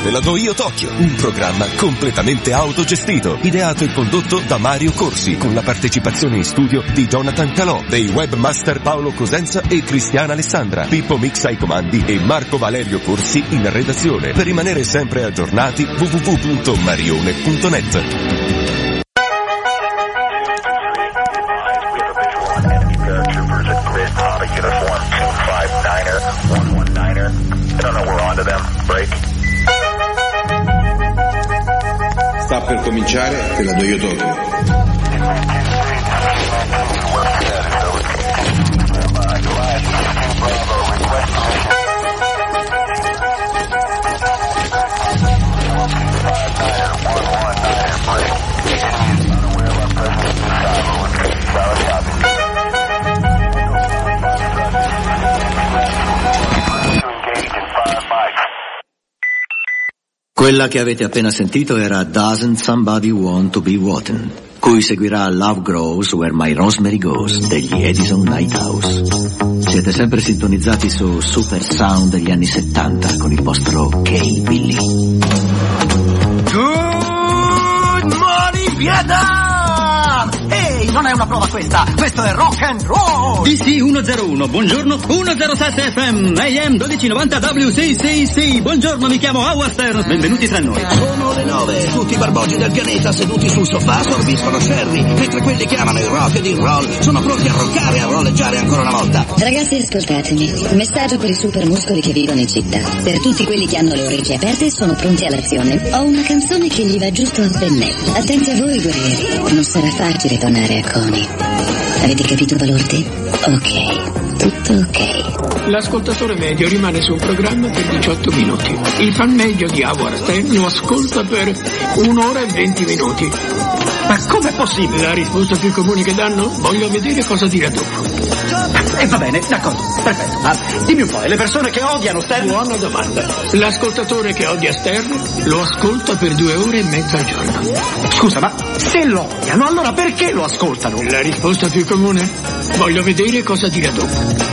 della Doio Tokyo, un programma completamente autogestito, ideato e condotto da Mario Corsi, con la partecipazione in studio di Jonathan Calò, dei webmaster Paolo Cosenza e Cristiana Alessandra, Pippo Mix ai comandi e Marco Valerio Corsi in redazione. Per rimanere sempre aggiornati, www.marione.net. Sta per cominciare per la Doio Tokyo. Quella che avete appena sentito era Doesn't Somebody Want to Be Rotten, cui seguirà Love Grows Where My Rosemary Goes degli Edison Lighthouse. Siete sempre sintonizzati su Super Sound degli anni 70 con il vostro K-Billy. Good morning Vietnam! Ehi, non è una prova questa, questo è rock and roll! DC 101, buongiorno, 107 FM, AM 1290 WCCC, buongiorno, mi chiamo Howard Stern, benvenuti tra noi. Sono le 9, tutti i barboggi del pianeta seduti sul sofà sorbiscono sherry, mentre quelli che amano il rock ed il roll sono pronti a roccare e a rolleggiare ancora una volta. Ragazzi, ascoltatemi, un messaggio per i super muscoli che vivono in città. Per tutti quelli che hanno le orecchie aperte e sono pronti all'azione, ho una canzone che gli va giusto a pennello. Attenti a voi, guerrieri, non sarà facile tornare a Coney. Avete capito, Balordi? Ok, tutto ok. L'ascoltatore medio rimane su un programma per 18 minuti. Il fan medio di Howard Stern lo ascolta per 1 ora e 20 minuti. Ma com'è possibile? La risposta più comune che danno? Voglio vedere cosa dirà dopo. E va bene, d'accordo, perfetto. Ma dimmi un po', e le persone che odiano Stern? Buona domanda. L'ascoltatore che odia Stern lo ascolta per 2 ore e mezza al giorno. Scusa, ma se lo odiano, allora perché lo ascoltano? La risposta più comune? Voglio vedere cosa dirà dopo.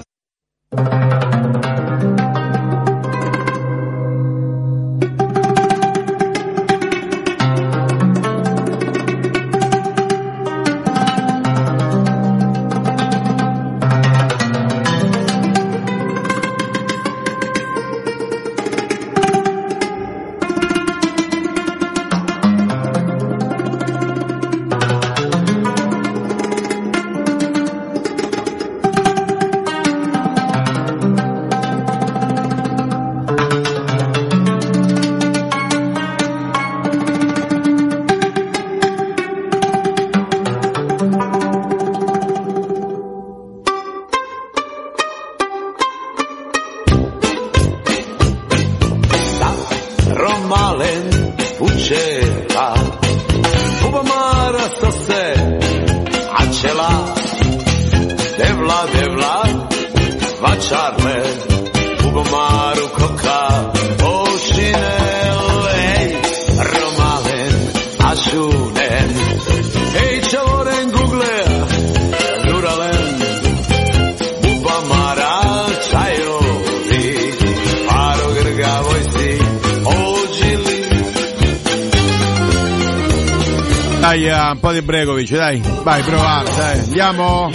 Dai, un po' di Bregovic, dai, vai, provate, dai, andiamo.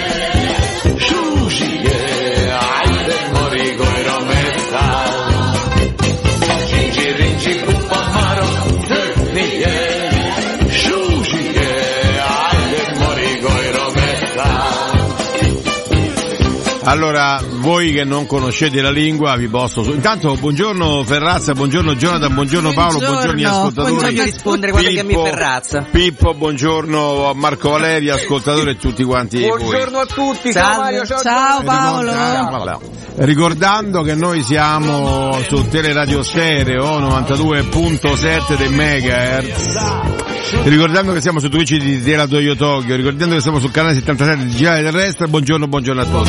Allora, voi che non conoscete la lingua vi posso... Intanto, buongiorno Ferrazza, buongiorno Jonathan, buongiorno Paolo, buongiorno gli ascoltatori. Buongiorno rispondere, guarda che a me Ferrazza. Pippo, buongiorno Marco Valerio, ascoltatore e tutti quanti buongiorno voi. A tutti, ciao Mario, ciao Paolo. Ricordando che noi siamo su Teleradio Stereo 92.7 dei MHz, ricordando che siamo su Twitch di Tela Doio Tokyo, ricordando che siamo sul canale 77 digitale terrestre. Buongiorno a tutti.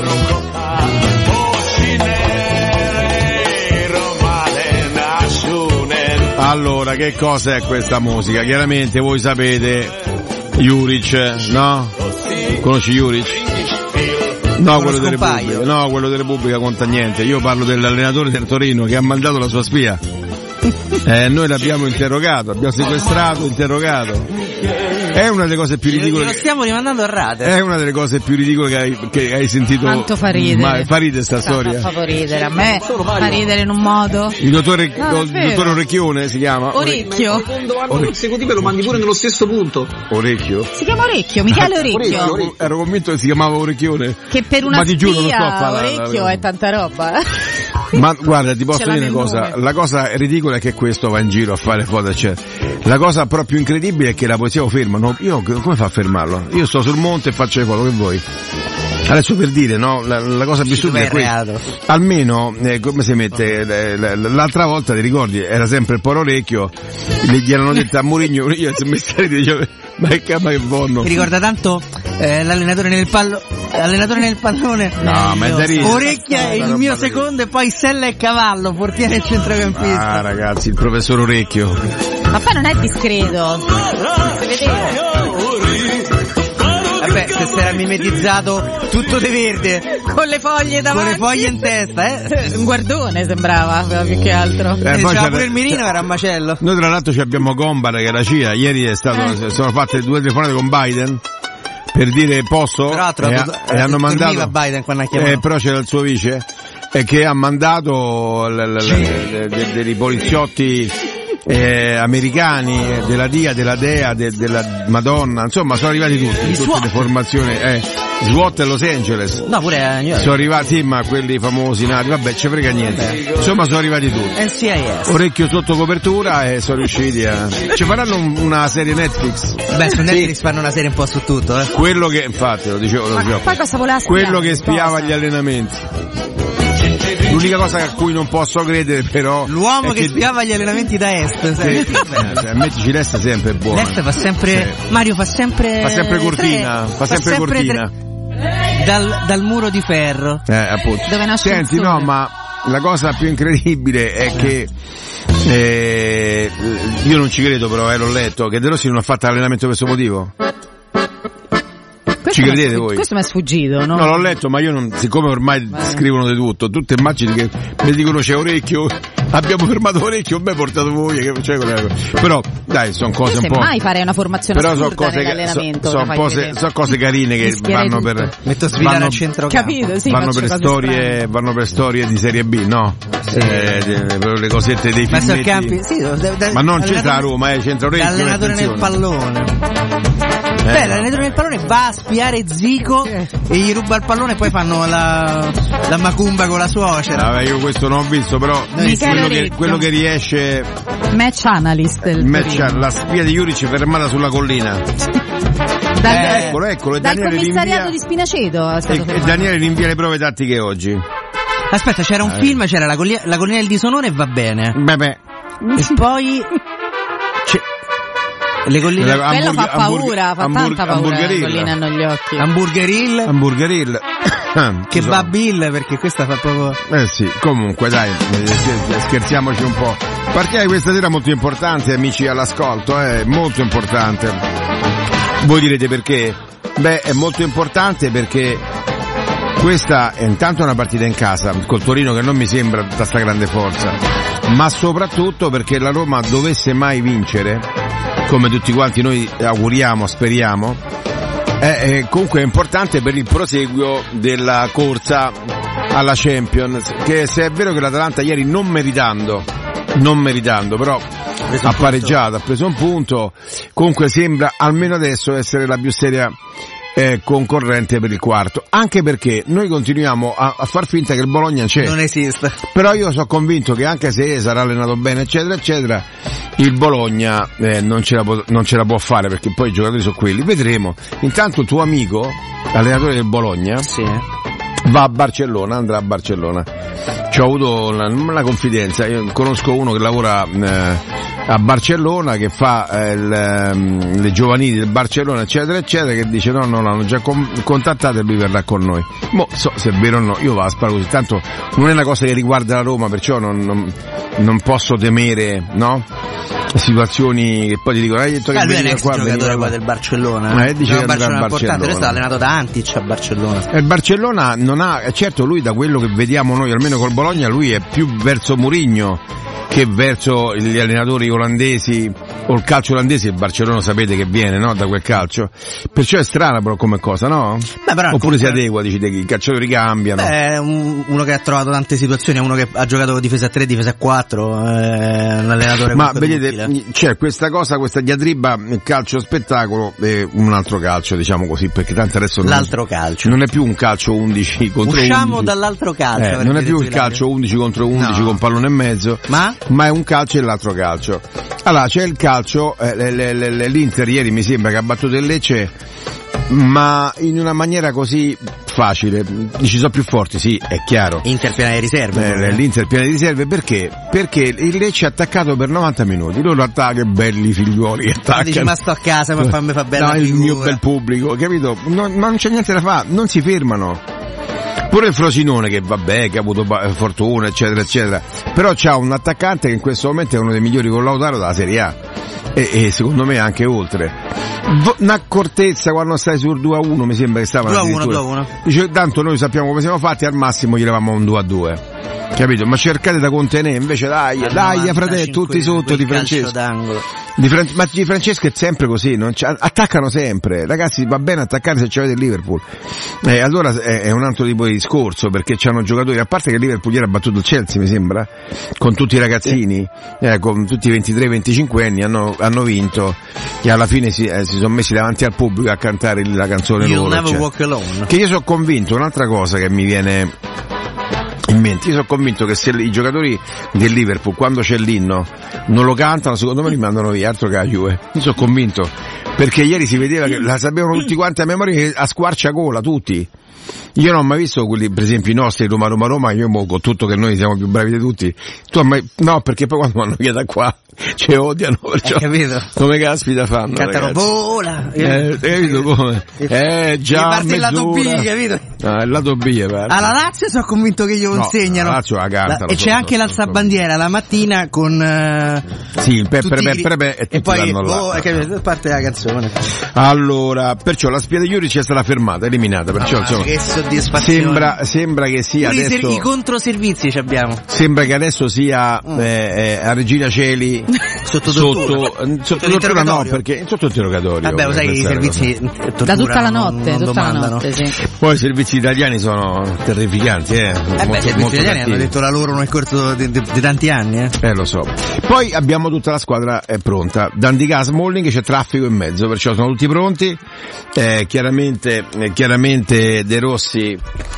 Allora, che cosa è questa musica? Chiaramente voi sapete Juric, no? Conosci Juric? No, quello della Repubblica. No, quello della Repubblica conta niente. Io parlo dell'allenatore del Torino che ha mandato la sua spia. Noi l'abbiamo interrogato, abbiamo sequestrato, interrogato. È una delle cose più ridicole. Lo stiamo rimandando a rate. È una delle cose più ridicole che hai sentito. Quanto fa ridere. Fa ridere sta storia. Fa ridere, a me fa ridere in un modo. Il dottore Orecchione si chiama? Orecchio. Secondo anno consecutivo lo mandi pure nello stesso punto. Orecchio? Si chiama Orecchio, Michele Orecchio. Ero convinto che si chiamava Orecchione. Che per una spia giuro, non sto a fare Orecchio è tanta roba. Ma guarda, ti posso dire una cosa, la cosa ridicola è che questo va in giro a fare foto, eccetera. La cosa proprio incredibile è che la poesia lo ferma. Io come fa a fermarlo? Io sto sul monte e faccio le foto, che vuoi? Adesso per dire, no, la cosa più stupida è questa. Almeno, come si mette, l'altra volta ti ricordi, era sempre il Poro Orecchio, gli erano detto a Mourinho, io si è messo a ridere, ma che buono. Mi ricorda tanto l'allenatore nel pallone. No, ma è da ridere. Orecchia è il mio secondo e poi Sella e Cavallo, portiere e centrocampista. Ah ragazzi, il professor Orecchio. Ma poi non è discreto. Non si vedeva. Vabbè, se si era mimetizzato tutto de verde con le foglie davanti, con le foglie in testa, un guardone sembrava più che altro. C'era pure il mirino, era un macello. Noi tra l'altro abbiamo Gombara che è la CIA, ieri sono fatte 2 telefonate con Biden per dire posso, e hanno mandato Biden quando ha chiamato. Però c'era il suo vice che ha mandato dei poliziotti americani, della DIA, della DEA, della Madonna, insomma sono arrivati tutti, tutte le formazioni, SWAT a Los Angeles. No, pure a New York. Sono arrivati, ma quelli famosi nati, vabbè, ci frega niente. Insomma sono arrivati tutti. NCIS. Orecchio sotto copertura e sono riusciti a... Ci faranno una serie Netflix? Beh, su Netflix fanno una serie un po' su tutto, Quello che, infatti, lo dicevo. Poi cosa voleva quello che spiava gli allenamenti. L'unica cosa a cui non posso credere però l'uomo che spiava gli allenamenti da est. Mettici l'est sempre è buono. L'est fa sempre Mario fa sempre cortina, fa sempre cortina. Dal muro di ferro. Appunto. Dove nasce. Senti, no, ma la cosa più incredibile è che io non ci credo, però l'ho letto che De Rossi non ha fatto l'allenamento per questo motivo. Ci credete voi? Questo mi è sfuggito, no? No, l'ho letto, ma io non, siccome ormai scrivono di tutto, tutte immagini che mi dicono c'è Orecchio, abbiamo fermato Orecchio, mi hai portato voi, che c'è però dai, sono cose un po'. Mai fare una formazione però assurda nell'allenamento. Sono cose carine che vanno per al centro. Capito, sì, vanno per storie di serie B, no? Sì. Le cosette dei filmetti. Ma non c'entra a Roma, c'entra Orecchio. L'allenatore nel pallone. L'allenatore nel pallone va a spiare Zico e gli ruba il pallone e poi fanno la macumba con la suocera. Vabbè, io questo non ho visto, però quello che riesce. Match analyst la spia di Juric fermata sulla collina. Eccolo, dal commissariato di Spinaceto. E Daniele rinvia le prove tattiche oggi. Aspetta, c'era un film, c'era la collina del disonore e va bene. Beh. E poi le colline quello fa paura, fa tanta paura. Le colline hanno gli occhi. Hamburger Hill. Che va Bill, perché questa fa proprio. Sì, comunque dai, scherziamoci un po'. Partita di questa sera molto importante, amici all'ascolto, molto importante. Voi direte perché? Beh, è molto importante perché questa è intanto una partita in casa col Torino che non mi sembra da sta grande forza, ma soprattutto perché la Roma dovesse mai vincere, come tutti quanti noi auguriamo, speriamo, comunque è importante per il proseguio della corsa alla Champions, che se è vero che l'Atalanta ieri non meritando però ha pareggiato, ha preso un punto, comunque sembra almeno adesso essere la più seria concorrente per il quarto, anche perché noi continuiamo a far finta che il Bologna c'è, non esiste, però io sono convinto che anche se sarà allenato bene eccetera eccetera, il Bologna non ce la può fare, perché poi i giocatori sono quelli, vedremo. Intanto il tuo amico, allenatore del Bologna, va a Barcellona, andrà a Barcellona. Ci ho avuto una confidenza, io conosco uno che lavora a Barcellona, che fa le giovanili del Barcellona eccetera eccetera, che dice no, l'hanno già contattato e lui verrà con noi. Se è vero o no, io vado a sparare così, tanto non è una cosa che riguarda la Roma, perciò non posso temere, no? Situazioni che poi ti dicono lui è un ex giocatore qua del Barcellona, dice che andrà a Barcellona. Lui sta allenato da Antic a Barcellona. Il Barcellona non ha, certo lui, da quello che vediamo noi almeno col Bologna, lui è più verso Mourinho che verso gli allenatori olandesi o il calcio olandese. Il Barcellona sapete che viene, no? Da quel calcio, perciò è strana però come cosa, no? Però oppure si adegua, dici, i calciatori cambiano. Uno che ha trovato tante situazioni, uno che ha giocato difesa a 3, difesa a 4, un allenatore. Ma vedete, c'è questa cosa, questa diatriba calcio spettacolo e un altro calcio, diciamo così, perché tanto adesso calcio non è più un calcio 11 contro 11. Usciamo dall'altro calcio. Non è più il calcio 11 contro 11 con pallone e mezzo, ma è un calcio e l'altro calcio. Allora c'è il calcio, l'Inter ieri mi sembra che ha battuto il Lecce, ma in una maniera così facile. Ci sono più forti, sì, è chiaro. Inter piena di riserve. L'Inter piena di riserve perché? Perché il Lecce ha attaccato per 90 minuti. Loro attaccano, belli figliuoli, attaccano. Dici, ma sto a casa per farmi fa bella figura. Il mio bel pubblico, capito? Non c'è niente da fare, non si fermano. Pure il Frosinone che vabbè, che ha avuto fortuna, eccetera, eccetera. Però c'ha un attaccante che in questo momento è uno dei migliori collautari della Serie A. E secondo me anche oltre. Un'accortezza quando stai sul 2-1, mi sembra che stava 2-1. Dice, tanto noi sappiamo come siamo fatti, al massimo gli eravamo un 2-2. Capito? Ma cercate da contenere, invece dai fratelli, tutti sotto di Francesco. Ma di Francesco è sempre così, attaccano sempre. Ragazzi, va bene attaccare se c'avete il Liverpool. Allora è un altro tipo di discorso, perché c'hanno giocatori, a parte che il Liverpool ieri ha battuto il Chelsea, mi sembra, con tutti i ragazzini, con tutti i 23-25 anni hanno vinto, e alla fine si sono messi davanti al pubblico a cantare la canzone You'll loro. Never Walk Alone. Che io sono convinto, un'altra cosa che mi viene in mente, io sono convinto che se i giocatori del Liverpool quando c'è l'inno non lo cantano, secondo me li mandano via, altro che la Juve. Io sono convinto, perché ieri si vedeva che la sapevano tutti quanti a memoria, a squarciagola tutti. Io non ho mai visto quelli, per esempio i nostri Roma, io con tutto che noi siamo più bravi di tutti. Tu hai mai, no, perché poi quando vanno via da qua ci odiano, perciò come caspita fanno, cantano vola, capito come? Già parte il lato B, capito? Il lato B, alla Lazio sono convinto che glielo insegnano. La Lazio la cantano, e c'è anche l'alzabandiera la mattina con sì, il pepe e poi parte la canzone. Allora, perciò la spia di Juric è stata fermata, eliminata, perciò insomma, che soddisfazione. Sembra che sia pure adesso i controservizi ci abbiamo. Sembra che adesso sia a Regina Celi sotto tortura, no, perché sotto interrogatorio. Vabbè, lo sai che i servizi da tutta la notte, sì. Poi i servizi italiani sono terrificanti, i servizi italiani hanno detto la loro nel corso di tanti anni, lo so. Poi abbiamo tutta la squadra pronta. Dandica, Smalling, c'è traffico in mezzo, perciò sono tutti pronti. Chiaramente De Rossi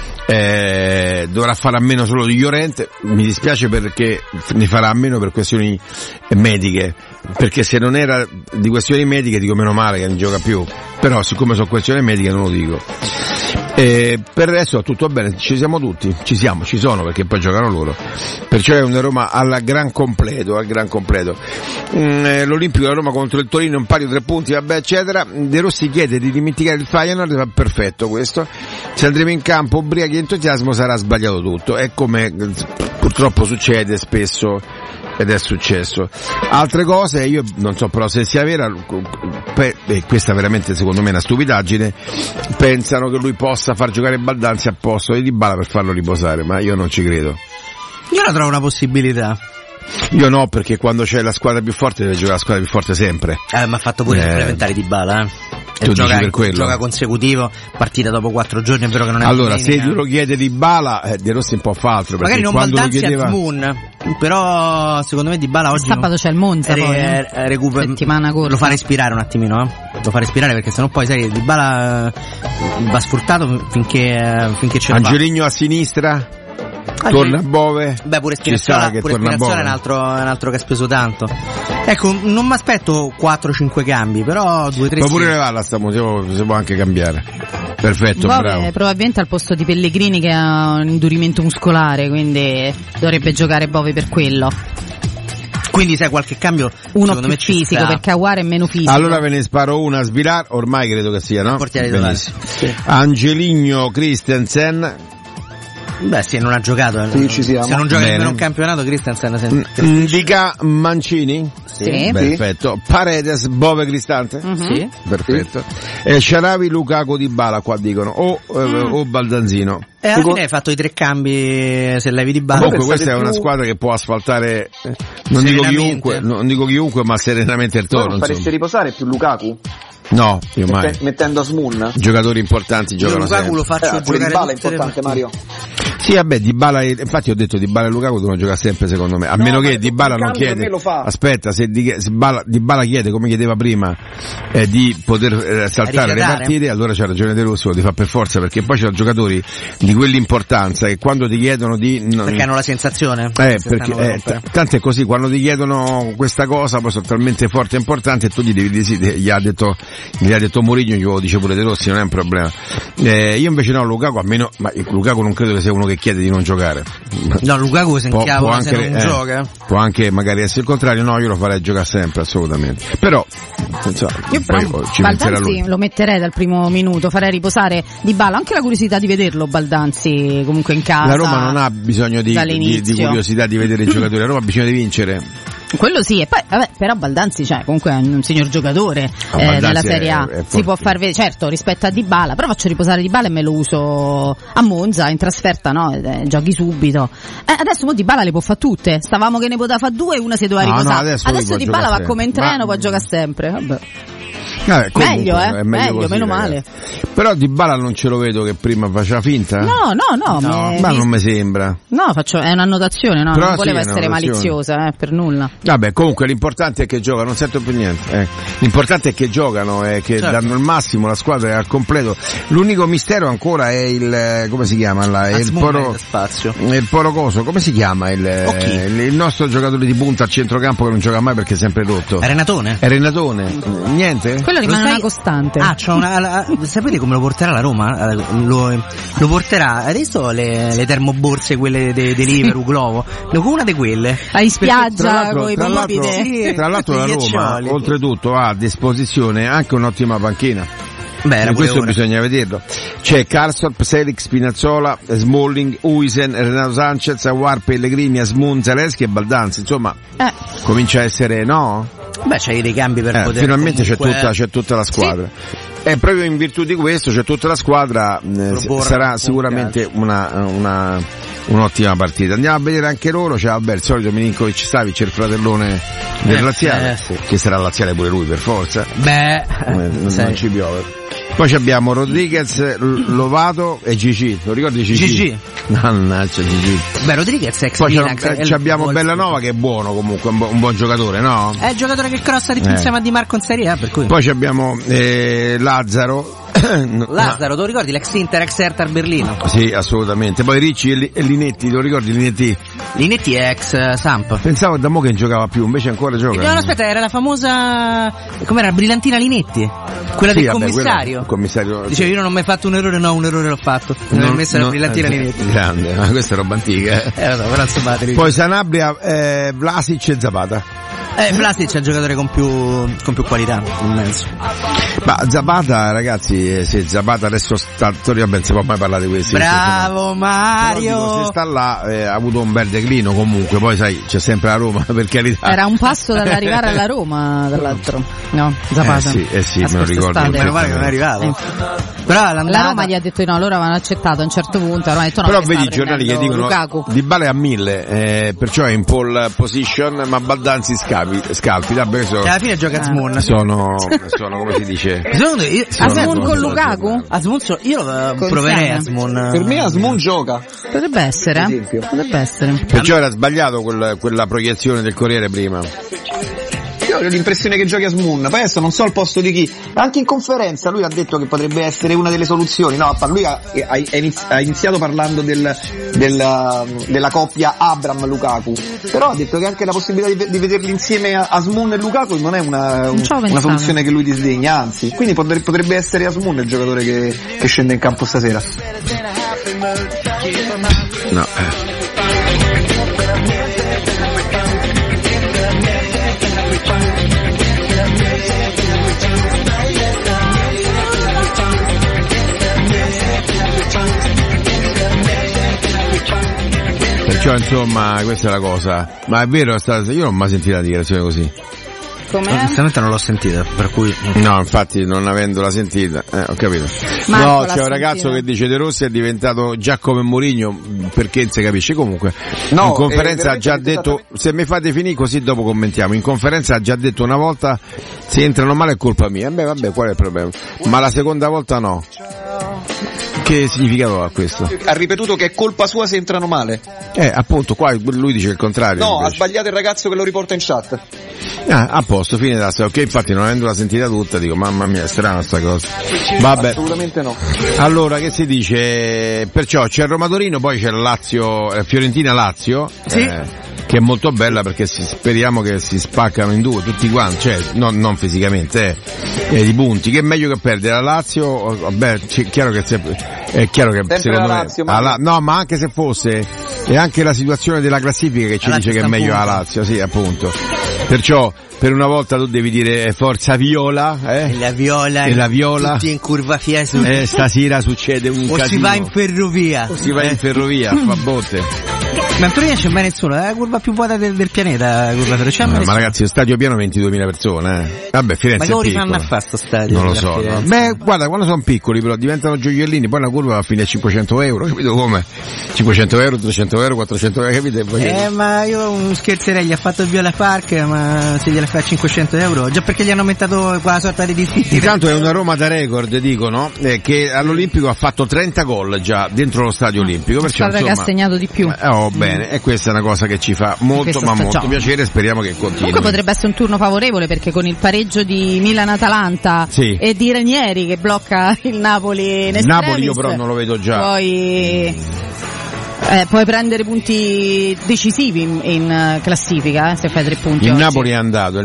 dovrà fare a meno solo di Llorente. Mi dispiace perché ne farà a meno per questioni mediche, perché se non era di questioni mediche dico meno male che non gioca più, però siccome sono questioni mediche non lo dico. Per il resto tutto bene, ci siamo tutti, ci sono perché poi giocano loro, perciò è una Roma al gran completo. L'Olimpico, la Roma contro il Torino, un paio 3 punti, vabbè eccetera. De Rossi chiede di dimenticare il Feyenoord, va perfetto questo. Se andremo in campo ubriachi e entusiasmo sarà sbagliato tutto, è come purtroppo succede spesso ed è successo. Altre cose, io non so però se sia vera, questa veramente secondo me è una stupidaggine, pensano che lui possa far giocare Baldanzi a posto di Dybala per farlo riposare, ma io non ci credo. Io la trovo una possibilità. Io no, perché quando c'è la squadra più forte deve giocare la squadra più forte sempre. Ma ha fatto pure supplementari Dybala, Tu dici per quello? Gioca consecutivo, partita dopo 4 giorni, è vero che non è allora se lo chiede Dybala, De Rossi un po' fa altro, perché magari non quando Baldanzi lo chiedeva Moon, però secondo me Dybala oggi sabato c'è il Monza settimana corsa, lo fa respirare un attimino, lo fa respirare, perché sennò poi sai Dybala va sfruttato finché ce la fa. Angelino a sinistra, torna a Bove. Beh, pure Spinazzola è un altro che ha speso tanto. Ecco, non mi aspetto 4-5 cambi, però 2-3. Ma pure Levalla si può anche cambiare. Perfetto, Bove, bravo. Probabilmente al posto di Pellegrini che ha un indurimento muscolare, quindi dovrebbe giocare Bove per quello. Quindi sai qualche cambio uno più fisico, perché Aguar è meno fisico. Allora ve ne sparo una a Svilar, ormai credo che sia, no? Portiere titolare. Sì. Angelino Christensen. Beh sì, non ha giocato. Sì, ci siamo. Se non gioca Bene. nemmeno un campionato, Christensen Indica Mancini? Sì. Perfetto. Paredes, Bove, Cristante? Sì. Perfetto. E Sharawi, Lukaku, Dybala, qua dicono. O Baldanzino. E alla fine hai fatto i 3 cambi se levi Dybala. Comunque questa è una squadra che può asfaltare, non dico chiunque, ma serenamente il Toro. Non fareste riposare più Lukaku? No, io mai. Mettendo Asmun? Giocatori importanti giocano Lukaku sempre. lo faccio Pure giocare Dybala è tutte le importante, Mario. Sì, vabbè, Dybala, infatti ho detto Dybala e Lukaku devono giocare sempre secondo me, a meno che Dybala non chiede, aspetta, se Dybala chiede come chiedeva prima di poter saltare le partite, allora c'ha ragione De Rossi, lo di fa per forza, perché poi c'è giocatori di quell'importanza che quando ti chiedono perché hanno la sensazione tanto è così, quando ti chiedono questa cosa poi sono talmente forti e importanti e tu gli devi dire sì, gli ha detto Mourinho, glielo dice pure De Rossi, non è un problema. Io invece no, Lukaku, almeno, ma Lukaku non credo che sia uno che chiede di non giocare. No, Lukaku se non gioca. Può anche magari essere il contrario, no, io lo farei giocare sempre, assolutamente. Però io ci penserà lui. Lo metterei dal primo minuto, farei riposare Dybala, anche la curiosità di vederlo Baldanzi comunque in casa. La Roma non ha bisogno di curiosità di vedere i giocatori, la Roma ha bisogno di vincere. Quello sì, e poi vabbè, però Baldanzi comunque è un signor giocatore della Serie A, si può far vedere, certo, rispetto a Dybala, però faccio riposare Dybala e me lo uso a Monza, in trasferta no, giochi subito. Adesso Dybala le può fare tutte, stavamo che ne poteva fare 2 e una si doveva riposare, adesso Dybala va come in treno, può giocare sempre, vabbè. Meglio, meno male. Però Dybala non ce lo vedo che prima faceva finta. No, ma non mi sembra. No, è un'annotazione, no, non voleva essere maliziosa, per nulla. Vabbè, comunque l'importante è che giocano, non sento più niente. L'importante è che giocano e che danno il massimo, la squadra è al completo. L'unico mistero ancora è il come si chiama là? Il Porocoso, come si chiama il nostro giocatore di punta al centrocampo che non gioca mai perché è sempre rotto. È Renatone. Niente? Quello rimane una costante. Sapete come lo porterà la Roma? Lo porterà adesso le termoborse, quelle di Liverpool, Glovo, una di quelle in spiaggia con i bambini. Tra l'altro la Roma oltretutto ha a disposizione anche un'ottima panchina. Beh, questo bisogna vederlo. C'è Karsdorp, Selic, Spinazzola, Smalling, Huijsen, Renato Sanchez, Aouar, Pellegrini, Asmun, Zalewski e Baldanzi. Insomma, comincia a essere, no? Beh, c'hai dei cambi per poter. Finalmente c'è tutta la squadra. Sì. E proprio in virtù di questo c'è tutta la squadra, sarà sicuramente un'ottima partita. Andiamo a vedere anche loro, c'è il solito Milinkovic Savic, il fratellone del Laziale, che sarà Laziale pure lui per forza. Non ci piove. Poi abbiamo Rodriguez, Lovato e Gigi. Lo ricordi Gigi? Mannaggia Gigi. Beh, Rodriguez è ex Poi Milan. abbiamo Bellanova che è buono comunque, un buon giocatore, no? È il giocatore che crossa insieme a Di Marco in Serie A, per cui. Poi abbiamo Lazzaro. Lazzaro, te lo ricordi? L'ex Inter, ex Hertha Berlino? Sì, assolutamente. Poi Ricci e Linetti, lo ricordi Linetti? Linetti è ex Samp. Pensavo da mo' che non giocava più, invece ancora gioca. No, aspetta, era la famosa, com'era, Brillantina Linetti? Quella del commissario. Dicevi, io non ho mai fatto un errore, no, un errore l'ho fatto. Non ho messo la Brillantina Linetti. Grande, ma questa è roba antica. Però insomma, poi Sanabria, Vlasic e Zapata. Vlasic è il giocatore con più qualità, immenso. Ma Zapata, ragazzi, se Zapata adesso sta, vabbè, non si può mai parlare di questo. Bravo Mario! Se sta là, ha avuto un bel declino comunque, poi sai, c'è sempre la Roma, per carità. Era un passo dall'arrivare alla Roma, dall'altro. No, Zapata. Sì, me lo ricordo. Meno male che non è arrivato. Però la Roma gli ha detto di no, loro avevano accettato a un certo punto, ha detto no. Però vedi i giornali che dicono Dybala è a 1000, perciò è in pole position, ma Baldanzi scalpita, alla fine gioca Asmun. Sono come si dice? Asmun con Lukaku? Asmun, io proverei Asmun. Per me Asmun gioca. Potrebbe essere. Perciò era sbagliato quella proiezione del Corriere prima. Io ho l'impressione che giochi Asmun, poi adesso non so al posto di chi. Anche in conferenza lui ha detto che potrebbe essere una delle soluzioni. No, lui ha iniziato parlando della coppia Abram-Lukaku, però ha detto che anche la possibilità di vederli insieme a Asmun e Lukaku non è una soluzione che lui disdegna, anzi, quindi potrebbe essere Asmun il giocatore che scende in campo stasera. No. insomma questa è la cosa. Ma è vero, io non ho mai sentito una dichiarazione così. Onestamente non l'ho sentita, per cui no, infatti non avendola sentita, ho capito. Marco, no, c'è un ragazzo che dice De Rossi è diventato già come Mourinho, perché non si capisce. Comunque in conferenza ha già detto, se mi fate finire così dopo commentiamo, in conferenza ha già detto una volta se entrano male è colpa mia. Beh vabbè, qual è il problema? Ma la seconda volta no. Che significato ha questo? Ha ripetuto che è colpa sua se entrano male. Appunto, qua lui dice il contrario. No, invece. ha sbagliato il ragazzo che lo riporta in chat. A posto, fine da ok, infatti non avendola sentita tutta dico mamma mia, è strana sta cosa. Vabbè. Assolutamente no. Allora, che si dice? Perciò c'è Roma-Torino, poi c'è Lazio, Fiorentina-Lazio. Sì. Che è molto bella perché speriamo che si spaccano in due tutti quanti, cioè non fisicamente, di punti, che è meglio che perdere la Lazio. Vabbè, è chiaro che secondo me no, ma anche se fosse, è anche la situazione della classifica che ci dice che è meglio la Lazio, sì, appunto. Perciò per una volta tu devi dire forza viola, e la viola tutti in curva Fiesco, stasera succede un casino. Si va in ferrovia, a fa botte. Ma in Torino c'è mai nessuno, è la curva più vuota del pianeta, ma ragazzi, lo stadio pieno 22.000 persone, Vabbè, Firenze ma è piccola. Ma come fanno a fare sto stadio? Non lo so, no? Beh, guarda, quando sono piccoli però diventano gioiellini, poi la curva va a fine a 500 euro, capito come? 500 euro, 300 euro, 400 euro, capite? Ma io scherzerei, gli ha fatto il Viola Park, ma se gliela fa 500 euro, già perché gli hanno aumentato quella sorta di difficoltà. Intanto è una Roma da record, dicono, che all'Olimpico ha fatto 30 gol già dentro lo stadio olimpico, perciò insomma, che ha segnato di più. Bene, e questa è una cosa che ci fa molto piacere, speriamo che continui. Comunque potrebbe essere un turno favorevole, perché con il pareggio di Milan-Atalanta e di Ranieri che blocca il Napoli in extremis, Napoli io però non lo vedo già. Puoi prendere punti decisivi in classifica, se fai 3 punti. Il oggi. Napoli è andato.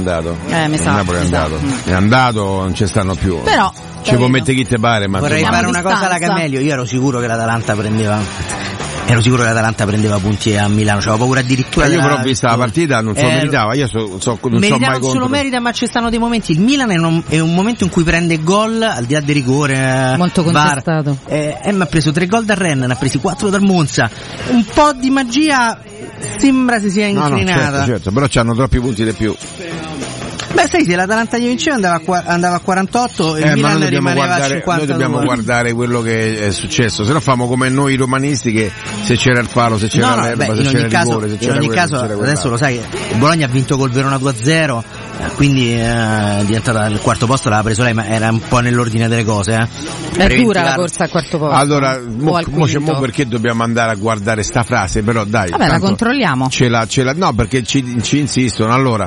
È andato, non ci stanno più. Però ci può mettere chi te pare, ma vorrei fare una cosa alla Camelio. Io ero sicuro che l'Atalanta prendeva punti a Milano, c'avevo paura addirittura. Io però ho visto la partita, non so meritava, io non so mai contro. Se lo merita, ma ci stanno dei momenti. Il Milan è un momento in cui prende gol al di là del rigore molto contestato. Ma ha preso 3 gol dal Rennes, ne ha presi 4 dal Monza. Un po' di magia sembra si sia inclinata. No, certo, però c'hanno troppi punti di più. Beh, sai, se l'Atalanta gli vinceva andava a 48 e il Milan rimaneva a 52. Noi dobbiamo guardare quello che è successo, se no famo come noi romanisti, che se c'era il faro, se c'era l'erba, se c'era il rigore, se c'era in ogni caso adesso lo sai, il Bologna ha vinto col Verona 2-0, quindi è diventata il quarto posto, l'aveva preso lei, ma era un po' nell'ordine delle cose. È dura la corsa al quarto posto. Allora, mo perché dobbiamo andare a guardare sta frase, però dai. Vabbè, la controlliamo. Ce l'ha, no, perché ci insistono. Allora,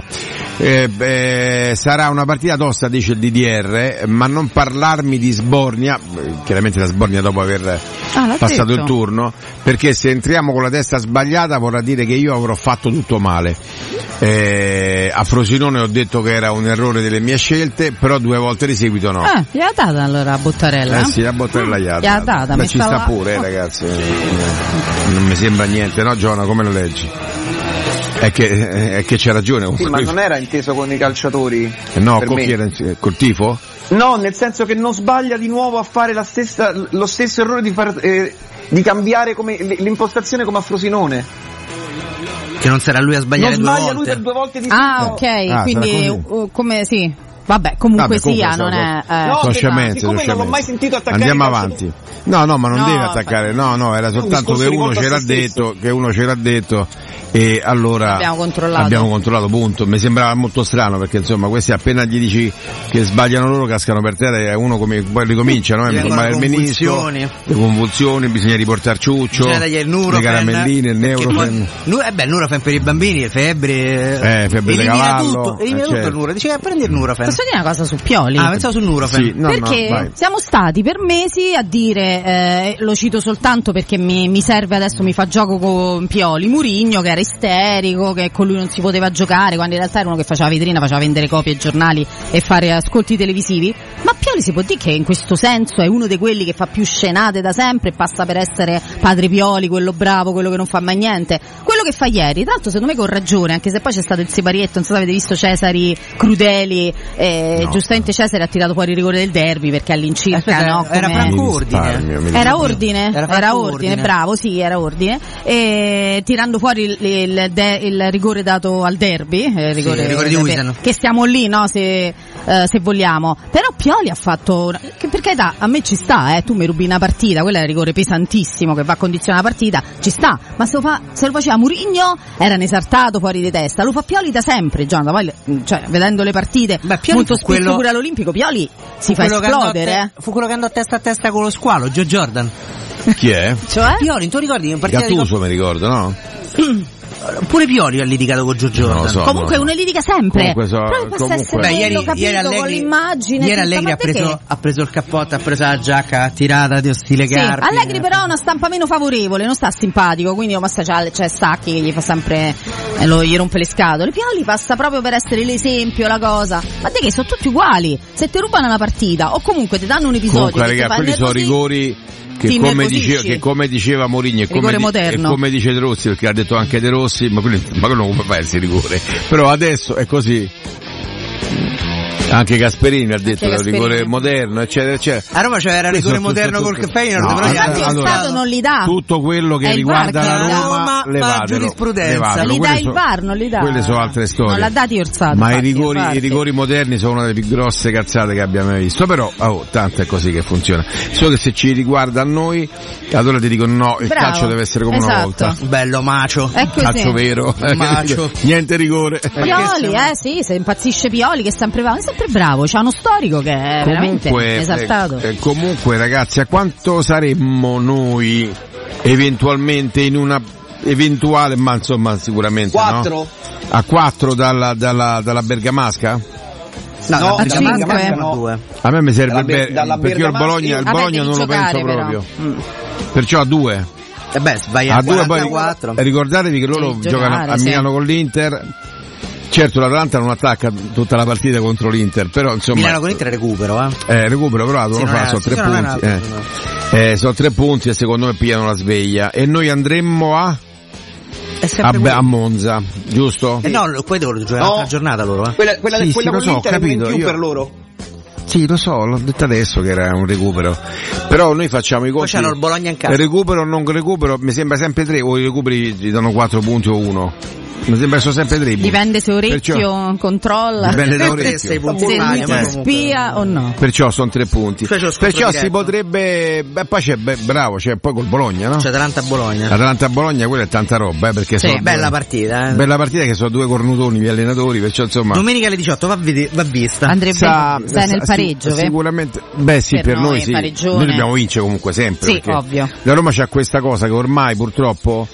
sarà una partita tosta, dice il DDR, ma non parlarmi di Sbornia, chiaramente la Sbornia dopo aver passato il turno, perché se entriamo con la testa sbagliata vorrà dire che io avrò fatto tutto male. A Frosinone ho detto che era un errore delle mie scelte, però 2 volte di seguito no. Gli ha data allora a Bottarella? Sì, la Bottarella gli ha data. Ma ci sta pure, ragazzi. Non mi sembra niente, no Giona, come lo leggi? È che c'è ragione. Sì, ma non era inteso con i calciatori? No, con chi era? Col tifo? No, nel senso che non sbaglia di nuovo a fare lo stesso errore di cambiare come l'impostazione come a Frosinone. Che non sarà lui a sbagliare non 2 sbaglia volte. Lui per 2 volte di ok, quindi come sì. Vabbè, comunque sia, non è. Siccome non l'ho mai sentito attaccare. Andiamo avanti. No, ma non deve attaccare. No, era soltanto che uno ce l'ha detto. E allora abbiamo controllato, punto. Mi sembrava molto strano, perché insomma questi appena gli dici che sbagliano loro cascano per terra, e uno come poi ricomincia, no? Mi fa male il menisco, le convulsioni, bisogna riportare Ciuccio, le caramelline, il Neurofen. Il Neurofen per i bambini, febbre di cavallo. Elimina tutto il Neurofen. Dice prendi il Neurofen. Posso dire una cosa su Pioli? Pensavo sul Neurofen. Sì, perché siamo stati per mesi a dire, lo cito soltanto perché mi serve adesso, mi fa gioco con Pioli, Mourinho che era isterico, che con lui non si poteva giocare, quando in realtà era uno che faceva vetrina, faceva vendere copie ai giornali e fare ascolti televisivi. Ma Pioli si può dire che in questo senso è uno di quelli che fa più scenate da sempre e passa per essere padre Pioli, quello bravo, quello che non fa mai niente. Quello che fa ieri, tra l'altro secondo me con ragione, anche se poi c'è stato il siparietto, non so se avete visto Cesari Crudeli giustamente Cesare ha tirato fuori il rigore del derby perché all'incirca no, era Franco Ordine. Era ordine, bravo, sì, era ordine. E tirando fuori il rigore dato al derby, il rigore di Wiesel, che stiamo lì, no, se vogliamo. Però Pioli ha fatto perché a me ci sta, tu mi rubi una partita, quella è un rigore pesantissimo che va a condizionare la partita, ci sta, ma se lo faceva Mourinho era un esaltato fuori di testa, lo fa Pioli da sempre, Jonathan, cioè vedendo le partite molto spesso pure all'Olimpico Pioli si fa esplodere. Fu quello che andò testa a testa con lo squalo, Joe Jordan. Chi è? Cioè? Pioli, tu ricordi in partita Gattuso mi ricordo, no? Pure Pioli ha litigato con Joe Jordan. Comunque uno litiga sempre. Ieri Allegri ha preso il cappotto, ha preso la giacca tirata di stile Garbi. Allegri però ha una stampa meno favorevole, non sta simpatico, quindi c'è Sacchi che gli fa sempre gli rompe le scatole. Pioli passa proprio per essere l'esempio, la cosa. Ma te che sono tutti uguali, se ti rubano una partita o comunque ti danno un episodio. Comunque raga, quelli sono rigori che come diceva Mourinho e come dice De Rossi, perché ha detto anche De Rossi, ma quello non come fa il rigore, però adesso è così. Anche Gasperini ha detto che è un rigore moderno, eccetera, eccetera. A Roma c'era il rigore moderno col Feyenoord, però il Stato non li dà. Tutto quello che riguarda la Roma, giurisprudenza. Li dà il VAR, non li dà. Quelle sono altre storie. Non l'ha dati Orsato. Ma i rigori moderni sono una delle più grosse cazzate che abbiamo mai visto. Però, tanto è così che funziona. Solo che se ci riguarda a noi, allora ti dicono no, il calcio deve essere come una volta. Bello macio. Calcio vero. Macio. Niente rigore. Pioli, sì, se impazzisce Pioli che è sempre bravo, c'ha uno storico che è veramente esaltato. Comunque ragazzi, a quanto saremmo noi eventualmente in una eventuale, ma insomma sicuramente 4? No? A 4 dalla Bergamasca? No, a 5 no. A me mi serve perché io il Bologna non lo penso proprio. Perciò a 2. Sbaglia a 2, poi 4. Ricordatevi che loro giocano a Milano con l'Inter. Certo l'Atalanta non attacca tutta la partita contro l'Inter, però insomma Milano con l'Inter recupero, recupero, però devono fare, sono 3 punti. Sono 3 punti e secondo me pigliano la sveglia. E noi andremmo a Monza, giusto? No, poi devono giocare un'altra giornata loro, Quella con l'Inter è in più per loro. Sì, lo so, l'ho detto adesso che era un recupero. Però noi facciamo i conti. Poi c'hanno il Bologna in casa. Recupero o non recupero, mi sembra sempre 3, o i recuperi ti danno 4 punti o 1. Mi sembra sono sempre 3 punti. Dipende se Orecchio controlla. Dipende da Orecchio. Se lui spia o no. Perciò sono 3 punti. Perciò si potrebbe. Poi c'è bravo, c'è poi col Bologna, no? C'è Atalanta-Bologna. Atalanta-Bologna, quella è tanta roba, perché sì, bella partita. Bella partita che sono 2 cornutoni gli allenatori, perciò insomma. Domenica alle 18 va vista. Andrebbe stai nel pareggio, sicuramente. Sì, per noi sì. Noi dobbiamo vincere comunque sempre. Sì, ovvio. La Roma c'ha questa cosa che ormai purtroppo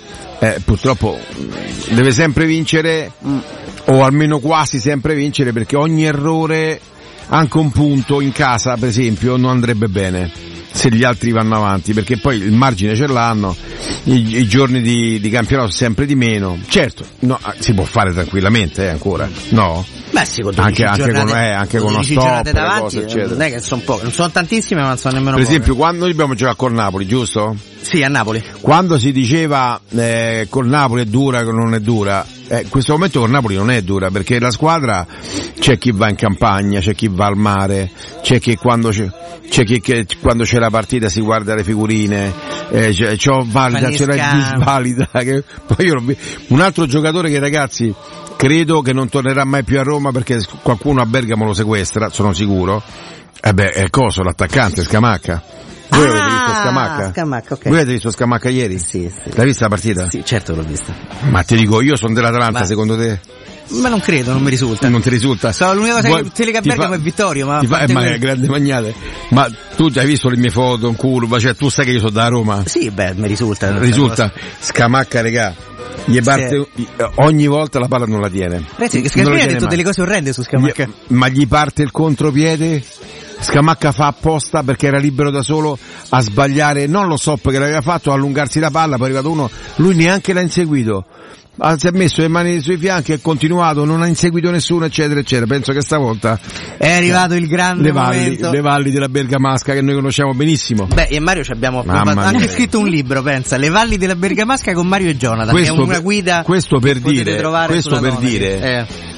deve sempre vincere o almeno quasi sempre vincere, perché ogni errore, anche un punto in casa per esempio, non andrebbe bene se gli altri vanno avanti, perché poi il margine ce l'hanno, i giorni di campionato sempre di meno. Certo, no, si può fare tranquillamente ancora, no? Beh sì, con anche con lo stop, davanti, cose, eccetera. Non è che sono poche, non sono tantissime, ma non sono nemmeno per esempio quando noi abbiamo giocato col Napoli, giusto? Sì, a Napoli. Quando si diceva col Napoli è dura, che non è dura, in questo momento col Napoli non è dura, perché la squadra c'è chi va in campagna, c'è chi va al mare, c'è chi quando c'è la partita si guarda le figurine, c'è valida, c'è la disvalida, che poi io un altro giocatore che ragazzi credo che non tornerà mai più a Roma perché qualcuno a Bergamo lo sequestra, sono sicuro. È il coso, l'attaccante, Scamacca. Voi avete visto Scamacca? Scamacca, ok. Voi avete visto Scamacca ieri? Sì. L'hai vista la partita? Sì, certo l'ho vista. Ma ti dico, io sono dell'Atalanta, secondo te? Ma non credo, non mi risulta. Non ti risulta? L'unica cosa che lega a Bergamo è Vittorio, ma grande magnate. Ma tu hai visto le mie foto in curva, cioè tu sai che io sono da Roma? Sì, mi risulta. Risulta. Scamacca, regà. Gli parte ogni volta la palla non la tiene. Ragazzi, Scamacca ha detto delle cose orrende su Scamacca. Ma gli parte il contropiede? Scamacca fa apposta perché era libero da solo a sbagliare, non lo stop che l'aveva fatto, a allungarsi la palla, poi è arrivato uno, lui neanche l'ha inseguito. Si è messo le mani sui fianchi e continuato, non ha inseguito nessuno, eccetera eccetera. Penso che stavolta è arrivato il grande momento. Le valli della Bergamasca che noi conosciamo benissimo. Beh, e Mario ci abbiamo anche scritto un libro, pensa, Le valli della Bergamasca con Mario e Jonathan, che è una guida. Questo per dire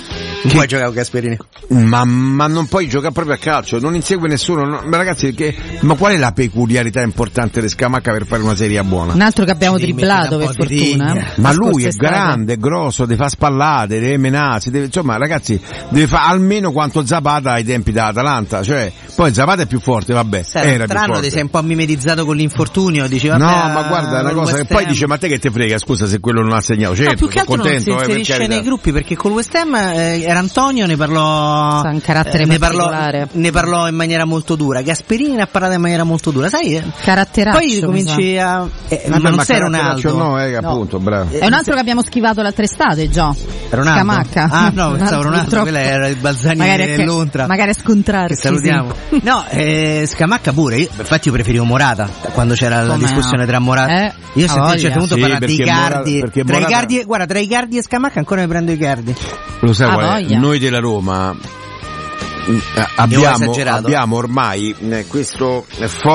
Non puoi giocare con Gasperini. Ma non puoi giocare proprio a calcio, non insegue nessuno. Ma ragazzi, ma qual è la peculiarità importante di Scamacca per fare una serie buona? Un altro che abbiamo dribblato per fortuna. Ma lui è grande, è grosso, deve fare spallate, deve menarsi, insomma ragazzi, deve fare almeno quanto Zapata ai tempi da Atalanta, cioè poi Zapata è più forte, vabbè. Era più forte. Ti sei un po' mimetizzato con l'infortunio, dici vabbè. No, ma guarda, è una cosa che poi dice, ma te che te frega, scusa se quello non ha segnato. Certo, più che altro contento, non si inserisce nei gruppi, perché col West Ham era Antonio, ne parlò un carattere particolare. Ne parlò in maniera molto dura. Gasperini ne ha parlato in maniera molto dura, sai? Caratteraccio. Poi cominci a ma non sei Ronaldo. No, appunto, bravo. È un altro che abbiamo schivato l'altra estate, Gio. Scamacca. Ah, no, pensavo Ronaldo, quella era il Balzani nell'Ontra. Magari a scontrarci. Che salutiamo. Sì. No, Scamacca pure. Infatti io preferivo Morata quando c'era la discussione tra Morata. Io sento a un certo punto parlare di Icardi. Tra Icardi e Scamacca ancora ne prendo Icardi. Lo sai, noi della Roma abbiamo ormai questo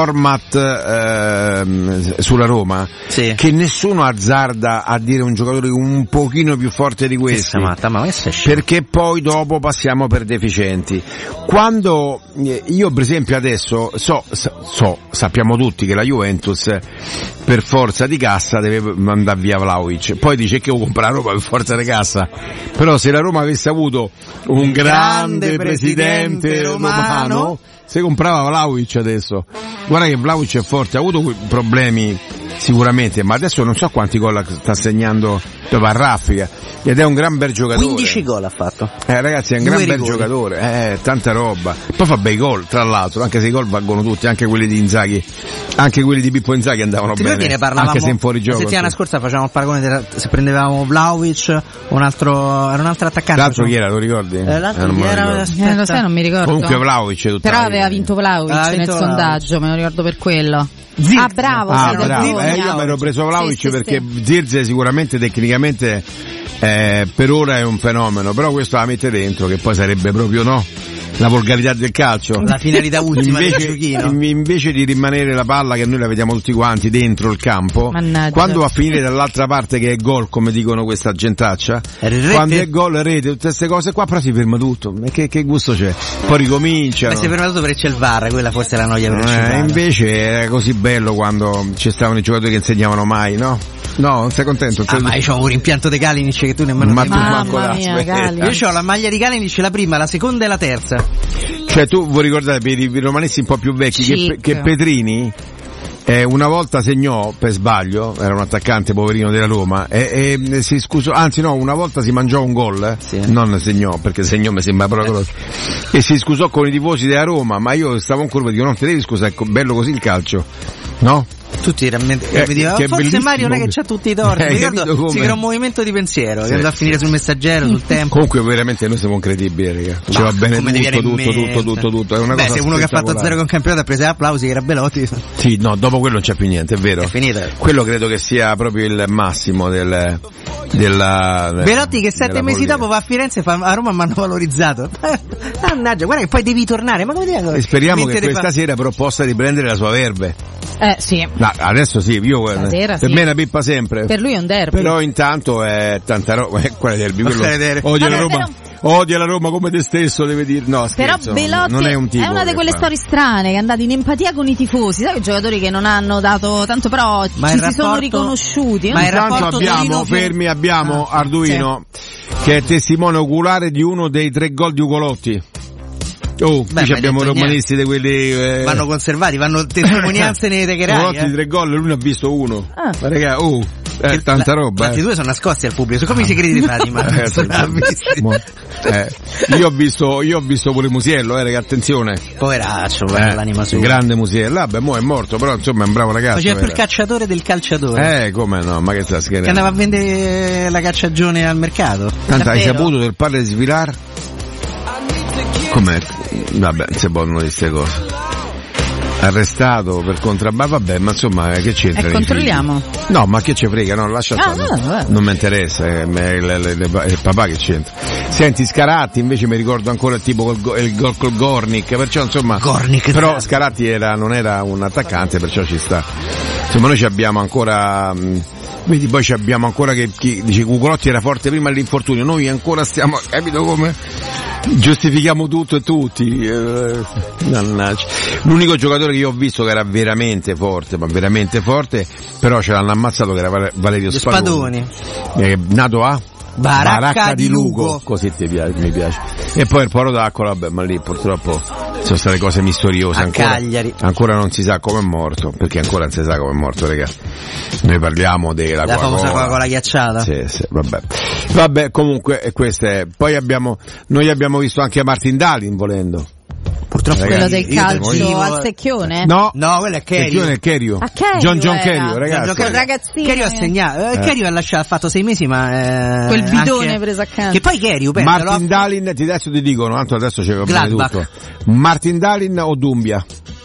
format sulla Roma, sì, che nessuno azzarda a dire un giocatore un pochino più forte di questi, perché poi dopo passiamo per deficienti. Quando io per esempio adesso sappiamo tutti che la Juventus per forza di cassa deve mandare via Vlahovic, poi dice che compra la Roma per forza di cassa, però se la Roma avesse avuto un grande presidente romano, se comprava Vlahovic adesso. Guarda che Vlahovic è forte, ha avuto problemi sicuramente, ma adesso non so quanti gol sta segnando a raffica, ed è un gran bel giocatore. 15 gol ha fatto. Ragazzi, è un gran bel giocatore, tanta roba. Poi fa bei gol, tra l'altro, anche se i gol valgono tutti, anche quelli di Inzaghi, anche quelli di Pippo Inzaghi andavano bene, anche se in fuorigioco. La settimana scorsa facevamo il paragone se prendevamo Vlahovic, era un altro attaccante. L'altro chi era, lo ricordi? L'altro chi era? Lo sai, non mi ricordo. Comunque Vlahovic però aveva vinto Vlahovic nel sondaggio, me lo ricordo per quello. Zirze. Bravo. Io mi ero preso Vlahovic perché Zirze sicuramente tecnicamente per ora è un fenomeno, però questo la mette dentro, che poi sarebbe proprio la volgarità del calcio, la finalità ultima del giochino. Invece di rimanere la palla, che noi la vediamo tutti quanti dentro il campo, mannaggia, quando va a finire dall'altra parte che è gol, come dicono questa gentaccia, quando è gol, rete, tutte queste cose qua, però si ferma tutto. Che gusto c'è? Poi ricomincia. Ma si ferma tutto perché c'è il VAR, quella forse è la noia principale. Invece era così bello quando ci stavano i giocatori che insegnavano mai, no? No, non sei contento? Ma io c'ho un rimpianto di Kalinic che tu nemmeno ti Io c'ho la maglia di Kalinic, la prima, la seconda e la terza. Cioè tu vuoi ricordare per i romanessi un po' più vecchi che Petrini una volta segnò per sbaglio, era un attaccante poverino della Roma, e si scusò, anzi no, una volta si mangiò un gol, non segnò, perché segnò mi sembra proprio così, e si scusò con i tifosi della Roma, ma io stavo in curva e dico non ti devi scusare, bello così il calcio, no? Tutti forse Mario non è che c'ha tutti i torti, si crea un movimento di pensiero che andrà a finire sul Messaggero, sul Tempo. Comunque veramente noi siamo incredibili, raga. Ci va bene tutto. È una cosa se uno che ha fatto 0 con campionato ha preso applausi, che era Belotti. Sì, no, dopo quello non c'è più niente, è vero. È finita. Quello credo che sia proprio il massimo della Belotti che 7 mesi dopo va a Firenze e fa a Roma mi hanno valorizzato. Mannaggia, guarda che poi devi tornare, ma come devi? E speriamo che questa sera però possa riprendere la sua verve. Sì. No, adesso sì, io per me è una pippa sempre. Per lui è un derby. Però intanto è tanta roba. Qual è derby? Odia la Roma. Odia la Roma come te stesso, deve dire. No, scherzo, però Belotti non è un tipo. È una di quelle storie strane, che è andato in empatia con i tifosi. Sai, i giocatori che non hanno dato tanto, però si sono riconosciuti. Ma intanto abbiamo Arduino che è testimone oculare di uno dei 3 gol di Ugolotti. Qui abbiamo romanisti di quelli vanno conservati, vanno testimonianze nei techerai. Ugolotti 3 gol, lui ne ha visto uno. Ma raga, tanta roba. Questi due sono nascosti al pubblico, sono come i segreti di Fatima. Io ho visto pure Musiello, raga, attenzione. Poveraccio, l'anima sua. Grande Musiello, vabbè, mo è morto, però insomma è un bravo ragazzo. Faceva più il cacciatore del calciatore. Come no, ma che sta scherzando? Che andava a vendere la cacciagione al mercato. Tanto hai saputo del padre di Svilar? Com'è? Vabbè, non si possono dire queste cose. arrestato per contrabbando, vabbè, ma insomma che c'entra? E controlliamo. No, ma che ci frega, no, lascia stare. Non mi interessa, è il papà che c'entra. Senti, Scaratti invece mi ricordo ancora il tipo il gol col Gornik, perciò insomma Gornik, però Scaratti non era un attaccante, perciò ci sta. Insomma noi ci abbiamo ancora vedi, poi ci abbiamo ancora che dice Cucolotti era forte prima dell'infortunio, noi ancora stiamo, capito come giustifichiamo tutto e tutti. L'unico giocatore che io ho visto che era veramente forte, ma veramente forte, però ce l'hanno ammazzato, che era Valerio Spadoni. Nato a Baracca di Lugo. Così mi piace. E poi il Poro d'Acqua, vabbè, ma lì purtroppo sono state cose misteriose. Cagliari. Ancora non si sa come è morto, perché ancora non si sa come è morto, raga. Noi parliamo della famosa Coca-Cola ghiacciata. Sì, vabbè, comunque questo è. Poi noi abbiamo visto anche Martin Dahlin volendo. Purtroppo quello del calcio al secchione? No, quello è Kerio. John Kerio, ragazzi. Kerio ha segnato. Kerio ha fatto 6 mesi, ma quel bidone preso a canto. Che poi Kerio Martin Dahlin, adesso ti dicono, tanto adesso c'è tutto. Martin Dahlin o Dumbia?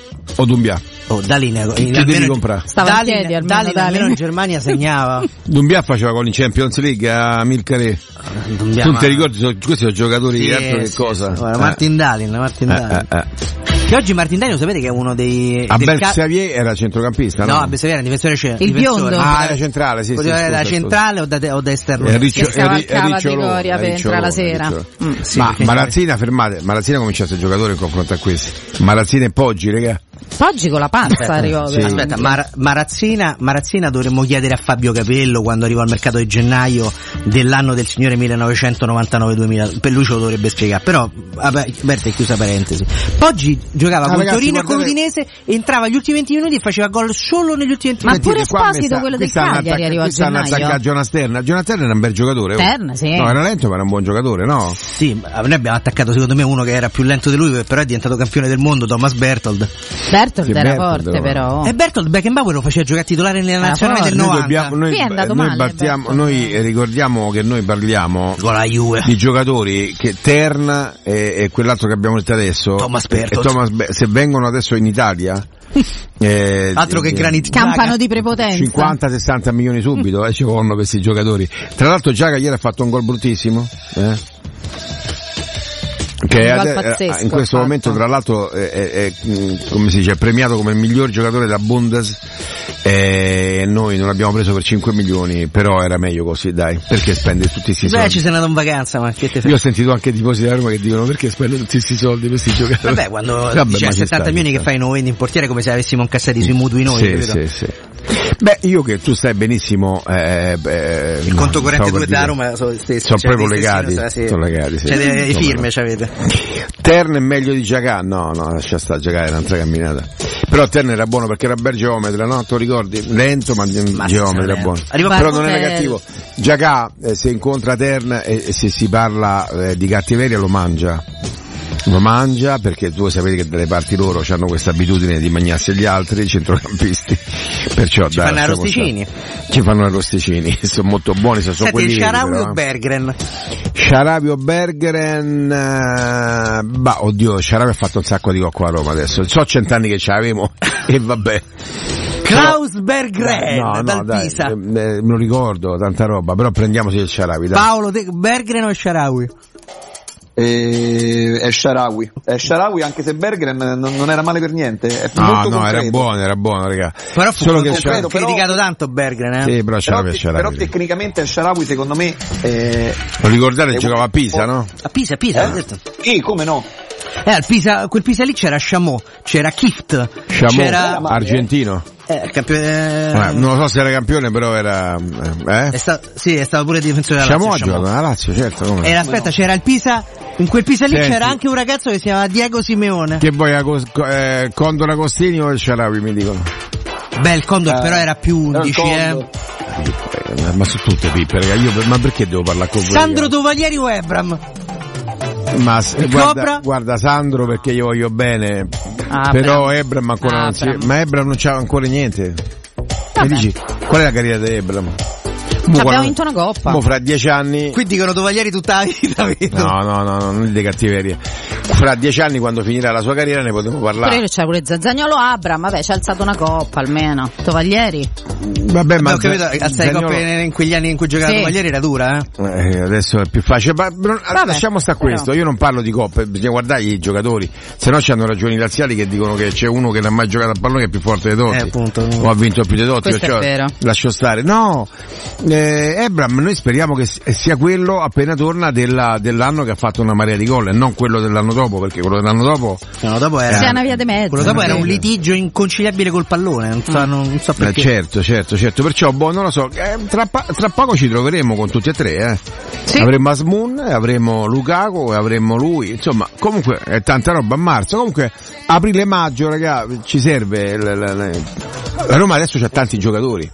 Dahlin che devi comprare? Stava a piedi, almeno in Germania segnava. Dumbia faceva con in Champions League a Milcare. Tu ti ricordi, questi sono giocatori che cosa? Martin Dahlin. Che oggi Martin Dahlin, sapete che è uno dei Abel Xavier era centrocampista, no? No, Abel Xavier era difensore il biondo. Era centrale, sì. Poteva da centrale o da esterno. Che scavalcava Trigoria per entrare la sera. Ma Marazzina, fermate, Marazzina comincia a essere giocatore in confronto a questi. Marazzina e Poggi, raga. Poggi con la pazza arrivò. Sì. Aspetta, Marazzina dovremmo chiedere a Fabio Capello quando arriva al mercato di gennaio dell'anno del signore 1999-2000, per lui ce lo dovrebbe spiegare, però aperta e chiusa parentesi. Poggi giocava con Torino e con l'Udinese, entrava agli ultimi 20 minuti e faceva gol solo negli ultimi 20 minuti. Ma pure Esposito, quello del Cagliari, arrivò a gennaio. Jonasterna era un bel giocatore. Terna, sì. No, era lento ma era un buon giocatore, no? Sì, noi abbiamo attaccato secondo me uno che era più lento di lui, però è diventato campione del mondo, Thomas Berthold. Berthold era forte però. E Berthold Beckenbauer lo faceva giocare titolare nella nazionale del 90. Noi ricordiamo che noi parliamo con la Juve di giocatori che Terna e quell'altro che abbiamo detto adesso, Thomas Berthold, se vengono adesso in Italia altro che Granit campano di prepotenza, 50-60 milioni subito ci vogliono questi giocatori. Tra l'altro Giaga ieri ha fatto un gol bruttissimo, che in questo momento tra l'altro è come si dice, è premiato come il miglior giocatore da Bundes, e noi non l'abbiamo preso per 5 milioni, però era meglio così, dai, perché spende tutti questi soldi? Ci sei andato in vacanza, ma che te io ho sentito anche tifosi da Roma che dicono perché spende tutti questi soldi per questi giocatori. Vabbè, quando c'è 70 milioni che fai noi in portiere, come se avessimo incassati sui mutui noi. Sì. Beh, io che tu sai benissimo il conto corrente 2 da Roma sono proprio legati, sono legati, sì. C'è le firme, c'avete. Terna è meglio di Giacà? No, lascia sta giocare, è un'altra camminata. Però Terna era buono perché era bel geometra, no? Tu ricordi? Lento ma geometra buono. Però non era cattivo. Giacà se incontra Terna e se si parla di cattiveria lo mangia perché voi sapete che dalle parti loro hanno questa abitudine di mangiarsi gli altri, i centrocampisti, perciò ci fanno arrosticini, sono molto buoni, sono quelli Sharawi o Berggren? Sharawi o Berggren, oddio, Sharawi ha fatto un sacco di gol qua a Roma adesso, so 100 anni che ce l'avevo e vabbè. Klaus Berggren dal dai, Pisa, me lo ricordo, tanta roba, però prendiamoci il Sharawi, dai. Paolo Berggren o Sharawi? È Sharawi anche se Berggren non era male per niente, è molto concreto. era buono raga, però solo che ho criticato tanto Berggren, sì, però tecnicamente il Sharawi secondo me lo ricordate giocava a Pisa, no? A Pisa detto. Sì, come no? Al Pisa, quel Pisa lì c'era Chamot, c'era Kift, c'era argentino. Campione, non lo so se era campione, però era è stato pure difensore della Lazio. Chamot ha giocato nella Lazio, certo. Come? E aspetta, c'era il Pisa, in quel Pisa lì c'era anche un ragazzo che si chiamava Diego Simeone. Che poi Condor Agostini o il Sharawi mi dicono? Beh, il Condor però era più 11, ma su tutte pippe, raga, ma perché devo parlare con voi? Sandro Tovalieri o Ebram? Ma guarda Sandro, perché io voglio bene, però Ebram ancora non si, ma Ebram non c'ha ancora niente. Mi dici qual è la carriera di Ebram? Abbiamo vinto una coppa. Fra 10 anni. Qui dicono Tovalieri tutta la vita. No, non di cattiveria. fra 10 anni, quando finirà la sua carriera, ne potremo parlare. Pure c'è pure Zaniolo Abram, vabbè, ci ha alzato una coppa almeno. Tovaglieri. Vabbè, ma ho capito, alzare coppe in quegli anni in cui giocava Tovaglieri era dura, adesso è più facile. Ma lasciamo sta questo, io non parlo di coppe, bisogna guardare i giocatori, se no c'hanno ragioni laziali che dicono che c'è uno che non ha mai giocato a pallone che è più forte dei Totti, o ha vinto più dei Totti, questo è vero. Lascio stare. No, Ebram noi speriamo che sia quello appena torna dell'anno che ha fatto una marea di gol e non quello dell'anno dopo, perché quello dell'anno dopo era una via di mezzo. Quello dopo era un litigio inconciliabile col pallone, non so perché. Certo, perciò non lo so, tra poco ci troveremo con tutti e tre, sì. Avremo Asmun, avremo Lukaku e avremo lui, insomma, comunque è tanta roba a marzo, comunque aprile-maggio, raga, ci serve la Roma adesso c'ha tanti giocatori.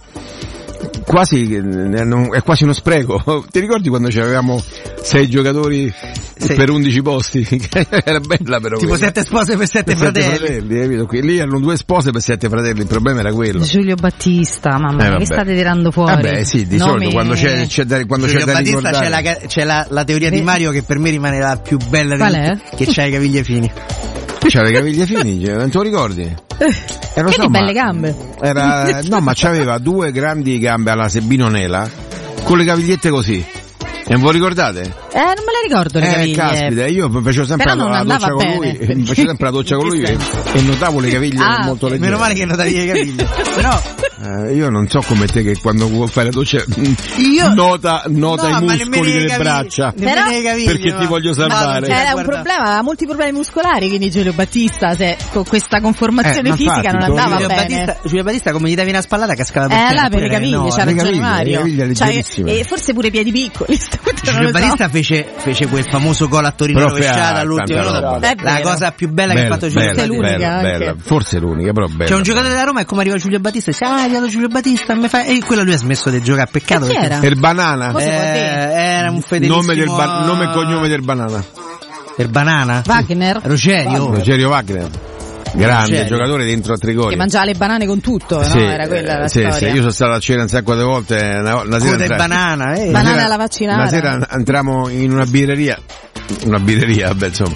È quasi uno spreco. Ti ricordi quando avevamo 6 giocatori per 11 posti? Era bella però. Tipo 7 spose per 7 fratelli. Lì erano 2 spose per 7 fratelli, il problema era quello. Giulio Battista, mamma mia, che state tirando fuori? Vabbè, sì, di solito quando c'è da Battista ricordare. c'è la teoria di Mario che per me rimane la più bella che c'ha le caviglie fini. C'ha le caviglie fini, non te lo ricordi? Che belle gambe. Ma c'aveva 2 grandi gambe alla Sebino Nela con le cavigliette così. E non vi ricordate? Non me le ricordo le caviglie. Caspita, io facevo sempre la doccia con lui, facevo sempre la doccia con lui e notavo le caviglie molto leggere. Meno male che notavi le caviglie. Però io non so come te che quando fai la doccia nota i muscoli delle braccia. Perché ti voglio salvare. Era un problema, aveva molti problemi muscolari, quindi Giulio Battista, se con questa conformazione fisica non andava bene. Giulio Battista, come gli davi una spallata, cascava per terra. Là per le caviglie, c'ha ragione Mario. E forse pure i piedi piccoli. Giulio Battista fece quel famoso gol a Torino rovesciata all'ultimo minuto. La cosa più bella che ha fatto Giulio Battista. Forse l'unica, però bella. C'è un giocatore della Roma e come arriva Giulio Battista dice: è arrivato Giulio Battista, e quello lui ha smesso di giocare, peccato. Il Banana. Era un fedelissimo nome e cognome del Banana. Il Banana? Wagner. Rogerio Wagner. Grande giocatore dentro a Trigoria. Che mangiava le banane con tutto, sì, no? Era quella la storia. Sì, io sono stato a cena un sacco di volte. Una sera banana alla vaccinata. Una sera entriamo in una birreria, vabbè, insomma.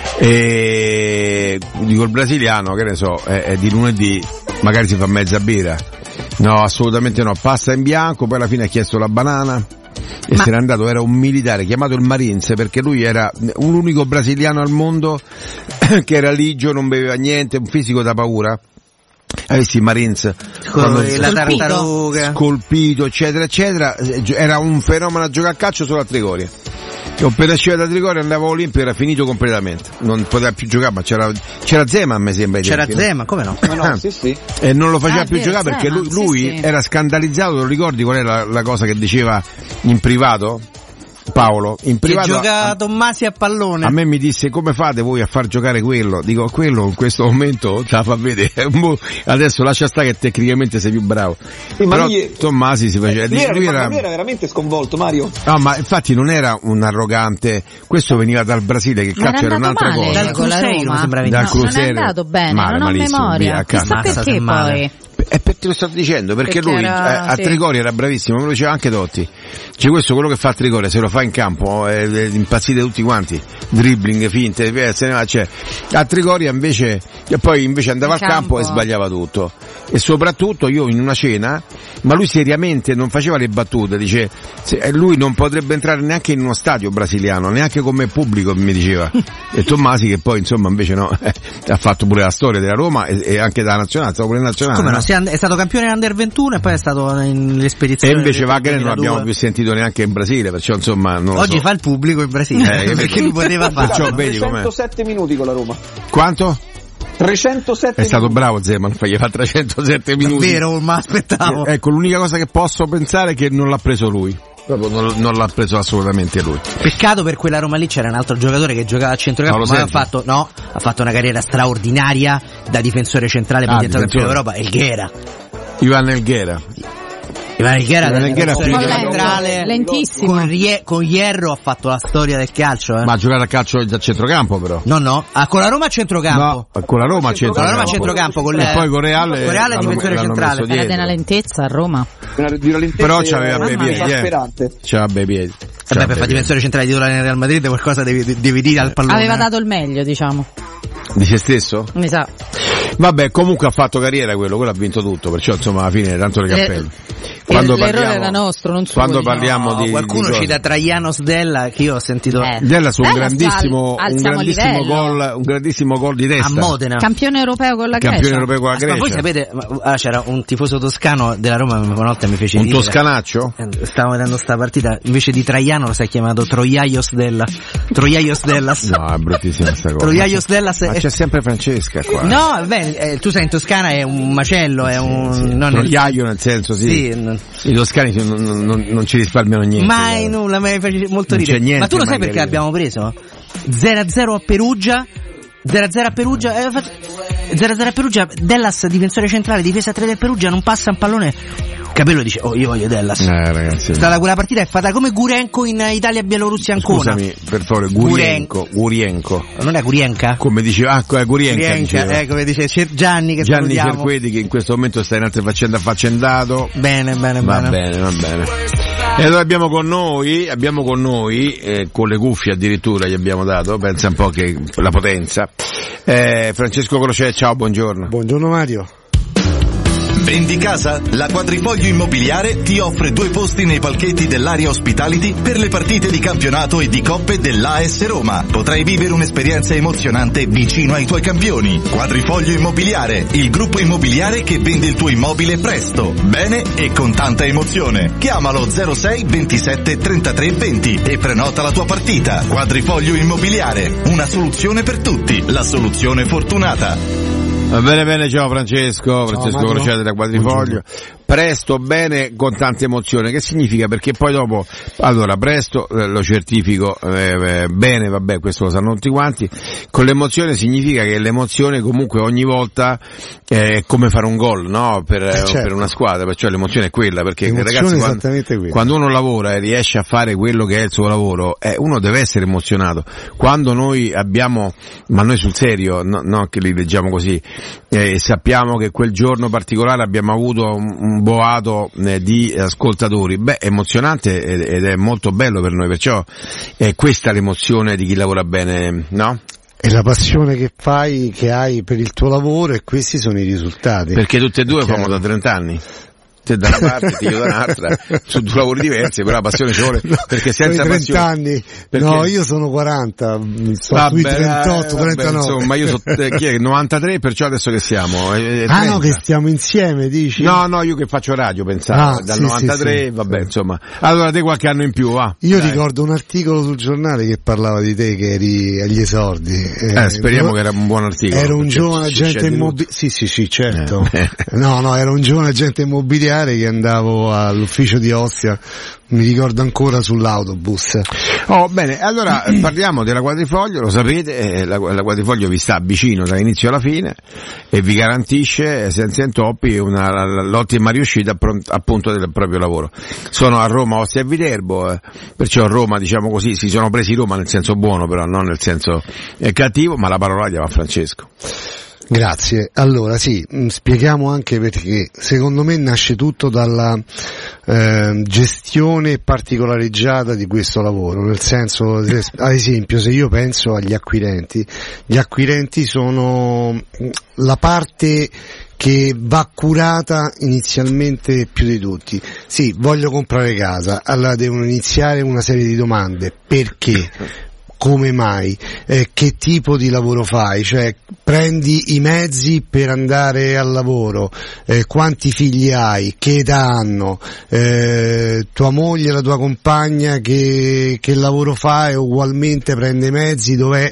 E dico il brasiliano, che ne so, è di lunedì, magari si fa mezza birra. No, assolutamente no, pasta in bianco, poi alla fine ha chiesto la banana. E se n'è andato, era un militare chiamato il Marines, perché lui era l'unico brasiliano al mondo che era ligio, non beveva niente, un fisico da paura. Avessi Marines la tartaruga scolpito, eccetera eccetera, era un fenomeno a giocare a calcio solo a Trigoria. Io appena usciva da Trigoria andavo all'Olimpia, era finito completamente, non poteva più giocare, ma c'era Zeman, mi sembra. C'era Zeman, come no? Sì. E non lo faceva più giocare perché lui era scandalizzato. Lo ricordi qual è la cosa che diceva in privato? Paolo, in privato, che gioca Tommasi a pallone. A me mi disse: come fate voi a far giocare quello? Dico, quello in questo momento te la fa vedere. Adesso lascia stare che tecnicamente sei più bravo. Però Tommasi si faceva. Lui era veramente sconvolto, Mario. No, ma infatti non era un arrogante. Questo veniva dal Brasile, che calcio era un'altra cosa. Dal Cruzeiro, non è andato bene, non ho memoria. Chissà perché poi. È perché lo sto dicendo, perché lui a Trigoria era bravissimo, me lo diceva anche Totti. Cioè questo, quello che fa a Trigoria, se lo fa in campo impazzite tutti quanti, dribbling, finte, cioè a Trigoria invece andava al campo e sbagliava tutto. E soprattutto io in una cena, ma lui seriamente non faceva le battute, dice lui non potrebbe entrare neanche in uno stadio brasiliano, neanche come pubblico, mi diceva. E Tommasi, che poi insomma invece no, ha fatto pure la storia della Roma e anche della nazionale, stava pure in nazionale. Come no? È stato campione Under 21 e poi è stato in spedizione. E invece Wagner non abbiamo più sentito neanche in Brasile, perciò insomma non oggi fa il pubblico in Brasile perché lui poteva fare. 307 minuti con la Roma. Quanto? 307 è stato bravo Zeman, gli fa 307 minuti. Vero, ma aspettavo. Ecco, l'unica cosa che posso pensare è che non l'ha preso lui. Proprio non l'ha preso assolutamente lui. Peccato, per quella Roma lì c'era un altro giocatore che giocava a centrocampo, ma ha fatto una carriera straordinaria da difensore centrale, poi diventato campione d'Europa, Elghera. Ivan Elghera. Iván Higuera centrale lentissimo. Con Hierro ha fatto la storia del calcio. Ma ha giocato a calcio a centrocampo però. No, con la Roma a centrocampo. No, con la Roma a centrocampo. E poi con Real a difensore centrale. Era di una lentezza a Roma. Però c'aveva bei piedi. C'aveva bei piedi. Per fare difensore centrale titolare nel Real Madrid qualcosa devi dire al pallone. Aveva dato il meglio, diciamo. Di se stesso? Mi sa. Vabbè, comunque ha fatto carriera quello ha vinto tutto, perciò insomma alla fine tanto le cappelle. L'errore era nostro, non suo. Quando parliamo di qualcuno cita Traianos Della, che io ho sentito Della su un grandissimo gol di testa a Modena. Campione europeo con la Grecia. Ma voi sapete, c'era un tifoso toscano della Roma una volta mi fece un toscanaccio? Stavo vedendo sta partita, invece di Traiano lo si è chiamato Troiaios Dellas. No, è bruttissima sta cosa. Troiaios Dellas. Ma c'è sempre Francesca qua. No, beh, tu sei in Toscana, è un macello, è un Troiaio nel senso sì. I toscani non ci risparmiano niente. Mai nulla, mi fece molto ridere. Niente, ma tu lo sai perché l'abbiamo preso? 0-0 a Perugia. 0-0 a Perugia, 0-0 a Perugia, Dellas difensore centrale, difesa 3 del Perugia, non passa un pallone. Capello dice, io voglio Dellas. Ragazzi. Stata quella partita è fatta come Gurenko in Italia-Bielorussia Ancona. Scusami, per favore, Gurienko. Non è Gurienka? Come diceva, è Gurienka. Come dice Gianni Cerqueti che in questo momento sta in altre faccende affaccendato. Bene. Va bene. E allora abbiamo con noi, con le cuffie addirittura gli abbiamo dato, pensa un po' che la potenza. Francesco Crocè, ciao, buongiorno. Buongiorno Mario. Vendi casa? La Quadrifoglio Immobiliare ti offre 2 posti nei palchetti dell'area Hospitality per le partite di campionato e di coppe dell'AS Roma. Potrai vivere un'esperienza emozionante vicino ai tuoi campioni. Quadrifoglio Immobiliare, il gruppo immobiliare che vende il tuo immobile presto, bene e con tanta emozione. Chiamalo 06 27 33 20 e prenota la tua partita. Quadrifoglio Immobiliare, una soluzione per tutti, la soluzione fortunata. Va bene, ciao Francesco Crociati da Quadrifoglio. Presto, bene, con tanta emozione. Che significa? Perché poi dopo, allora, presto, lo certifico, bene, vabbè, questo lo sanno tutti quanti. Con l'emozione significa che l'emozione comunque ogni volta è come fare un gol, no? Per una squadra, perciò l'emozione è quella, perché ragazzi, quando uno lavora e riesce a fare quello che è il suo lavoro, uno deve essere emozionato. Quando noi abbiamo, ma noi sul serio, no che li leggiamo così, sappiamo che quel giorno particolare abbiamo avuto un boato di ascoltatori, è emozionante ed è molto bello per noi, perciò è questa l'emozione di chi lavora bene, no? È la passione che hai per il tuo lavoro e questi sono i risultati. Perché tutte e due famo da 30 anni. Te da una parte, io da un'altra, su 2 lavori diversi, però la passione ci vuole, perché senza 30 passione. Anni. Perché... No, io sono 40, sono sui 38, 39. Insomma, io sono, chi è? 93, perciò adesso che siamo? No, che stiamo insieme, dici? No, io che faccio radio, pensavo, dal 93, sì. Vabbè, insomma. Allora, te qualche anno in più, va. Io ricordo un articolo sul giornale che parlava di te, che eri agli esordi. Speriamo che era un buon articolo. Ero un giovane agente immobiliare. Sì, certo. No, ero un giovane agente immobiliare che andavo all'ufficio di Ostia, mi ricordo ancora, sull'autobus. Bene, allora parliamo della Quadrifoglio, lo sapete, la Quadrifoglio vi sta vicino dall'inizio alla fine e vi garantisce senza intoppi l'ottima riuscita appunto del proprio lavoro. Sono a Roma, Ostia e Viterbo, perciò a Roma, diciamo così, si sono presi Roma nel senso buono, però non nel senso cattivo, ma la parola va a Francesco. Grazie. Allora sì, spieghiamo anche perché secondo me nasce tutto dalla gestione particolareggiata di questo lavoro, nel senso, ad esempio, se io penso agli acquirenti, gli acquirenti sono la parte che va curata inizialmente più di tutti. Sì, voglio comprare casa, allora devono iniziare una serie di domande. Perché? Come mai? Che tipo di lavoro fai? Cioè, prendi i mezzi per andare al lavoro, quanti figli hai, che età hanno, tua moglie, la tua compagna che lavoro fa e ugualmente prende i mezzi, dove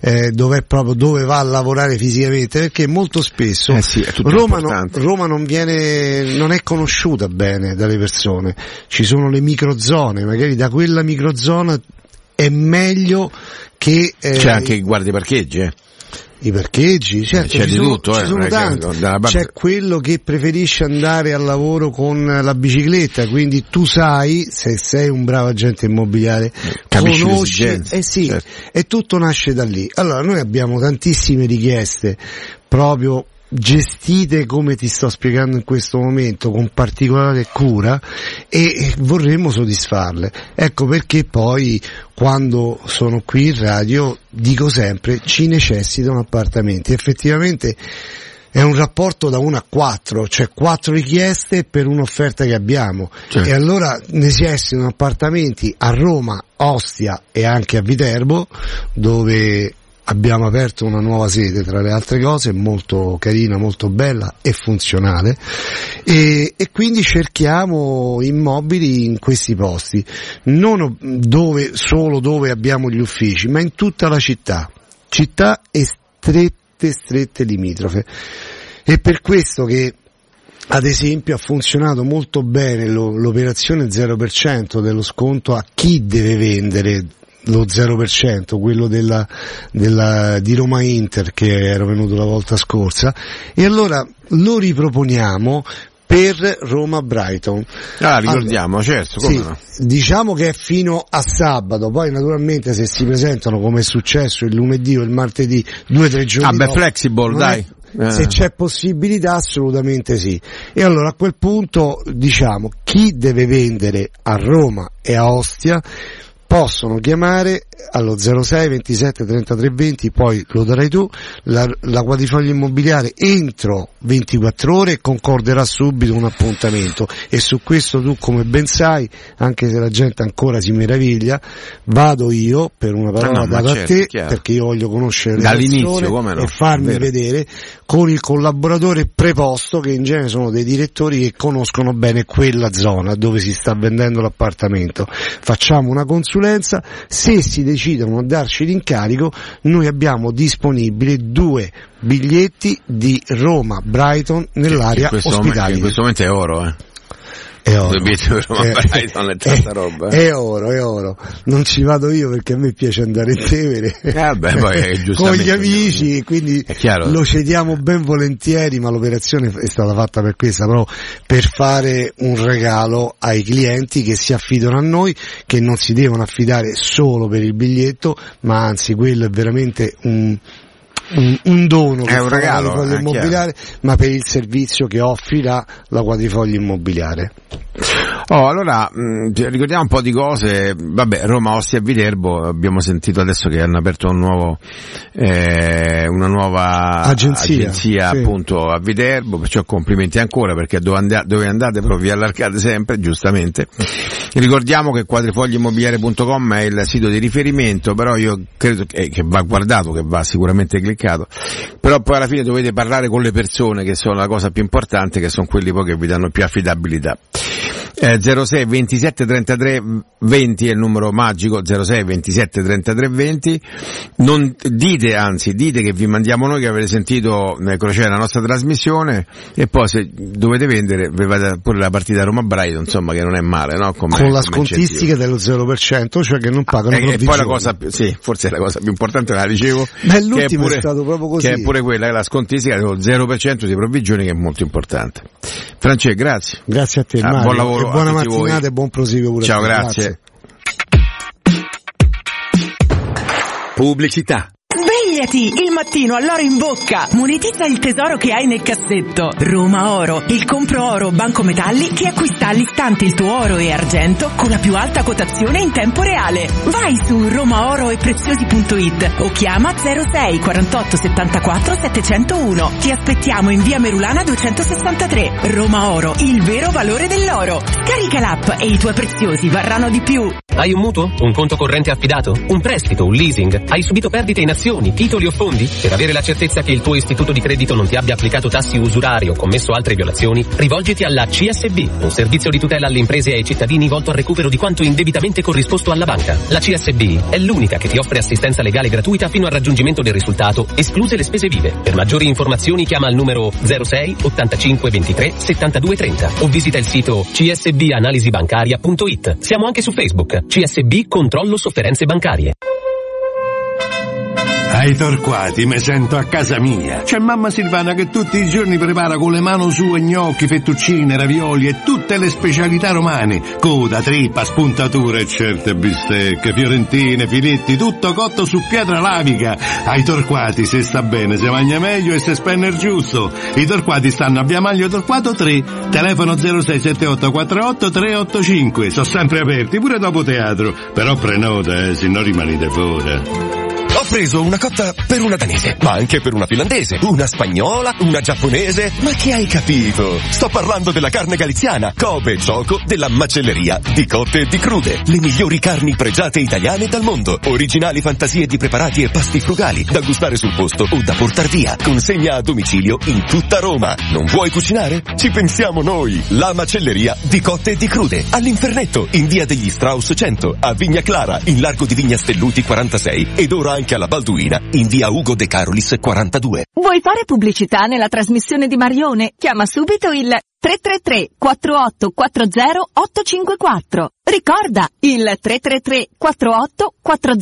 va a lavorare fisicamente, perché molto spesso Roma non è conosciuta bene dalle persone, ci sono le microzone, magari da quella microzona è meglio che c'è anche chi guarda i parcheggi, I parcheggi, certo, c'è di tutto, ci sono tanti. C'è quello che preferisce andare al lavoro con la bicicletta, quindi tu sai, se sei un bravo agente immobiliare, conosci, certo. E tutto nasce da lì. Allora noi abbiamo tantissime richieste proprio gestite come ti sto spiegando in questo momento, con particolare cura, e vorremmo soddisfarle. Ecco perché poi quando sono qui in radio dico sempre ci necessitano appartamenti. Effettivamente è un rapporto da 1 a 4, cioè 4 richieste per un'offerta che abbiamo, certo. E allora necessitano appartamenti a Roma, Ostia e anche a Viterbo, dove abbiamo aperto una nuova sede, tra le altre cose, molto carina, molto bella e funzionale, e quindi cerchiamo immobili in questi posti, non solo dove abbiamo gli uffici, ma in tutta la città e strette limitrofe. È per questo che ad esempio ha funzionato molto bene l'operazione 0% dello sconto a chi deve vendere, lo 0%, quello di Roma Inter che era venuto la volta scorsa, e allora lo riproponiamo per Roma Brighton. Ricordiamo, certo, come sì, no? Diciamo che è fino a sabato, poi naturalmente se si presentano come è successo il lunedì o il martedì, 2 o 3 giorni dopo, flexible, dai. Se c'è possibilità assolutamente sì. E allora a quel punto diciamo chi deve vendere a Roma e a Ostia possono chiamare allo 06 27 33 20, poi lo darai tu, la quadrifoglia immobiliare entro 24 ore concorderà subito un appuntamento, e su questo tu come ben sai, anche se la gente ancora si meraviglia, vado io per una parola data a te, chiaro. Perché io voglio conoscere le persone come no, e farmi vedere con il collaboratore preposto, che in genere sono dei direttori che conoscono bene quella zona dove si sta vendendo l'appartamento. Facciamo una consulenza, se si decidono a darci l'incarico noi abbiamo disponibili 2 biglietti di Roma Brighton nell'area ospitale. In questo momento è oro, È oro. È oro. Non ci vado io perché a me piace andare in Tevere con gli amici, e quindi lo cediamo ben volentieri, ma l'operazione è stata fatta per questa, però per fare un regalo ai clienti che si affidano a noi, che non si devono affidare solo per il biglietto, ma anzi quello è veramente un dono, è un regalo, la quadrifoglia immobiliare, ma per il servizio che offrirà la quadrifoglia immobiliare. Allora ricordiamo un po' di cose. Roma, Ostia e Viterbo, abbiamo sentito adesso che hanno aperto una nuova agenzia sì. Appunto a Viterbo, perciò complimenti ancora, perché dove andate proprio allargate sempre, giustamente. Ricordiamo che quadrifogliaimmobiliare.com è il sito di riferimento, però io credo che va guardato, che va sicuramente cliccato, però poi alla fine dovete parlare con le persone, che sono la cosa più importante, che sono quelli poi che vi danno più affidabilità. 06 27 33 20 è il numero magico, 06 27 33 20. Non dite che vi mandiamo noi, che avete sentito Crociera la nostra trasmissione, e poi se dovete vendere vi fate pure la partita Roma Brighton, insomma, che non è male, no? Con la scontistica dello 0%, cioè che non pagano provvigioni. E poi la cosa forse la cosa più importante la dicevo, l'ultimo è stato proprio così, che è pure quella, che la scontistica dello 0% di provvigioni, che è molto importante. Francesco, grazie a te, Mario, buon lavoro, e buona mattinata e buon proseguo pure. Ciao, grazie. Pubblicità. Svegliati il mattino all'oro in bocca. Monetizza il tesoro che hai nel cassetto. Roma Oro, il compro oro Banco Metalli che acquista all'istante il tuo oro e argento con la più alta quotazione in tempo reale. Vai su romaoroepreziosi.it o chiama 06 48 74 701. Ti aspettiamo in via Merulana 263. Roma Oro, il vero valore dell'oro. Scarica l'app e i tuoi preziosi varranno di più. Hai un mutuo? Un conto corrente affidato? Un prestito? Un leasing? Hai subito perdite in azioni, titoli o fondi? Per avere la certezza che il tuo istituto di credito non ti abbia applicato tassi usurari o commesso altre violazioni, rivolgiti alla CSB, un servizio di tutela alle imprese e ai cittadini volto al recupero di quanto indebitamente corrisposto alla banca. La CSB è l'unica che ti offre assistenza legale gratuita fino al raggiungimento del risultato, escluse le spese vive. Per maggiori informazioni chiama al numero 06 85 23 72 30 o visita il sito csbanalisibancaria.it. Siamo anche su Facebook. CSB Controllo Sofferenze Bancarie. Ai Torquati mi sento a casa mia. C'è mamma Silvana che tutti i giorni prepara con le mani sue gnocchi, fettuccine, ravioli e tutte le specialità romane. Coda, trippa, spuntatura e certe bistecche, fiorentine, filetti, tutto cotto su pietra lavica. Ai Torquati se sta bene, se mangia meglio e se spende il giusto. I Torquati stanno a Via Maglio Torquato 3, telefono 067848 385. Sono sempre aperti, pure dopo teatro. Però prenota, se no rimanete fuori. Ho preso una cotta per una danese, ma anche per una finlandese, una spagnola, una giapponese. Ma che hai capito? Sto parlando della carne galiziana, Kobe Choco della macelleria di Cotte e di Crude. Le migliori carni pregiate italiane dal mondo. Originali fantasie di preparati e pasti frugali, da gustare sul posto o da portar via. Consegna a domicilio in tutta Roma. Non vuoi cucinare? Ci pensiamo noi. La macelleria di Cotte e di Crude. All'Infernetto, in via degli Strauss 100, a Vigna Clara, in largo di Vigna Stelluti 46 ed ora anche alla Balduina, in via Ugo De Carolis 42. Vuoi fare pubblicità nella trasmissione di Marione? Chiama subito il 333 4840 854. Ricorda, il 333 4840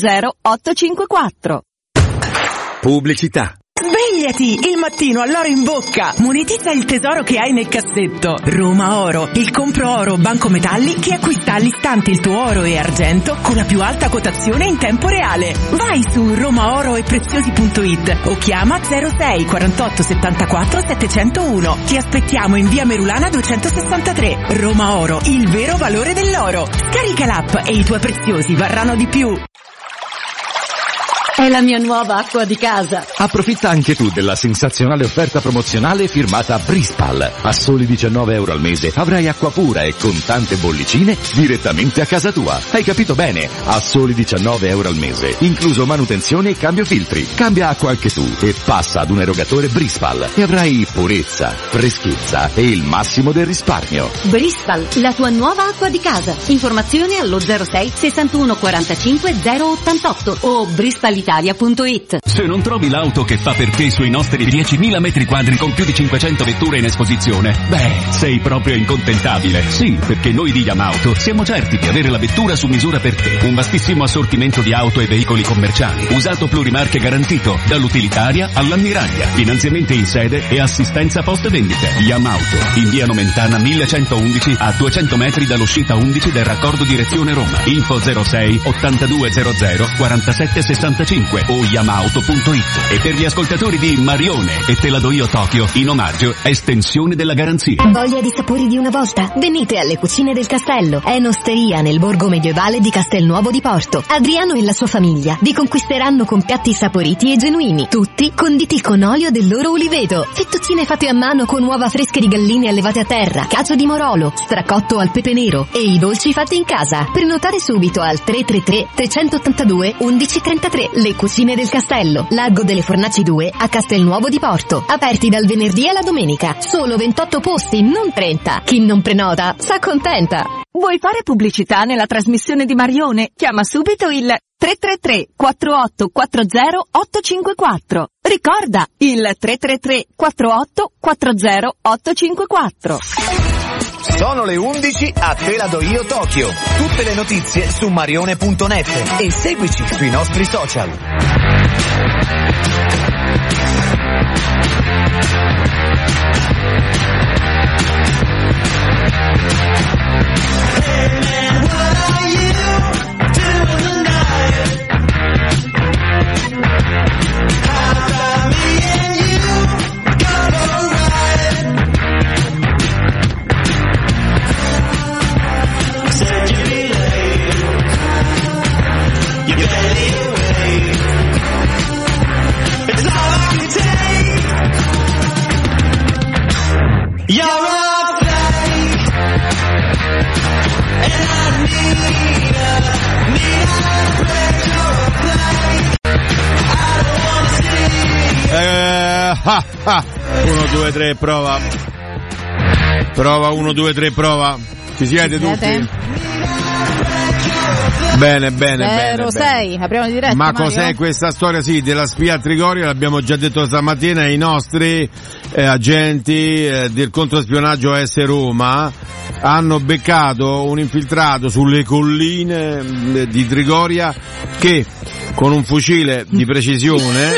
854. Pubblicità. Svegliati, il mattino all'oro in bocca. Monetizza il tesoro che hai nel cassetto. Roma Oro, il compro oro Banco Metalli che acquista all'istante il tuo oro e argento con la più alta quotazione in tempo reale. Vai su romaoroepreziosi.it o chiama 06 48 74 701. Ti aspettiamo in via Merulana 263. Roma Oro, il vero valore dell'oro. Scarica l'app e i tuoi preziosi varranno di più. È la mia nuova acqua di casa. Approfitta anche tu della sensazionale offerta promozionale firmata Brispal. A soli €19 al mese avrai acqua pura e con tante bollicine direttamente a casa tua. Hai capito bene? A soli €19 al mese, incluso manutenzione e cambio filtri. Cambia acqua anche tu e passa ad un erogatore Brispal e avrai purezza, freschezza e il massimo del risparmio. Brispal, la tua nuova acqua di casa. Informazioni allo 06 61 45 088 o brispalitalia.it. Se non trovi l'auto che fa per te sui nostri 10.000 metri quadri con più di 500 vetture in esposizione, sei proprio incontentabile. Sì, perché noi di Yamauto siamo certi di avere la vettura su misura per te. Un vastissimo assortimento di auto e veicoli commerciali, usato plurimarche garantito, dall'utilitaria all'ammiraglia, finanziamenti in sede e assistenza post vendite. Yamauto, in via Nomentana 1111 a 200 metri dall'uscita 11 del raccordo direzione Roma. Info 06 8200 47 65 o yamauto.it. E per gli ascoltatori di Marione e Te la do io Tokyo, in omaggio estensione della garanzia. Voglia di sapori di una volta? Venite alle Cucine del Castello. È un'osteria nel borgo medievale di Castelnuovo di Porto. Adriano e la sua famiglia vi conquisteranno con piatti saporiti e genuini, tutti conditi con olio del loro uliveto, fettuccine fatte a mano con uova fresche di galline allevate a terra, cacio di morolo, stracotto al pepe nero e i dolci fatti in casa. Prenotare subito al 333 382 1133. Le Cucine del Castello, Largo delle Fornaci 2 a Castelnuovo di Porto. Aperti dal venerdì alla domenica. Solo 28 posti, non 30. Chi non prenota s'accontenta. Vuoi fare pubblicità nella trasmissione di Marione? Chiama subito il 333 4840 854. Ricorda, il 333 4840 854. Sono le 11 a Te la do io Tokyo. Tutte le notizie su marione.net e seguici sui nostri social. Uno, due, tre, prova. Prova, 1, 2, 3, prova. Ci siete tutti? Bene, bene. 06, apriamo di diretta. Ma Mario? cos'è questa storia? Sì, della spia a Trigoria, l'abbiamo già detto stamattina, i nostri agenti del controspionaggio AS Roma hanno beccato un infiltrato sulle colline di Trigoria che con un fucile di precisione,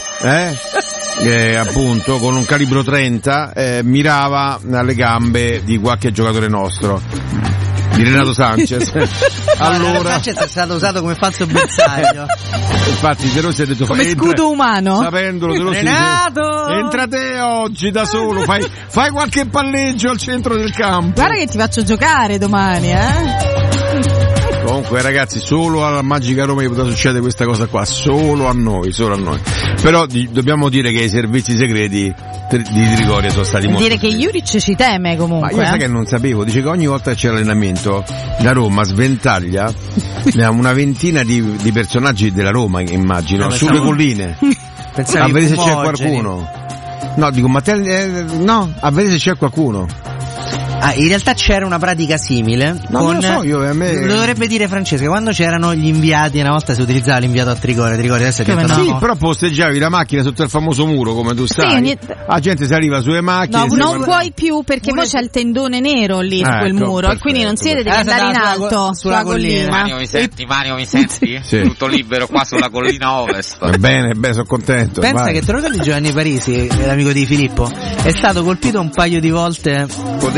appunto con un calibro 30 mirava alle gambe di qualche giocatore nostro, di Renato Sanchez. Allora Sanchez è stato usato come falso bersaglio. Infatti De Rossi ha detto come scudo umano. Sapendolo De Rossi Renato, entra te oggi da solo, fai qualche palleggio al centro del campo. Guarda che ti faccio giocare domani, Comunque ragazzi, solo alla Magica Roma che poteva succedere questa cosa qua, solo a noi. Però dobbiamo dire che i servizi segreti di Trigoria sono stati molto. Dire che Juric ci teme comunque. Ma io sai che non sapevo, dice che ogni volta che c'è l'allenamento la Roma sventaglia una ventina di personaggi della Roma, immagino, sulle colline. A vedere se c'è qualcuno. No, dico, ma no, a vedere se c'è qualcuno. In realtà c'era una pratica simile. Non lo so, lo dovrebbe dire Francesca. Quando c'erano gli inviati, una volta si utilizzava l'inviato a Trigoria adesso è diventato. Sì, però posteggiavi la macchina sotto il famoso muro, come tu sai. La gente saliva sulle macchine. No, non puoi più, perché poi c'è il tendone nero lì su quel muro, e quindi non si vede, devi andare in alto sulla collina. Mario mi senti? Sì. Tutto libero qua sulla collina ovest. Bene, sono contento. Pensa che te lo ricordi Giovanni Parisi, l'amico di Filippo? È stato colpito un paio di volte.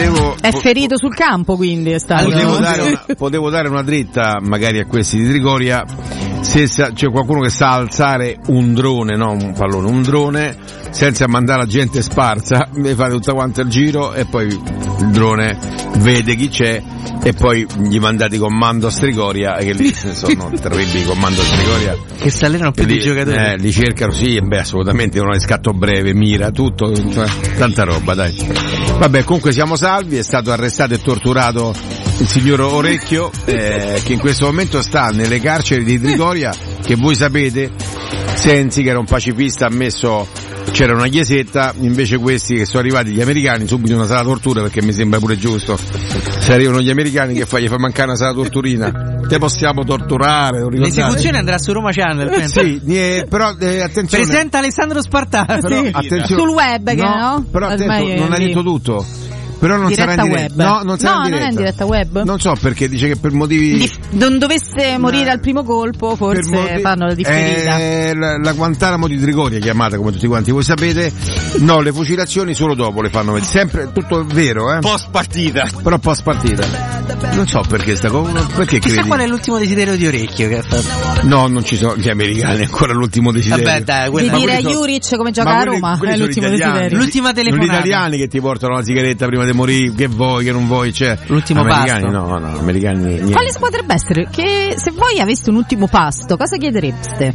È ferito sul campo, quindi è stato. Potevo dare una dritta magari a questi di Trigoria, se c'è qualcuno che sa alzare un drone, no un pallone, un drone senza mandare la gente sparsa, mi fate tutta quanta il giro e poi il drone vede chi c'è e poi gli mandate comando a Trigoria, che lì sono terribili comando a Trigoria che si allenano più di giocatori, li cercano, sì, assolutamente, uno è scatto breve, mira tutto, tanta roba, dai. Vabbè, comunque siamo salvi, è stato arrestato e torturato il signor Orecchio, che in questo momento sta nelle carceri di Trigoria, che voi sapete, Sensi, che era un pacifista, ha messo, c'era una chiesetta, invece questi che sono arrivati, gli americani, subito una sala tortura, perché mi sembra pure giusto, se arrivano gli americani che gli fa mancare una sala torturina, te possiamo torturare, l'esecuzione andrà su Roma Channel, sì, però attenzione, presenta Alessandro Spartano, però, attenzione, sul web, no? Però attento, non ha detto tutto. Però non sarà in diretta web. Non è in diretta web. Non so perché, dice che per motivi non dovesse morire al primo colpo, forse fanno la differita. La Guantanamo di Trigoria, chiamata come tutti quanti voi sapete, no, le fucilazioni solo dopo le fanno, sempre tutto vero, post partita. Però post partita. Non so perché sta cosa, perché chissà credi? Qual è l'ultimo desiderio di Orecchio che ha fatto? No, non ci sono gli americani, ancora l'ultimo desiderio. Vabbè, dai, di dire a Juric come gioca a Roma, è l'ultimo desiderio. L'ultima telefonata. Gli italiani che ti portano la sigaretta prima di morire, che vuoi, che non vuoi, cioè l'ultimo americani, pasto. No, americani niente. Quale potrebbe essere? Che se voi aveste un ultimo pasto, cosa chiedereste?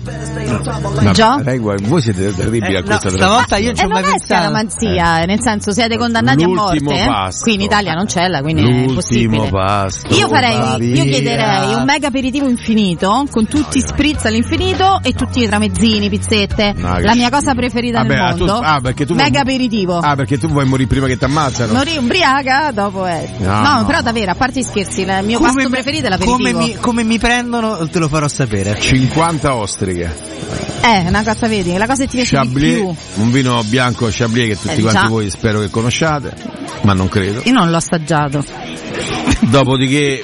Già? Voi siete terribili a questa stavolta io non ci ho mai pensato. Scaramanzia, nel senso siete condannati l'ultimo a morte. Pasto. Qui in Italia non c'è, quindi è impossibile. Pasto. Io chiederei un mega aperitivo infinito con tutti spritz all'infinito e tutti i tramezzini, pizzette. La mia cosa preferita nel mondo. Perché tu mega aperitivo. Perché tu vuoi morire prima che ti ammazzano. Morire ubriaca, dopo No, però davvero, a parte i scherzi, il mio pasto preferito è l'aperitivo. Come mi prendono te lo farò sapere. 50 ostriche. Una cosa, vedi, la cosa che ti piace Chablis, di più. Un vino bianco Chablis che tutti quanti voi spero che conosciate, ma non credo. Io non l'ho assaggiato. Dopodiché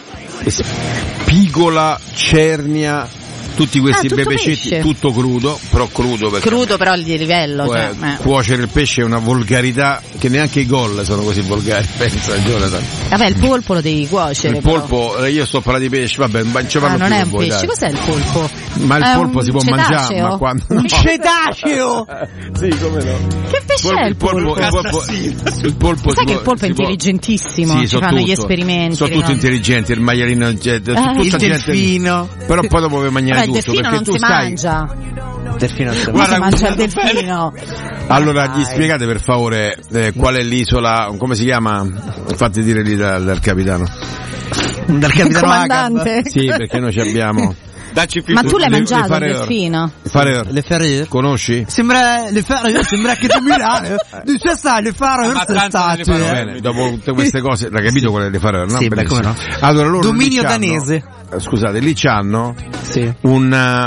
spigola, cernia, tutti questi bebecetti, tutto crudo, però crudo però di livello, cuocere il pesce è una volgarità che neanche i gol sono così volgari, pensa Jonathan. Vabbè, il polpo lo devi cuocere. Il polpo, io sto parlando di pesce, vabbè, non ci parlo più. Non è un voi, pesce, dai. Cos'è il polpo? Ma il polpo si può mangiare, ma quando un cetaceo! Sì, come no? Che pesce è il polpo? Il polpo sai che il polpo è intelligentissimo, sì, ci fanno gli esperimenti. Sono tutti intelligenti, il maialino, il delfino. Però poi dopo vi mangiare tutto, il delfino perché non tu si mangia. Delfino si mangia il delfino. Allora gli spiegate per favore qual è l'isola, come si chiama? Fatti dire lì dal capitano. Dal capitano comandante. Sì, perché noi ci abbiamo. Ma tu l'hai mangiato il delfino? Le Ferrier. Conosci? Sembra le Ferrier, sembra che tu Milano. Dove stai le Ferrier? Dopo tutte queste cose, l'hai capito qual è le Ferrier, no? Sì, beh, come no. Allora loro dominio danese. Scusate, lì c'hanno una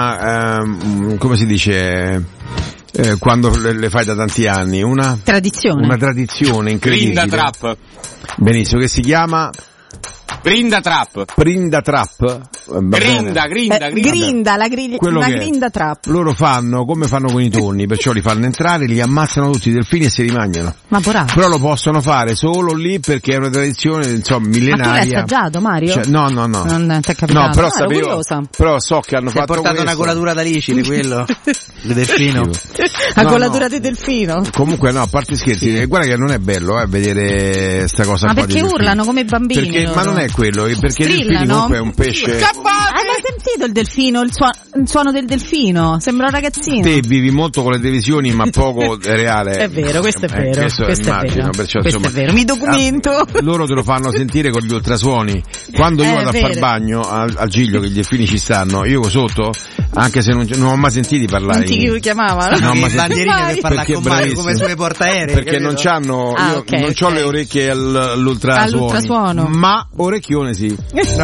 come si dice quando le fai da tanti anni, una tradizione incredibile. Trap. Benissimo, che si chiama Grinda trap. Grinda trap. Grinda, una grinda trap. Loro fanno come fanno con i tonni, perciò li fanno entrare, li ammazzano tutti i delfini e se li mangiano. Ma bravo. Però lo possono fare solo lì perché è una tradizione, insomma, millenaria. Ma tu l'hai assaggiato, Mario? Cioè, no. Non ti è capitato. No, però sapevo. Però so che hanno fatto portato una colatura d'alici di quello. Di delfino. La colatura di delfino. Comunque no, a parte scherzi, guarda che non è bello vedere sta cosa. Ma perché urlano come bambini? Ma non è quello, perché il delfino comunque è un pesce. Hai mai sentito il delfino, il suono del delfino? Sembra un ragazzino. Te vivi molto con le televisioni ma poco reale. È vero, questo è vero. Questo immagino, perciò, questo insomma, è vero, mi documento. Loro te lo fanno sentire con gli ultrasuoni. Quando io vado a far bagno al Giglio, che gli delfini ci stanno, io sotto, anche se non ho mai sentiti parlare. Non ti chiamava? No, ma bandierine per parlare con Mario come sulle portaerei. Perché non c'hanno, non c'ho le orecchie all'ultrasuono. Ma orecchione sì.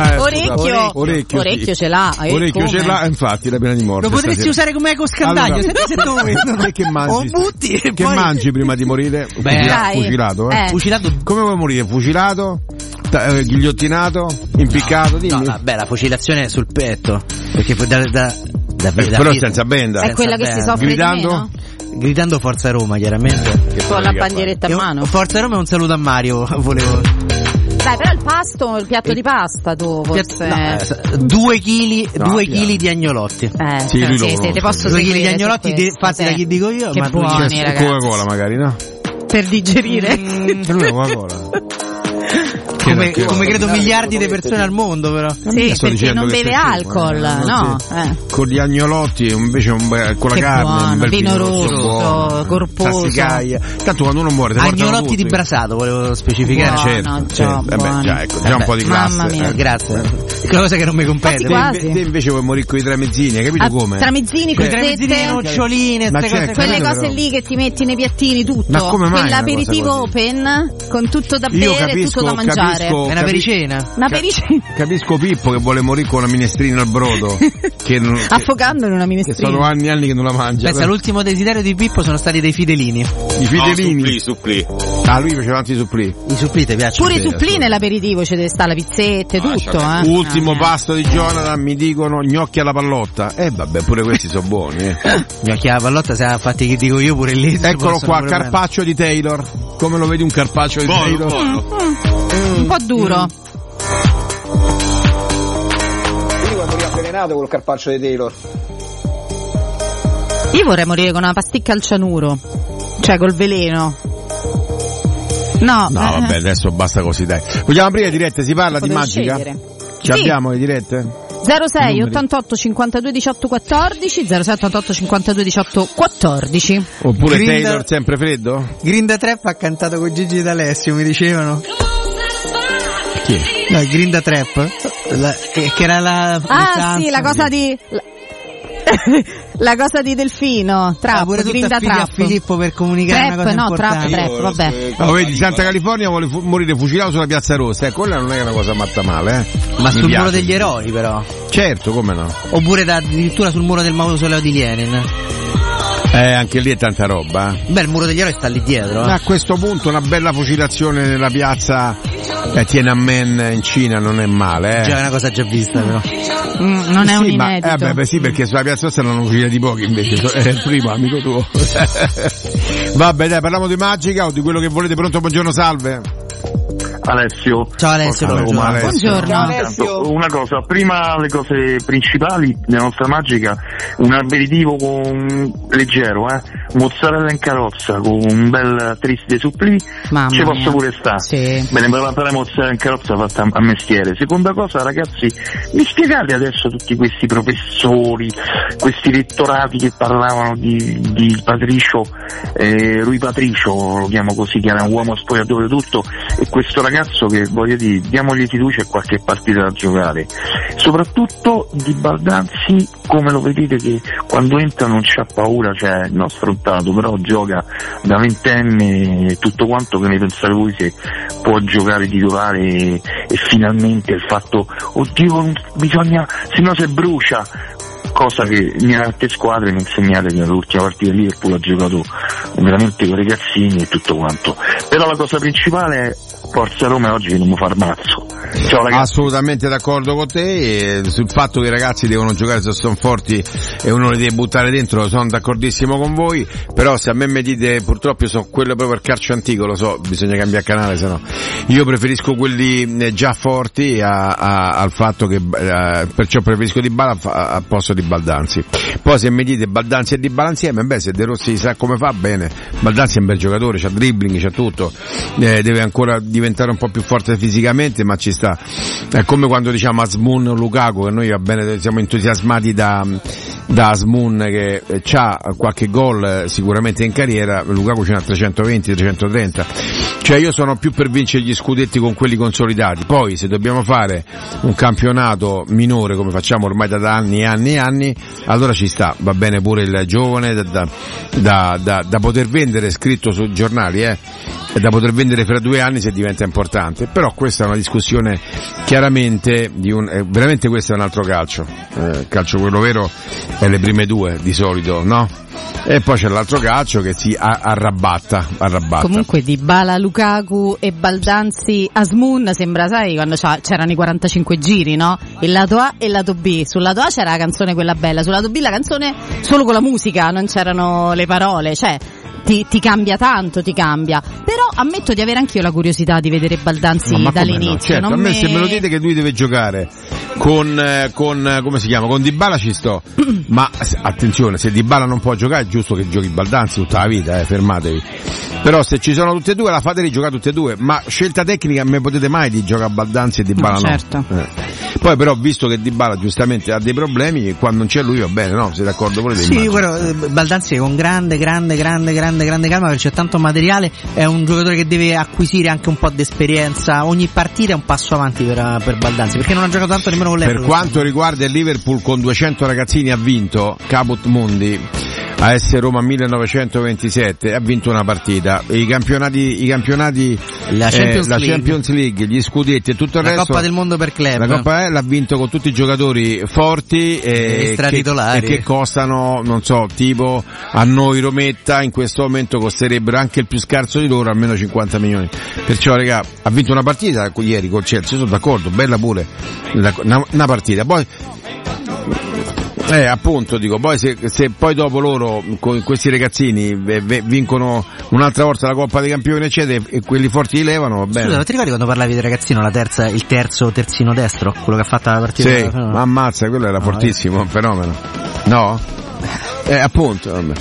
Orecchio ce l'ha. Orecchio ce l'ha, infatti, la pena di morte. Lo potresti usare come ecoscandaglio, allora, che mangi? O butti e che poi... mangi prima di morire? Fucilato, Fucilato. Come vuoi morire? Fucilato? Ghigliottinato? Impiccato? Dimmi. No, vabbè, la fucilazione è sul petto. Perché però senza benda. È quella che si soffre gridando? di meno? Gridando Forza Roma, chiaramente. Con la bandieretta in mano. Forza Roma è un saluto a Mario, volevo. Dai, però il piatto di pasta tu forse 2 chili di agnolotti. Sì, te posso 2 chili di seguire agnolotti fatti da chi dico io. Che ma buoni, ragazzi. Coca-Cola magari, no? Per digerire. Coca-Cola. Come credo miliardi di persone al mondo, però. Sì, perché non beve alcol, no? Con gli agnolotti, invece con la carne, buono, un bel vino rosso, corposo. Tanto quando uno muore, agnolotti di brasato, volevo specificare. Certo. Già un po' di classe. Mamma mia. Grazie. È una cosa che non mi compete. Te invece vuoi morire con i tramezzini, hai capito come? Tramezzini, cozzette, noccioline, quelle cose lì che ti metti nei piattini, tutto. Ma come mai? Quell'aperitivo open con tutto da bere e tutto da mangiare. È una pericena. Capisco Pippo che vuole morire con una minestrina al brodo. Affocando in una minestrina. Che sono anni e anni che non la mangia. Pensa, l'ultimo desiderio di Pippo sono stati dei fidelini. I fidelini? Supplì. Lui faceva anche i supplì. I supplì ti piacciono? Pure i supplì nell'aperitivo c'è sta la pizzetta e tutto. Ultimo pasto di Jonathan, mi dicono gnocchi alla pallotta. Vabbè, pure questi sono buoni. Gnocchi alla pallotta, se fatti che dico io pure lì. Eccolo qua, carpaccio di Taylor. Come lo vedi un carpaccio di Taylor? Un po' duro. Io vorrei morire avvelenato col carpaccio di Taylor. Io vorrei morire con una pasticca al cianuro, cioè col veleno. No, vabbè, adesso basta così, dai. Vogliamo aprire le dirette? Si parla di magica? Ci abbiamo le dirette? 06 88 52 18 14 06 88 52 18 14. Oppure Taylor sempre freddo? Grinda Trap ha cantato con Gigi D'Alessio, mi dicevano. Chi? No, Grinda Trap che era la sì, la cosa di la cosa di Delfino, Trap, pure Grinda Trap a Filippo per comunicare trap, una cosa importante. Trap, vabbè. Vedi, Santa California vuole morire fucilato sulla Piazza Rossa, quella non è una cosa matta male, Ma sul muro degli eroi, però. Certo, come no? Oppure addirittura sul muro del mausoleo di Lenin. Anche lì è tanta roba. Beh, il muro degli eroi sta lì dietro. A questo punto una bella fucilazione nella piazza Tiananmen in Cina non è male. Già è una cosa già vista, però. Non è un inedito. Sì, perché sulla piazza Rossa non hanno fucilati pochi, invece è il primo, amico tuo. Vabbè, dai, parliamo di magica o di quello che volete. Pronto, buongiorno, salve. Alessio. Ciao Alessio, buongiorno. Alessio. Una cosa, prima le cose principali della nostra magica, un aperitivo leggero, mozzarella in carrozza con un bel triste supplì, ci posso pure stare. Sì. Bene, per mozzarella in carrozza fatta a mestiere. Seconda cosa, ragazzi, mi spiegate adesso tutti questi professori, questi rettorati che parlavano di Patricio, Rui Patricio, lo chiamo così, che era un uomo spogliatore tutto, e questo ragazzo che, voglio dire, diamogli fiducia e qualche partita da giocare. Soprattutto di Baldanzi, come lo vedete che quando entra non c'ha paura, cioè non affrontato, però gioca da ventenne e tutto quanto, che ne pensate voi se può giocare titolare e finalmente il fatto, oddio, bisogna, se no se brucia, cosa che nelle altre squadre mi insegnate che nell'ultima partita di Liverpool ha giocato veramente con i ragazzini e tutto quanto. Però la cosa principale è Forza Roma oggi che non mi fa il mazzo, Ciao, assolutamente d'accordo con te, sul fatto che i ragazzi devono giocare se sono forti e uno li deve buttare dentro, sono d'accordissimo con voi, però se a me mi dite, purtroppo io so quello proprio il calcio antico, lo so, bisogna cambiare canale, se no io preferisco quelli già forti al fatto che perciò preferisco Dybala al posto di Baldanzi. Poi se mi dite Baldanzi e Dybala insieme, se De Rossi sa come fa, bene, Baldanzi è un bel giocatore, c'ha dribbling, c'ha tutto, deve ancora diventare un po' più forte fisicamente, ma ci sta. È come quando diciamo Azmoun o Lukaku, che noi va bene, siamo entusiasmati da Azmoun che c'ha qualche gol sicuramente in carriera, Lukaku ce n'ha 320, 330, cioè io sono più per vincere gli scudetti con quelli consolidati. Poi se dobbiamo fare un campionato minore come facciamo ormai da anni e anni e anni, allora ci sta, va bene pure il giovane da poter vendere, scritto sui giornali, e da poter vendere fra 2 anni se diventa importante. Però questa è una discussione chiaramente veramente questo è un altro calcio, calcio quello vero è le prime 2 di solito, no? E poi c'è l'altro calcio che si arrabatta. Comunque Dybala, Lukaku e Baldanzi, Azmoun sembra, sai, quando c'erano i 45 giri, no? Il lato A e il lato B. Sul lato A c'era la canzone quella bella, sul lato B la canzone solo con la musica, non c'erano le parole, cioè ti cambia tanto, ti cambia. Però ammetto di avere anch'io la curiosità di vedere Baldanzi dall'inizio. No? Certo, a me se me lo dite che lui deve giocare con come si chiama, con Dybala ci sto. Ma attenzione, se Dybala non può giocare è giusto che giochi Baldanzi tutta la vita, fermatevi. Però se ci sono tutte e due la fate rigiocare tutte e due, ma scelta tecnica me potete mai di giocare Baldanzi e Dybala no? Certo. Poi però visto che Dybala giustamente ha dei problemi, quando non c'è lui va bene, no? Sei d'accordo con te? Sì, però Baldanzi con grande calma, perché c'è tanto materiale, è un giocatore che deve acquisire anche un po' di esperienza, ogni partita è un passo avanti per Baldanzi, perché non ha giocato tanto nemmeno con l'Empoli. Per quanto riguarda il Liverpool, con 200 ragazzini ha vinto, Caput Mundi, AS Roma 1927, ha vinto una partita, i campionati la Champions League, gli scudetti e tutto il resto, la Coppa del Mondo per club, la Coppa l'ha vinto con tutti i giocatori forti e che costano, non so, tipo a noi Rometta in questo momento costerebbero anche il più scarso di loro almeno 50 milioni. Perciò regà, ha vinto una partita ieri col Chelsea, sono d'accordo, bella pure una partita. Poi appunto dico, poi se poi dopo loro con questi ragazzini vincono un'altra volta la Coppa dei Campioni eccetera e quelli forti li levano, va bene. Scusa, ti ricordi quando parlavi di ragazzino, il terzo terzino destro, quello che ha fatto la partita? Sì, ma ammazza, quello era fortissimo, un fenomeno. No? Appunto, vabbè.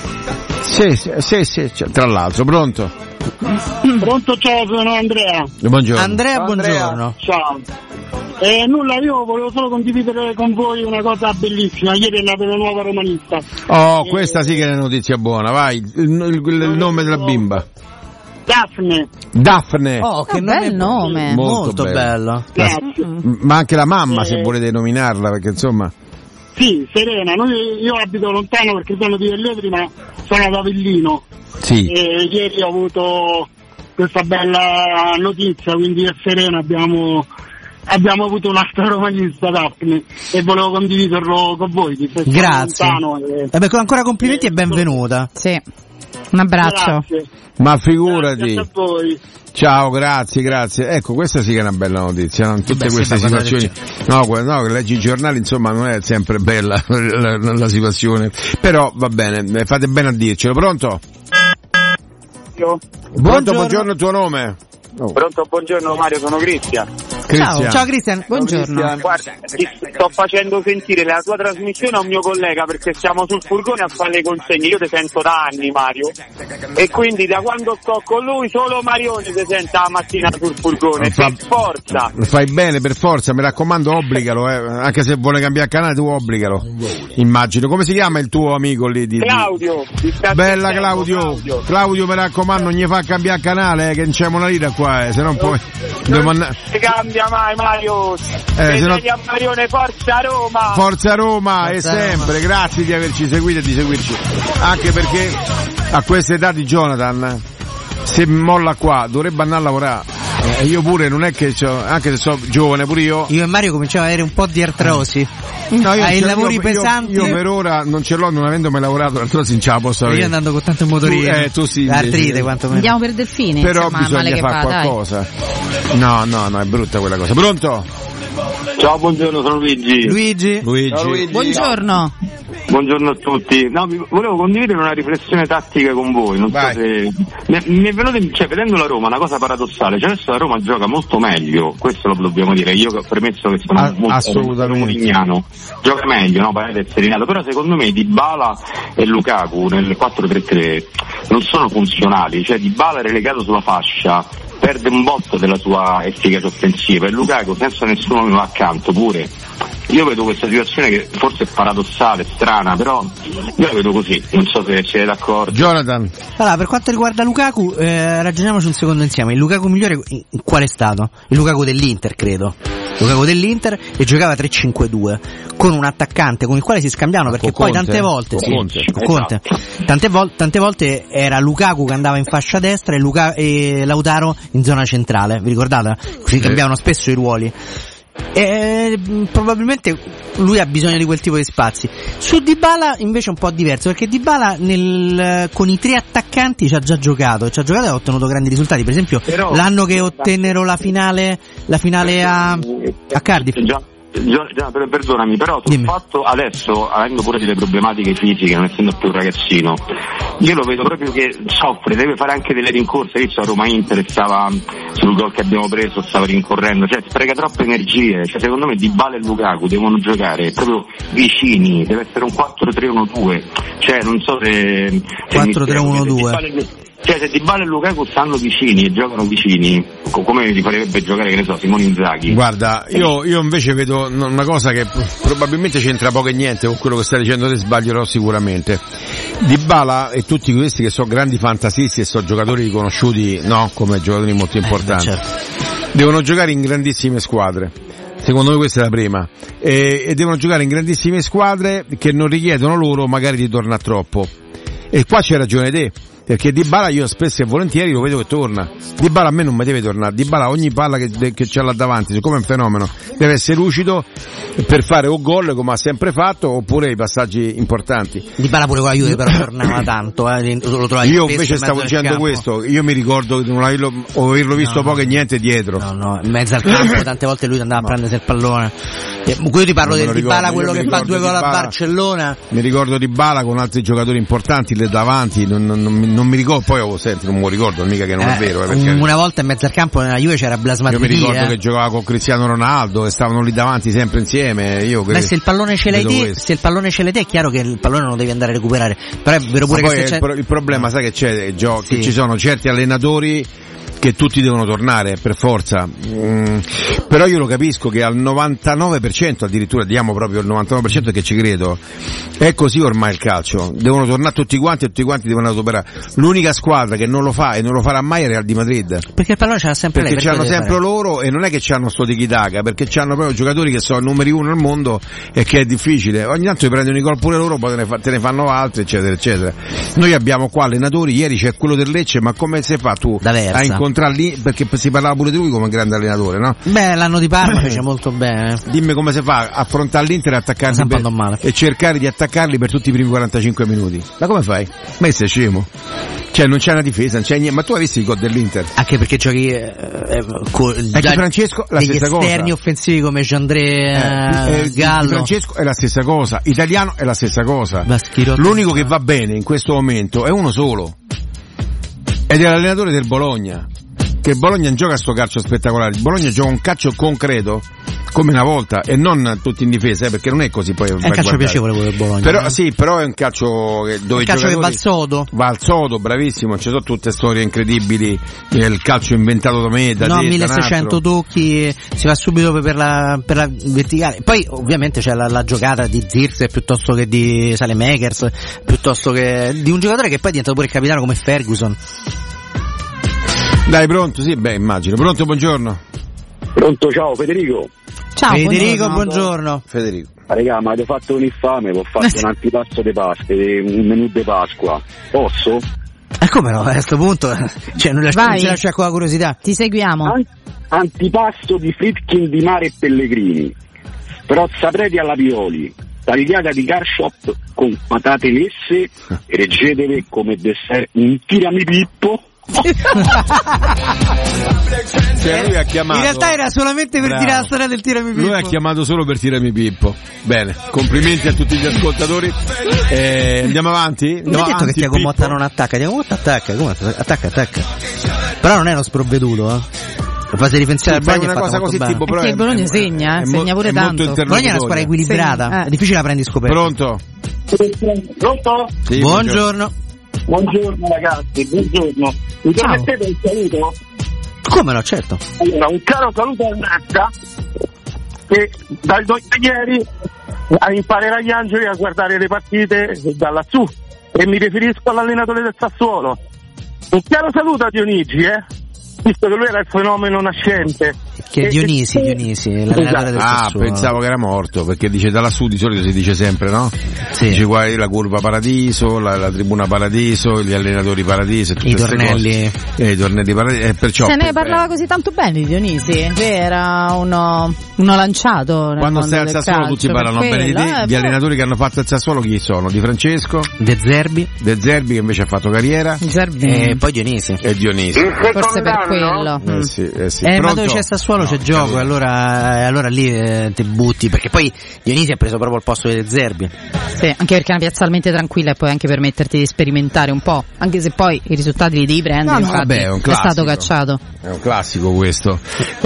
Sì, tra l'altro, pronto? Pronto, ciao, sono Andrea. Buongiorno. Andrea, buongiorno. Ciao. Nulla, io volevo solo condividere con voi una cosa bellissima. Ieri è nata una nuova romanista. Questa sì che è una notizia buona, vai, il nome della bimba. Daphne. Oh, che bel nome. Molto bello. Ma anche la mamma, se volete nominarla, perché insomma. Sì, Serena. Io abito lontano perché sono di Velletri, ma sono ad Avellino. Sì. E ieri ho avuto questa bella notizia, quindi a Serena abbiamo avuto un'altra romanista, Daphne, e volevo condividerlo con voi. Grazie. Ancora complimenti e benvenuta. Sì. Un abbraccio. Grazie. Ma figurati. Grazie a voi. Ciao, grazie. Ecco, questa sì che è una bella notizia, no? Tutte queste situazioni. No, che leggi i giornali, insomma, non è sempre bella la situazione. Però va bene, fate bene a dircelo. Pronto? Buongiorno, il tuo nome? Pronto, buongiorno Mario, sono Cristian. Ciao Cristian, buongiorno. Guarda, ti sto facendo sentire la tua trasmissione a un mio collega perché siamo sul furgone a fare le consegne. Io ti sento da anni, Mario, e quindi da quando sto con lui solo Marione ti senta la mattina sul furgone. Per forza. Fai bene, per forza, mi raccomando, obbligalo, anche se vuole cambiare canale tu obbligalo. Immagino. Come si chiama il tuo amico lì? Claudio. Bella Claudio, mi raccomando, non gli fa cambiare canale, che non c'è una lira qua, se no poi non si cambia mai, Mario. A Marione, Forza Roma e sempre. Grazie di averci seguito e di seguirci, anche perché a questa età di Jonathan, se molla qua dovrebbe andare a lavorare. Io pure non è che anche se sono giovane pure io e Mario cominciamo ad avere un po' di artrosi. No, hai lavori pesanti. Io per ora non ce l'ho, non avendo mai lavorato, l'artrosi non ce la posso avere. Io andando con tanto motorino. Tu sì. L'artrite quantomeno. Andiamo per Delfini. Però insomma, bisogna fare qualcosa. Dai. No, è brutta quella cosa. Pronto? Ciao, buongiorno, sono Luigi. Luigi. Ciao, Luigi. Buongiorno. Buongiorno a tutti. No, volevo condividere una riflessione tattica con voi. Non so se mi è venuto, vedendo la Roma, una cosa paradossale. Adesso la Roma gioca molto meglio, questo lo dobbiamo dire. Io ho premesso che sono molto murignano. Gioca meglio, no? Paredes è serinato. Però secondo me Dybala e Lukaku nel 4-3-3 non sono funzionali. Cioè Dybala è relegato sulla fascia, perde un botto della sua efficacia offensiva, e Lukaku senza nessuno accanto pure. Io vedo questa situazione che forse è paradossale, strana, però io la vedo così, non so se siete d'accordo. Jonathan. Allora, per quanto riguarda Lukaku, ragioniamoci un secondo insieme. Il Lukaku migliore qual è stato? Il Lukaku dell'Inter, credo. Lukaku dell'Inter, e giocava 3-5-2 con un attaccante con il quale si scambiavano, perché poi tante volte Conte. Tante volte era Lukaku che andava in fascia destra e Lautaro in zona centrale, vi ricordate? Si cambiavano spesso i ruoli. Probabilmente lui ha bisogno di quel tipo di spazi. Su Dybala invece è un po' diverso, perché Dybala con i tre attaccanti ci ha già giocato e ha ottenuto grandi risultati. Per esempio l'anno che ottennero la finale a Cardiff. Perdonami, però sul fatto adesso, avendo pure delle problematiche fisiche, non essendo più un ragazzino, io lo vedo proprio che soffre, deve fare anche delle rincorse. Visto a Roma Inter stava sul gol che abbiamo preso, stava rincorrendo, cioè spreca troppe energie. Cioè secondo me Dybala e Lukaku devono giocare proprio vicini, deve essere un 4-3-1-2, cioè non so se 4-3-1-2. Cioè se Dybala e Lukaku stanno vicini e giocano vicini, come li farebbe giocare, che ne so, Simone Inzaghi? Guarda, io invece vedo una cosa che probabilmente c'entra poco e niente con quello che stai dicendo, te sbaglierò sicuramente. Dybala e tutti questi che sono grandi fantasisti e sono giocatori riconosciuti, no, come giocatori molto importanti, devono giocare in grandissime squadre. Secondo me questa è la prima, e devono giocare in grandissime squadre che non richiedono loro magari di tornare troppo, e qua c'è ragione te. Perché Dybala io spesso e volentieri lo vedo che torna. Dybala a me non mi deve tornare. Dybala ogni palla che c'è là davanti, siccome è un fenomeno, deve essere lucido per fare o gol come ha sempre fatto, oppure i passaggi importanti. Dybala pure con la Juve però tornava tanto, io invece stavo dicendo questo, io mi ricordo di non averlo visto poco e niente dietro. No, in mezzo al campo tante volte lui andava a prendersi il pallone. Io ti parlo del Dybala, quello che fa 2 gol a Barcellona. Mi ricordo Dybala con altri giocatori importanti lì davanti, non mi ricordo, poi non me lo ricordo, mica che non è vero. Perché una volta in mezzo al campo nella Juve c'era Blasmati. Io mi ricordo che giocava con Cristiano Ronaldo e stavano lì davanti sempre insieme. Se il pallone ce l'hai te, è chiaro che il pallone non lo devi andare a recuperare. Però è vero pure che il problema, sai che c'è, che ci sono certi allenatori che tutti devono tornare per forza, però io lo capisco che al 99%, addirittura diamo proprio il 99% che ci credo, è così ormai il calcio, devono tornare tutti quanti e tutti quanti devono adoperare. L'unica squadra che non lo fa e non lo farà mai è Real di Madrid, perché il pallone c'ha sempre perché c'hanno sempre loro, e non è che c'hanno sto tiki-taka, perché c'hanno proprio giocatori che sono numeri 1 al mondo e che è difficile, ogni tanto prendono i gol pure loro, poi te ne fanno altri, eccetera eccetera. Noi abbiamo qua allenatori, ieri c'è quello del Lecce, ma come si fa tu a incontrare lì, perché si parlava pure di lui come grande allenatore, no? Beh, l'anno di Parma fece molto bene. Dimmi come si fa a affrontare l'Inter e attaccarli e cercare di attaccarli per tutti i primi 45 minuti. Ma come fai? Ma sei scemo. Cioè non c'è una difesa, non c'è niente. Ma tu hai visto il gol dell'Inter? Anche perché giochi Francesco la stessa cosa. Gli esterni offensivi come Giandré, Gallo. Francesco è la stessa cosa, Italiano è la stessa cosa. L'unico che va bene in questo momento è uno solo, ed è l'allenatore del Bologna. Che il Bologna non gioca a sto calcio spettacolare, il Bologna gioca un calcio concreto come una volta, e non tutti in difesa, perché non è così. Poi è un calcio piacevole quello del Bologna, però sì, però è un calcio dove il calcio che va al sodo, bravissimo. Ci sono tutte storie incredibili, il calcio inventato da me, da 1600 tocchi, si va subito per la verticale. Poi ovviamente c'è la giocata di Zirkzee piuttosto che di Saelemaekers, piuttosto che di un giocatore che poi è diventato pure il capitano come Ferguson. Dai, pronto? Sì, beh, immagino. Pronto, buongiorno. Pronto, ciao Federico. Ciao Federico, buongiorno. Federico. Raga, ma avete fatto un'infame, ho fatto un antipasto di Pasqua, un menù di Pasqua. Posso? come no, a questo punto cioè non ci lascia con la curiosità. Ti seguiamo. Antipasto di Fritkin di Mare e Pellegrini, Prozzapreti alla Pioli, tagliata di Carshop con patate lesse, reggetevi come dessert un tiramipippo. Cioè lui ha chiamato, in realtà era solamente per tirare la storia del tiramipippo. Lui ha chiamato solo per tiramipippo. Bene, complimenti a tutti gli ascoltatori. Andiamo avanti. Non è detto che Tiago Motta non attacca. Tiago Motta attacca. Come attacca. Però non è uno sprovveduto, La fase difensiva del Bologna è fatta molto bene. Perché il Bologna segna pure tanto. Il Bologna è una squadra equilibrata. È difficile la prendi scoperta. Pronto? Sì, buongiorno. Buongiorno ragazzi, buongiorno. Mi permettete un saluto? Come no, certo. Allora, un caro saluto a Nacca che da ieri imparerà gli angeli a guardare le partite da lassù, e mi riferisco all'allenatore del Sassuolo. Un caro saluto a Dionigi, visto che lui era il fenomeno nascente. Che è Dionisi, l'allenatore del Sassuolo. Pensavo che era morto, perché dice da lassù di solito si dice sempre, no? Sì. Dice qua la curva Paradiso, la tribuna Paradiso, gli allenatori Paradiso, tutte i tornelli. I tornelli Paradiso, perciò se ne parlava così tanto bene di Dionisi, era uno lanciato. Quando stai al Sassuolo tutti parlano bene di te. Gli allenatori che hanno fatto il Sassuolo chi sono? Di Francesco, De Zerbi che invece ha fatto carriera, e poi Dionisi. E Dionisi. Forse per quello. Sì. Ma dove c'è Sassuolo c'è gioco, allora lì ti butti, perché poi Dionisi ha preso proprio il posto di De Zerbi. Sì, anche perché è una piazza talmente tranquilla e puoi anche permetterti di sperimentare un po', anche se poi i risultati li devi prendere. Infatti è stato cacciato. È un classico questo,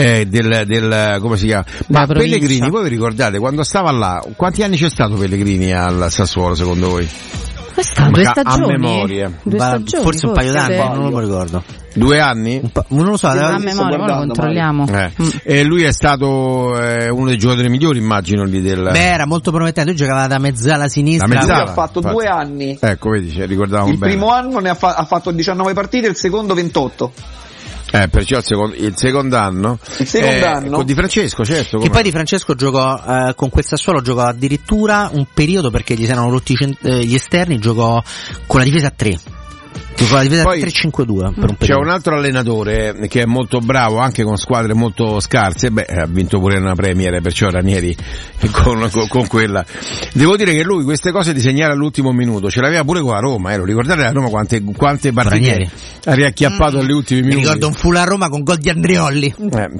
del come si chiama? Ma Pellegrini, voi vi ricordate quando stava là? Quanti anni c'è stato Pellegrini al Sassuolo secondo voi? Due stagioni? A memoria. Forse un paio d'anni, non lo ricordo. 2 anni? Non lo so, a memoria, lo controlliamo. E lui è stato uno dei giocatori migliori, immagino, lì del... Beh, era molto promettente, lui giocava da mezzala sinistra. Lui ha fatto 2 anni. Ecco, vedi, ricordavamo il bene. Il primo anno ha fatto 19 partite, il secondo 28. Perciò il secondo anno. Con Di Francesco, certo. Che poi Di Francesco giocò con quel Sassuolo, giocò addirittura un periodo, perché gli si erano rotti gli esterni, giocò con la difesa a 3. Poi 3-5-2 per un c'è un altro allenatore che è molto bravo anche con squadre molto scarse, ha vinto pure una Premier, perciò Ranieri con quella. Devo dire che lui queste cose di segnare all'ultimo minuto ce l'aveva pure con la Roma, lo ricordate la Roma quante partite Ranieri ha riacchiappato agli ultimi minuti? Mi ricordo un full a Roma con gol di Andreoli.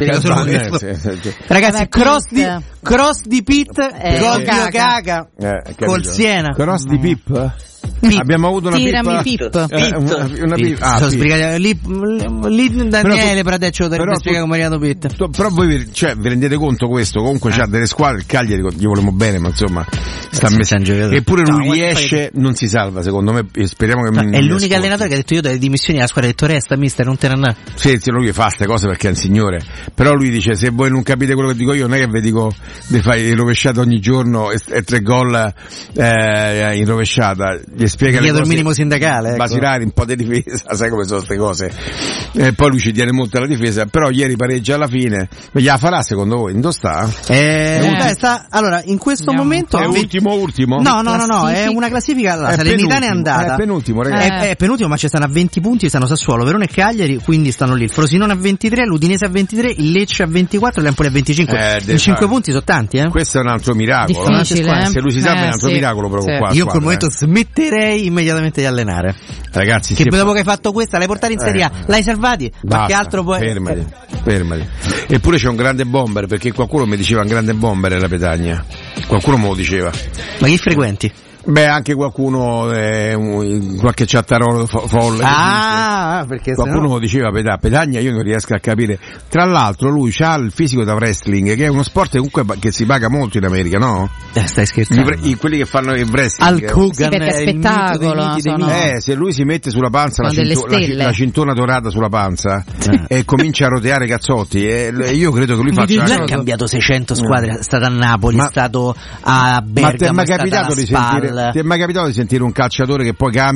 Ragazzi, cross di Pitt, gol di Okaka col Siena. Cross di Pip? Abbiamo avuto una Pip. Lì Daniele Pradeccio dovrebbe spiegare come è arrivato Pitt. Però voi vi rendete conto questo? Comunque c'ha delle squadre, il Cagliari gli volevamo bene, ma insomma sta messo. Eppure non riesce, non si salva secondo me. Speriamo che è l'unico allenatore che ha detto io delle dimissioni alla squadra, ha detto resta mister, non te ne andare. Sì, lui fa queste cose perché è un signore, però lui dice se voi non capite quello che dico io, non è che vi dico vi fai rovesciata ogni giorno e 3 gol in rovesciata. Gli spiega il minimo sindacale, basilari, un po' di difesa, sai come sono queste cose. Poi lui ci tiene molto alla difesa, però ieri pareggia alla fine. Ma gliela farà secondo voi? Dove sta? Allora, in questo momento è ultimo? No, è una classifica, la Salernitana è andata. È penultimo, ragazzi. È penultimo, ma ci stanno a 20 punti, stanno Sassuolo, Verona e Cagliari, quindi stanno lì. Il Frosinone a 23, l'Udinese a 23, il Lecce a 24, l'Empoli a 25. In 5 punti sono tanti, Questo è un altro miracolo. Difficile, se lui si salva è un altro miracolo proprio qua. Io in quel momento smetterei immediatamente di allenare. Ragazzi, che dopo che hai fatto questa l'hai portata in Serie A, l'hai salvati, ma che altro puoi? Fermati. Eppure c'è un grande bomber, perché qualcuno mi diceva un grande bomber è la Petagna. Qualcuno me lo diceva. Ma chi frequenti? Anche qualcuno, qualche chattarolo folle. Perché qualcuno lo diceva Petagna, io non riesco a capire. Tra l'altro lui ha il fisico da wrestling, che è uno sport comunque che si paga molto in America, no? Stai scherzando? Quelli che fanno il wrestling. Al Hogan, perché è spettacolo. Se lui si mette sulla panza la cintona dorata sulla panza e comincia a roteare cazzotti, io credo che lui faccia. Lui ha cambiato 600 squadre, è stato a Napoli, è stato a Bergamo, ti è mai capitato di sentire un calciatore che poi cambia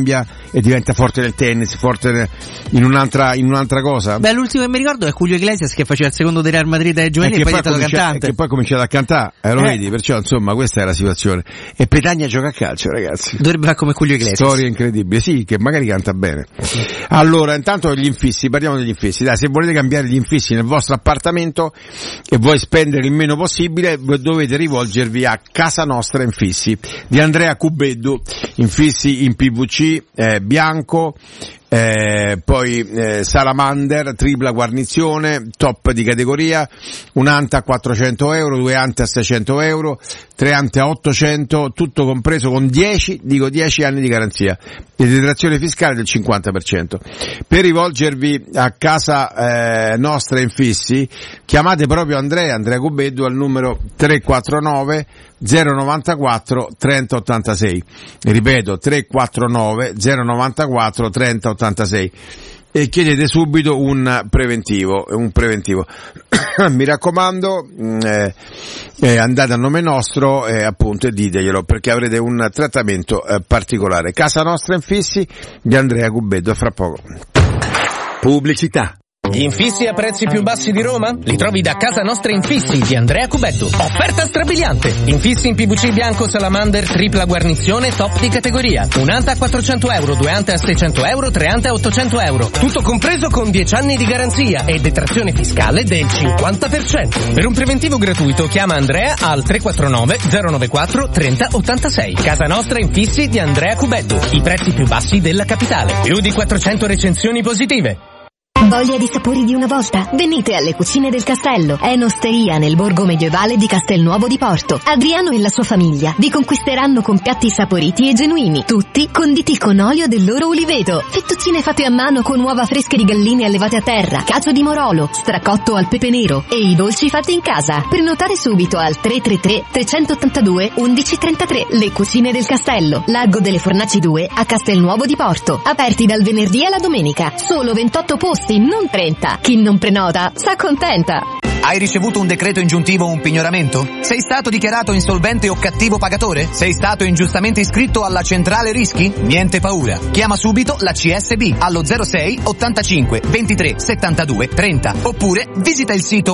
e diventa forte nel tennis, forte in un'altra cosa. Beh, l'ultimo che mi ricordo è Julio Iglesias che faceva il secondo del Real Madrid ai giovanili e poi è diventato cantante. Che poi ha cominciato a cantare, lo vedi? Perciò insomma questa è la situazione. E Petagna gioca a calcio, ragazzi. Dovrebbe fare come Julio Iglesias. Storia incredibile, sì, che magari canta bene. Allora, intanto gli infissi, parliamo degli infissi. Dai, se volete cambiare gli infissi nel vostro appartamento e vuoi spendere il meno possibile, dovete rivolgervi a Casa Nostra Infissi di Andrea Cubeddu. Infissi in PVC bianco, poi Salamander, tripla guarnizione, top di categoria, un ante a 400 euro, 2 ante a 600 euro, 3 ante a 800, tutto compreso con 10 anni di garanzia e detrazione fiscale del 50%. Per rivolgervi a Casa Nostra Infissi chiamate proprio Andrea Cubeddu al numero 349 094 3086, ripeto 349 094 3086 e chiedete subito un preventivo. Mi raccomando, andate a nome nostro appunto e diteglielo, perché avrete un trattamento particolare. Casa Nostra Infissi di Andrea Cubeddu, a fra poco. Pubblicità. Gli infissi a prezzi più bassi di Roma? Li trovi da Casa Nostra Infissi di Andrea Cubeddu. Offerta strabiliante. Infissi in PVC bianco Salamander, tripla guarnizione, top di categoria. Un ante a 400 euro, 2 ante a 600 euro, 3 ante a 800 euro. Tutto compreso con 10 anni di garanzia e detrazione fiscale del 50%. Per un preventivo gratuito chiama Andrea al 349 094 3086. Casa Nostra Infissi di Andrea Cubeddu. I prezzi più bassi della capitale. Più di 400 recensioni positive. Voglia di sapori di una volta? Venite alle Cucine del Castello. È un'osteria nel borgo medievale di Castelnuovo di Porto. Adriano e la sua famiglia vi conquisteranno con piatti saporiti e genuini, tutti conditi con olio del loro uliveto, fettuccine fatte a mano con uova fresche di galline allevate a terra, cacio di morolo, stracotto al pepe nero e i dolci fatti in casa. Prenotare subito al 333 382 1133. Le Cucine del Castello, Largo delle Fornaci 2 a Castelnuovo di Porto. Aperti dal venerdì alla domenica. Solo 28 posti, non 30. Chi non prenota s'accontenta. Hai ricevuto un decreto ingiuntivo o un pignoramento? Sei stato dichiarato insolvente o cattivo pagatore? Sei stato ingiustamente iscritto alla centrale rischi? Niente paura. Chiama subito la CSB allo 06 85 23 72 30 oppure visita il sito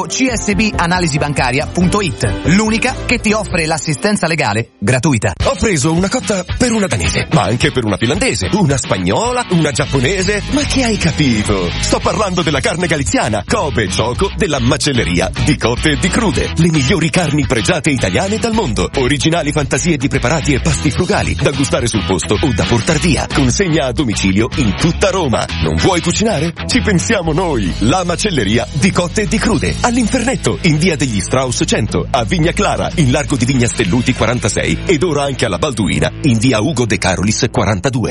csbanalisibancaria.it, l'unica che ti offre l'assistenza legale gratuita. Ho preso una cotta per una danese, ma anche per una finlandese, una spagnola, una giapponese. Ma che hai capito? Sto parlando della carne galiziana, Kobe e Choco della macelleria di Cotte e di Crude. Le migliori carni pregiate italiane dal mondo. Originali fantasie di preparati e pasti frugali, da gustare sul posto o da portar via. Consegna a domicilio in tutta Roma. Non vuoi cucinare? Ci pensiamo noi. La macelleria di Cotte e di Crude. All'Infernetto, in via degli Strauss 100. A Vigna Clara, in largo di Vigna Stelluti 46. Ed ora anche alla Balduina, in via Ugo De Carolis 42.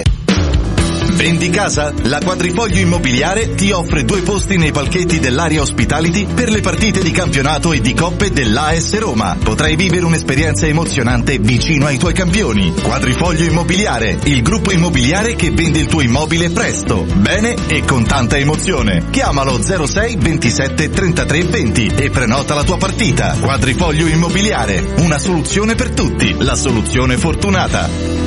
Vendi casa? La Quadrifoglio Immobiliare ti offre 2 posti nei palchetti dell'area Hospitality per le partite di campionato e di coppe dell'AS Roma. Potrai vivere un'esperienza emozionante vicino ai tuoi campioni. Quadrifoglio Immobiliare, il gruppo immobiliare che vende il tuo immobile presto, bene e con tanta emozione. Chiamalo 06 27 33 20 e prenota la tua partita. Quadrifoglio Immobiliare, una soluzione per tutti, la soluzione fortunata.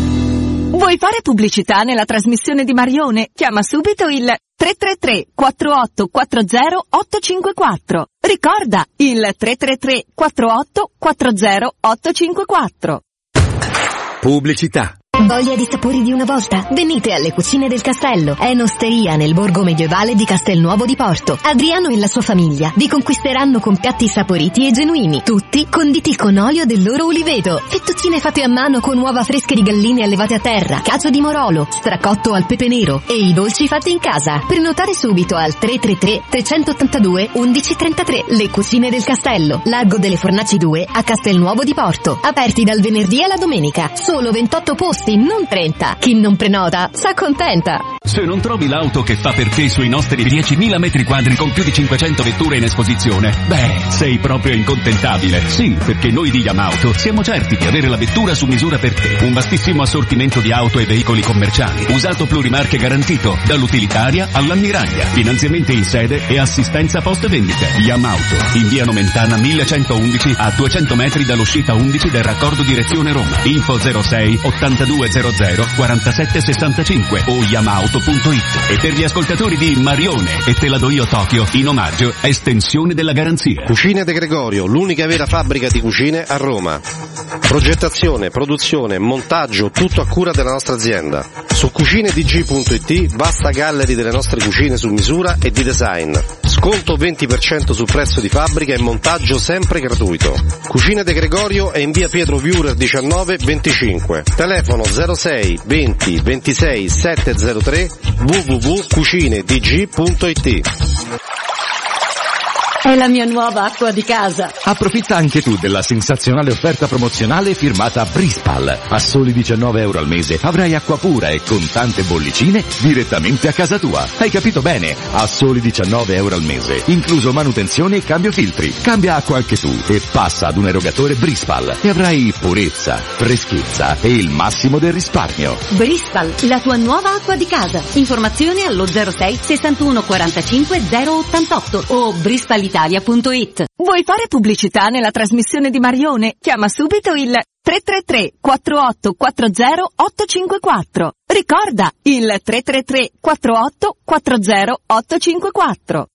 Vuoi fare pubblicità nella trasmissione di Marione? Chiama subito il 333 4840 854. Ricorda, il 333 4840 854. Pubblicità. Voglia di sapori di una volta? Venite alle Cucine del Castello. È un'osteria nel borgo medievale di Castelnuovo di Porto. Adriano e la sua famiglia vi conquisteranno con piatti saporiti e genuini, tutti conditi con olio del loro uliveto, fettuccine fatte a mano con uova fresche di galline allevate a terra, cacio di morolo, stracotto al pepe nero e i dolci fatti in casa. Prenotare subito al 333 382 1133. Le Cucine del Castello, Largo delle Fornaci 2 a Castelnuovo di Porto. Aperti dal venerdì alla domenica. Solo 28 posti, non 30. Chi non prenota s'accontenta. Se non trovi l'auto che fa per te sui nostri 10.000 metri quadri con più di 500 vetture in esposizione, sei proprio incontentabile. Sì, perché noi di Yamauto siamo certi di avere la vettura su misura per te. Un vastissimo assortimento di auto e veicoli commerciali, usato plurimarche garantito, dall'utilitaria all'ammiraglia, finanziamenti in sede e assistenza post vendita. Yamauto, in via Nomentana 1111 a 200 metri dall'uscita 11 del raccordo direzione Roma. Info 06 8200 47 65 o Yamauto.it. E per gli ascoltatori di Marione e Te la do io Tokyo, in omaggio, estensione della garanzia. Cucine De Gregorio, l'unica vera fabbrica di cucine a Roma. Progettazione, produzione, montaggio, tutto a cura della nostra azienda. Su cucinedg.it, vasta gallery delle nostre cucine su misura e di design. Sconto 20% sul prezzo di fabbrica e montaggio sempre gratuito. Cucine De Gregorio è in via Pietro Viurer 19 25. Telefono 06 20 26 703 www.cucinedg.it. È la mia nuova acqua di casa. Approfitta anche tu della sensazionale offerta promozionale firmata Brispal. A soli 19 euro al mese avrai acqua pura e con tante bollicine direttamente a casa tua. Hai capito bene? A soli 19 euro al mese, incluso manutenzione e cambio filtri. Cambia acqua anche tu e passa ad un erogatore Brispal e avrai purezza, freschezza e il massimo del risparmio. Brispal, la tua nuova acqua di casa. Informazioni allo 06 61 45 088 o brispalitalia.it. Vuoi fare pubblicità nella trasmissione di Marione? Chiama subito il 333 4840 854. Ricorda, il 333 4840 854.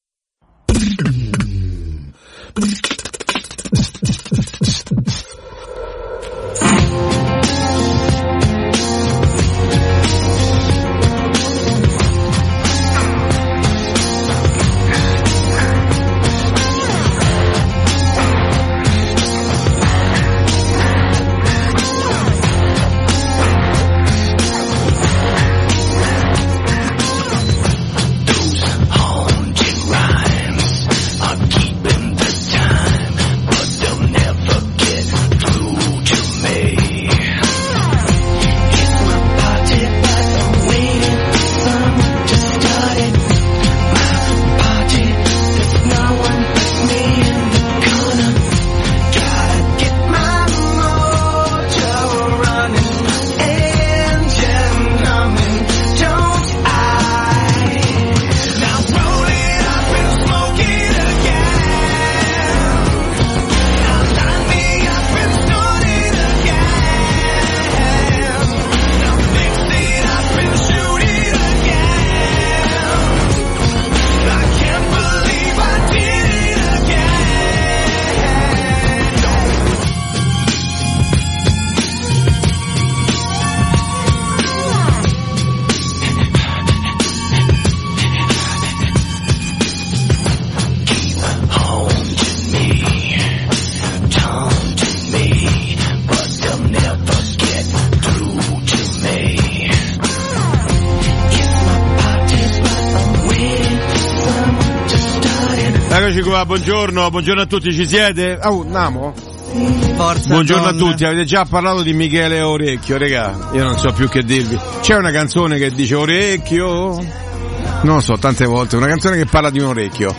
Eccoci qua, buongiorno a tutti, ci siete? Namo? Forza, buongiorno donna. a tutti, avete già parlato di Michele Orecchio, regà, io non so più che dirvi. C'è una canzone che dice Orecchio? Non lo so, tante volte, una canzone che parla di un orecchio.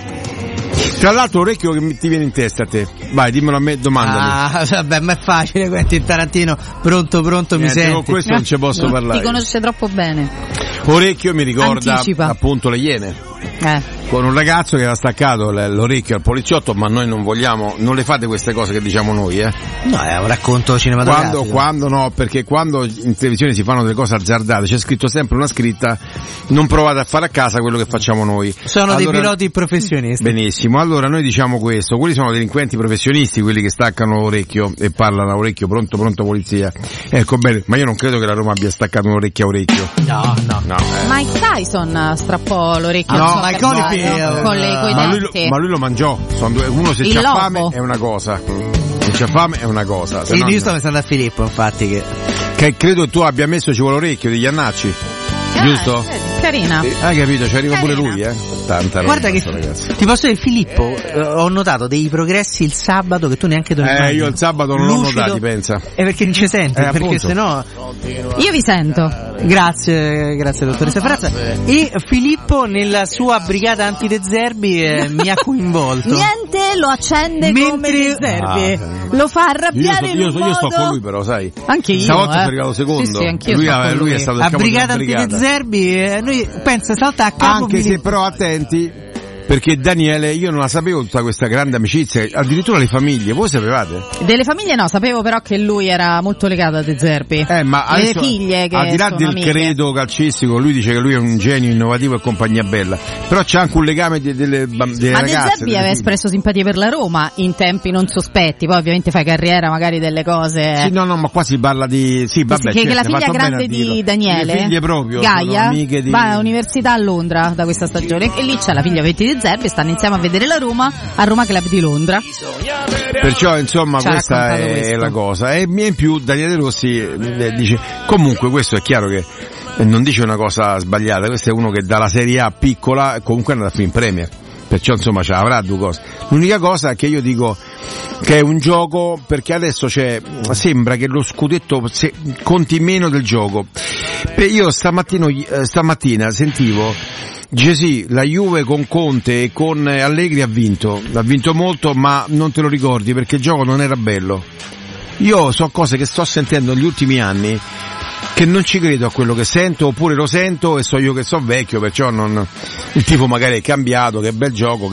Tra l'altro orecchio che ti viene in testa a te? Vai, dimmelo a me, domandami. Vabbè, ma è facile, Quentin Tarantino, pronto, mi senti? Con questo non ci posso parlare. Ti conosce troppo bene. Orecchio mi ricorda Anticipa. appunto le Iene. Con un ragazzo che aveva staccato l'orecchio al poliziotto, ma noi non vogliamo, non le fate queste cose che diciamo noi, No, è un racconto cinematografico. Quando no, perché quando in televisione si fanno delle cose azzardate, c'è scritto sempre una scritta: non provate a fare a casa quello che facciamo noi. Sono dei piloti professionisti. Benissimo, allora noi diciamo questo: quelli sono delinquenti professionisti, quelli che staccano l'orecchio e parlano a orecchio, pronto polizia. Ecco, bene, ma io non credo che la Roma abbia staccato un orecchio a orecchio. No. Mike Tyson strappò l'orecchio No, Mike Holyfield con i denti. Ma lui lo mangiò. Uno se c'ha fame è una cosa. Se c'ha fame è una cosa. Sì, io sto pensando a Filippo, infatti, che credo tu abbia messo Ci vuole l'orecchio degli Annacci. Giusto? Carina. Hai capito, ci arriva pure lui, Tanta Guarda roba, che ragazzi. ti posso dire, Filippo, ho notato dei progressi il sabato che tu neanche te lo immagini. Io il sabato non l'ho notati, pensa. È perché non ci senti, perché appunto. sennò io vi sento. Grazie dottoressa Frazza. E Filippo nella sua brigata anti-De Zerbi mi ha coinvolto. Niente lo accende come De Zerbi. Lo fa arrabbiare in un modo. Io sto con lui però, sai. Anche io. Stavolta sono arrivato secondo. Sì, anch'io lui è stato il a capo brigata della brigata. anti-De Zerbi, noi pensa salta a capo. Anche se però attenti. Perché Daniele, io non la sapevo tutta questa grande amicizia, addirittura le famiglie, voi sapevate? Delle famiglie no, sapevo però che lui era molto legato a De Zerbi. Ma le adesso, figlie che al di là sono del amiche. credo calcistico, lui dice che lui è un genio innovativo e compagnia bella, però c'è anche un legame delle Ma ragazze. De Zerbi aveva espresso simpatia per la Roma in tempi non sospetti, poi ovviamente fai carriera magari delle cose. Sì, no, ma qua si parla di vabbè, che la figlia fatto grande di Daniele, le figlie proprio, Gaia, amiche di... va all'università a Londra da questa stagione e lì c'è la figlia 20 di Zerbi, stanno insieme a vedere la Roma al Roma Club di Londra. Perciò insomma Ci ha questa è questo. la cosa. E in più Daniele Rossi dice comunque questo è chiaro che non dice una cosa sbagliata, questo è uno che dalla Serie A piccola comunque è andato più in Premier, perciò insomma ce l'avrà due cose. L'unica cosa è che io dico che è un gioco, perché adesso sembra che lo scudetto conti meno del gioco. Io stamattina sentivo sì, la Juve con Conte e con Allegri ha vinto molto, ma non te lo ricordi perché il gioco non era bello. Io so cose che sto sentendo negli ultimi anni che non ci credo a quello che sento, oppure lo sento e so io che so vecchio, perciò il tipo magari è cambiato, che bel gioco,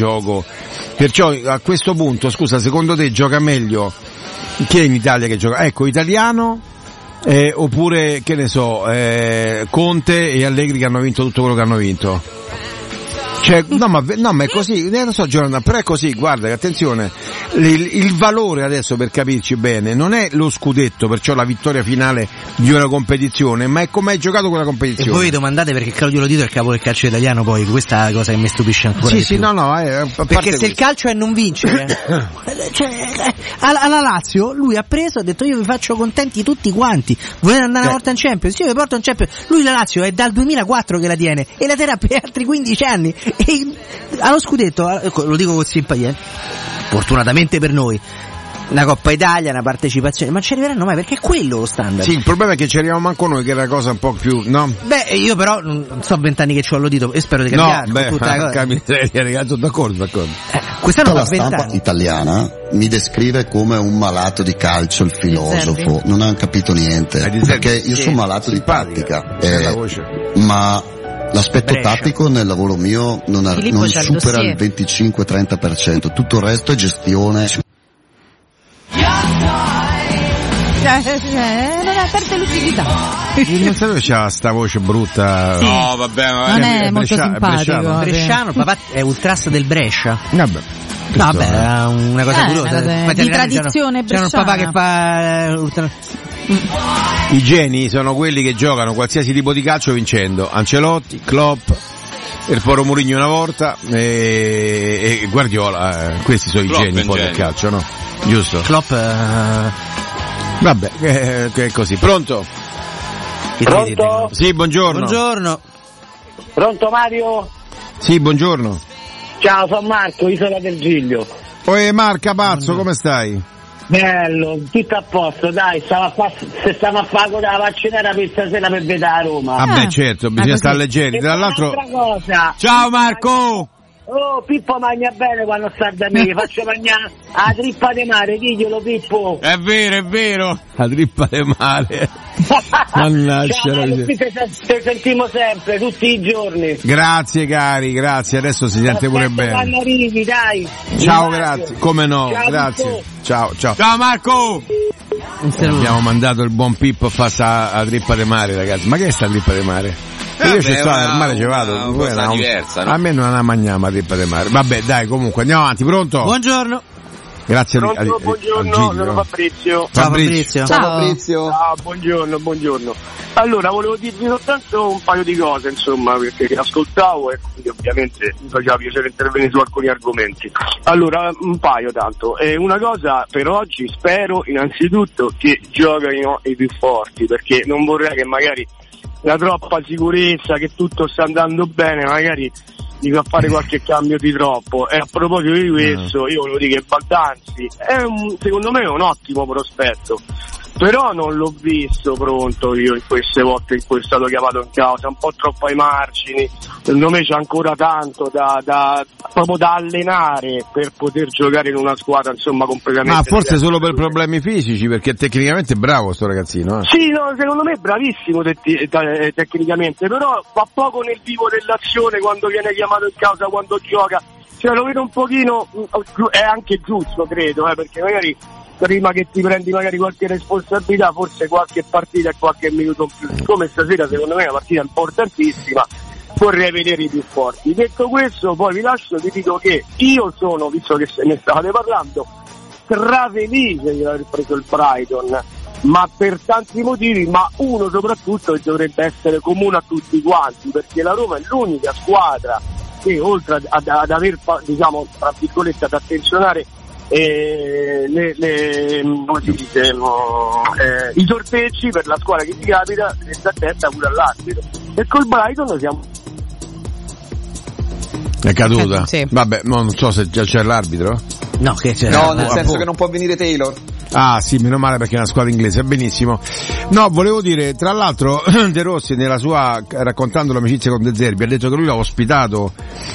perciò a questo punto, scusa, secondo te gioca meglio chi è in Italia che gioca? Ecco, italiano, oppure che ne so, Conte e Allegri che hanno vinto tutto quello che hanno vinto? Cioè, no ma è così, non so Giovanna, però è così, guarda che attenzione, il valore adesso per capirci bene non è lo scudetto, perciò la vittoria finale di una competizione, ma è come hai giocato quella competizione. E voi domandate perché Claudio Lotito è il capo del calcio italiano, poi questa è la cosa che mi stupisce ancora di più. Perché se il calcio è non vincere alla Lazio lui ha preso, ha detto io vi faccio contenti tutti quanti, volete andare una volta in Champions, io vi porto in Champions. Lui la Lazio è dal 2004 che la tiene e la terrà per altri 15 anni e allo scudetto, lo dico con simpatia, fortunatamente per noi, una Coppa Italia, una partecipazione, ma ci arriveranno mai? Perché è quello lo standard. Sì, il problema è che ci arriviamo manco noi, che è una cosa un po' più, no? Beh, io però non so 20 anni che ci ho all'udito e spero di cambiare. No, tutta la cosa. D'accordo. Quest'anno la stampa italiana mi descrive come un malato di calcio, il filosofo. Non hanno capito niente, perché io sono malato di tattica, ma l'aspetto tattico nel lavoro mio non supera il 25-30%, tutto il resto è gestione. Non ha perde lucidità. Non sapevo che c'era sta voce brutta. Sì. No, vabbè, non è molto simpatico. Bresciano, papà è ultras del Brescia. Vabbè. Vabbè, è una cosa curiosa. Di tradizione bresciana. C'è un papà che fa I geni sono quelli che giocano qualsiasi tipo di calcio vincendo. Ancelotti, Klopp, il Poro Mourinho una volta e Guardiola, questi sono Klopp i geni poi del calcio, no? Giusto? Klopp vabbè, è così. Pronto? Pronto? Sì, buongiorno. Pronto Mario? Sì, buongiorno. Ciao, sono Marco, Isola del Giglio. Oe Marca Pazzo, come stai? Bello, tutto a posto, dai, se stiamo a fare con la vaccinata per stasera per vedere a Roma. Ah beh, certo, bisogna stare leggeri. Tra l'altro... Cosa. Ciao Marco! Oh, Pippo mangia bene quando sta da me, faccio mangiare la trippa di mare, diglielo Pippo. È vero, la trippa di mare. Ti sentiamo sempre, tutti i giorni. Grazie cari, grazie, adesso si sente pure bene. Quando arrivi, dai. Ciao, grazie, come no, ciao, grazie. Ciao. Ciao Marco! Abbiamo mandato il buon Pippo a fare la trippa di mare, ragazzi. Ma che è sta trippa di mare? Io ci sto al mare, ci vado. Una cosa diversa, no? A me non la mangiamo la trippa di mare. Vabbè, dai, comunque andiamo avanti, pronto? Buongiorno. Grazie buongiorno, sono Fabrizio. Ciao Fabrizio. Ciao, buongiorno. Allora, volevo dirvi soltanto un paio di cose, insomma, perché ascoltavo e quindi ovviamente mi faceva piacere intervenire su alcuni argomenti. Allora, un paio tanto. Una cosa per oggi, spero innanzitutto che giochino i più forti, perché non vorrei che magari la troppa sicurezza, che tutto sta andando bene, magari di fare qualche cambio di troppo. E a proposito di questo, io volevo dire che Baldanzi è secondo me un ottimo prospetto, però non l'ho visto pronto io in queste volte in cui è stato chiamato in causa, un po' troppo ai margini. Secondo me c'è ancora tanto proprio da allenare per poter giocare in una squadra insomma completamente ma forse solo per problemi fisici, perché tecnicamente è bravo sto ragazzino. Sì, no, secondo me è bravissimo tecnicamente, però fa poco nel vivo dell'azione quando viene chiamato in causa, quando gioca, cioè lo vedo un pochino, è anche giusto credo, perché magari prima che ti prendi magari qualche responsabilità forse qualche partita e qualche minuto in più, come stasera secondo me è una partita importantissima, vorrei vedere i più forti. Detto questo, poi vi lascio, vi dico che io sono, visto che se ne state parlando, strafelice di aver preso il Brighton, ma per tanti motivi, ma uno soprattutto che dovrebbe essere comune a tutti quanti, perché la Roma è l'unica squadra che oltre ad aver, diciamo, tra virgolette, ad attenzionare come si dice, i sorteggi per la squadra che ti capita, sta attenta pure all'arbitro, e col Brighton siamo. È caduta? Sì. Vabbè, non so se già c'è l'arbitro. No, che c'è? No, nel senso che non può venire Taylor. Ah sì, meno male perché è una squadra inglese, benissimo. No, volevo dire, tra l'altro De Rossi nella sua, raccontando l'amicizia con De Zerbi, ha detto che lui l'ha ospitato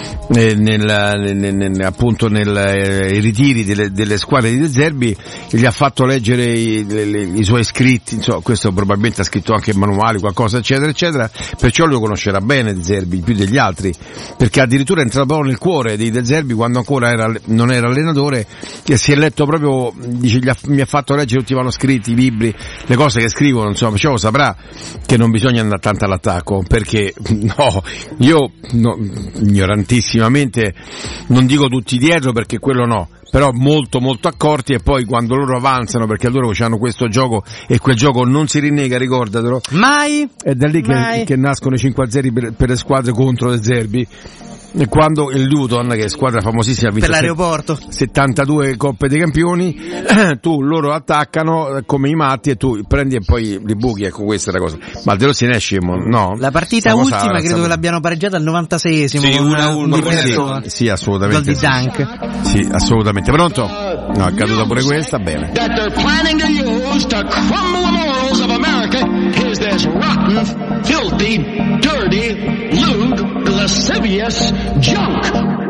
appunto nei ritiri delle squadre di De Zerbi, e gli ha fatto leggere i suoi scritti, insomma, questo probabilmente ha scritto anche manuali, qualcosa eccetera eccetera, perciò lo conoscerà bene De Zerbi più degli altri, perché addirittura è entrato proprio nel cuore di De Zerbi quando ancora non era allenatore, che si è letto proprio, dice, mi ha fatto leggere tutti i manoscritti, i libri, le cose che scrivono, insomma, perciò saprà che non bisogna andare tanto all'attacco, perché io ignorantissimamente non dico tutti dietro, perché quello no, però molto molto accorti, e poi quando loro avanzano, perché loro hanno questo gioco e quel gioco non si rinnega, ricordatelo mai, è da lì che nascono i 5-0 per le squadre contro De Zerbi. E quando il Luton, che è squadra famosissima, ha vinto per l'aeroporto 72 Coppe dei Campioni, loro attaccano come i matti e tu prendi e poi li buchi, ecco, questa è la cosa. Ma De Rossi ne esce, no? La partita ultima credo che l'abbiano pareggiata al 96esimo. Sì, 1-1. Sì, assolutamente. Gol di Dunk. Sì, assolutamente. Pronto? No, è caduta pure questa, bene. That they're planning to use to crumble the morals of America is this rotten, filthy, dirty, lewd, lascivious junk.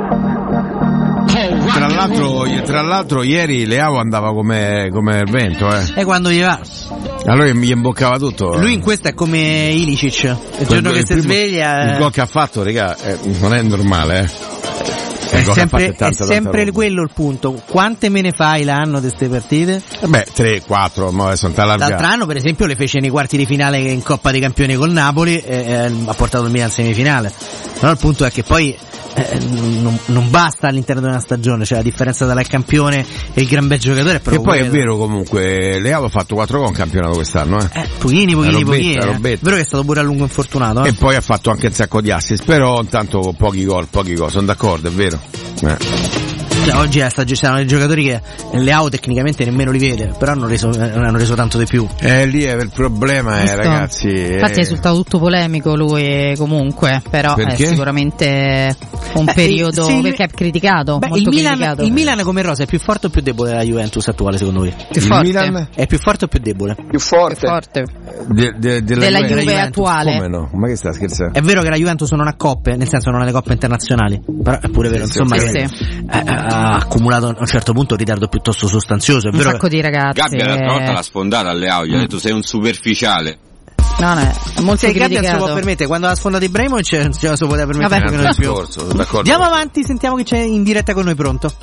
Tra l'altro ieri Leao andava come il vento, E quando gli va? Allora gli imboccava tutto. Lui in questo è come Ilicic, il giorno che si sveglia. Il gol che ha fatto, raga, non è normale, È sempre quello il punto. Quante me ne fai l'anno di queste partite? 3, 4, ma adesso l'altro anno per esempio le fece nei quarti di finale in Coppa dei Campioni col Napoli, ha portato il Milan in semifinale. Però il punto è che poi non basta all'interno di una stagione, cioè la differenza tra il campione e il gran bel giocatore è proprio. E poi è vero, comunque Leao ha fatto 4 gol in campionato quest'anno, pochini. È vero che è stato pure a lungo infortunato, E poi ha fatto anche un sacco di assist, però intanto pochi gol, sono d'accordo, è vero. Cioè, oggi stanno dei giocatori che Leao tecnicamente nemmeno li vede, però hanno reso tanto di più. Lì è il problema, ragazzi. Infatti è risultato tutto polemico lui comunque, però perché? È sicuramente un periodo perché è criticato. Il Milan come rosa è più forte o più debole della Juventus attuale, secondo voi? Più forte. Milan è più forte o più debole? Più forte. Della Juve attuale. Come no? Ma che sta scherzando? È vero che la Juventus non ha coppe, nel senso non ha le coppe internazionali, però è pure vero, insomma, ha accumulato a un certo punto un ritardo piuttosto sostanzioso. È un vero sacco di ragazzi. Gabbia l'altra volta l'ha sfondata alle Leao, gli ha detto sei un superficiale. No, è molto criticato. Gabbia se lo può permettere, quando ha sfondato Ibrahimovic non se lo poteva permettere nemmeno di più. Andiamo avanti, sentiamo chi c'è in diretta con noi. Pronto?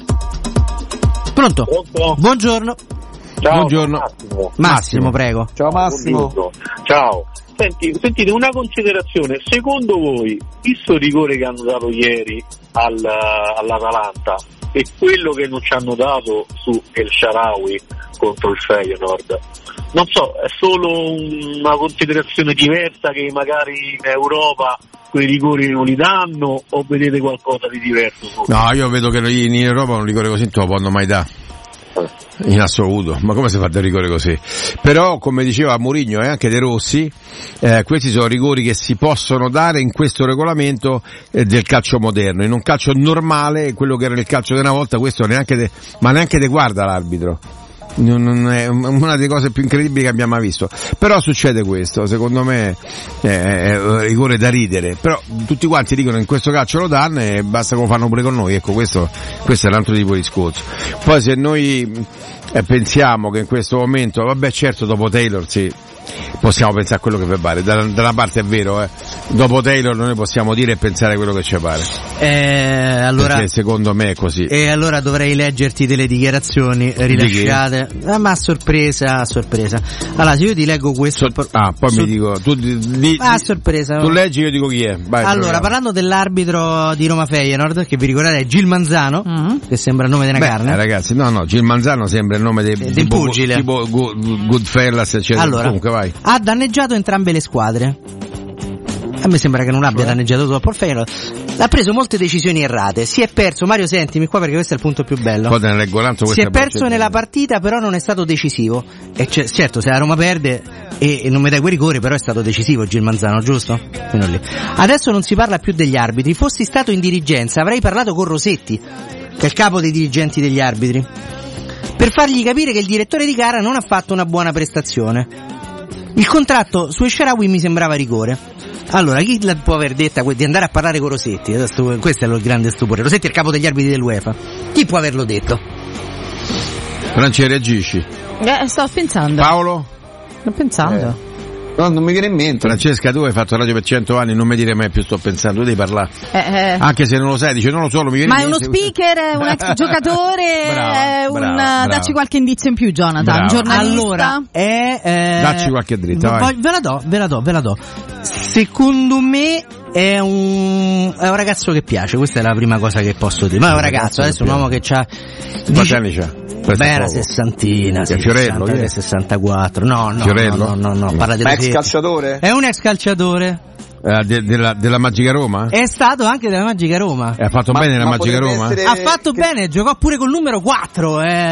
Buongiorno. Ciao, buongiorno. Massimo, prego. Ciao Massimo. Ciao. Sentite, una considerazione, secondo voi, visto il rigore che hanno dato ieri all'Atalanta e quello che non ci hanno dato su El Shaarawy contro il Feyenoord, non so, è solo una considerazione diversa che magari in Europa quei rigori non li danno, o vedete qualcosa di diverso? No, io vedo che in Europa un rigore così non lo possono mai dare. In assoluto, ma come si fa del rigore così? Però, come diceva Mourinho e anche De Rossi, questi sono rigori che si possono dare in questo regolamento del calcio moderno. In un calcio normale, quello che era nel calcio di una volta, questo neanche te guarda l'arbitro. non è una delle cose più incredibili che abbiamo mai visto. Però succede questo, secondo me è rigore da ridere, però tutti quanti dicono in questo calcio lo danno e basta che lo fanno pure con noi, ecco, questo è un altro tipo di discorso. Poi se noi pensiamo che in questo momento, vabbè, certo, dopo Taylor sì, possiamo pensare a quello che vi pare, da una parte è vero, dopo Taylor noi possiamo dire e pensare quello che ci pare, allora, perché secondo me è così. E allora dovrei leggerti delle dichiarazioni rilasciate, ma a sorpresa. Allora, se io ti leggo questo mi dico tu a sorpresa, tu leggi, io dico chi è. Vai, allora, parlando dell'arbitro di Roma Feyenoord, che vi ricordate è Gil Manzano, che sembra il nome di una carne. Ragazzi, no, Gil Manzano sembra il nome del pugile, tipo Goodfellas, eccetera. Allora, comunque vai. Ha danneggiato entrambe le squadre. A me sembra che non abbia danneggiato troppo il Feyenoord. Ha preso molte decisioni errate. Si è perso, Mario, sentimi qua perché questo è il punto più bello. Si è perso nella partita, però non è stato decisivo. E certo, se la Roma perde e non mi dai quei rigori, però è stato decisivo Gil Manzano, giusto? Fino lì. Adesso non si parla più degli arbitri. Fossi stato in dirigenza avrei parlato con Rosetti, che è il capo dei dirigenti degli arbitri, per fargli capire che il direttore di gara non ha fatto una buona prestazione. Il contratto su Esharawi mi sembrava rigore. Allora, chi la può aver detta di andare a parlare con Rosetti? Questo è il grande stupore. Rosetti è il capo degli arbitri dell'UEFA. Chi può averlo detto? Francia, reagisci? Sto pensando. Paolo? Sto pensando. No, non mi viene in mente. Francesca, tu hai fatto radio per 100 anni, non mi dire mai più sto pensando, tu devi parlare. Anche se non lo sai, dice non lo so, non mi viene in mente. Ma è uno speaker, un ex giocatore, bravo. Dacci qualche indizio in più, Jonathan. Bravo. Un giornalista. Allora, dacci qualche dritta, vai. Ve la do. Secondo me è un ragazzo che piace, questa è la prima cosa che posso dire. Ma è un ragazzo, adesso un uomo che c'ha... Quanti anni c'ha? Beh, una sessantina, è Fiorello, 64. No, Fiorello? No. Ma ex calciatore? È un ex calciatore. Della Magica Roma? È stato anche della Magica Roma. Ha fatto bene la Magica Roma? Ha fatto bene, giocò pure col numero 4.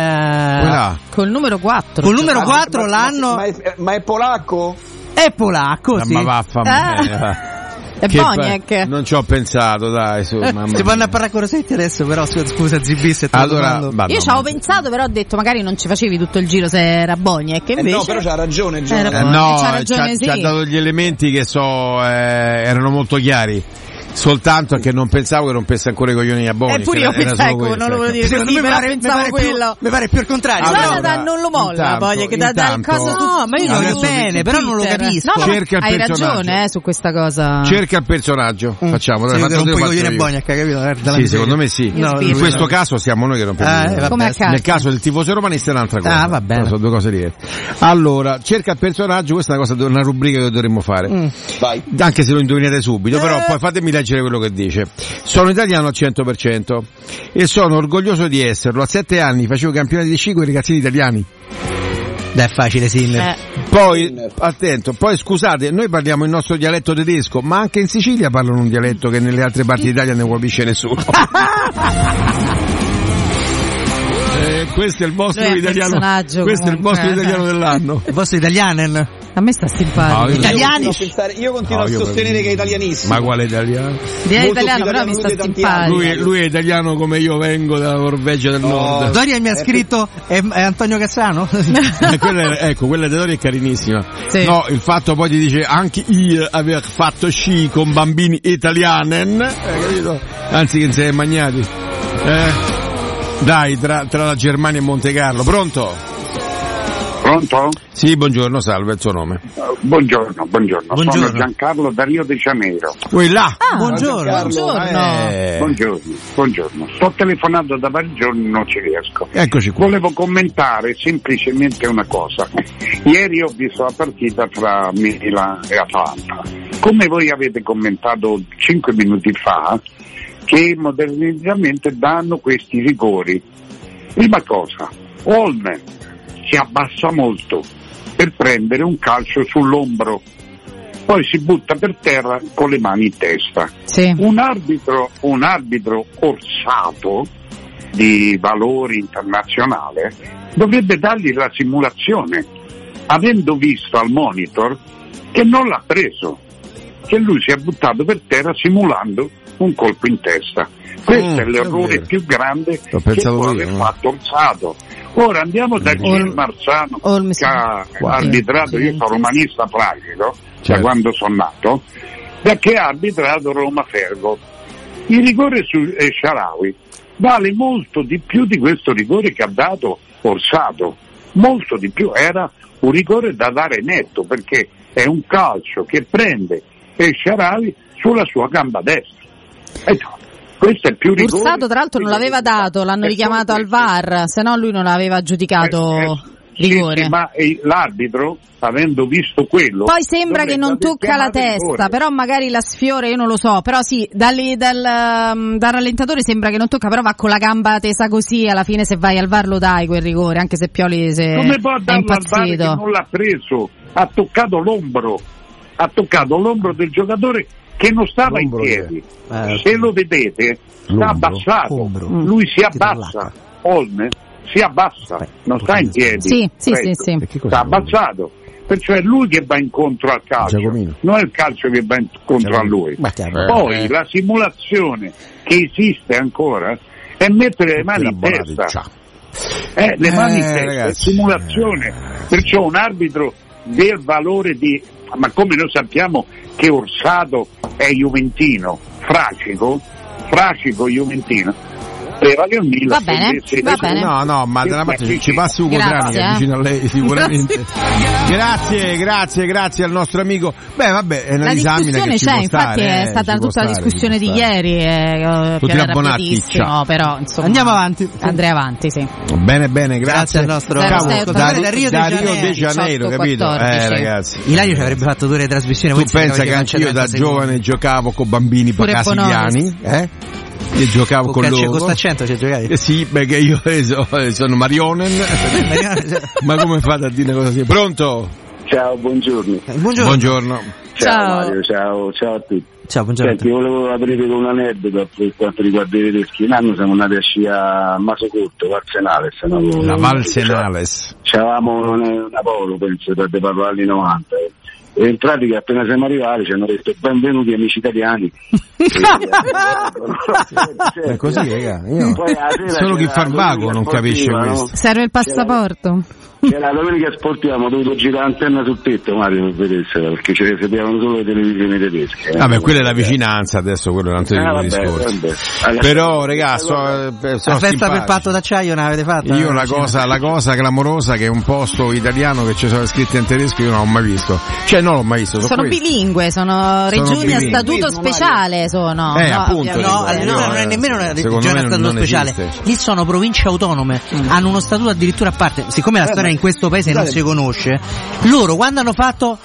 Col numero 4? Col numero 4 l'anno. Ma è polacco? È polacco, sì. Ma vaffanbene. È Boniek. Non ci ho pensato, dai, su, mamma mia. Si vanno a parlare con Rosetti adesso, però scusa Zibis, allora, io ci avevo pensato, però ho detto magari non ci facevi tutto il giro se era Boniek, invece no, però c'ha ragione c'ha ragione, ci ha dato gli elementi che erano molto chiari. Soltanto che non pensavo che rompesse ancora i coglioni a Boni. Pure io pensavo, non lo volevo dire così, però pensavo quello. Mi pare più il contrario. Jonathan non lo molla, Boniek, che dal caso tu. No, ma io lo vedo bene, però non lo capisco. No, hai ragione su questa cosa. Cerca il personaggio, facciamo. Sì, rompo i coglioni a Boniek, capito? Sì, secondo me sì. In questo caso siamo noi che rompiamo. Nel caso del tifoso romanista è un'altra cosa. Va bene. Sono due cose diverse. Allora, cerca il personaggio, questa è una rubrica che dovremmo fare. Vai. Anche se lo indovinate subito, però poi fatemi leggere quello che dice. Sono italiano al 100% e sono orgoglioso di esserlo. A 7 anni facevo campionati di sci con i ragazzini italiani. Dai, è facile, Sinner. Poi, attento, poi scusate, noi parliamo il nostro dialetto tedesco, ma anche in Sicilia parlano un dialetto che nelle altre parti d'Italia non capisce nessuno. Questo è il vostro italiano. Questo è il vostro italiano dell'anno. Il vostro italianen. A me sta simpatico. Italiani. Io continuo a sostenere che è italianissimo. Ma quale italiano? È italiano, però mi sta simpatico. Lui è italiano come io vengo dalla Norvegia del Nord. Doria mi ha scritto è Antonio Cassano? Quella di Doria è carinissima. Sì. No, il fatto poi ti dice anche io aver fatto sci con bambini italianen, capito? Anzi che insieme magnati. Dai, tra la Germania e Monte Carlo. Pronto? Pronto? Sì, buongiorno, salve, il suo nome. Buongiorno. Sono Giancarlo da Rio de Janeiro. Buongiorno. Buongiorno. Sto telefonando da vari giorni, non ci riesco. Eccoci qua. Volevo commentare semplicemente una cosa. Ieri ho visto la partita tra Milan e Atalanta. Come voi avete commentato 5 minuti fa, che modernizzamente danno questi rigori. Prima cosa, Olme si abbassa molto per prendere un calcio sull'ombro, poi si butta per terra con le mani in testa. Sì. Un arbitro orsato di valore internazionale dovrebbe dargli la simulazione, avendo visto al monitor che non l'ha preso, che lui si è buttato per terra simulando un colpo in testa. Questo è l'errore più grande che può aver fatto Orsato. Ora andiamo da Gil Marzano che ha arbitrato, io sono romanista pratico, da quando sono nato, da che ha arbitrato Roma-Fergo. Il rigore su Shaarawy vale molto di più di questo rigore che ha dato Orsato, molto di più, era un rigore da dare netto, perché è un calcio che prende Shaarawy sulla sua gamba destra. Questo è più rigore. Orsato tra l'altro non l'aveva dato, l'hanno richiamato al VAR, se no lui non aveva giudicato rigore. Sì, ma l'arbitro, avendo visto quello, poi sembra che non tocca la testa, rigore. Però magari la sfiore, io non lo so, però sì, dal rallentatore sembra che non tocca, però va con la gamba tesa così, alla fine se vai al VAR lo dai quel rigore, anche se Pioli è impazzito. Come può darlo al VAR che non l'ha preso? Ha toccato l'ombro del giocatore che non stava in piedi. Se lo vedete, sta abbassato, lui si abbassa, Olme si abbassa, non sta in piedi, sì. Sta abbassato, perciò è lui che va incontro al calcio, non è il calcio che va incontro a lui. Poi la simulazione che esiste ancora è mettere le mani in testa, le mani in testa, è simulazione, perciò un arbitro del valore di, ma come noi sappiamo che Orsato è juventino, Fracico juventino, prevale il Milan. Va bene. No, ma dalla parte ci passi Ugo Trani che è vicino a lei sicuramente. Grazie al nostro amico. Beh, vabbè, è una la disamina discussione che c'è, infatti è stata tutta la discussione di ieri, tutti abbonati, però insomma andiamo avanti. Andrei avanti, sì. Bene, grazie al nostro da Rio de Janeiro, capito? Ragazzi. Ilario ci avrebbe fatto 2 ore di trasmissione. Tu pensa che anch'io da giovane giocavo con bambini brasiliani, Io giocavo con loro. Costa 100 ci giocavi? Sì, perché io sono Marionen. Ma come fate a dire una cosa così? Pronto? Ciao, buongiorno. Ciao Mario, ciao a tutti. Ciao, buongiorno. Senti, volevo aprire con un aneddoto per quanto riguarda i tedeschi. Un anno siamo andati a sci a Masocorto, Valsenales. La Valsenales. C'avevamo una polo, penso, da parlare agli 90. E in pratica appena siamo arrivati ci hanno detto benvenuti amici italiani. È così, raga. Solo chi fa il vago non capisce questo. Serve il passaporto. C'era la domenica sportiva, abbiamo dovuto girare l'antenna sul tetto, Mario, per vedessero, perché ci vedevano solo le televisioni tedesche. Vabbè, quella è la vicinanza, adesso quello è un altro discorso. Però, ragazzi, la festa per patto d'acciaio non l'avete fatta? Io la cosa clamorosa che è un posto italiano che ci sono scritti in tedesco io non l'ho mai visto. Cioè non l'ho mai visto. Sono bilingue, sono regioni a statuto speciale, sono. Appunto. No, allora non è nemmeno una regione a statuto speciale. Lì sono province autonome, hanno uno statuto addirittura a parte. Siccome la storia in questo paese non si conosce, loro quando hanno fatto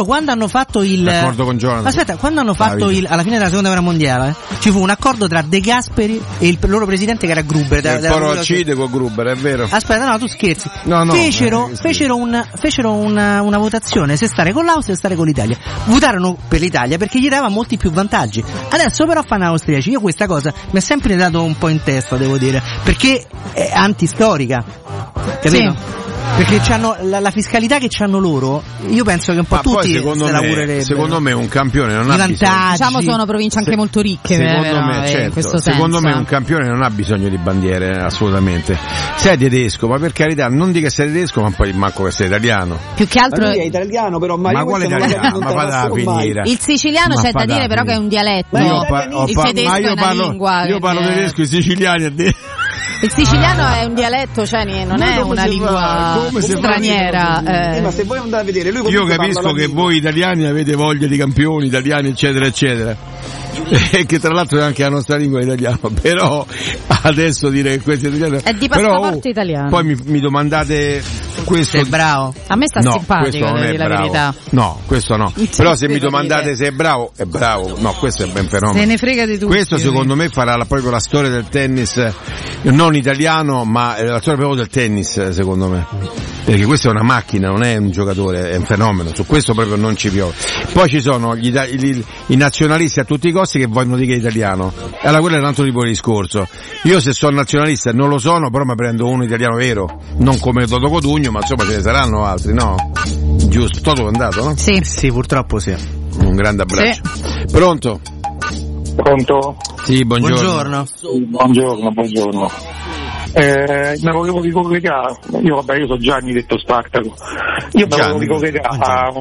il l'accordo con Jonathan, aspetta, quando hanno fatto alla fine della seconda guerra mondiale ci fu un accordo tra De Gasperi e il loro presidente che era Gruber, il Poro Accide con Gruber, è vero? Aspetta, no, tu scherzi. Fecero una votazione se stare con l'Austria o stare con l'Italia. Votarono per l'Italia perché gli dava molti più vantaggi. Adesso però fanno austriaci. Io questa cosa mi ha sempre dato un po' in testa, devo dire, perché è antistorica, capito? Sì. Perché c'hanno la fiscalità che c'hanno loro, io penso che un po' tutti secondo me un campione non ha bisogno. Diciamo sono province anche molto ricche, in questo senso. Secondo me un campione non ha bisogno di bandiere, assolutamente. Sei tedesco, ma per carità, non dica che sei tedesco, ma poi manco che sei italiano. Più che altro è italiano, però ma quale italiano? Ma vada alla finiera. Il siciliano c'è da dire però che è un dialetto. Il tedesco è una lingua. Io parlo tedesco, i siciliani il siciliano è un dialetto, cioè non è una lingua straniera. Ma se voi andate a vedere, lui io capisco che voi italiani avete voglia di campioni italiani, eccetera, eccetera. E che tra l'altro è anche la nostra lingua italiana, però adesso dire che questo è italiano è di passaporto italiano. Poi mi domandate questo è bravo. A me sta simpatico, devo dire la verità. No, questo no. Però se mi domandate se è bravo, è bravo. No, questo è ben fenomeno. Se ne frega di tutto. Questo secondo me farà proprio la storia del tennis non italiano, ma la storia proprio del tennis, secondo me. Perché questa è una macchina, non è un giocatore, è un fenomeno. Su questo proprio non ci piove. Poi ci sono i nazionalisti a tutti i costi che vogliono dire che è italiano. E allora quello è un altro tipo di discorso. Io se sono nazionalista e non lo sono, però mi prendo uno italiano vero, non come Toto Cotugno, ma insomma ce ne saranno altri, no? Giusto, Toto è andato, no? Sì, purtroppo sì. Un grande abbraccio. Sì. Pronto? Pronto? Sì, buongiorno. Buongiorno. Me volevo ricollegare, io sono Gianni detto Spartaco, io me volevo ricollegare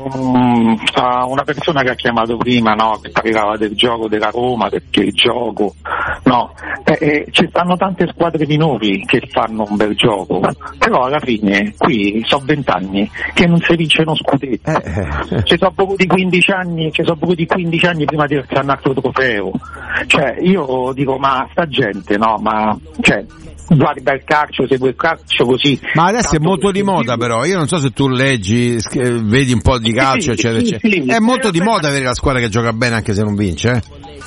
a una persona che ha chiamato prima, no, che parlava del gioco della Roma, perché il gioco, no, ci stanno tante squadre minori che fanno un bel gioco, però alla fine qui sono 20 anni che non si vince uno scudetto, ci sono poco di 15 anni prima di essere un altro trofeo, cioè io dico ma sta gente, no, ma cioè guarda il calcio, segue il calcio così. Ma adesso è molto di moda, però io non so se tu leggi, vedi un po' di calcio, eccetera, eccetera. È molto di moda avere la squadra che gioca bene anche se non vince,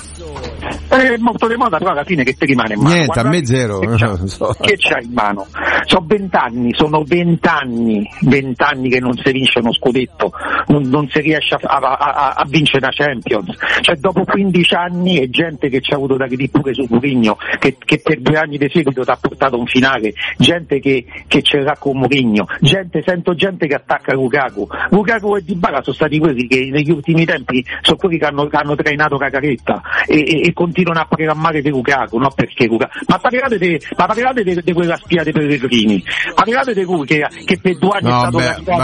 È molto di moda, però alla fine che ti rimane in mano? Niente, a me zero. Che c'hai in mano? Sono 20 anni che non si vince uno scudetto, non si riesce a vincere una Champions. Cioè dopo 15 anni è gente che ci ha avuto da dire pure su Mourinho, che per 2 anni di seguito ti ha portato a un finale, gente che ce l'ha con Mourinho, sento gente che attacca Lukaku e Dybala sono stati quelli che negli ultimi tempi sono quelli che hanno trainato Cacaretta e continuano a programmare di Lukaku, no perché Lukaku, ma parlate di quella spia dei Pellegrini, parlate di lui che per 2 anni è stato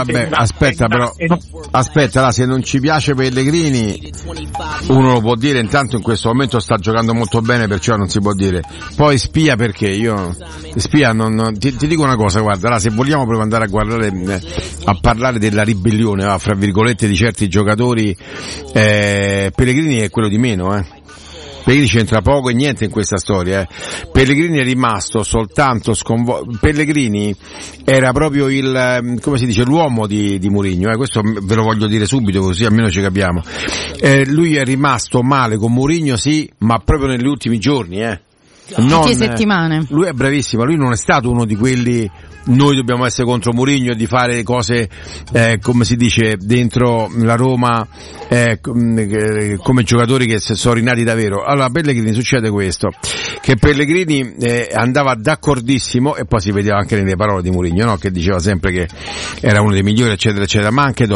aspetta, là, se non ci piace Pellegrini uno lo può dire, intanto in questo momento sta giocando molto bene, perciò non si può dire, poi spia perché io spia ti dico una cosa, guarda, là, se vogliamo proprio andare a parlare della ribellione, fra virgolette, di certi giocatori, Pellegrini è quello di meno, Pellegrini c'entra poco e niente in questa storia, Pellegrini è rimasto soltanto Pellegrini era proprio l'uomo di Mourinho, questo ve lo voglio dire subito così almeno ci capiamo, lui è rimasto male con Mourinho, sì, ma proprio negli ultimi giorni, non settimane. Lui è bravissimo, lui non è stato uno di quelli noi dobbiamo essere contro Mourinho e di fare cose come si dice dentro la Roma come giocatori che sono rinati davvero. Allora Pellegrini succede questo, che Pellegrini andava d'accordissimo, e poi si vedeva anche nelle parole di Mourinho, no? Che diceva sempre che era uno dei migliori eccetera eccetera, ma anche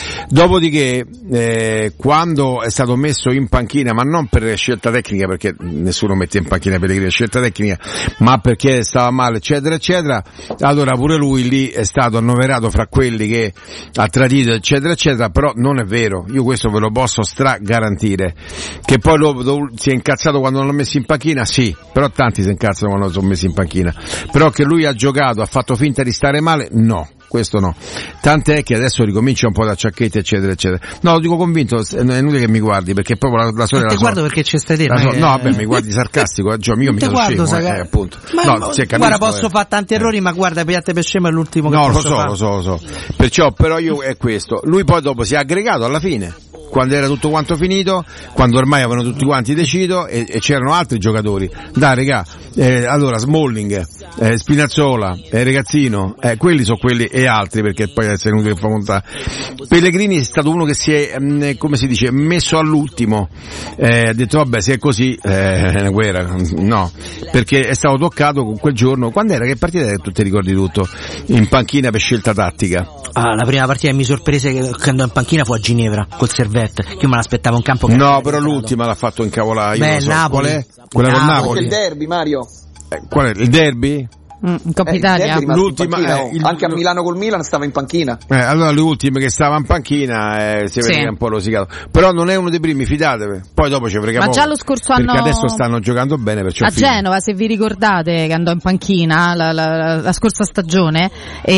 dopodiché quando è stato messo in panchina, ma non per scelta tecnica, perché nessuno mette in panchina Pellegrini scelta tecnica, ma perché stava male eccetera eccetera, allora pure lui lì è stato annoverato fra quelli che ha tradito eccetera eccetera, però non è vero, io questo ve lo posso garantire, che poi si è incazzato quando non l'ho messo in panchina, sì, però tanti si incazzano quando sono messi in panchina, però che lui ha giocato, ha fatto finta di stare male, no, questo no, tant'è che adesso ricomincia un po' da ciacchette eccetera eccetera, no, lo dico convinto, è inutile che mi guardi, perché proprio la storia non ti guardo perché c'è stai te, no vabbè, mi guardi sarcastico, io mica sono scemo, appunto, no, guarda, posso fare tanti errori, ma guarda, piatte per scemo è l'ultimo che posso fare. Lo so, perciò però io è questo, lui poi dopo si è aggregato alla fine, quando era tutto quanto finito, quando ormai avevano tutti quanti deciso e c'erano altri giocatori, dai regà, allora Smalling, Spinazzola, Regazzino, quelli sono quelli e altri, perché poi è inutile che fa montare. Pellegrini è stato uno che si è, come si dice, messo all'ultimo, ha detto vabbè, se è così è una guerra, no, perché è stato toccato con quel giorno, quando era, che partita era, tu ti ricordi tutto, in panchina per scelta tattica. La prima partita che mi sorprese che andò in panchina fu a Ginevra col Servette, che io me l'aspettavo in campo. No, però l'ultima l'ha fatto incavolare. Beh, Napoli. Qual è? Quella con Napoli. Il derby, Mario. Qual è? Il derby? In Coppa Italia. L'ultima, anche a Milano col Milan stava in panchina. Allora le ultime che stava in panchina si vede un po' rosicato, però non è uno dei primi, fidatevi, poi dopo ci frega ma poco, già lo scorso anno, perché adesso stanno giocando bene, perciò a Genova, se vi ricordate, che andò in panchina la scorsa stagione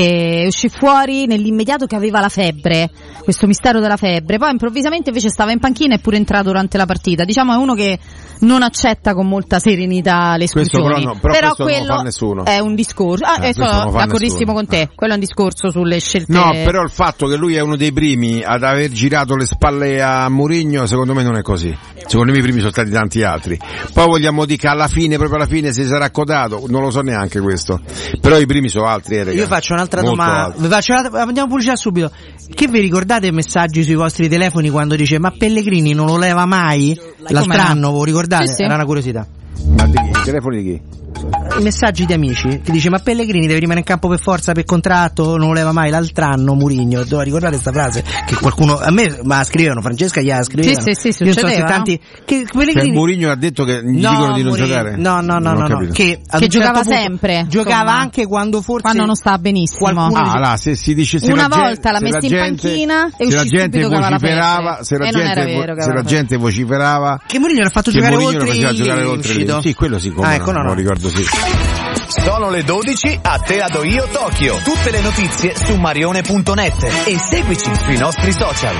e uscì fuori nell'immediato che aveva la febbre, questo mistero della febbre, poi improvvisamente invece stava in panchina e pure entrato durante la partita, diciamo è uno che non accetta con molta serenità le esclusioni, però quello non fa nessuno. È un discorso, sono d'accordissimo con te, quello è un discorso sulle scelte. No, però il fatto che lui è uno dei primi ad aver girato le spalle a Mourinho, secondo me non è così, secondo me i primi sono stati tanti altri, poi vogliamo dire che alla fine, proprio alla fine si sarà accodato, non lo so neanche questo, però i primi sono altri, ragazzi. Io faccio un'altra domanda, andiamo pubblicità subito, che vi ricordate i messaggi sui vostri telefoni quando dice ma Pellegrini non lo leva mai? L'altro anno, voi ricordate? Sì. Era una curiosità. Ma di chi? I telefoni di chi? I messaggi di amici che dice ma Pellegrini deve rimanere in campo per forza per contratto, non lo leva mai. L'altro anno Mourinho, ricordate questa frase che qualcuno a me ma scrivevano, Francesca gliela scrivevano. Sì, succedeva, tanti che Pellegrini... Cioè, Mourinho ha detto che gli dicono di non giocare. No, che giocava sempre, giocava anche quando non stava benissimo. Se si dice una volta l'ha messa in panchina e uscì subito vociferava, se la gente vociferava che Mourinho l'ha fatto giocare oltre il sì, quello sì, come non lo ricordo. Sì. Sono le 12, a te la do io Tokyo. Tutte le notizie su marione.net e seguici sui nostri social.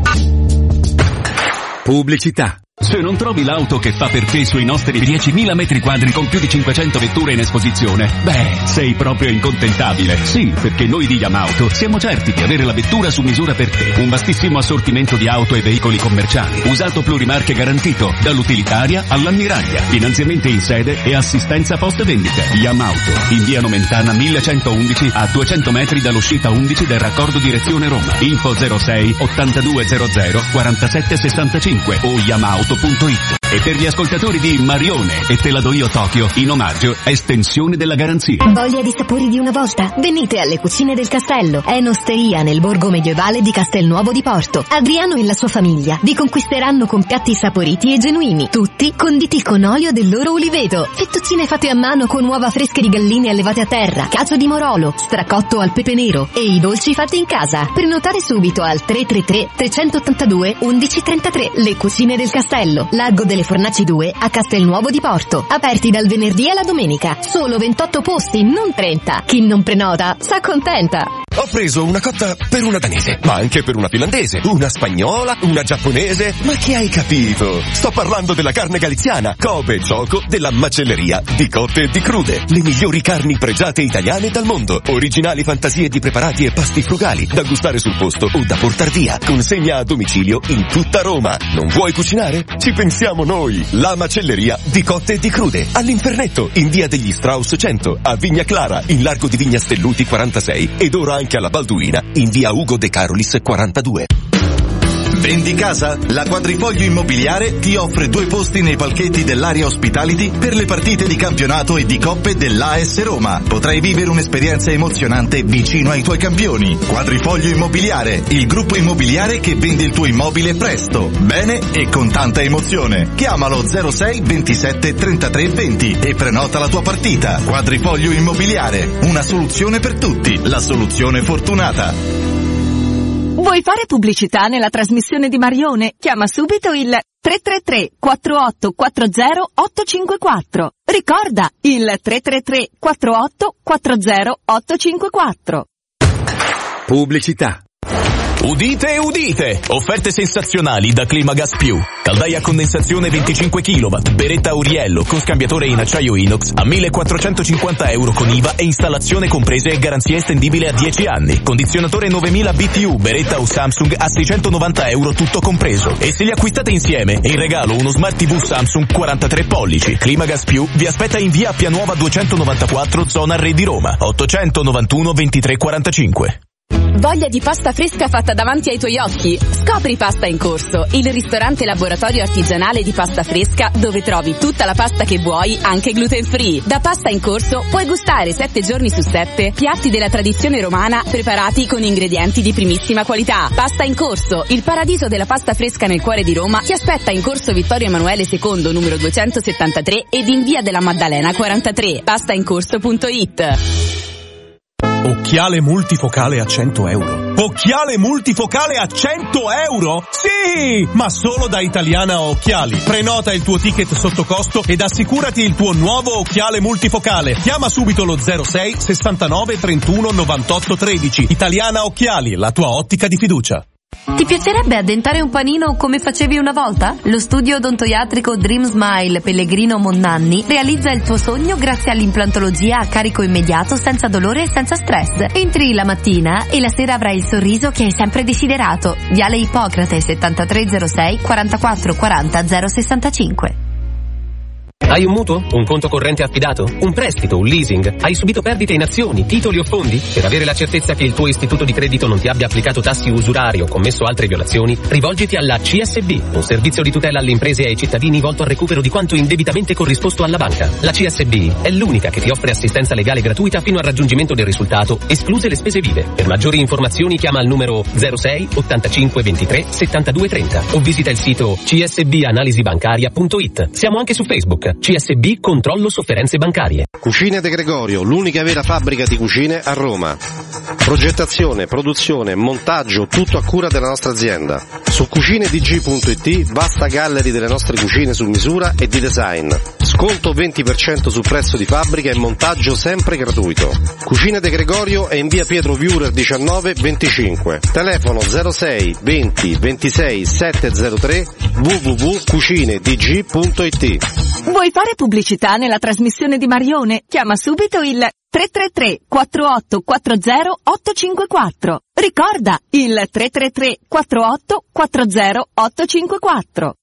Pubblicità. Se non trovi l'auto che fa per te sui nostri 10.000 metri quadri con più di 500 vetture in esposizione, sei proprio incontentabile. Sì, perché noi di Yamauto siamo certi di avere la vettura su misura per te. Un vastissimo assortimento di auto e veicoli commerciali, usato plurimarche garantito, dall'utilitaria all'ammiraglia, finanziamenti in sede e assistenza post vendita. Yamauto, in via Nomentana 1111 a 200 metri dall'uscita 11 del raccordo direzione Roma. Info 06 8200 47 65 o Yamauto.it. E per gli ascoltatori di Marione e Te la do io Tokyo, in omaggio, estensione della garanzia. Voglia di sapori di una volta? Venite alle Cucine del Castello. È un'osteria nel borgo medievale di Castelnuovo di Porto. Adriano e la sua famiglia vi conquisteranno con piatti saporiti e genuini, tutti conditi con olio del loro uliveto. Fettuccine fatte a mano con uova fresche di galline allevate a terra, cacio di morolo, stracotto al pepe nero e i dolci fatti in casa. Prenotare subito al 333 382 1133. Le Cucine del Castello, largo delle Fornaci 2 a Castelnuovo di Porto. Aperti dal venerdì alla domenica. Solo 28 posti, non 30. Chi non prenota s'accontenta. Ho preso una cotta per una danese, ma anche per una finlandese, una spagnola, una giapponese. Ma che hai capito? Sto parlando della carne galiziana, Kobe Choco della macelleria di cotte e di crude. Le migliori carni pregiate italiane dal mondo. Originali fantasie di preparati e pasti frugali, da gustare sul posto o da portar via. Consegna a domicilio in tutta Roma. Non vuoi cucinare? Ci pensiamo noi. La macelleria di cotte e di crude. All'Infernetto, in via degli Strauss 100, a Vigna Clara, in largo di Vigna Stelluti 46 ed ora anche alla Balduina, in via Ugo De Carolis 42. Vendi casa? La Quadrifoglio Immobiliare ti offre 2 posti nei palchetti dell'area Hospitality per le partite di campionato e di coppe dell'AS Roma. Potrai vivere un'esperienza emozionante vicino ai tuoi campioni. Quadrifoglio Immobiliare, il gruppo immobiliare che vende il tuo immobile presto, bene e con tanta emozione. Chiamalo 06 27 33 20 e prenota la tua partita. Quadrifoglio Immobiliare, una soluzione per tutti, la soluzione fortunata. Vuoi fare pubblicità nella trasmissione di Marione? Chiama subito il 333 4840 854. Ricorda, il 333 4840 854. Pubblicità. Udite, udite! Offerte sensazionali da Climagas Più. Caldaia a condensazione 25 kW, beretta Auriello con scambiatore in acciaio inox a 1.450 euro con IVA e installazione comprese e garanzia estendibile a 10 anni. Condizionatore 9000 BTU, beretta o Samsung a 690 euro tutto compreso. E se li acquistate insieme, è in regalo uno Smart TV Samsung 43 pollici. Climagas Più vi aspetta in via Appia Nuova 294, zona Re di Roma, 891 23 45. Voglia di pasta fresca fatta davanti ai tuoi occhi? Scopri Pasta in Corso, il ristorante laboratorio artigianale di pasta fresca dove trovi tutta la pasta che vuoi, anche gluten free. Da Pasta in Corso puoi gustare 7 giorni su 7 piatti della tradizione romana preparati con ingredienti di primissima qualità. Pasta in Corso, il paradiso della pasta fresca nel cuore di Roma, ti aspetta in Corso Vittorio Emanuele II, numero 273 ed in via della Maddalena 43. Pastaincorso.it. Occhiale multifocale a 100 euro. Occhiale multifocale a 100 euro? Sì! Ma solo da Italiana Occhiali. Prenota il tuo ticket sotto costo ed assicurati il tuo nuovo occhiale multifocale. Chiama subito lo 06 69 31 98 13. Italiana Occhiali, la tua ottica di fiducia. Ti piacerebbe addentare un panino come facevi una volta? Lo studio odontoiatrico Dream Smile Pellegrino Monnanni realizza il tuo sogno grazie all'implantologia a carico immediato, senza dolore e senza stress. Entri la mattina e la sera avrai il sorriso che hai sempre desiderato. Viale Ippocrate 7306 44 40 065. Hai un mutuo? Un conto corrente affidato? Un prestito? Un leasing? Hai subito perdite in azioni, titoli o fondi? Per avere la certezza che il tuo istituto di credito non ti abbia applicato tassi usurari o commesso altre violazioni, rivolgiti alla CSB, un servizio di tutela alle imprese e ai cittadini volto al recupero di quanto indebitamente corrisposto alla banca. La CSB è l'unica che ti offre assistenza legale gratuita fino al raggiungimento del risultato, escluse le spese vive. Per maggiori informazioni chiama al numero 06 85 23 72 30 o visita il sito csbanalisibancaria.it. Siamo anche su Facebook. CSB Controllo Sofferenze Bancarie. Cucine De Gregorio, l'unica vera fabbrica di cucine a Roma. Progettazione, produzione, montaggio, tutto a cura della nostra azienda. Su cucinedg.it, vasta gallery delle nostre cucine su misura e di design. Sconto 20% sul prezzo di fabbrica e montaggio sempre gratuito. Cucine De Gregorio è in via Pietro Viurer 19 25. Telefono 06 20 26 703 www.cucinedg.it. Vuoi fare pubblicità nella trasmissione di Marione? Chiama subito il 333 4840 854. Ricorda il 333 4840 854.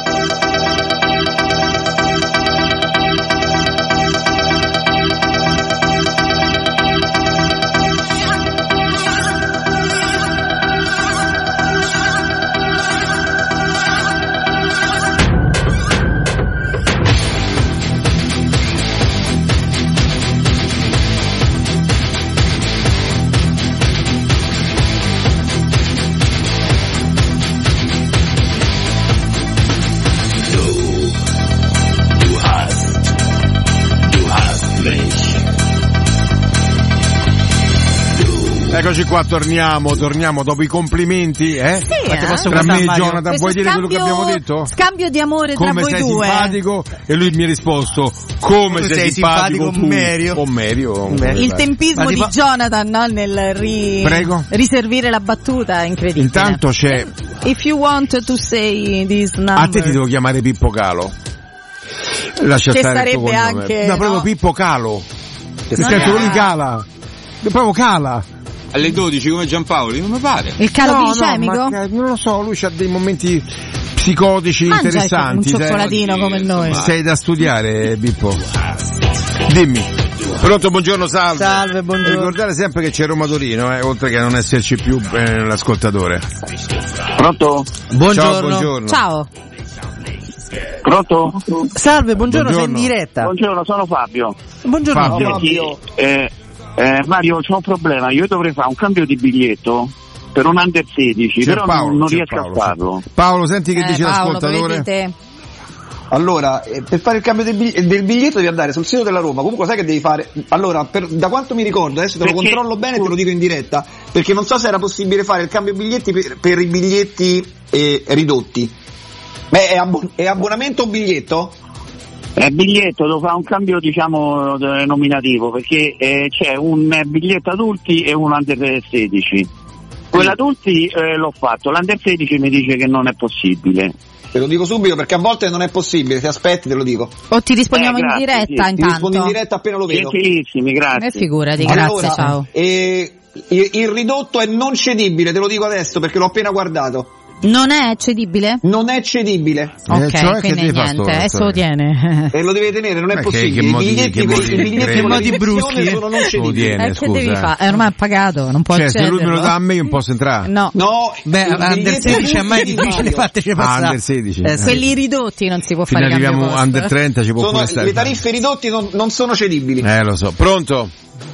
Eccoci qua, torniamo dopo i complimenti, Sì, tra me e Jonathan, vuoi dire quello che abbiamo detto? Scambio di amore tra voi due. Come sei simpatico? E lui mi ha risposto, come sei simpatico tu? Con Merio. Il tempismo di Jonathan, no? Nel riservire la battuta, è incredibile. Intanto c'è... If you want to say this number. A te ti devo chiamare Pippo Calo. Lascia che stare sarebbe il tuo anche... No, proprio Pippo Calo. Che sento lui cala. Proprio cala. Alle 12 come Giampaolo, non mi pare. Il calo glicemico? Non lo so, lui ha dei momenti psicotici mangia interessanti. Un cioccolatino come noi. Sei da studiare, Pippo. Dimmi. Pronto, buongiorno, salve. Salve, buongiorno. Ricordate sempre che c'è Roma Torino, oltre che a non esserci più l'ascoltatore. Pronto? Ciao, buongiorno. Ciao. Pronto? Salve, buongiorno, sei in diretta. Buongiorno, sono Fabio. Buongiorno Fabio. Mario, c'è un problema, io dovrei fare un cambio di biglietto per un under 16, però Paolo, non riesco a farlo. Paolo, senti che dice l'ascoltatore? Allora, per fare il cambio del biglietto devi andare sul sito della Roma. Comunque sai che devi fare? Allora, da quanto mi ricordo, adesso te lo controllo bene e te lo dico in diretta, perché non so se era possibile fare il cambio biglietti per i biglietti ridotti. Beh, è abbonamento o biglietto? È biglietto, devo fare un cambio nominativo, perché c'è un biglietto adulti e un under 16. Quello adulti l'ho fatto, l'under 16 mi dice che non è possibile. Te lo dico subito perché a volte non è possibile, se aspetti te lo dico. O ti rispondiamo in diretta intanto. Ti rispondo in diretta appena lo vedo. Gentilissimi, grazie. Figurati, grazie, ciao. Il ridotto è non cedibile, te lo dico adesso perché l'ho appena guardato. Non è cedibile? Non è cedibile. Ok, cioè quindi niente, adesso lo tiene. E lo deve tenere, non è possibile. Che modi bruschi sono non cedibili. Che devi fare? Ormai è pagato, non può accederlo. Se lui me lo dà a me io non posso entrare. No. Beh, under 16 è mai difficile, fateci passare. Under 16. Quelli ridotti non si può fare. Se arriviamo under 30 ci può pure stare. Le tariffe ridotte non sono cedibili. Lo so. Pronto?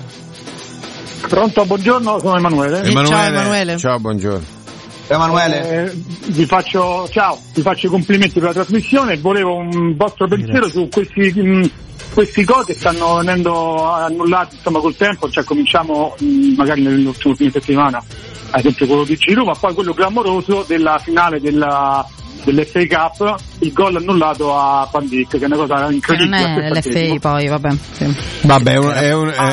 Pronto, buongiorno, sono Emanuele. Ciao Emanuele. Ciao, buongiorno. Emanuele, vi faccio i complimenti per la trasmissione e volevo un vostro pensiero su questi gol che stanno venendo annullati, insomma, col tempo. Cioè cominciamo magari nell'ultima settimana, ad esempio quello di Giroud, ma poi quello clamoroso della finale dell'FA Cup, il gol annullato a Van Dijk, che è una cosa incredibile. Non è l'FA poi, vabbè. Sì. Vabbè, è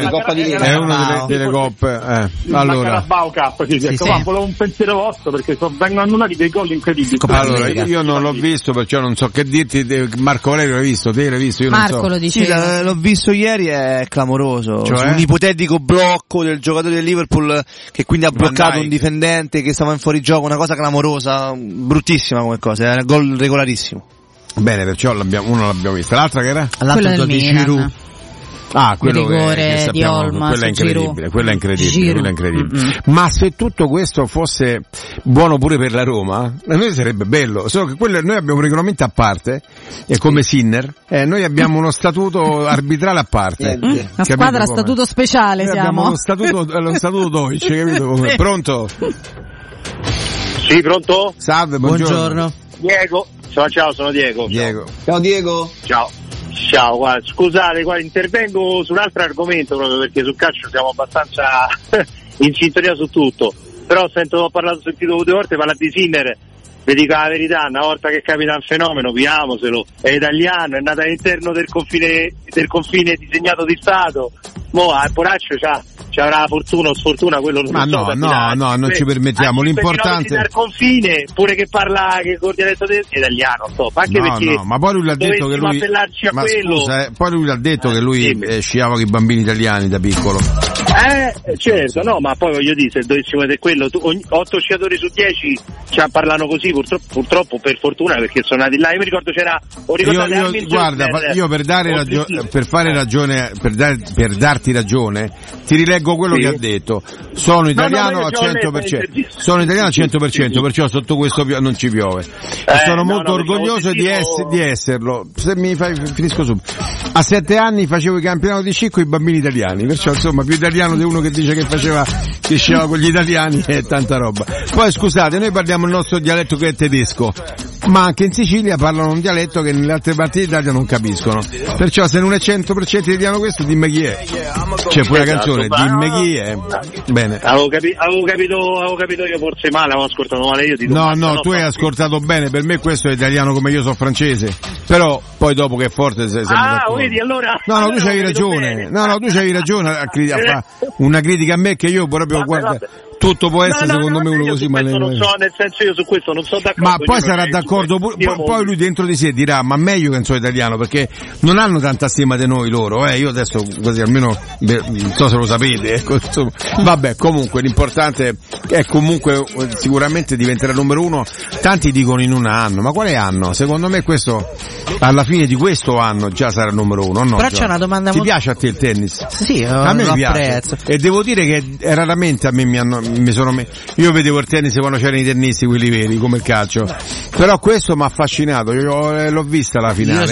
una delle coppe. Allora, Carabao Cup, sì. Volevo un pensiero vostro perché vengono annullati dei gol incredibili. Allora, io non l'ho visto, perciò non so che dirti. Marco Valerio l'hai visto? Te l'hai visto? Io Marco non so. Lo dice. Sì, l'ho visto ieri, è clamoroso. Cioè? Un ipotetico blocco del giocatore del Liverpool che quindi ha bloccato un difendente che stava in fuorigioco, una cosa clamorosa, bruttissima come cosa, è un gol regolarissimo. Bene, perciò uno l'abbiamo vista, l'altra che era? L'altro di Giroud. Ah, quello che sappiamo, Olma, quello è incredibile, quello è incredibile. Mm-hmm. Ma se tutto questo fosse buono pure per la Roma, a noi sarebbe bello, solo che noi abbiamo un regolamento a parte, e come Sinner, noi abbiamo uno statuto arbitrale a parte. Una squadra a statuto speciale noi siamo. Abbiamo lo statuto Deutsch, capito? Come? Pronto? Sì, pronto? Salve, buongiorno. Diego. Ciao, sono Diego. Ciao Diego. Ciao, guarda, scusate, intervengo su un altro argomento proprio perché sul calcio siamo abbastanza in sintonia su tutto, però ho sentito 2 volte parlare di Sinner, vi dico la verità, una volta che capita un fenomeno, piamoselo, è italiano, è nato all'interno del confine disegnato di Stato, mo a Poraccio ci avrà fortuna o sfortuna, quello non so. No, non ci permettiamo, l'importante al confine, pure che parla che col dialetto italiano, anche perché ma poi lui l'ha detto che lui appellarci a quello. Scusa, poi lui l'ha detto che lui sciava con i bambini italiani da piccolo. Certo, no, ma poi voglio dire, se dovessimo vedere quello, 8 sciatori su 10 ci parlano così, purtroppo per fortuna, perché sono nati là. Io mi ricordo io per darti ragione ti rileggo quello che ha detto. Sono italiano al 100%. Sono italiano al 100%, perciò sotto questo non ci piove. Sono molto orgoglioso di esserlo. Se mi finisco subito. A 7 anni facevo i campionati di sci con i bambini italiani, perciò insomma più italiano di uno che dice che sceva con gli italiani è tanta roba. Poi scusate, noi parliamo il nostro dialetto che è tedesco, ma anche in Sicilia parlano un dialetto che nelle altre parti d'Italia non capiscono, perciò se non è 100% italiano questo, dimmi chi è. C'è pure la canzone, dimmi chi è. Bene. Avevo capito io forse male, avevo ascoltato male io. No, tu hai ascoltato bene, per me questo è italiano come io sono francese, però poi dopo che è forte vedi, allora. No, tu c'avevi ragione. No, tu c'avevi ragione a fare una critica a me che io proprio guarda. Tutto può essere secondo me uno così, ma non so, nel senso io su questo non sono d'accordo. Ma poi sarà d'accordo poi lui dentro di sé dirà ma meglio che non so italiano, perché non hanno tanta stima di noi loro, io adesso così almeno non so se lo sapete, ecco, insomma. Vabbè, comunque l'importante è comunque sicuramente diventerà numero 1. Tanti dicono in un anno, ma quale anno? Secondo me questo alla fine di questo anno già sarà il numero 1, no? Però c'è una domanda ti piace a te il tennis? Sì, a me lo mi piace apprezzo. e devo dire che raramente a me io vedevo il tennis quando c'erano i tennisti quelli veri come il calcio, però questo mi ha affascinato, io l'ho vista la finale.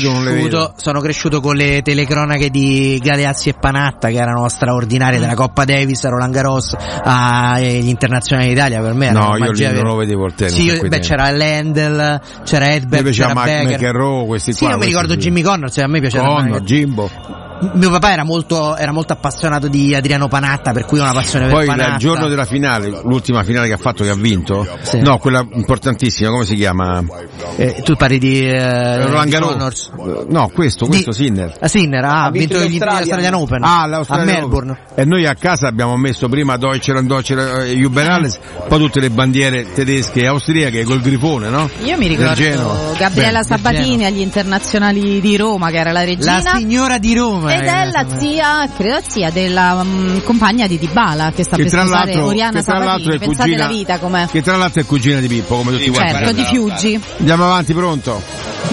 Io sono cresciuto con le telecronache di Galeazzi e Panatta che erano straordinarie, della Coppa Davis, Roland Garros, gli internazionali d'Italia, per me no, io non lo vedevo il tennis. Sì, c'era Lendl, c'era Edberg, c'era Becker, McEnroe, questi qua. Io mi ricordo Jimmy Connors, a me piaceva Jimbo. Mio papà era molto appassionato di Adriano Panatta, per cui ho una passione per Panatta. Poi il giorno della finale, l'ultima finale che ha fatto, che ha vinto, sì. No, quella importantissima, come si chiama? Tu parli di Roland Garros. No, questo Sinner. Sinner ha vinto l'Australian Open a Melbourne. E noi a casa abbiamo messo prima Deutschland, Jubenales, poi tutte le bandiere tedesche e austriache col grifone, no? Io mi ricordo Gabriella Sabatini agli internazionali di Roma, che era la regina. La signora di Roma. Ed è la zia della compagna di Dybala, che sta per sposare Oriana Sabatini. Pensate la vita com'è. Che tra l'altro è cugina di Pippo, come tutti quanti. Certo, di Fiuggi. Andiamo avanti, pronto?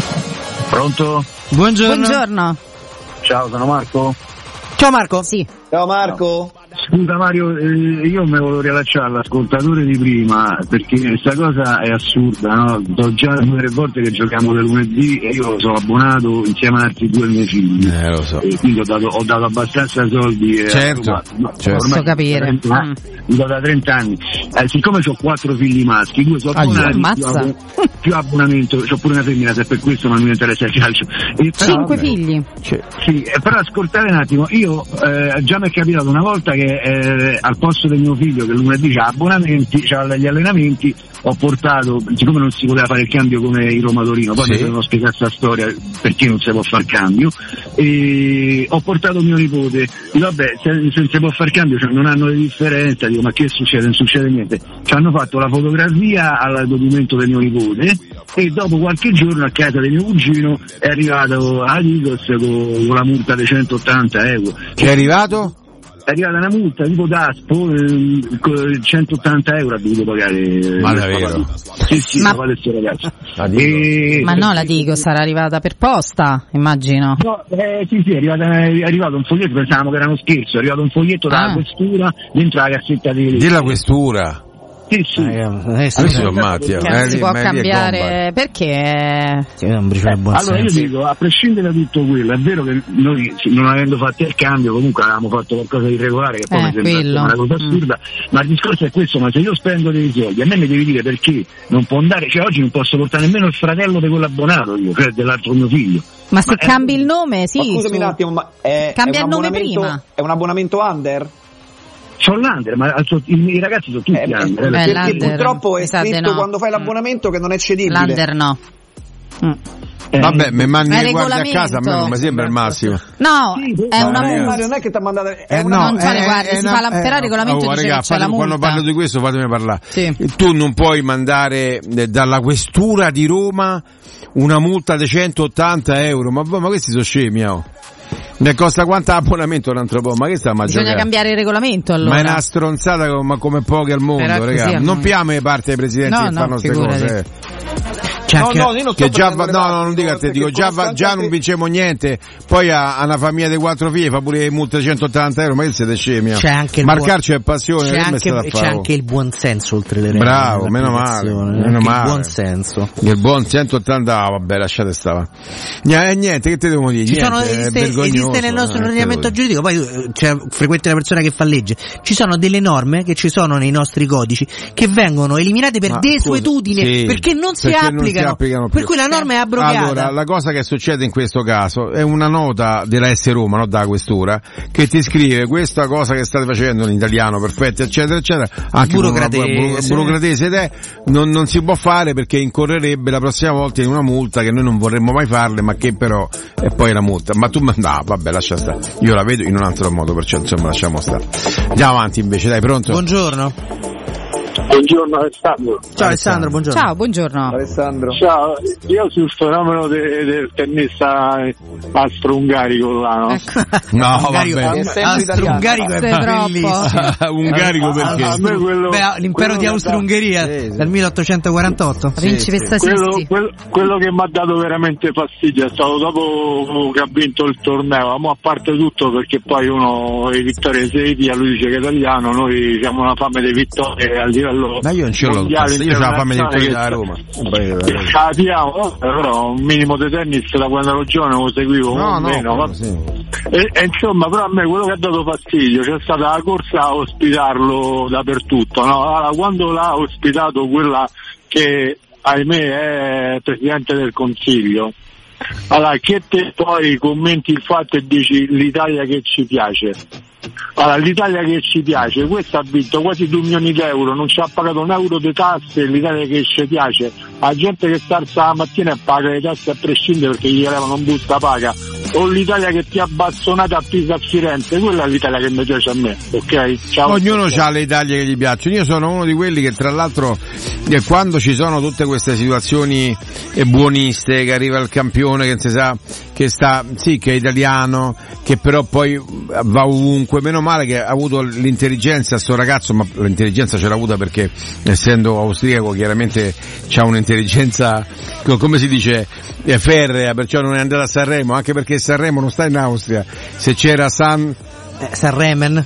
Pronto? Buongiorno. Ciao, sono Marco. Ciao Marco. Sì. Ciao Marco. Scusa Mario, io mi volevo riallacciare all'ascoltatore di prima, perché questa cosa è assurda, no? So già 2 o 3 volte che giochiamo del lunedì e io sono abbonato insieme ad altri 2 miei figli. Lo so. E quindi ho dato abbastanza soldi. Certo. Posso capire. Da 30 anni. Siccome ho 4 figli maschi, 2 sono abbonati, più abbonamento, ho pure una femmina, se per questo non mi interessa il calcio. 5 figli. Sì, però ascoltate un attimo, io già mi è capitato una volta che al posto del mio figlio che lunedì c'ha abbonamenti, c'ha gli allenamenti, ho portato, siccome non si poteva fare il cambio come il Roma Torino, poi mi devono spiegare questa storia perché non si può fare il cambio, e ho portato mio nipote, dico vabbè, se non si può fare il cambio, cioè non hanno le differenze, dico ma che succede? Non succede niente. Ci hanno fatto la fotografia al documento del mio nipote e dopo qualche giorno a casa del mio cugino è arrivato a Ligos con la multa di 180 euro. Che è arrivato? è arrivata una multa tipo Daspo, 180 euro ha dovuto pagare. Ma davvero? Sì, ma questo ragazzo. Ma no, la dico, sarà arrivata per posta, immagino. No, sì, è arrivato un foglietto, pensavamo che era uno scherzo, è arrivato un foglietto dalla questura dentro la cassetta della questura. Sì, sì. Adesso sono matti. Si può cambiare perché allora io dico, a prescindere da tutto quello, è vero che noi non avendo fatto il cambio comunque avevamo fatto qualcosa di regolare che poi mi sembra una cosa assurda, ma il discorso è questo: ma se io spendo dei soldi, a me mi devi dire perché non può andare, cioè oggi non posso portare nemmeno il fratello di quell'abbonato io, cioè dell'altro mio figlio. Ma se cambi il nome, sì. Ma scusami un attimo, ma cambia il nome prima. È un abbonamento under? Sono l'under, ma i ragazzi sono tutti under. Perché purtroppo è scritto quando fai l'abbonamento che non è cedibile. L'under no. Vabbè, mi mandi i guardi a casa, a me non mi sembra il massimo. No, è una multa. Non è che ti ha mandato. Non c'ha le guardie, si fa però il regolamento dice che c'è la multa. Quando parlo di questo fatemi parlare. Sì. Tu non puoi mandare dalla questura di Roma una multa di 180 euro, ma questi sono scemi, Ne costa quanto abbonamento un altro po'? Ma che sta a Bisogna giocare? Cambiare il regolamento allora. Ma è una stronzata come poche al mondo, raga. Non piamo le parti ai presidenti che fanno queste cose. Non dico a te, dico già non vinciamo niente, poi ha una famiglia di 4 figli, fa pure le multe di 180 euro, ma che siete scemi? C'è anche Marcarci è passione, c'è anche il buon senso oltre le regole. Bravo, meno male. Il buon senso. Il buon 180, vabbè, lasciate stare. Niente, che te devo dire? Esiste nel nostro ordinamento giuridico, poi c'è frequente la persona che fa legge. Ci sono delle norme che ci sono nei nostri codici che vengono eliminate per desuetudine, perché non si applicano. Per cui la norma è abrogata. Allora, la cosa che succede in questo caso è una nota della S Roma, non da questura, che ti scrive questa cosa che state facendo in italiano, perfetto, eccetera, eccetera, anche burocratese ed è, non si può fare perché incorrerebbe la prossima volta in una multa che noi non vorremmo mai farle, ma che però è poi la multa. Ma tu vabbè, lascia stare. Io la vedo in un altro modo, perciò insomma lasciamo stare. Andiamo avanti invece, dai, pronto? Buongiorno. Buongiorno Alessandro. Ciao Alessandro, buongiorno. Ciao, buongiorno. Alessandro. Ciao, io sul fenomeno del tennista austro-ungarico là, no? No, vabbè. Austro-ungarico è bellissimo. Ungarico perché? A me l'impero di Austro-Ungheria dal 1848. Quello che mi ha dato veramente fastidio è stato dopo che ha vinto il torneo, ma a parte tutto perché poi uno le vittorie serie, lui dice che è italiano, noi siamo una fame di vittorie al livello. Ma io non ce l'ho, io ho la fame di vittorie da Roma. Però un minimo di tennis da quando ero giovane lo seguivo meno. E insomma, però a me quello che ha dato fastidio c'è stata la corsa a ospitarlo dappertutto, no? Allora, quando l'ha ospitato quella che ahimè è Presidente del Consiglio, allora che te poi commenti il fatto e dici l'Italia che ci piace. Allora, l'Italia che ci piace, questo ha vinto quasi 2 milioni di euro, non ci ha pagato un euro di tasse, l'Italia che ci piace, la gente che sta alza la mattina e paga le tasse a prescindere perché gli levano un busta paga, o l'Italia che ti ha bastonata a Pisa a Firenze, quella è l'Italia che mi piace a me, ok? Ciao. Ognuno ha le Italie che gli piacciono, io sono uno di quelli che tra l'altro quando ci sono tutte queste situazioni buoniste, che arriva il campione che si sa che sta, sì, che è italiano, che però poi va ovunque, meno male che ha avuto l'intelligenza sto ragazzo, ma l'intelligenza ce l'ha avuta perché essendo austriaco chiaramente c'ha un'intelligenza, come si dice, ferrea, perciò non è andato a Sanremo, anche perché Sanremo non sta in Austria, se c'era Sanremen.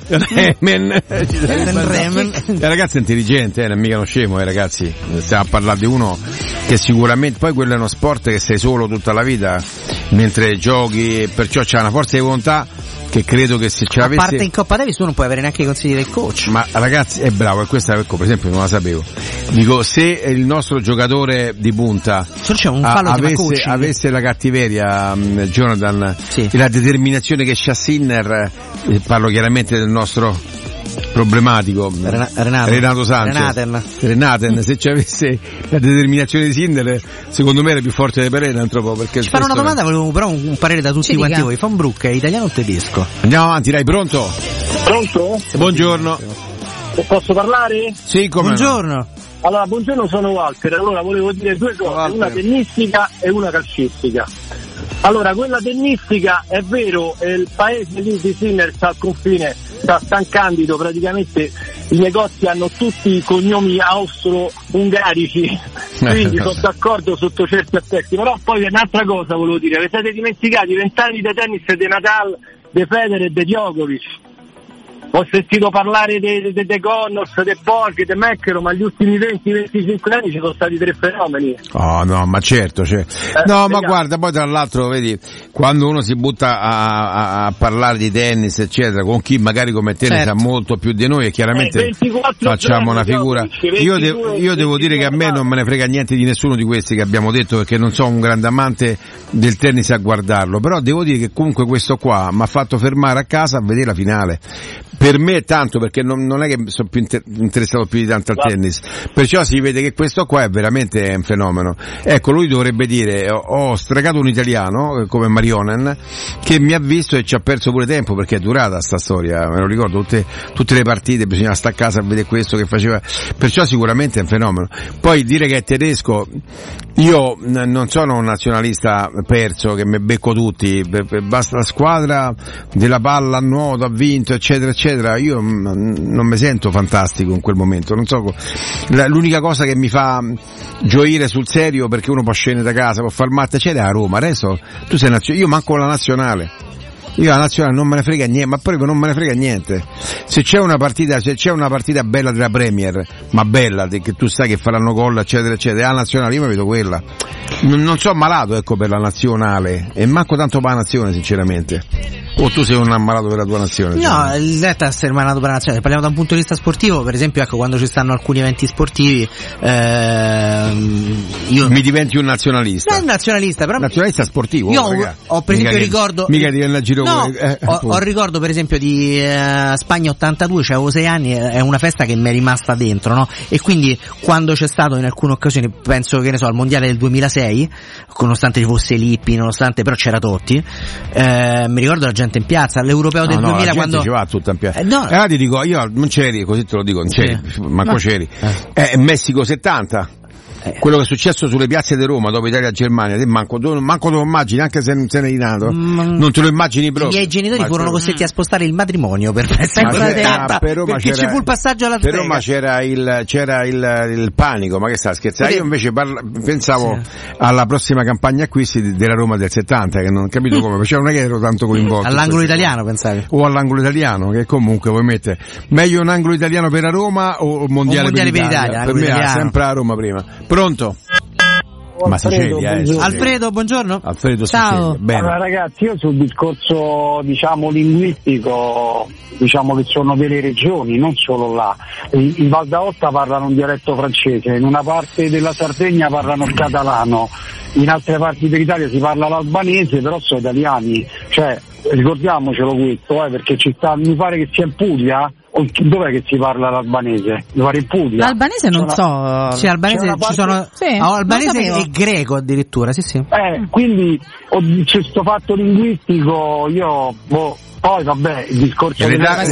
Il ragazzo è intelligente, non è mica uno scemo, ragazzi. Stiamo a parlare di uno che sicuramente, poi quello è uno sport che sei solo tutta la vita mentre giochi, e perciò c'ha una forza di volontà che credo che se ce l'avesse. A parte in Coppa Davis tu non puoi avere neanche i consigli del coach. Ma ragazzi, è bravo, e questa per esempio non la sapevo. Dico, se il nostro giocatore di punta avesse la cattiveria, Jonathan, sì, e la determinazione che c'ha Sinner, parlo chiaramente del nostro problematico Renato Sanchez, Renaten, se ci avesse la determinazione di Sinner, secondo me era più forte di Pereira un po', perché ci fanno una domanda, volevo però un parere da tutti quanti voi. Von Broek è italiano o tedesco? Andiamo avanti, dai, pronto? Buongiorno. Posso parlare? Sì, come buongiorno. No. Allora, buongiorno, sono Walter. Allora volevo dire 2 cose, una tennistica e una calcistica. Allora, quella tennistica è vero, il paese lì di Sinner sta al confine, sta San Candido, praticamente i negozi hanno tutti cognomi austro-ungarici, quindi sono d'accordo sotto certi aspetti, però poi un'altra cosa volevo dire, vi siete dimenticati 20 anni di tennis di Nadal, di Federer e di Djokovic. Ho sentito parlare de Connors, de Borg, de Meccaro, ma gli ultimi 20-25 anni ci sono stati 3 fenomeni. Oh no, ma certo, cioè. No, ma guarda, poi tra l'altro, vedi, quando uno si butta a parlare di tennis, eccetera, con chi magari come te ne sa molto più di noi, e chiaramente facciamo una figura. Io devo dire che a me non me ne frega niente di nessuno di questi che abbiamo detto, perché non sono un grande amante del tennis a guardarlo, però devo dire che comunque questo qua mi ha fatto fermare a casa a vedere la finale. Per me è tanto, perché non è che sono più interessato più di tanto al tennis, perciò si vede che questo qua è veramente un fenomeno. Ecco, lui dovrebbe dire: ho stregato un italiano come Marionen che mi ha visto e ci ha perso pure tempo, perché è durata sta storia, me lo ricordo, tutte le partite bisognava stare a casa a vedere questo che faceva, perciò sicuramente è un fenomeno. Poi dire che è tedesco, io non sono un nazionalista perso che mi becco tutti, basta la squadra della palla a nuoto, ha vinto, eccetera eccetera. Io non mi sento fantastico in quel momento, non so, l'unica cosa che mi fa gioire sul serio, perché uno può scendere da casa, può far matte, eccetera, a Roma. Adesso tu sei io manco la nazionale. Io la nazionale non me ne frega niente, ma proprio non me ne frega niente. Se c'è una partita bella della Premier, ma bella, che tu sai che faranno gol, eccetera eccetera, la nazionale io mi vedo quella. Non sono malato, ecco, per la nazionale, e manco tanto per la nazione, sinceramente. O tu sei un ammalato per la tua nazione? No, il detto essere ammalato per la nazione. Parliamo da un punto di vista sportivo, per esempio, ecco, quando ci stanno alcuni eventi sportivi, io mi diventi un nazionalista. Non nazionalista, però nazionalista sportivo. Io ho per esempio ricordo mica ti viene a giro. No, ho ricordo per esempio di Spagna 82, avevo 6 anni, è una festa che mi è rimasta dentro, no? E quindi quando c'è stato in alcune occasioni, penso che ne so, al mondiale del 2006, nonostante ci fosse Lippi, nonostante però c'era Totti, mi ricordo la gente in piazza, l'europeo del 2000 la quando ci va tutta in piazza. Ti dico, io non c'eri, così te lo dico, non c'eri, manco c'eri. Messico 70. Quello che è successo sulle piazze di Roma dopo Italia-Germania, te manco te lo immagini, anche se non sei nato, non te lo immagini proprio. I miei genitori furono costretti a spostare il matrimonio per perché ci fu il passaggio alla per Roma c'era il panico, ma che sta scherzando? Io invece pensavo alla prossima campagna acquisti della Roma del 70, che non ho capito come, cioè non è che ero tanto coinvolto. All'angolo italiano pensavi? O all'angolo italiano, che comunque vuoi mettere meglio un angolo italiano per la Roma o mondiale per l'Italia? Per me era sempre la Roma prima. Pronto? Ma Sicilia, Alfredo, buongiorno. Alfredo, ciao. Bene. Allora ragazzi, io sul discorso linguistico, che sono delle regioni, non solo là. In Val d'Aosta parlano un dialetto francese, in una parte della Sardegna parlano il catalano, in altre parti dell'Italia si parla l'albanese, però sono italiani, cioè ricordiamocelo questo, perché mi pare che sia in Puglia. Dov'è che si parla l'albanese? Mi pare in Puglia. L'albanese non so. Sì, albanese ci sono. Sì, albanese e greco addirittura, sì. Quindi c'è questo fatto linguistico, poi vabbè, il discorso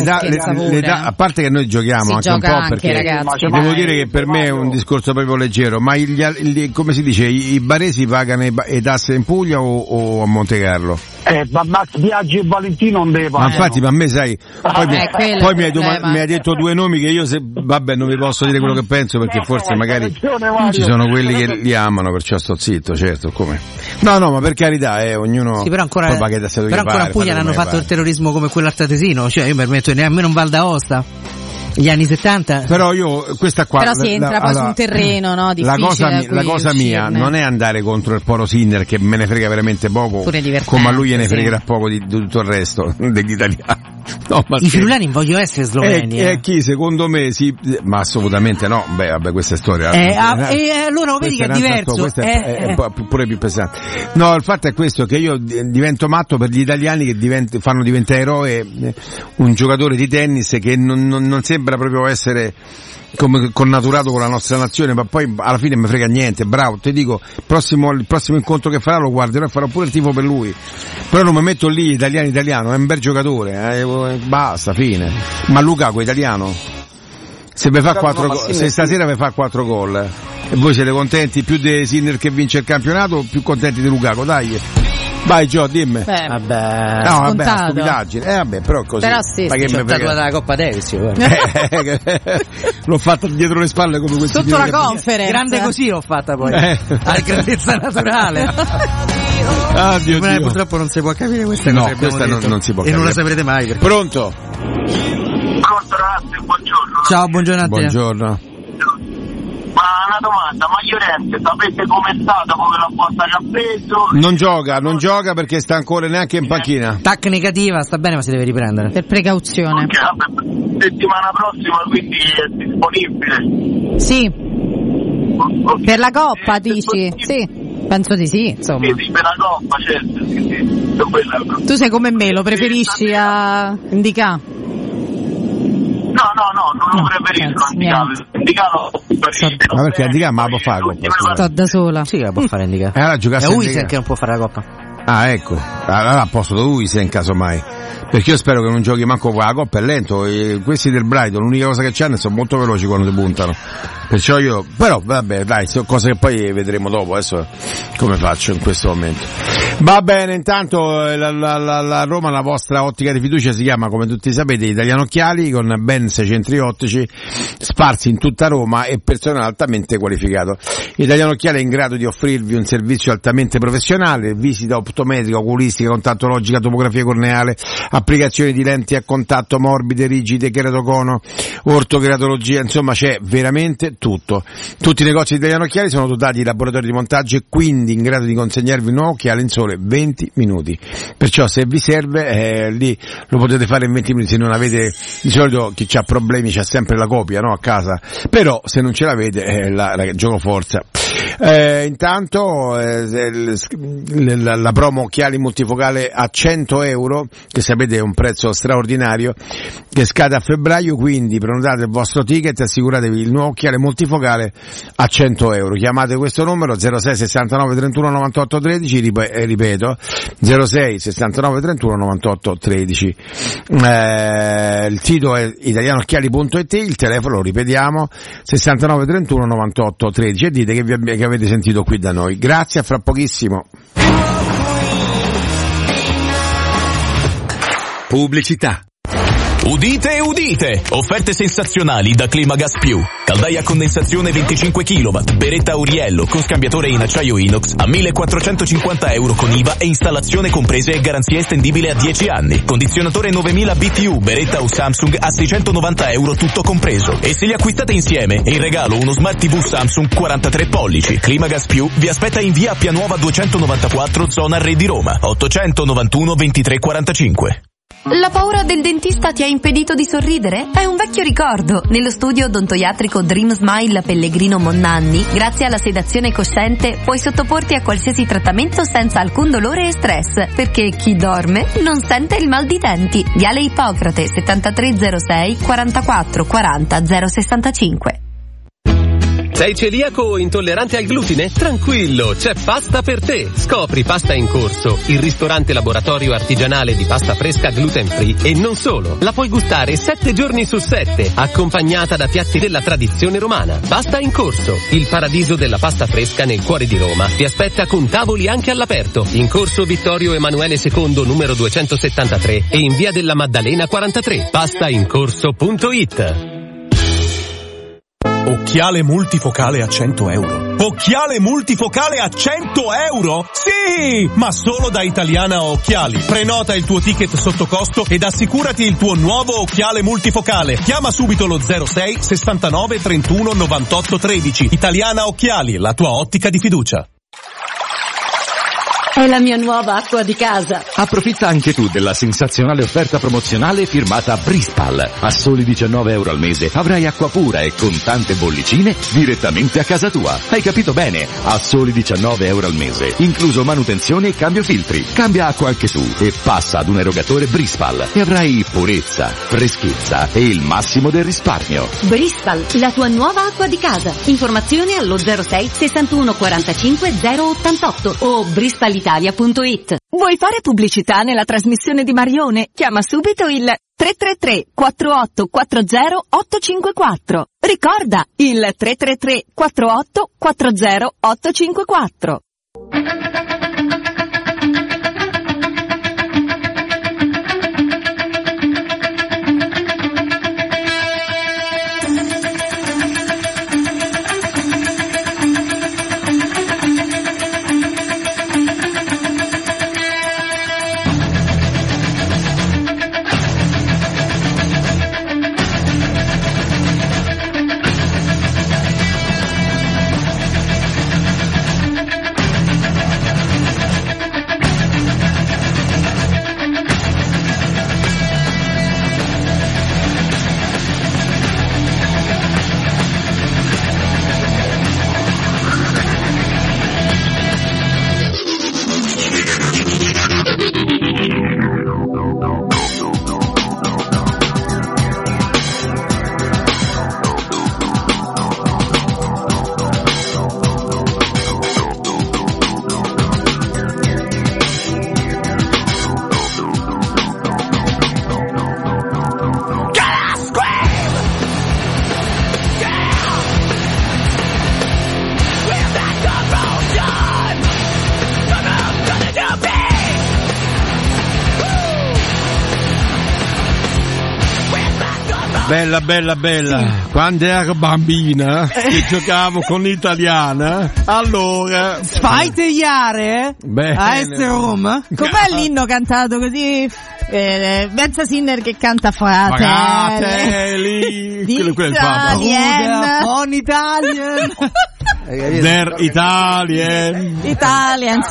l'età, a parte che noi giochiamo anche un po', perché ragazzi, devo dire che per me è un discorso proprio leggero, ma come si dice, i baresi pagano le tasse in Puglia o a Monte Carlo? Max Biaggi e Valentino non deve pagare. Ma infatti, ma a me sai, poi mi hai detto due nomi che io non vi posso dire quello che penso, perché forse magari ci sono quelli che li amano, perciò sto zitto, certo, come. No, ma per carità, ognuno. Sì, però ancora a Puglia hanno fatto il terrorismo come quello altatesino, cioè io mi permetto, nemmeno un Val d'Aosta. Gli anni 70. Però questa qua. Però si entra poi su un terreno, no? La cosa mia non è andare contro il Poro Sinner, che me ne frega veramente poco, come a lui gliene fregherà poco di tutto il resto degli italiani. No, i friulani in voglio essere sloveni. E chi secondo me sì, ma assolutamente no. Vabbè, questa è storia. E allora vedi che è diverso. Questa è pure più pesante. No, il fatto è questo, che io divento matto per gli italiani che fanno diventare eroe un giocatore di tennis che non sembra proprio essere come connaturato con la nostra nazione, ma poi alla fine mi frega niente. Bravo, ti dico, il prossimo incontro che farà lo guarderò e farò pure il tifo per lui, però non mi metto lì italiano, è un bel giocatore, basta, fine. Ma Lukaku è italiano, se stasera vi fa 4 gol e voi siete contenti più di Sinner che vince il campionato o più contenti di Lukaku? Dai, Vai Gio, dimmi. Vabbè, no, vabbè, stupidaggine. Vabbè, però così. Però sì, ma che mi frega la Coppa Davis, l'ho fatta dietro le spalle come questo. Sotto la conference. Grande così l'ho fatta poi. A grandezza naturale. Dio. Purtroppo non si può capire questa cosa. No, questa non si può capire. E non la saprete mai. Perché... Pronto? Pronto ragazzi, buongiorno. Ciao, buongiorno a te. Buongiorno. Ma una domanda, ma Llorente sapete com'è stato, come la botta che ha preso? Non gioca perché sta ancora neanche in panchina. TAC negativa, sta bene ma si deve riprendere. Per precauzione. Okay, vabbè, settimana prossima quindi è disponibile? Sì. Okay. Per la Coppa dici? Sì, penso di sì, insomma. Sì, per la Coppa, certo. Sì. Tu sei come me, lo preferisci a indicare? No, non lo preferisco indicare. Ma perché indicare ma la può fare la Coppa? Sto da sola. Sì, la può fare indicare. È Uisen che non può fare la Coppa. Ah, ecco. Allora a posto da Uisen in caso mai. Perché io spero che non giochi manco qua, la Coppa è lento, e questi del Brighton l'unica cosa che c'hanno sono molto veloci quando si puntano. Perciò io, però vabbè dai, sono cose che poi vedremo dopo, adesso come faccio in questo momento. Va bene, intanto la Roma, la vostra ottica di fiducia si chiama, come tutti sapete, Italiano Occhiali, con ben 6 centri ottici sparsi in tutta Roma e personale altamente qualificato. Italiano Occhiali è in grado di offrirvi un servizio altamente professionale, visita optometrica, oculistica, contattologica, tomografia corneale, applicazioni di lenti a contatto morbide, rigide, keratocono, ortokeratologia, insomma c'è veramente tutto. Tutti i negozi di Italiano Occhiali sono dotati di laboratori di montaggio e quindi in grado di consegnarvi un nuovo occhiale in sole 20 minuti. Perciò se vi serve lì lo potete fare in 20 minuti. Se non avete, di solito chi ha problemi c'ha sempre la copia, no, a casa, però se non ce l'avete la gioco forza. Intanto la promo occhiali multifocale a 100 euro, che sapete è un prezzo straordinario, che scade a febbraio, quindi prenotate il vostro ticket e assicuratevi il nuovo occhiale multifocale a 100 euro. Chiamate questo numero 06 69 31 98 13, ripeto 06 69 31 98 13. Il sito è italianoocchiali.it, il telefono lo ripetiamo 69 31 98 13 e dite che avete sentito qui da noi. Grazie, a fra pochissimo. Pubblicità. Udite, udite! Offerte sensazionali da Climagas Più. Caldaia a condensazione 25 kW, beretta Auriello con scambiatore in acciaio inox a 1.450 euro con IVA e installazione comprese e garanzia estendibile a 10 anni. Condizionatore 9000 BTU, beretta o Samsung a 690 euro tutto compreso. E se li acquistate insieme, è in regalo uno Smart TV Samsung 43 pollici. Climagas Più vi aspetta in via Appia Nuova 294, zona Re di Roma, 891 23 45. La paura del dentista ti ha impedito di sorridere? È un vecchio ricordo. Nello studio odontoiatrico Dream Smile Pellegrino Monnanni, grazie alla sedazione cosciente, puoi sottoporti a qualsiasi trattamento senza alcun dolore e stress, perché chi dorme non sente il mal di denti. Viale Ippocrate 7306 44 40 065. Sei celiaco o intollerante al glutine? Tranquillo, c'è Pasta per te. Scopri Pasta in Corso, il ristorante laboratorio artigianale di pasta fresca gluten free, e non solo. La puoi gustare 7 giorni su 7, accompagnata da piatti della tradizione romana. Pasta in Corso, il paradiso della pasta fresca nel cuore di Roma. Ti aspetta con tavoli anche all'aperto. In Corso Vittorio Emanuele II numero 273 e in via della Maddalena 43. Pastaincorso.it. Occhiale multifocale a 100 euro. Occhiale multifocale a 100 euro? Sì! Ma solo da Italiana Occhiali. Prenota il tuo ticket sotto costo ed assicurati il tuo nuovo occhiale multifocale. Chiama subito lo 06 69 31 98 13. Italiana Occhiali, la tua ottica di fiducia. È la mia nuova acqua di casa. Approfitta anche tu della sensazionale offerta promozionale firmata Brispal. A soli 19 euro al mese avrai acqua pura e con tante bollicine direttamente a casa tua. Hai capito bene? A soli 19 euro al mese, incluso manutenzione e cambio filtri. Cambia acqua anche tu e passa ad un erogatore Brispal e avrai purezza, freschezza e il massimo del risparmio. Brispal, la tua nuova acqua di casa. Informazioni allo 06 61 45 088 o brispal.it. Vuoi fare pubblicità nella trasmissione di Marione? Chiama subito il 333 4840 854. Ricorda, il 333 4840 854. Bella. Sì. Quando ero bambina e giocavo con l'italiana, allora fai tagliare a essere Roma. Com'è l'inno cantato così? Benza Sinner che canta Fratelli on Italian Der Italian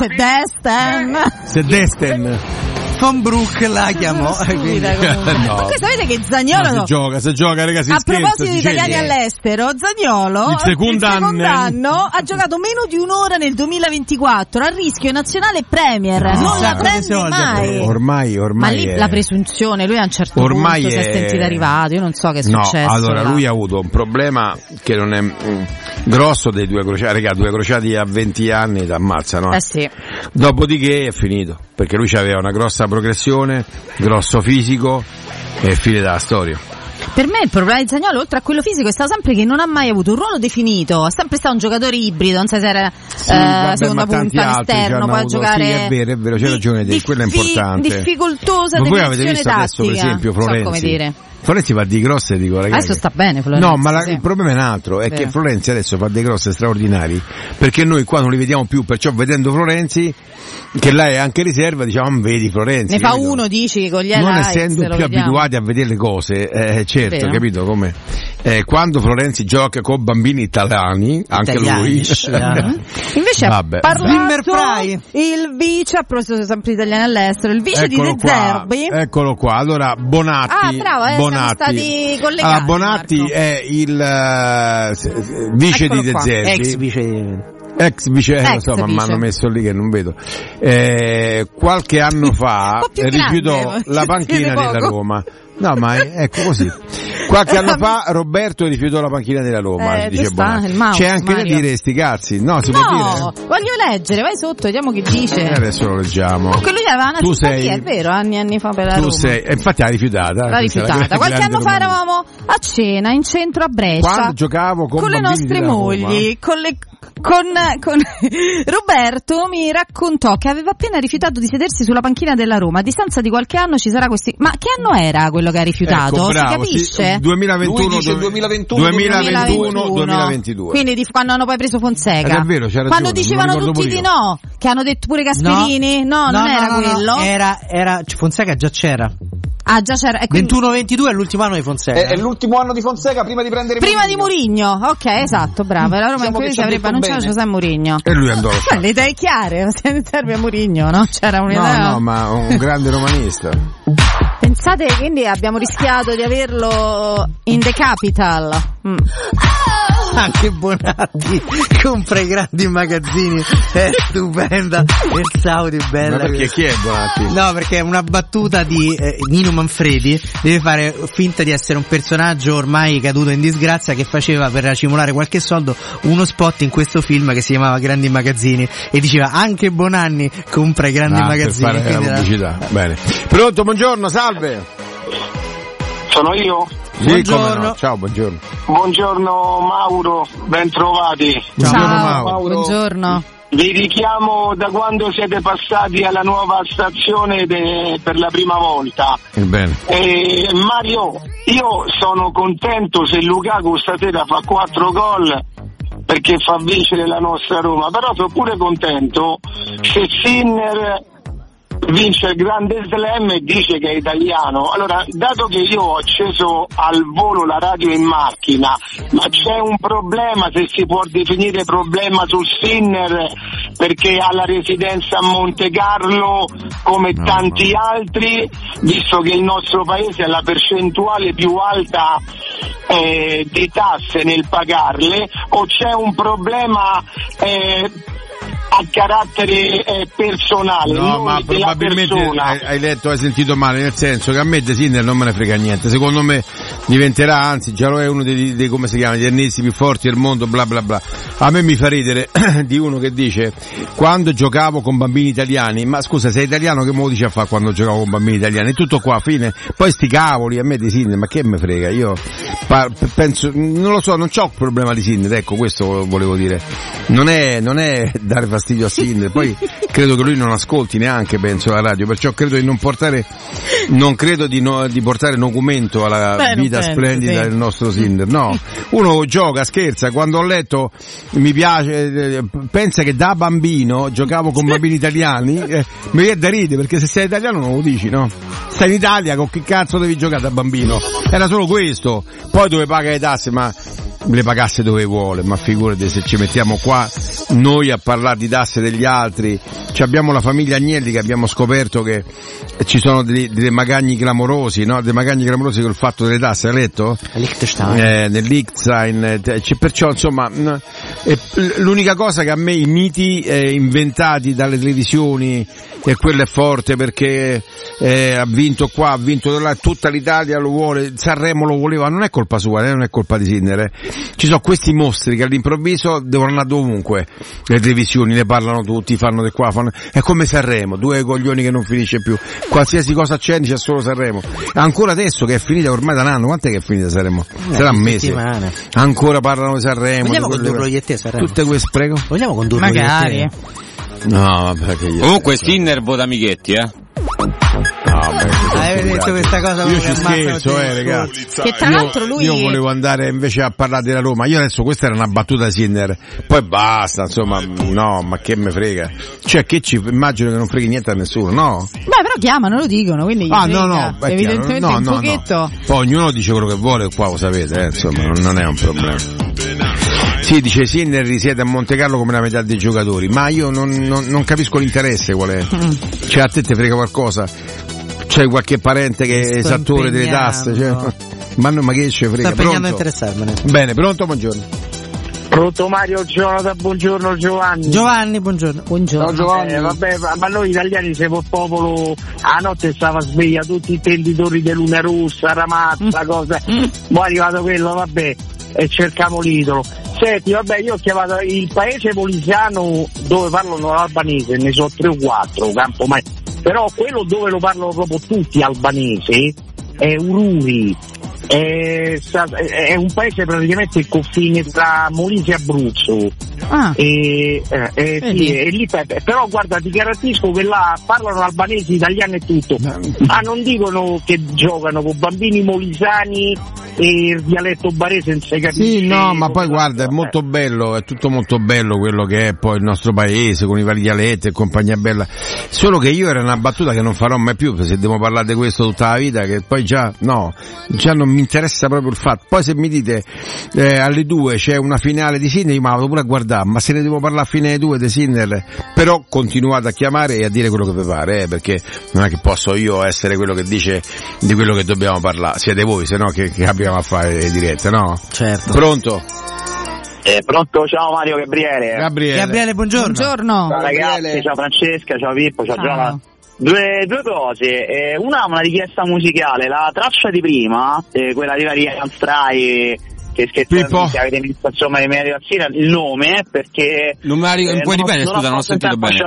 se Desten Von Broek la chiamò. No. Comunque sapete che Zaniolo se gioca ragazzi, a proposito di italiani all'estero, Zaniolo il secondo anno ha giocato meno di un'ora nel 2024 a rischio nazionale Premier, non la prende mai. Ormai ma lì la presunzione, lui a un certo punto si è sentito arrivato, io non so che è successo. Allora lui ha avuto un problema che non è grosso dei due crociati, raga, due crociati a 20 anni ti ammazzano. Sì. Dopodiché è finito, perché lui aveva una grossa progressione, grosso fisico e fine della storia. Per me il problema di Zaniolo, oltre a quello fisico, è stato sempre che non ha mai avuto un ruolo definito, è sempre stato un giocatore ibrido, non so se era seconda punta, all'esterno, poi a giocare. Sì, è vero, c'è ragione te, quello è importante. Difficoltosa definizione tattica. Adesso, per esempio, Florenzi. So come dire. Florenzi fa dei cross e dico ragazzi. Adesso sta bene Florenzi. No, ma il problema è un altro, è che Florenzi adesso fa dei cross straordinari, perché noi qua non li vediamo più, perciò vedendo Florenzi, che là è anche riserva, diciamo, vedi Florenzi. Ne fa uno, dici, con gli non essendo più abituati a vedere le cose, certo, capito come? Quando Florenzi gioca con bambini italiani, anche lui. Invece ha parlato il vice, a proposito sempre italiani all'estero, il vice di De Zerbi. Eccolo qua, allora Bonatti. Bravo, siamo stati collegati. Bonatti Marco. È il vice di De Zerbi. Ex vice, lo so, ma mi hanno messo lì che non vedo. Qualche anno fa rifiutò la panchina della Roma. No, ma ecco così. Qualche anno fa Roberto rifiutò la panchina della Roma, dice Bonatti. C'è anche da dire sti cazzi. No, si può dire. Voglio leggere, vai sotto, vediamo che dice. Adesso lo leggiamo. Comunque lui aveva una simpatia, è vero, anni fa per la Roma. Infatti l'ha rifiutata. L'ha rifiutata. Qualche anno fa eravamo a cena in centro a Brescia. Quando giocavo con le nostre mogli, con Roberto mi raccontò che aveva appena rifiutato di sedersi sulla panchina della Roma. A distanza di qualche anno ci sarà questi. Ma che anno era quello che ha rifiutato? Ecco, bravo, si capisce? Sì, 2021, 2022. Quindi quando hanno poi preso Fonseca. È vero, c'era quando dicevano tutti di no, che hanno detto pure Gasperini. No, non era quello. Era Fonseca già c'era. Ah, già c'era. 21-22 è l'ultimo anno di Fonseca. È l'ultimo anno di Fonseca prima di prendere di Mourinho. Ok, esatto, bravo. La Roma in cui si avrebbe annunciato José Mourinho. E lui andò. Le idee chiare, non serve a Mourinho, no? C'era un'idea. No, ma un grande romanista. Pensate, quindi abbiamo rischiato di averlo in the capital. Anche Bonatti compra i grandi magazzini, è stupenda. Il Saudi bella. Ma perché chi è Bonatti? No, perché è una battuta di Nino Manfredi, deve fare finta di essere un personaggio ormai caduto in disgrazia che faceva per racimolare qualche soldo uno spot in questo film che si chiamava Grandi Magazzini e diceva anche Bonanni compra i grandi magazzini. Per fare la pubblicità. Bene. Pronto, buongiorno, salve. Sono io? Sì, buongiorno. No. Ciao, buongiorno. Buongiorno Mauro, ben trovati. Ciao Mauro. Buongiorno. Vi richiamo da quando siete passati alla nuova stazione per la prima volta. Bene. Mario, io sono contento se Lukaku stasera fa 4 gol perché fa vincere la nostra Roma, però sono pure contento se Sinner vince il grande slam e dice che è italiano. Allora, dato che io ho acceso al volo la radio in macchina, ma c'è un problema, se si può definire problema, sul Sinner, perché ha la residenza a Monte Carlo come tanti altri, visto che il nostro paese ha la percentuale più alta di tasse nel pagarle, o c'è un problema a carattere personale? No, ma probabilmente hai sentito male, nel senso che a me De Sinner non me ne frega niente. Secondo me diventerà, anzi già lo è, uno dei come si chiama, gli tennisti più forti del mondo, bla bla bla. A me mi fa ridere di uno che dice quando giocavo con bambini italiani. Ma scusa, sei italiano, che me lo dici a fare quando giocavo con bambini italiani? Tutto qua, fine. Poi sti cavoli, a me De Sinner, ma che me frega? Io penso, non lo so, non c'ho il problema di Sinner, ecco, questo volevo dire. Non è dare fastidio fastidio a Sinner, poi credo che lui non ascolti neanche, penso, la radio, perciò credo di non credo di portare documento alla vita splendida del nostro Sinner. No, uno gioca, scherza. Quando ho letto, mi piace, pensa che da bambino giocavo con bambini italiani, mi viene da ridere, perché se sei italiano non lo dici, no? Stai in Italia, con che cazzo devi giocare da bambino? Era solo questo. Poi dove paga le tasse, ma le pagasse dove vuole, ma figurati se ci mettiamo qua noi a parlare di tasse degli altri. Abbiamo la famiglia Agnelli che abbiamo scoperto che ci sono dei magagni clamorosi, no? Dei magagni clamorosi col fatto delle tasse, hai letto? Nel Liechtenstein, perciò insomma l'unica cosa che a me i miti inventati dalle televisioni, e quello è forte perché ha vinto qua, ha vinto là, tutta l'Italia lo vuole, Sanremo lo voleva, non è colpa sua, non è colpa di Sinner. Ci sono questi mostri che all'improvviso devono andare dovunque, le televisioni ne parlano tutti, fanno di qua, è come Sanremo, due coglioni che non finisce più, qualsiasi cosa accendi c'è solo Sanremo, ancora adesso che è finita ormai da un anno, quant'è che è finita Sanremo? Sarà un mese, ancora parlano di Sanremo. Vogliamo condurlo io e te Sanremo? Tutte queste, prego? Vogliamo condurlo magari io e te? No, vabbè, che io comunque Sinner vota Michetti, Hai detto questa cosa? Io ci scherzo, ragazzi. Che tra l'altro lui io volevo andare invece a parlare della Roma. Io adesso questa era una battuta di Sinner, poi basta, insomma, no, ma che me frega. Cioè, che ci immagino che non freghi niente a nessuno, no? Beh, però chiamano, lo dicono, quindi no, evidentemente un pochetto. No. Poi ognuno dice quello che vuole, qua lo sapete, insomma, non è un problema. Sì, dice Sinner risiede a Montecarlo come la metà dei giocatori, ma io non capisco l'interesse qual è. Cioè, a te frega qualcosa? C'hai qualche parente che è esattore delle tasse? Cioè, ma che ce frega? Sto impegnando a interessarmene. Bene, pronto, buongiorno. Pronto Mario, Jonathan, buongiorno Giovanni, buongiorno. Ciao Giovanni. Vabbè, ma noi italiani siamo il popolo, a notte stava sveglia, tutti i intenditori di Luna Rossa, Ramazza, cose. Poi è arrivato quello, vabbè, e cerchiamo l'idolo. Senti, vabbè, io ho chiamato il paese polisiano dove parlano l'albanese, ne so 3 o 4, Campomai. Però quello dove lo parlano proprio tutti albanesi è Ururi, è un paese praticamente il confine tra Molise e Abruzzo. Sì, e lì, però guarda, ti garantisco che là parlano albanesi, italiano e tutto, ma non dicono che giocano con bambini molisani e il dialetto barese non si capisce. Sì, no, ma poi guarda, è molto bello, è tutto molto bello quello che è poi il nostro paese con i vari dialetti e compagnia bella, solo che io era una battuta che non farò mai più, se devo parlare di questo tutta la vita, che poi già non mi interessa proprio il fatto. Poi se mi dite alle 2 c'è una finale di Sinner, io me la vado pure a guardare, ma se ne devo parlare a fine 2 di Sinner, però continuate a chiamare e a dire quello che vi pare, perché non è che posso io essere quello che dice di quello che dobbiamo parlare, siete voi, se no che abbiamo a fare le dirette, no? Certo. Pronto? Pronto, ciao Mario, Gabriele, buongiorno. Ciao ragazzi, ciao Francesca, ciao Pippo, ciao Giovanni. Due cose, una richiesta musicale, la traccia di prima, quella di Varian Strai che avete messo insomma nei miei ragazzini, il nome, perché non puoi ripetere, scusa, non ho sentito bene.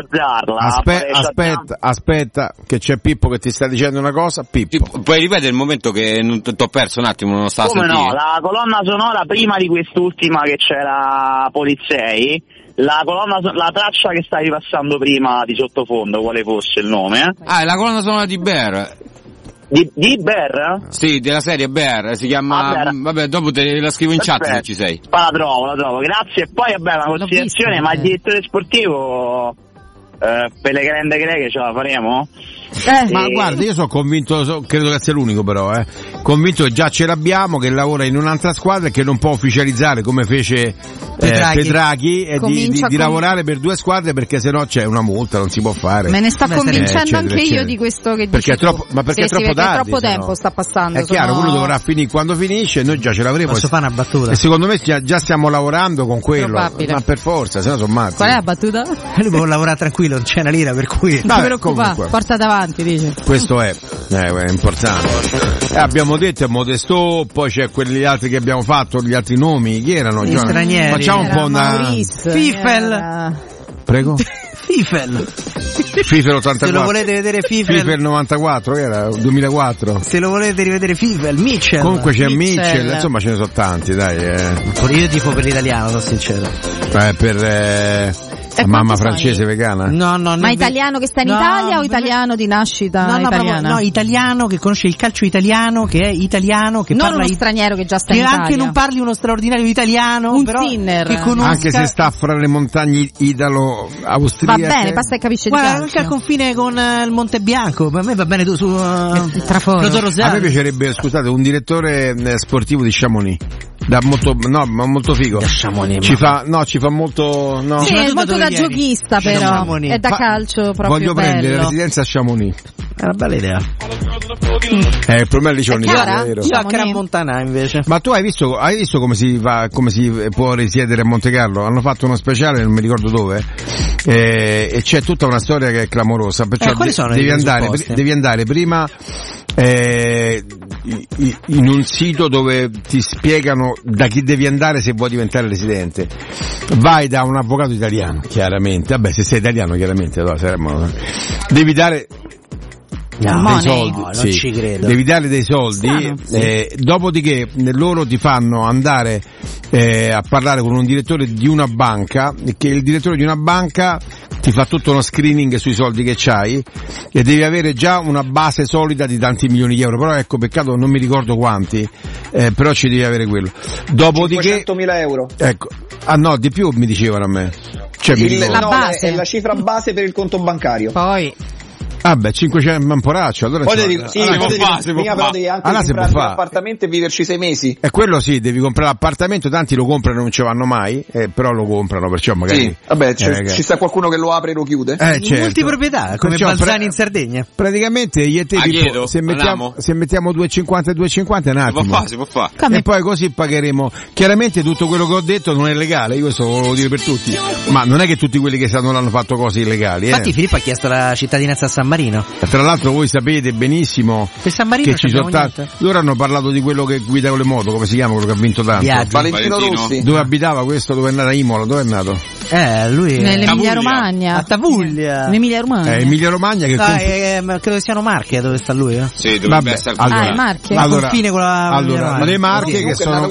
Aspetta che c'è Pippo che ti sta dicendo una cosa. Pippo, puoi ripetere il momento che t'ho perso un attimo, non stavo sentendo. Come no, la colonna sonora prima di quest'ultima che c'era Polizei, la traccia che stavi passando prima di sottofondo, quale fosse il nome? È la colonna sonora di Bear. Di Bear? Sì, della serie Bear, si chiama... Vabbè, dopo te la scrivo in chat se ci sei. La trovo, grazie. E poi vabbè, una considerazione, ma il direttore sportivo per le grandi greche ce la faremo? Ma guarda, io sono convinto, credo che sia l'unico però, convinto che già ce l'abbiamo, che lavora in un'altra squadra e che non può ufficializzare come fece Petraghi di lavorare per 2 squadre, perché sennò c'è una multa, non si può fare. Me ne sta convincendo anche io di questo che dici. Perché è troppo tardi. Troppo tempo sta passando. È chiaro, quello dovrà finire quando finisce, noi già ce l'avremo. Posso fare una battuta? E secondo me già stiamo lavorando con quello. Ma per forza, sennò sono matti. Qual è la battuta? Lui può lavorare tranquillo, non c'è una lira, per cui non ti preoccupare, porta davanti, dice. Questo è importante. Abbiamo detto Modesto, poi c'è quelli altri che abbiamo fatto, gli altri nomi, chi erano? Gli stranieri. Facciamo un po' una... Fifel. Prego? Fifel 84. Se lo volete vedere Fifel 94, che era 2004. Se lo volete rivedere Fifel, Mitchell. Comunque c'è Mitchell, insomma ce ne sono tanti, dai. Io tifo per l'italiano, sono sincero. La mamma francese vegana? No, ma italiano che sta in Italia o italiano di nascita italiana? No, italiano che conosce il calcio italiano, che è italiano, che non parla uno straniero che già sta in Italia. Che anche non parli uno straordinario italiano, un però Sinner. Che conosca... Anche se sta fra le montagne italo-austriache. Va bene, basta che capisce di calcio. Anche al confine con il Monte Bianco, per me va bene tu su il Traforo. A me piacerebbe, scusate, un direttore sportivo di Chamonix. Molto figo. Ci fa molto. No. Sì, è molto da giochista, però. È da calcio proprio. Voglio bello. prendere residenza a Chamonix. È una bella idea. Il problema lì c'è un io a Crans-Montana invece. Ma tu hai visto come si può risiedere a Monte Carlo? Hanno fatto uno speciale, non mi ricordo dove, e c'è tutta una storia che è clamorosa. Perciò devi andare prima in un sito dove ti spiegano da chi devi andare se vuoi diventare residente. Vai da un avvocato italiano, chiaramente. Vabbè, se sei italiano, chiaramente devi dare dei soldi, non ci credo. Devi dare dei soldi, dopodiché loro ti fanno andare a parlare con un direttore di una banca, che il direttore di una banca ti fa tutto uno screening sui soldi che c'hai e devi avere già una base solida di tanti milioni di euro, però ecco, peccato non mi ricordo quanti, però ci devi avere quello. Dopodiché 500.000 euro. Ecco. No, di più mi dicevano a me. La base. È la cifra base per il conto bancario. Poi 500 un poraccio, allora devi anche comprare l'appartamento e viverci 6 mesi. E quello sì, devi comprare l'appartamento, tanti lo comprano e non ci vanno mai, però lo comprano, perciò magari. Sì, vabbè, ci sta qualcuno che lo apre e lo chiude. Certo. Multiproprietà, come Balzani in Sardegna. Praticamente io e te se mettiamo 2,50 e 2,50 un attimo. Si può fare. E poi così pagheremo. Chiaramente tutto quello che ho detto non è legale, io questo lo volevo dire per tutti. Ma non è che tutti quelli che non hanno fatto cose illegali. Infatti Filippo ha chiesto la cittadinanza a San Marino. Tra l'altro voi sapete benissimo che ci sono tanti. Loro hanno parlato di quello che guida con le moto, come si chiama quello che ha vinto tanto? Valentino Rossi. Dove abitava questo? Dove è nato? A Imola? Dove è nato? Lui nell'Emilia Romagna. A Tavuglia. In Emilia Romagna. Emilia Romagna che credo siano Marche dove sta lui, Sì, dovrebbe essere Marche. Confine con la le Marche che sono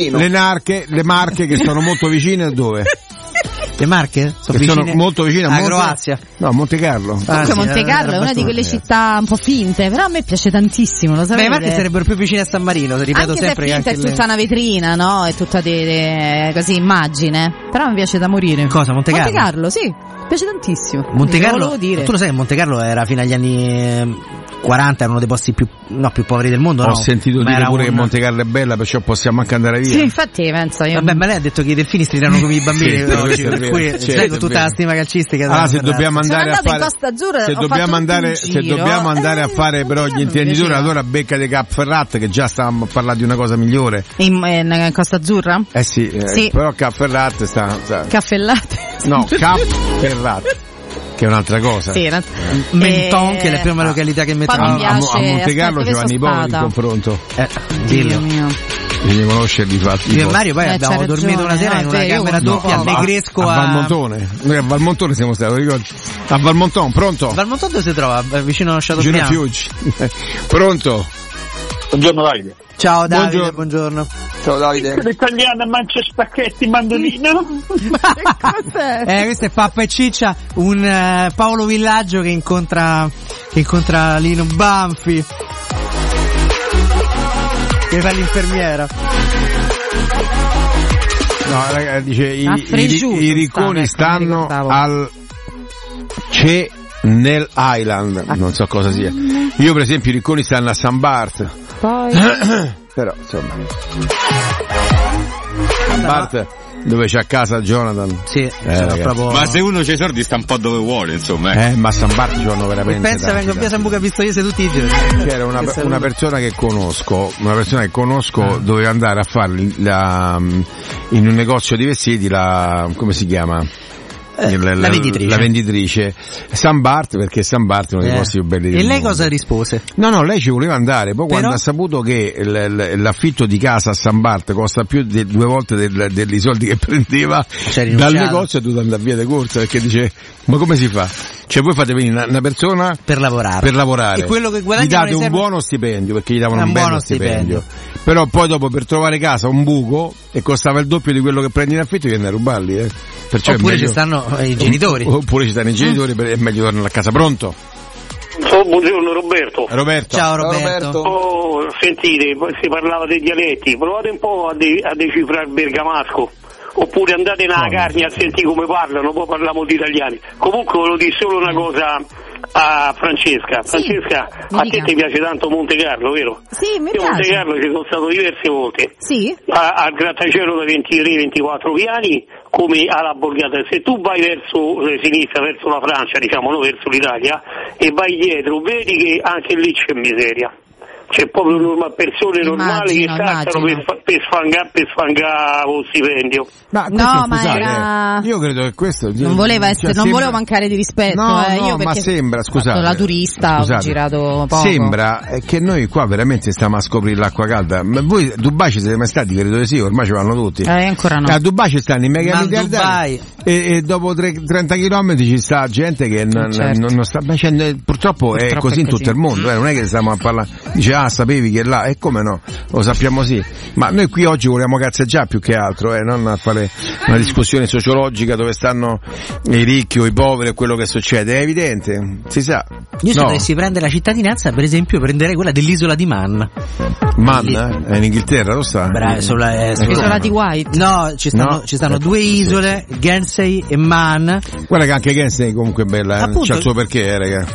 le Marche che sono molto vicine dove? Le Marche? Sono molto vicine a Croazia. No, Monte Carlo. Comunque Monte Carlo è una di quelle città un po' finte, però a me piace tantissimo, lo sapete? Le Marche sarebbero più vicine a San Marino, se ripeto anche sempre. Se è finta, è tutta una vetrina, no? È tutta così immagine. Però mi piace da morire. Cosa, Monte Carlo? Monte Carlo, sì. Mi piace tantissimo. Monte Carlo, tu lo sai che Monte Carlo era fino agli anni 40 era uno dei posti più poveri del mondo. Ho sentito dire pure che Monte Carlo è bella, perciò possiamo anche andare via. Sì, infatti penso io. Vabbè, ma lei ha detto che i delfini strideranno come i bambini, per cui sai, con tutta la stima calcistica. Se dobbiamo andare a fare se dobbiamo andare a fare però gli intenditori, allora becca dei Capferrat, che già stavamo a parlare di una cosa migliore. In Costa Azzurra? Sì. Però Capferrat sta Caffellate? No, Capferrat, che è un'altra cosa. Sì, Menton, che è la prima località che mettiamo a Monte Carlo, c'erano i poveri in confronto. Dillo. Bisogna conoscerli fatti. Io e Mario poi abbiamo dormito una sera in una camera doppia al Negresco a Valmontone. Noi a Valmontone siamo stati, ricordi? A Valmontone, pronto? Valmontone dove si trova? Vicino allo Chateaubriand. Pronto? Buongiorno Davide. Ciao Davide, buongiorno. Ciao Davide. L'italiana mangia spacchetti, mandolino. Questo è Pappa e Ciccia, un Paolo Villaggio che incontra Lino Banfi, che fa l'infermiera. No, ragazzi, dice i ricconi stanno al nel Island, non so cosa sia. Io per esempio i ricconi stanno a San Bart. Però insomma San Bart, dove c'è a casa Jonathan. Sì, proprio... Ma se uno c'ha i soldi sta un po' dove vuole, insomma. Ma a San Bart ci vanno veramente. Pensa vengo via San Buca Pistoiese tutti i giorni. C'era una persona che conosco doveva andare a fare in un negozio di vestiti, come si chiama? La venditrice San Bart, perché San Bart è uno dei posti più belli del mondo. E lei cosa rispose? No, lei ci voleva andare, poi quando ha saputo che l'affitto di casa a San Bart costa più di 2 volte dei soldi che prendeva dal negozio, è dovuto andare via di corsa, perché dice: ma come si fa? Cioè voi fate venire una persona per lavorare e quello che guadagna gli date un buono stipendio, perché gli davano un bello stipendio, però poi dopo per trovare casa un buco e costava il doppio di quello che prendi in affitto, viene a rubarli. Perciò oppure ci stanno i genitori. Oppure ci stanno i genitori, è meglio tornare a casa. Pronto? Buongiorno Roberto. Ciao Roberto. Sentite, si parlava dei dialetti, provate un po' a decifrare il bergamasco, oppure andate nella carne a sentire come parlano, poi parliamo di italiani. Comunque volevo dire solo una cosa a Francesca. Francesca, a te ti piace tanto Monte Carlo, vero? Sì, mi piace. Monte Carlo ci sono stato diverse volte. Sì. Al grattacielo da 23-24 piani, come alla borgata. Se tu vai verso sinistra, verso la Francia, diciamo, no, verso l'Italia, e vai dietro, vedi che anche lì c'è miseria. C'è proprio persone normali che saltano per sfangare lo stipendio. Io credo che questo non voleva essere, non volevo mancare di rispetto. Io ma sembra, scusate, la turista, ho girato poco. Sembra che noi qua veramente stiamo a scoprire l'acqua calda. Ma voi a Dubai ci siete mai stati? Credo di sì, ormai ci vanno tutti. Ancora no. A Dubai ci stanno i mega miliardari e dopo 30 km ci sta gente che non sta. Purtroppo è così in tutto il mondo, non è che stiamo a parlare. Dice sapevi che là, e come no, lo sappiamo sì, ma noi qui oggi vogliamo cazzeggiare più che altro, non a fare una discussione sociologica dove stanno i ricchi o i poveri e quello che succede, è evidente, si sa. Io se dovessi prendere la cittadinanza, per esempio, prenderei quella dell'isola di Man. È in Inghilterra, lo sa? L'isola di White. No, ci stanno due isole, Guernsey e Man. Guarda che anche Guernsey comunque è bella, c'ha il suo perché, raga.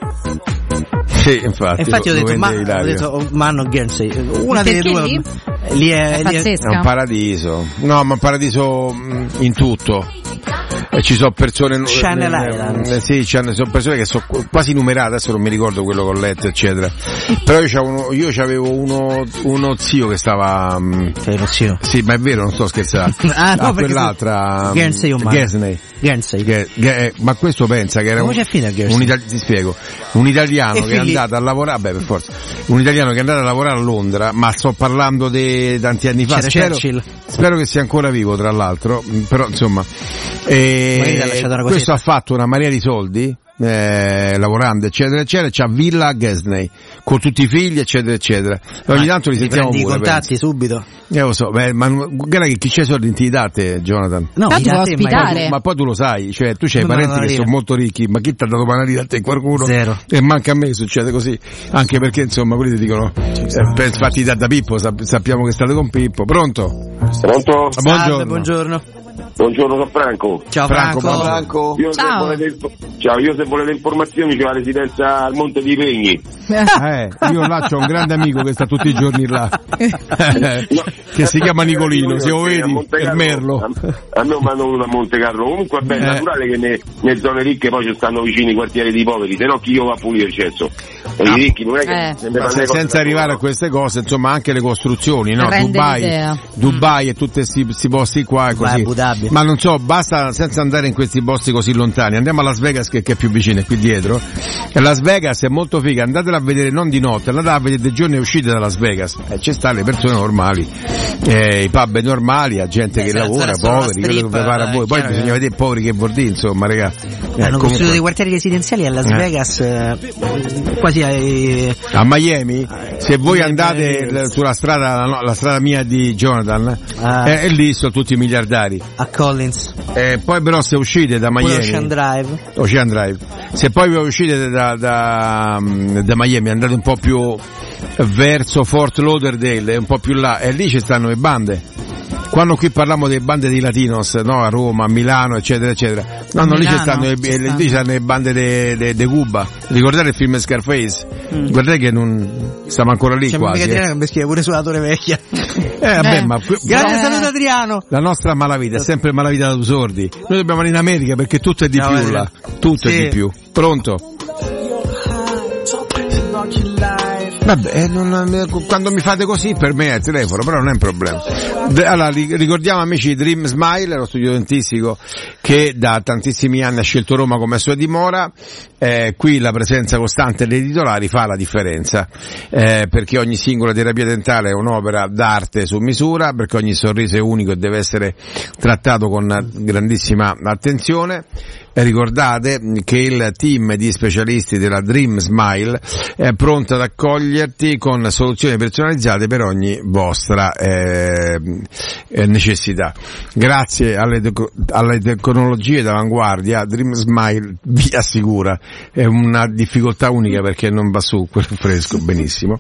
Sì, infatti ho detto Man o Guernsey, una delle due lì è un paradiso. No, ma un paradiso in tutto. E ci sono persone Channel Island. Sì, ci sono persone che sono quasi numerate, adesso non mi ricordo quello che ho letto, eccetera. Però io c'avevo uno zio che stava uno zio? Sì, ma è vero, non sto scherzando. Quell'altra Guernsey o Man? Guernsey. Ma questo pensa che era ti spiego, un italiano che è andato a lavorare, per forza, un italiano che è andato a lavorare a Londra, ma sto parlando di tanti anni fa, spero che sia ancora vivo, tra l'altro, però insomma, questo ha fatto una marea di soldi lavorando eccetera eccetera, c'ha villa a Guernsey con tutti i figli eccetera eccetera, e ogni tanto li sentiamo pure, i contatti subito. Lo so, ma guarda che chi c'è soldi non ti dà te, Jonathan. No, ma poi tu lo sai, cioè tu c'hai parenti che sono molto ricchi, ma chi ti ha dato panarina a te? Qualcuno? Zero. E manca a me succede così, anche perché insomma quelli ti dicono fatti da Pippo, sappiamo che state con Pippo. Pronto? Buongiorno. Buongiorno, sono Franco. Ciao Franco. Io se volete informazioni c'ho la residenza al Monte dei Pegni. Io là c'ho un grande amico che sta tutti i giorni là. Che si chiama Nicolino, se lo vedi, è Merlo. A me mi hanno venuto a Monte Carlo. Comunque è ben naturale che nelle zone ricche poi ci stanno vicini i quartieri dei poveri, se no chi io va a pulire il cesso. E i ricchi non è che senza arrivare a queste cose, insomma, anche le costruzioni, no? Dubai e tutti questi posti qua e così. Ma non so, basta, senza andare in questi posti così lontani, andiamo a Las Vegas che è più vicino, è qui dietro. E Las Vegas è molto figa, andatela a vedere non di notte, andatela a vedere dei giorni uscite da Las Vegas, ci stanno le persone normali, i pub normali, a gente che lavora, poveri, quello che prepara a voi, poi bisogna vedere poveri che vuol dire, insomma, raga. Hanno costruito dei quartieri residenziali a Las Vegas, quasi a Miami. Se voi andate sulla strada, la strada mia di Jonathan, e lì sono tutti miliardari. A Collins. Poi però se uscite da Miami, Ocean Drive, se poi vi uscite da Miami, andate un po' più verso Fort Lauderdale, un po' più là, e lì ci stanno le bande. Quando qui parliamo delle bande di Latinos, no, a Roma, a Milano, eccetera, eccetera. No, lì ci stanno le bande di Cuba. Ricordate il film Scarface? Guardate che non stiamo ancora lì quasi. C'è Adriano che mi scrive pure sulla Torre Vecchia. Ma grande saluto Adriano. La nostra malavita è sempre malavita da sordi. Noi dobbiamo andare in America perché tutto è di più là. Tutto è di più. Pronto? Vabbè, quando mi fate così per me è il telefono, però non è un problema. Allora, ricordiamo amici Dream Smile, lo studio dentistico che da tantissimi anni ha scelto Roma come sua dimora. Qui la presenza costante dei titolari fa la differenza, perché ogni singola terapia dentale è un'opera d'arte su misura, perché ogni sorriso è unico e deve essere trattato con grandissima attenzione. ricordate che il team di specialisti della Dream Smile è pronto ad accoglierti con soluzioni personalizzate per ogni vostra necessità. Grazie alle tecnologie d'avanguardia, Dream Smile vi assicura, è una difficoltà unica perché non va su quel fresco benissimo.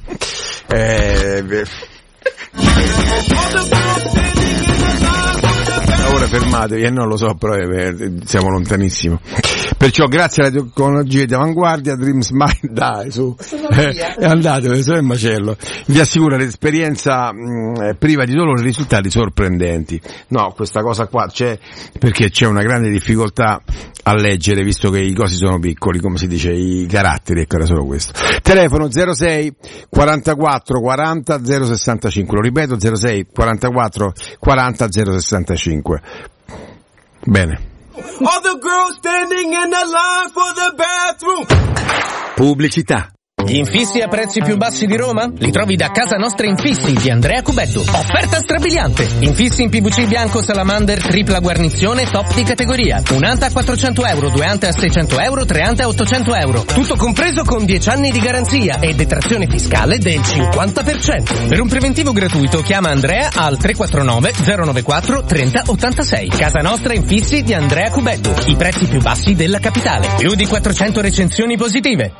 Ora fermatevi, non lo so, però siamo lontanissimo. Perciò grazie alle tecnologie di avanguardia, Dream Smile, dai su, andate, se è macello, vi assicura l'esperienza priva di dolore e risultati sorprendenti. No, questa cosa qua c'è perché c'è una grande difficoltà a leggere, visto che i cosi sono piccoli, come si dice, i caratteri, ecco, era solo questo. Telefono 06 44 40 065, lo ripeto, 06 44 40 065. Bene. Other girls standing in the line for the bathroom. Pubblicità. Gli infissi a prezzi più bassi di Roma? Li trovi da Casa Nostra Infissi di Andrea Cubeddu. Offerta strabiliante. Infissi in PVC bianco Salamander, tripla guarnizione, top di categoria. Un ante a 400 euro, 2 ante a 600 euro, 3 ante a 800 euro. Tutto compreso con 10 anni di garanzia e detrazione fiscale del 50%. Per un preventivo gratuito chiama Andrea al 349 094 30 86. Casa Nostra Infissi di Andrea Cubeddu. I prezzi più bassi della capitale. Più di 400 recensioni positive.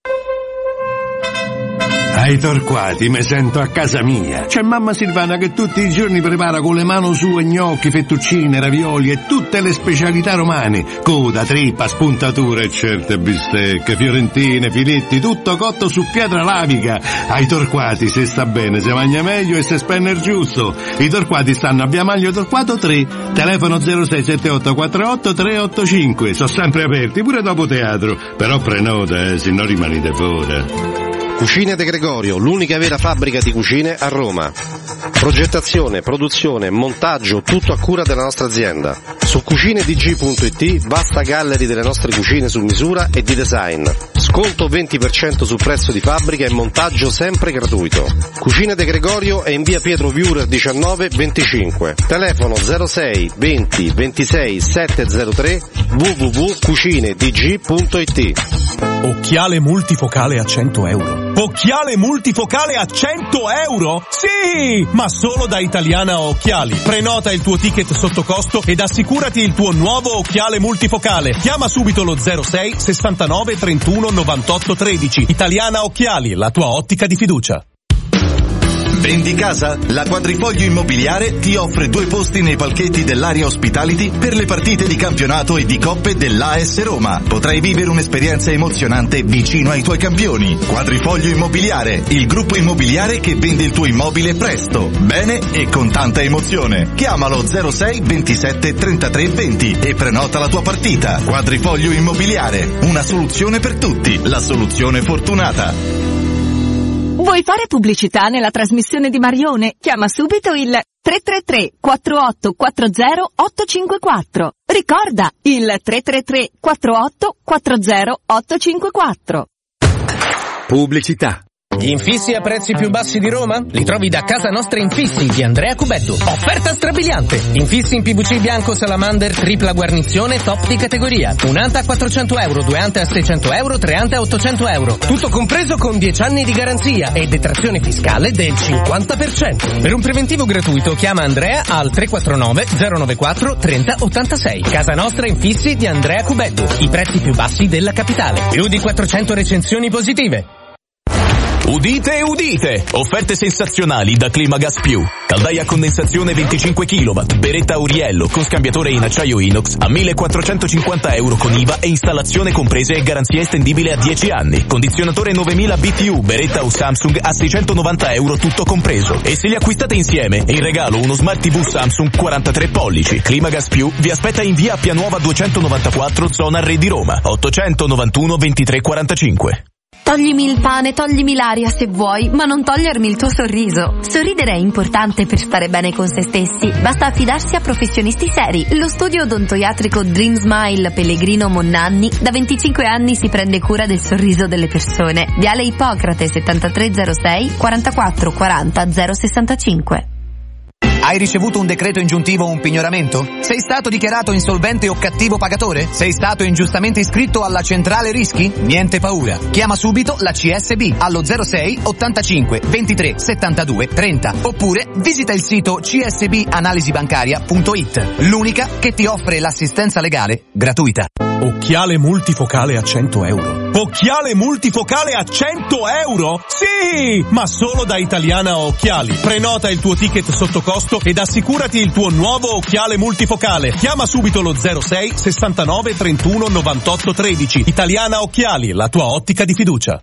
Ai Torquati mi sento a casa mia. C'è mamma Silvana che tutti i giorni prepara con le mani sue gnocchi, fettuccine, ravioli e tutte le specialità romane. Coda, trippa, spuntatura e certe bistecche, fiorentine, filetti, tutto cotto su pietra lavica. Ai Torquati se sta bene, se mangia meglio e se spende il giusto. I Torquati stanno a Via Maglio Torquato 3, telefono 0678 48 385. Sono sempre aperti, pure dopo teatro. Però prenota, se no rimanete fuori. Cucine De Gregorio, l'unica vera fabbrica di cucine a Roma. Progettazione, produzione, montaggio, tutto a cura della nostra azienda. Su cucinedg.it, vasta gallery delle nostre cucine su misura e di design. Sconto 20% sul prezzo di fabbrica e montaggio sempre gratuito. Cucine De Gregorio è in via Pietro Viurer 19 25. Telefono 06 20 26 703 www.cucinedg.it. Occhiale multifocale a 100 euro. Occhiale multifocale a 100 euro? Sì! Ma solo da Italiana Occhiali. Prenota il tuo ticket sotto costo ed assicurati il tuo nuovo occhiale multifocale. Chiama subito lo 06 69 31 98 13. Italiana Occhiali, la tua ottica di fiducia. Vendi casa? La Quadrifoglio Immobiliare ti offre 2 posti nei palchetti dell'area Hospitality per le partite di campionato e di coppe dell'AS Roma. Potrai vivere un'esperienza emozionante vicino ai tuoi campioni. Quadrifoglio Immobiliare, il gruppo immobiliare che vende il tuo immobile presto, bene e con tanta emozione. Chiamalo 06 27 33 20 e prenota la tua partita. Quadrifoglio Immobiliare, una soluzione per tutti, la soluzione fortunata. Vuoi fare pubblicità nella trasmissione di Marione? Chiama subito il 333 4840 854. Ricorda, il 333 4840 854. Pubblicità. Gli infissi a prezzi più bassi di Roma? Li trovi da Casa Nostra Infissi di Andrea Cubeddu. Offerta strabiliante. Infissi in PVC bianco Salamander, tripla guarnizione, top di categoria. Un ante a 400 euro, 2 ante a 600 euro, 3 ante a 800 euro. Tutto compreso con 10 anni di garanzia e detrazione fiscale del 50%. Per un preventivo gratuito chiama Andrea al 349 094 30 86. Casa Nostra Infissi di Andrea Cubeddu. I prezzi più bassi della capitale. Più di 400 recensioni positive. Udite, udite! Offerte sensazionali da Climagas Più. Caldaia a condensazione 25 kW, beretta Auriello con scambiatore in acciaio inox a 1.450 euro con IVA e installazione comprese e garanzia estendibile a 10 anni. Condizionatore 9000 BTU, beretta o Samsung a 690 euro tutto compreso. E se li acquistate insieme, è in regalo uno Smart TV Samsung 43 pollici. Climagas Più vi aspetta in via Appia Nuova 294, zona Re di Roma, 891 23 45. Toglimi il pane, toglimi l'aria se vuoi, ma non togliermi il tuo sorriso. Sorridere è importante per stare bene con se stessi. Basta affidarsi a professionisti seri. Lo studio odontoiatrico Dream Smile Pellegrino Monnanni da 25 anni si prende cura del sorriso delle persone. Viale Ippocrate 7306 44 40 065. Hai ricevuto un decreto ingiuntivo o un pignoramento? Sei stato dichiarato insolvente o cattivo pagatore? Sei stato ingiustamente iscritto alla centrale rischi? Niente paura. Chiama subito la CSB allo 06 85 23 72 30 oppure visita il sito csbanalisibancaria.it, l'unica che ti offre l'assistenza legale gratuita. Occhiale multifocale a 100 euro. Occhiale multifocale a 100 euro? Sì! Ma solo da Italiana Occhiali. Prenota il tuo ticket sotto costo ed assicurati il tuo nuovo occhiale multifocale. Chiama subito lo 06 69 31 98 13. Italiana Occhiali, la tua ottica di fiducia.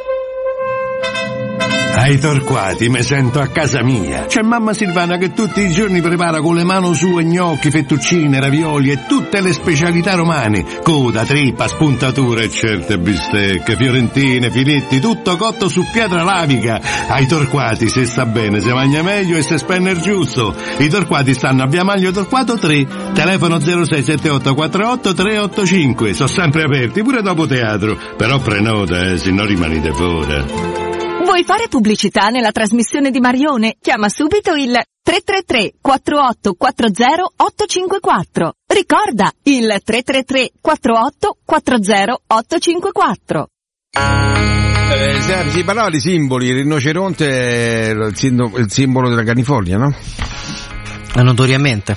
Ai Torquati mi sento a casa mia. C'è mamma Silvana che tutti i giorni prepara con le mani sue gnocchi, fettuccine, ravioli e tutte le specialità romane. Coda, trippa, spuntatura e certe bistecche, fiorentine, filetti, tutto cotto su pietra lavica. Ai Torquati se sta bene, se mangia meglio e se spende il giusto. I Torquati stanno a Via Maglio Torquato 3, telefono 0678 48 385. Sono sempre aperti, pure dopo teatro. Però prenota, se no rimanete fuori. Vuoi fare pubblicità nella trasmissione di Marione? Chiama subito il 333 4840 854. Ricorda, il 333 48 40 854. Si parlava di simboli, il rinoceronte è il simbolo della California, no? Notoriamente.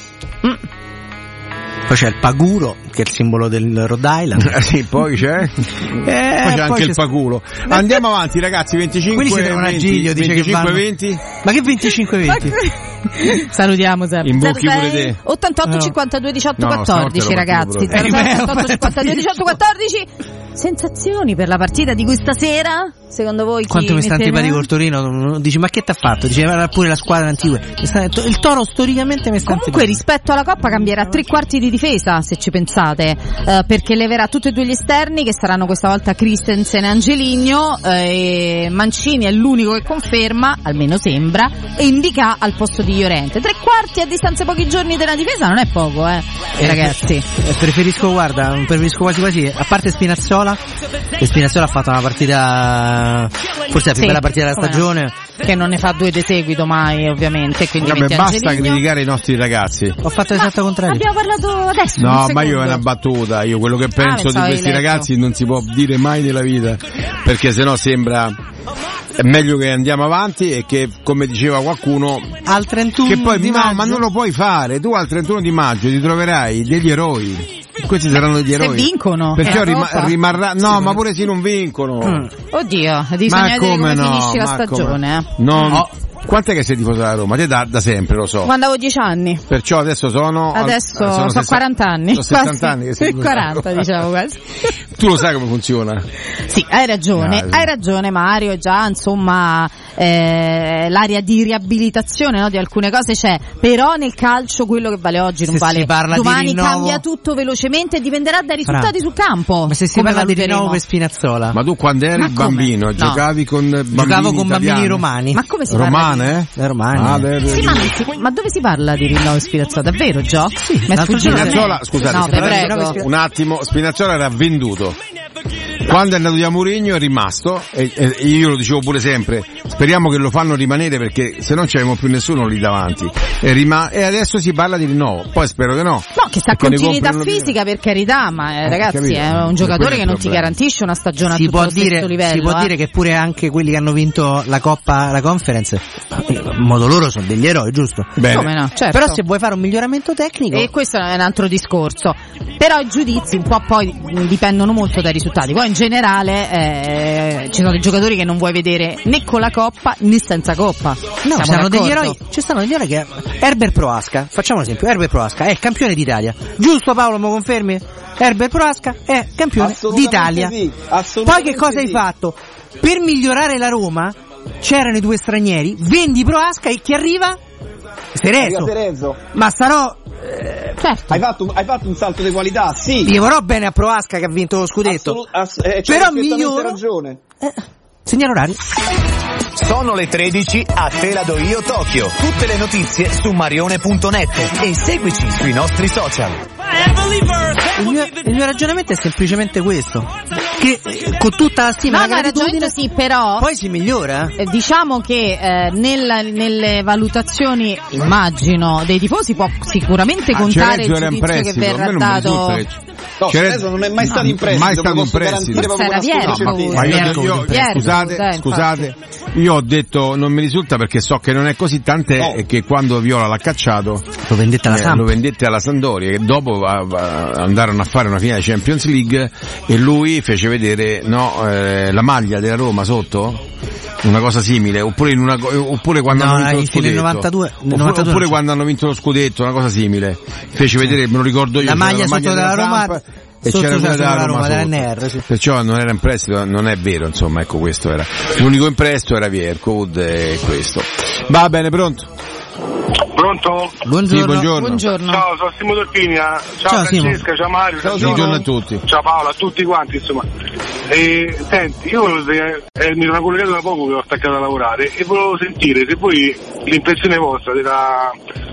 Poi c'è il paguro, che è il simbolo del Rhode Island. Sì, poi c'è? Poi c'è anche il paculo. Andiamo avanti, ragazzi, 25 Quelli si devono a Giglio, dice 25 che 20. Ma che 25-20? Salutiamo sempre. Imbocchi pure te. 88 52 18 14, ragazzi. 88 52 18 14. Sensazioni per la partita di questa sera? Secondo voi chi quanto mi sta antipatico col Torino? Dici, ma che t'ha fatto? Diceva pure la squadra antigua. Il Toro storicamente mi sta comunque antipatico. Rispetto alla Coppa cambierà tre quarti di difesa, se ci pensate, perché leverà tutti e due gli esterni, che saranno questa volta Christensen e Angeligno, e Mancini è l'unico che conferma, almeno sembra, e Indica al posto di Llorente. Tre quarti a distanza di pochi giorni della difesa non è poco, ragazzi. Preferisco quasi quasi, a parte Spinazzola, che Spinazzola ha fatto una partita, forse la più bella partita della stagione, no? Che non ne fa due di seguito mai, ovviamente. Quindi basta criticare i nostri ragazzi. Ho fatto l'esatto contrario. Abbiamo parlato adesso. No, ma io è una battuta. Io quello che penso di questi ragazzi non si può dire mai nella vita, perché sennò sembra è meglio che andiamo avanti e che, come diceva qualcuno, al 31 che poi di maggio, ma non lo puoi fare. Tu al 31 di maggio ti troverai degli eroi. Questi saranno degli eroi. Se vincono. Perciò rimarrà. No, ma pure se non vincono. Oddio, bisogna vedere come finisce la stagione. No. Quant'è che sei tifoso della Roma? Te da sempre, lo so. Quando avevo 10 anni. Perciò adesso sono 40 anni. Sono 60 anni che sei 40, diciamo quasi. Tu lo sai come funziona? Sì, hai ragione Mario, già insomma l'area di riabilitazione, no, di alcune cose c'è, però nel calcio quello che vale oggi non vale domani, cambia tutto velocemente e dipenderà dai risultati sul campo. Ma se si parla di rinnovo per Spinazzola? Ma tu quando eri bambino giocavi con bambini giocavo con bambini romani. Ma come si romane? Romane. Sì, ma dove si parla di rinnovo Spinazzola? Davvero, Gio? Sì, ma Spinazzola, scusate, un attimo, Spinazzola era venduto. Quando è andato via Mourinho è rimasto, e io lo dicevo pure sempre, speriamo che lo fanno rimanere, perché se non c'avevamo più nessuno lì davanti, e adesso si parla di rinnovo, poi spero che no. No, che sta continuità fisica, per carità, ma ragazzi è un giocatore che non ti garantisce una stagione a tutto lo stesso livello. Si può dire che pure anche quelli che hanno vinto la Coppa, la Conference, in modo loro sono degli eroi, giusto? Bene. Come no? Certo. Però se vuoi fare un miglioramento tecnico, e questo è un altro discorso, però i giudizi un po' poi dipendono molto dai risultati. Poi in generale ci sono dei giocatori che non vuoi vedere né con la Coppa né senza Coppa. No, ci stanno degli eroi che Herbert Proasca, facciamo un esempio, Herbert Proasca è campione d'Italia, giusto Paolo, mi confermi? Herbert Proasca è campione d'Italia. Sì, poi che cosa hai fatto? Per migliorare la Roma c'erano i due stranieri, vendi Proasca e chi arriva? Cerezo. Ma sarò certo. Hai fatto un salto di qualità, sì. Io vorrò bene a Proasca che ha vinto lo scudetto. Però miglioro. Ragione. Segnalo orario. Sono le 13, a te la do io Tokyo. Tutte le notizie su marione.net e seguici sui nostri social. Il mio ragionamento è semplicemente questo. che con tutta la stima e la gratitudine sì, però poi si migliora. Diciamo che nelle valutazioni, immagino, dei tifosi può sicuramente contare il giudizio che verrà dato. No, Cerezo non è mai stato in prestito. Mai stato in prestito. Scusate, io ho detto non mi risulta perché so che non è così, tant'è che quando Viola l'ha cacciato lo vendette alla Sampdoria, che dopo andarono a fare una finale Champions League e lui fece vedere la maglia della Roma sotto, una cosa simile, oppure quando hanno vinto lo scudetto, oppure quando hanno vinto lo scudetto, una cosa simile, fece vedere, me lo ricordo io, la maglia sotto della Roma e c'era quella della Roma dell'NR, sì. Perciò non era in prestito, non è vero, insomma, ecco, questo era l'unico in prestito, era Viercoud e questo. Va bene, pronto? Pronto? Buongiorno. Sì, buongiorno. Ciao, sono Simo Torpinia. Ciao Francesca, ciao Mario, ciao buongiorno a tutti. Ciao Paola, a tutti quanti, insomma. Senti, io mi sono collegato da poco che ho staccato a lavorare e volevo sentire se voi l'impressione vostra della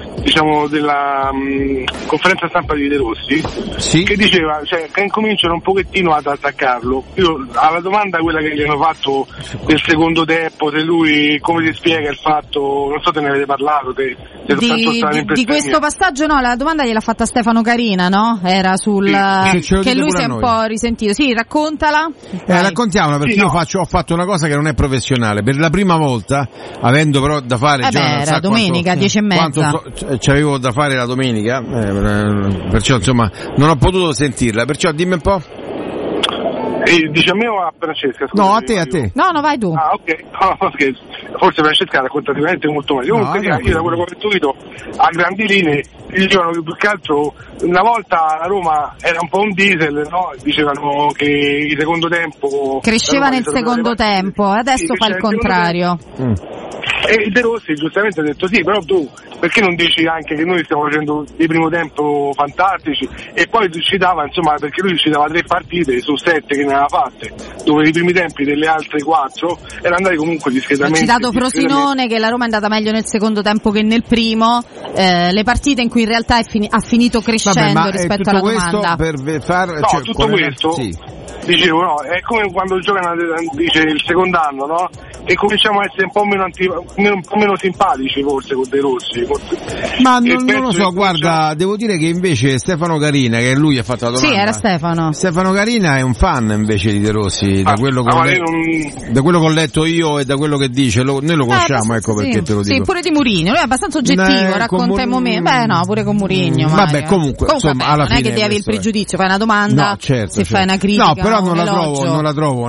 conferenza stampa di De Rossi, sì, che diceva, cioè, che incominciano un pochettino ad attaccarlo. Io alla domanda quella che gli hanno fatto del secondo tempo, se lui come si spiega il fatto, non so se ne avete parlato di questo passaggio, no, la domanda gliel'ha fatta Stefano Carina, no? Era sul che lui si è un po' risentito. Sì, raccontala. Raccontiamola, perché io ho fatto una cosa che non è professionale per la prima volta, avendo però da fare era domenica 10:30. C'avevo da fare la domenica, perciò insomma non ho potuto sentirla, perciò dimmi un po'. Dice a me o a Francesca? Scusa, no, a te. No, vai tu. Ah, ok. No, scherzo. Forse Francesca racconta veramente molto meglio. Comunque, io da quello che ho intuito, a grandi linee, dicevano che più che altro una volta la Roma era un po' un diesel, no? Dicevano che il secondo tempo cresceva nel secondo tempo, adesso fa il contrario. E De Rossi giustamente ha detto sì, però tu perché non dici anche che noi stiamo facendo di primo tempo fantastici? E poi ci dava, insomma, perché lui ci dava 3 partite su 7 che ne aveva fatte, dove i primi tempi delle altre 4 erano andati comunque discretamente. Ho citato Frosinone, che la Roma è andata meglio nel secondo tempo che nel primo, le partite in cui in realtà ha finito crescendo rispetto alla domanda. Tutto questo sì. Dicevo, no, è come quando giocano, dice, il secondo anno, no? E cominciamo a essere un po' meno simpatici forse con De Rossi. Ma non lo so, guarda, devo dire che invece Stefano Carina, che lui ha fatto la domanda. Sì, era Stefano Carina è un fan invece di De Rossi, da quello che ho letto io e da quello che dice, noi lo conosciamo, ecco perché te lo dico. Sì, pure di Mourinho, lui è abbastanza oggettivo, racconta i momenti. Beh no, pure con Mourinho. Vabbè, comunque insomma, alla fine non è che devi avere il pregiudizio, fai una domanda, no, certo, fai una critica. No, però non la trovo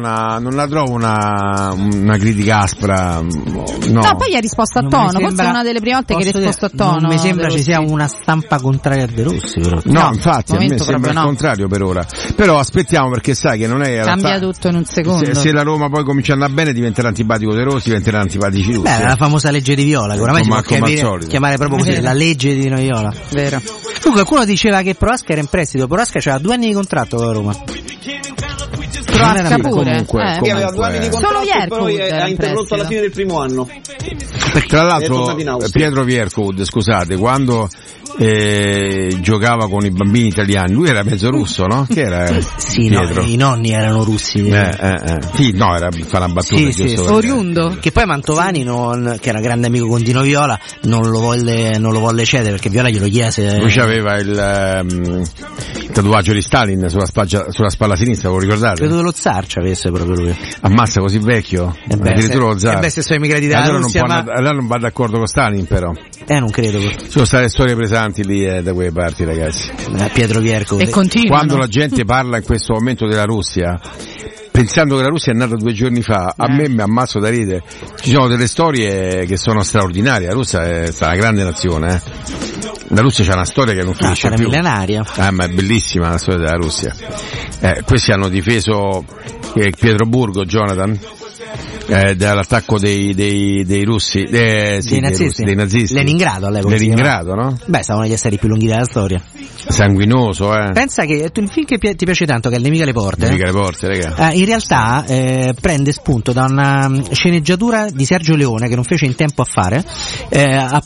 una critica aspra. No, poi gli ha risposto a tono, forse è una delle prime volte che ha risposto a tono. Non mi sembra ci sia una stampa contraria a De Rossi, però. No, infatti a me sembra il contrario per ora. Però aspettiamo, perché sai che non è cambia tutto in un secondo. Se la Roma poi comincia a andare bene diventerà antipatico De Rossi, diventerà antipatici tutti. Beh, la famosa legge di Viola, che oramai si può chiamare proprio così, la legge di Viola. Vero. Comunque qualcuno diceva che Proasca era in prestito, Proasca c'aveva 2 anni di contratto con la Roma. Proasca pure. Comunque. Aveva 2 anni di contratto, però ha interrotto alla fine del primo anno. Tra l'altro Pietro Viercoud, scusate, quando giocava con i bambini italiani, lui era mezzo russo, no? Che era? Sì, no, i nonni erano russi. Sì, no, era fa una battuta, sì, oriundo. Che poi Mantovani, che era grande amico con Dino Viola, non lo volle cedere perché Viola glielo chiese. Lui c'aveva il tatuaggio di Stalin sulla spalla sinistra, lo ricordate? Credo lo zar ci avesse proprio lui. Ammazza, così vecchio? Addirittura lo zar. Se sono emigrati da Russia, allora non va d'accordo con Stalin, però. Non credo. Sono state storie pesanti lì da quelle parti, ragazzi. Pietro Vierco. E continua. Quando la gente parla in questo momento della Russia, pensando che la Russia è nata 2 giorni fa, a me mi ammazzo da ridere. Ci sono delle storie che sono straordinarie. La Russia è una grande nazione, La Russia c'ha una storia che non finisce più. Millenaria. Ma è bellissima la storia della Russia. Questi hanno difeso Pietroburgo, Jonathan, dall'attacco dei russi, dei nazisti. Leningrado all'epoca. Leningrado, no? Beh, stavano gli esseri più lunghi della storia. Sanguinoso, Pensa che il film che ti piace tanto, che è Il Nemica alle porte. Nemica alle porte, raga. In realtà prende spunto da una sceneggiatura di Sergio Leone che non fece in tempo a fare, appunto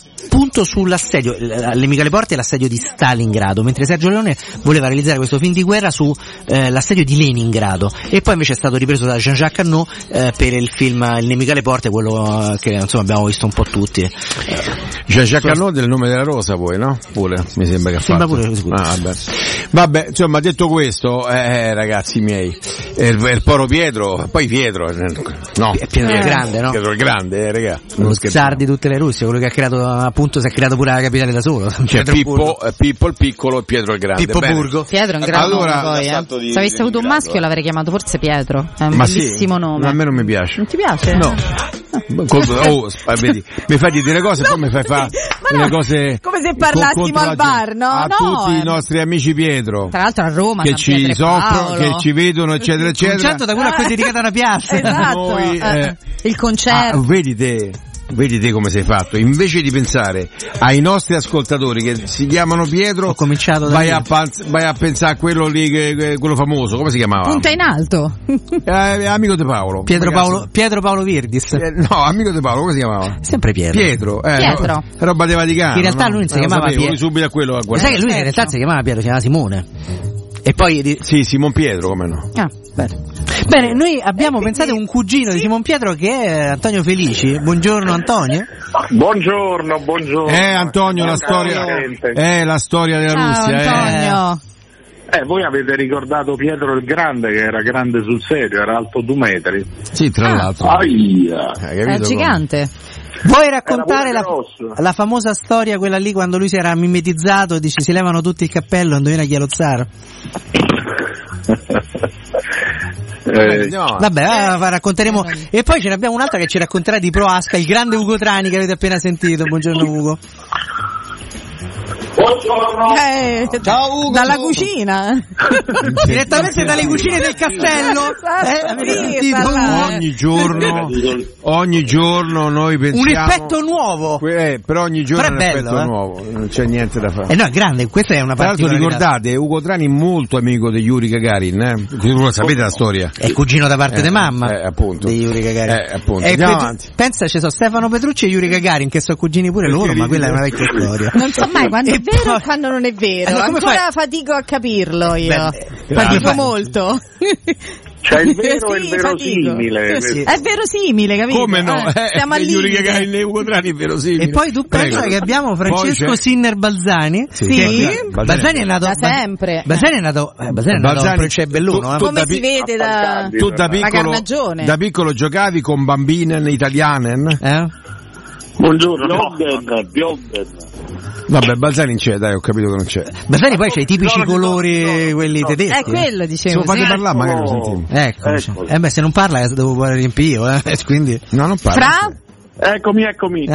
punto sull'assedio, Le Michele Porte è l'assedio di Stalingrado, mentre Sergio Leone voleva realizzare questo film di guerra su l'assedio di Leningrado, e poi invece è stato ripreso da Jean-Jacques Annaud per il film Il Nemica alle porte, quello che insomma abbiamo visto un po' tutti. Jean-Jacques Annaud del Nome della Rosa, poi, no? Pure, mi sembra che ha fatto. Pure, vabbè, insomma, detto questo, ragazzi miei, il poro Pietro, poi Pietro, no, Pietro il Grande, no? Pietro il Grande, raga. Lo zar di tutte le Russie, quello che ha creato, appunto, si è creato pure la capitale da solo. Cioè Pippo il piccolo e Pietro il Grande. Pippo Burgo. Pietro è un grande nome poi, Se avessi avuto un maschio l'avrei chiamato forse Pietro, è un bellissimo nome. A me non mi piace. Non ti piace? No. Vedi, mi fai dire le cose, poi mi fai fare le cose come se parlassimo al bar, no? A tutti i nostri amici Pietro, tra l'altro a Roma, che ci soffrono, che ci vedono, eccetera eccetera. Il concerto da quello a cui è dedicata una piazza. Esatto. Noi, il concerto. Vedi te come sei fatto. Invece di pensare ai nostri ascoltatori che si chiamano Pietro, vai a pensare a quello lì, quello famoso, come si chiamava? Punta in alto. Amico di Paolo. Pietro Paolo Virdis. No, amico di Paolo, come si chiamava? Sempre Pietro. Pietro. Roba di Vaticano. In realtà lui non si chiamava Pietro. Subito a quello. Sai che lui in realtà si chiamava Pietro, si chiamava Simone. E poi sì, Simon Pietro, come no? Bene, noi abbiamo pensato a un cugino di Simon Pietro che è Antonio Felici. Buongiorno Antonio. Buongiorno. Antonio, la storia della Russia. Antonio. Voi avete ricordato Pietro il Grande, che era grande sul serio, era alto 2 metri. Sì, tra l'altro. È gigante. Vuoi raccontare la famosa storia, quella lì quando lui si era mimetizzato e dice si levano tutti il cappello, indovina chi è lo zar? Vabbè, racconteremo. E poi ce ne abbiamo un'altra che ci racconterà di Proasca, il grande Ugo Trani che avete appena sentito. Buongiorno Ugo. Buongiorno. Ciao Ugo. Dalla cucina. Direttamente dalle cucine del castello. Ogni giorno noi pensiamo un effetto nuovo. Per ogni giorno è un effetto nuovo, non c'è niente da fare. No, è grande, questa è una parte. Tra l'altro ricordate, Ugo Trani molto amico di Yuri Gagarin, Lo sapete la storia? È cugino da parte di mamma. Appunto. Di Yuri Gagarin. Appunto. Andiamo avanti. Pensa, ci sono Stefano Petrucci e Yuri Gagarin che sono cugini pure loro, ma quella è una vecchia storia. Non so mai quando è vero e quando non è vero. Ancora fatico a capirlo io. Fatico molto. C'è il vero e il verosimile. È verosimile, capito? Come no? Siamo al Yuri Gagarin e Ugo Trani è verosimile. E poi tu pensa che abbiamo Francesco Sinner Balzani. Sì. Balzani è nato da sempre. Balzani è nato a Precebelluno. Come si vede da Carnagione. Da piccolo giocavi con bambine italiane? Buongiorno. Bionden. Vabbè, Balzani c'è, dai, ho capito che non c'è. Balzani poi c'ha i tipici colori, quelli tedeschi. È quello, dicevo. Se lo fate parlare, magari lo sentiamo. Ecco. Se non parla devo riempire io, quindi. No, non parla. Eccomi. No.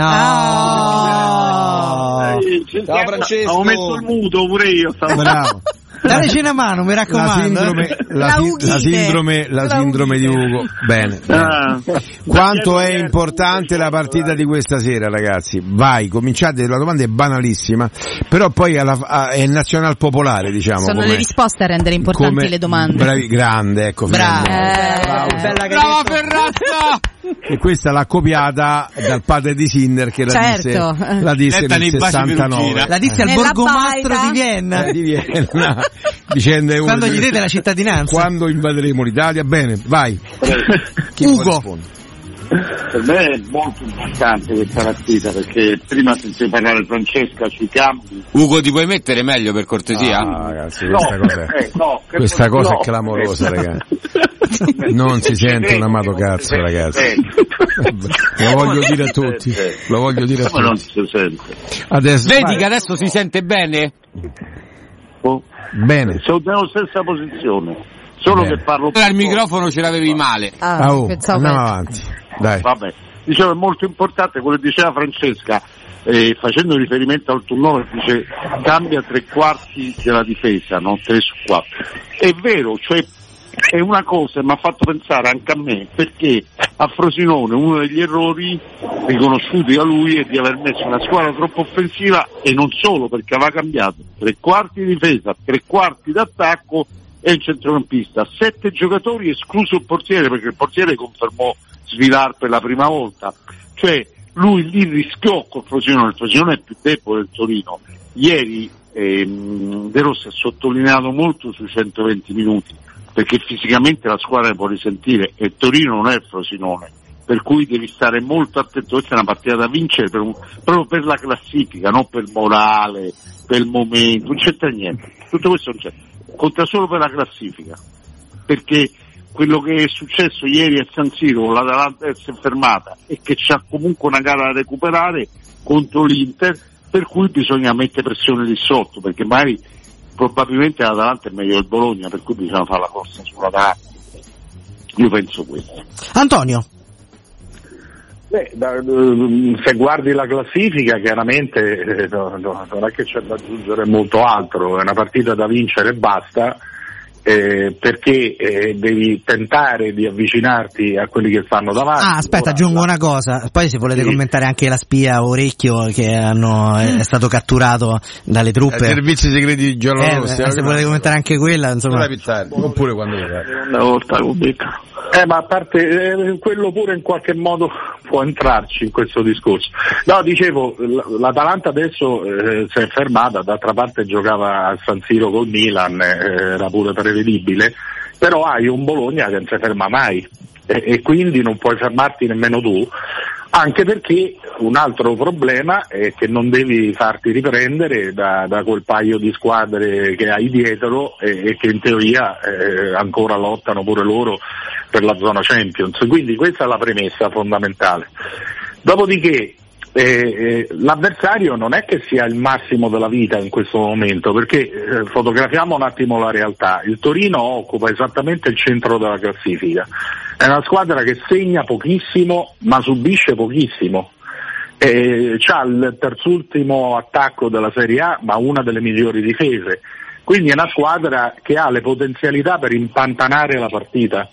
Ciao Francesco. Ho messo il muto pure io. Bravo. Dateci una mano, mi raccomando. La sindrome di Ugo. Bene. Quanto è importante la partita di questa sera, ragazzi? Vai, cominciate, la domanda è banalissima, però poi è il nazional popolare, diciamo. Sono le risposte a rendere importanti le domande. Bravi, grande, ecco. Bravo Ferrazza! E questa l'ha copiata dal padre di Sinner che la disse nel 69. La disse al borgomastro di Vienna. Dicendo quando gli dete la cittadinanza. Quando invaderemo l'Italia. Bene, vai. Ugo. Per me è molto importante questa partita, perché prima sentivo parlare Francesca sui cambi. Ugo, ti puoi mettere meglio per cortesia? Ragazzi, questa cosa è clamorosa, ragazzi. Non si sente un amato cazzo, ragazzi. Lo voglio dire a tutti. Non si sente. Vedi che adesso si sente bene? Bene. Sono nella stessa posizione. Solo che parlo. Ora il microfono ce l'avevi male. Andiamo avanti. Dai. Vabbè. Dicevo, è molto importante quello che diceva Francesca, facendo riferimento al turnover, dice cambia 3/4 della difesa, non 3 su 4. È vero, cioè è una cosa che mi ha fatto pensare anche a me, perché a Frosinone uno degli errori riconosciuti da lui è di aver messo una squadra troppo offensiva, e non solo, perché aveva cambiato 3/4 di difesa, 3/4 d'attacco e il centrocampista, 7 giocatori escluso il portiere, perché il portiere confermò Svilar per la prima volta. Cioè lui lì rischiò col Frosinone, il Frosinone è più debole del Torino. Ieri De Rossi ha sottolineato molto sui 120 minuti, perché fisicamente la squadra può risentire e il Torino non è il Frosinone, per cui devi stare molto attento. Questa è una partita da vincere proprio per la classifica, non per morale, per il momento, non c'entra niente, tutto questo non c'è, conta solo per la classifica, perché quello che è successo ieri a San Siro, l'Atalanta si è fermata e che c'ha comunque una gara da recuperare contro l'Inter, per cui bisogna mettere pressione lì sotto, perché magari probabilmente l'Atalanta è meglio del Bologna, per cui bisogna fare la corsa sull'Atalanta. Io penso questo. Antonio? Se guardi la classifica chiaramente non è che c'è da aggiungere molto altro, è una partita da vincere e basta, perché devi tentare di avvicinarti a quelli che stanno davanti. Aspetta, aggiungo una cosa, poi se volete commentare anche la spia Orecchio che è stato catturato dalle truppe, servizi segreti di giallorossi, se volete commentare anche quella, insomma, oppure quando ma a parte quello pure in qualche modo può entrarci in questo discorso. No, dicevo, l'Atalanta adesso si è fermata, d'altra parte giocava a San Siro col Milan, era pure prevedibile, però hai un Bologna che non si ferma mai e quindi non puoi fermarti nemmeno tu, anche perché un altro problema è che non devi farti riprendere da quel paio di squadre che hai dietro e che in teoria ancora lottano pure loro per la zona Champions, quindi questa è la premessa fondamentale. Dopodiché l'avversario non è che sia il massimo della vita in questo momento, perché fotografiamo un attimo la realtà. Il Torino occupa esattamente il centro della classifica, è una squadra che segna pochissimo ma subisce pochissimo, c'ha il terzultimo attacco della Serie A ma una delle migliori difese, quindi è una squadra che ha le potenzialità per impantanare la partita.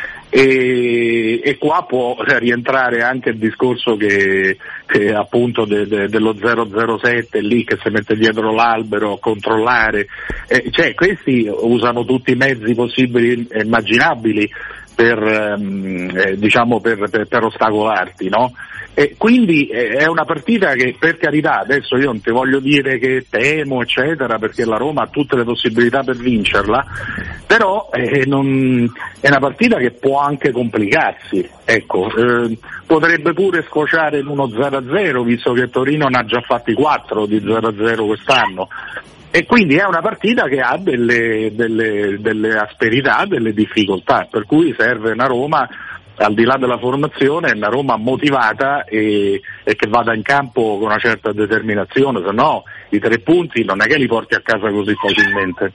E qua può rientrare anche il discorso che appunto dello 007 lì che si mette dietro l'albero a controllare, cioè questi usano tutti i mezzi possibili e immaginabili per ostacolarti, no? E quindi è una partita che, per carità, adesso io non ti voglio dire che temo eccetera, perché la Roma ha tutte le possibilità per vincerla, però è una partita che può anche complicarsi, ecco, potrebbe pure sfociare in uno 0-0, visto che Torino ne ha già fatti 4 di 0-0 quest'anno. E quindi è una partita che ha delle asperità, delle difficoltà, per cui serve una Roma, al di là della formazione, una Roma motivata e che vada in campo con una certa determinazione, se no i 3 punti non è che li porti a casa così facilmente.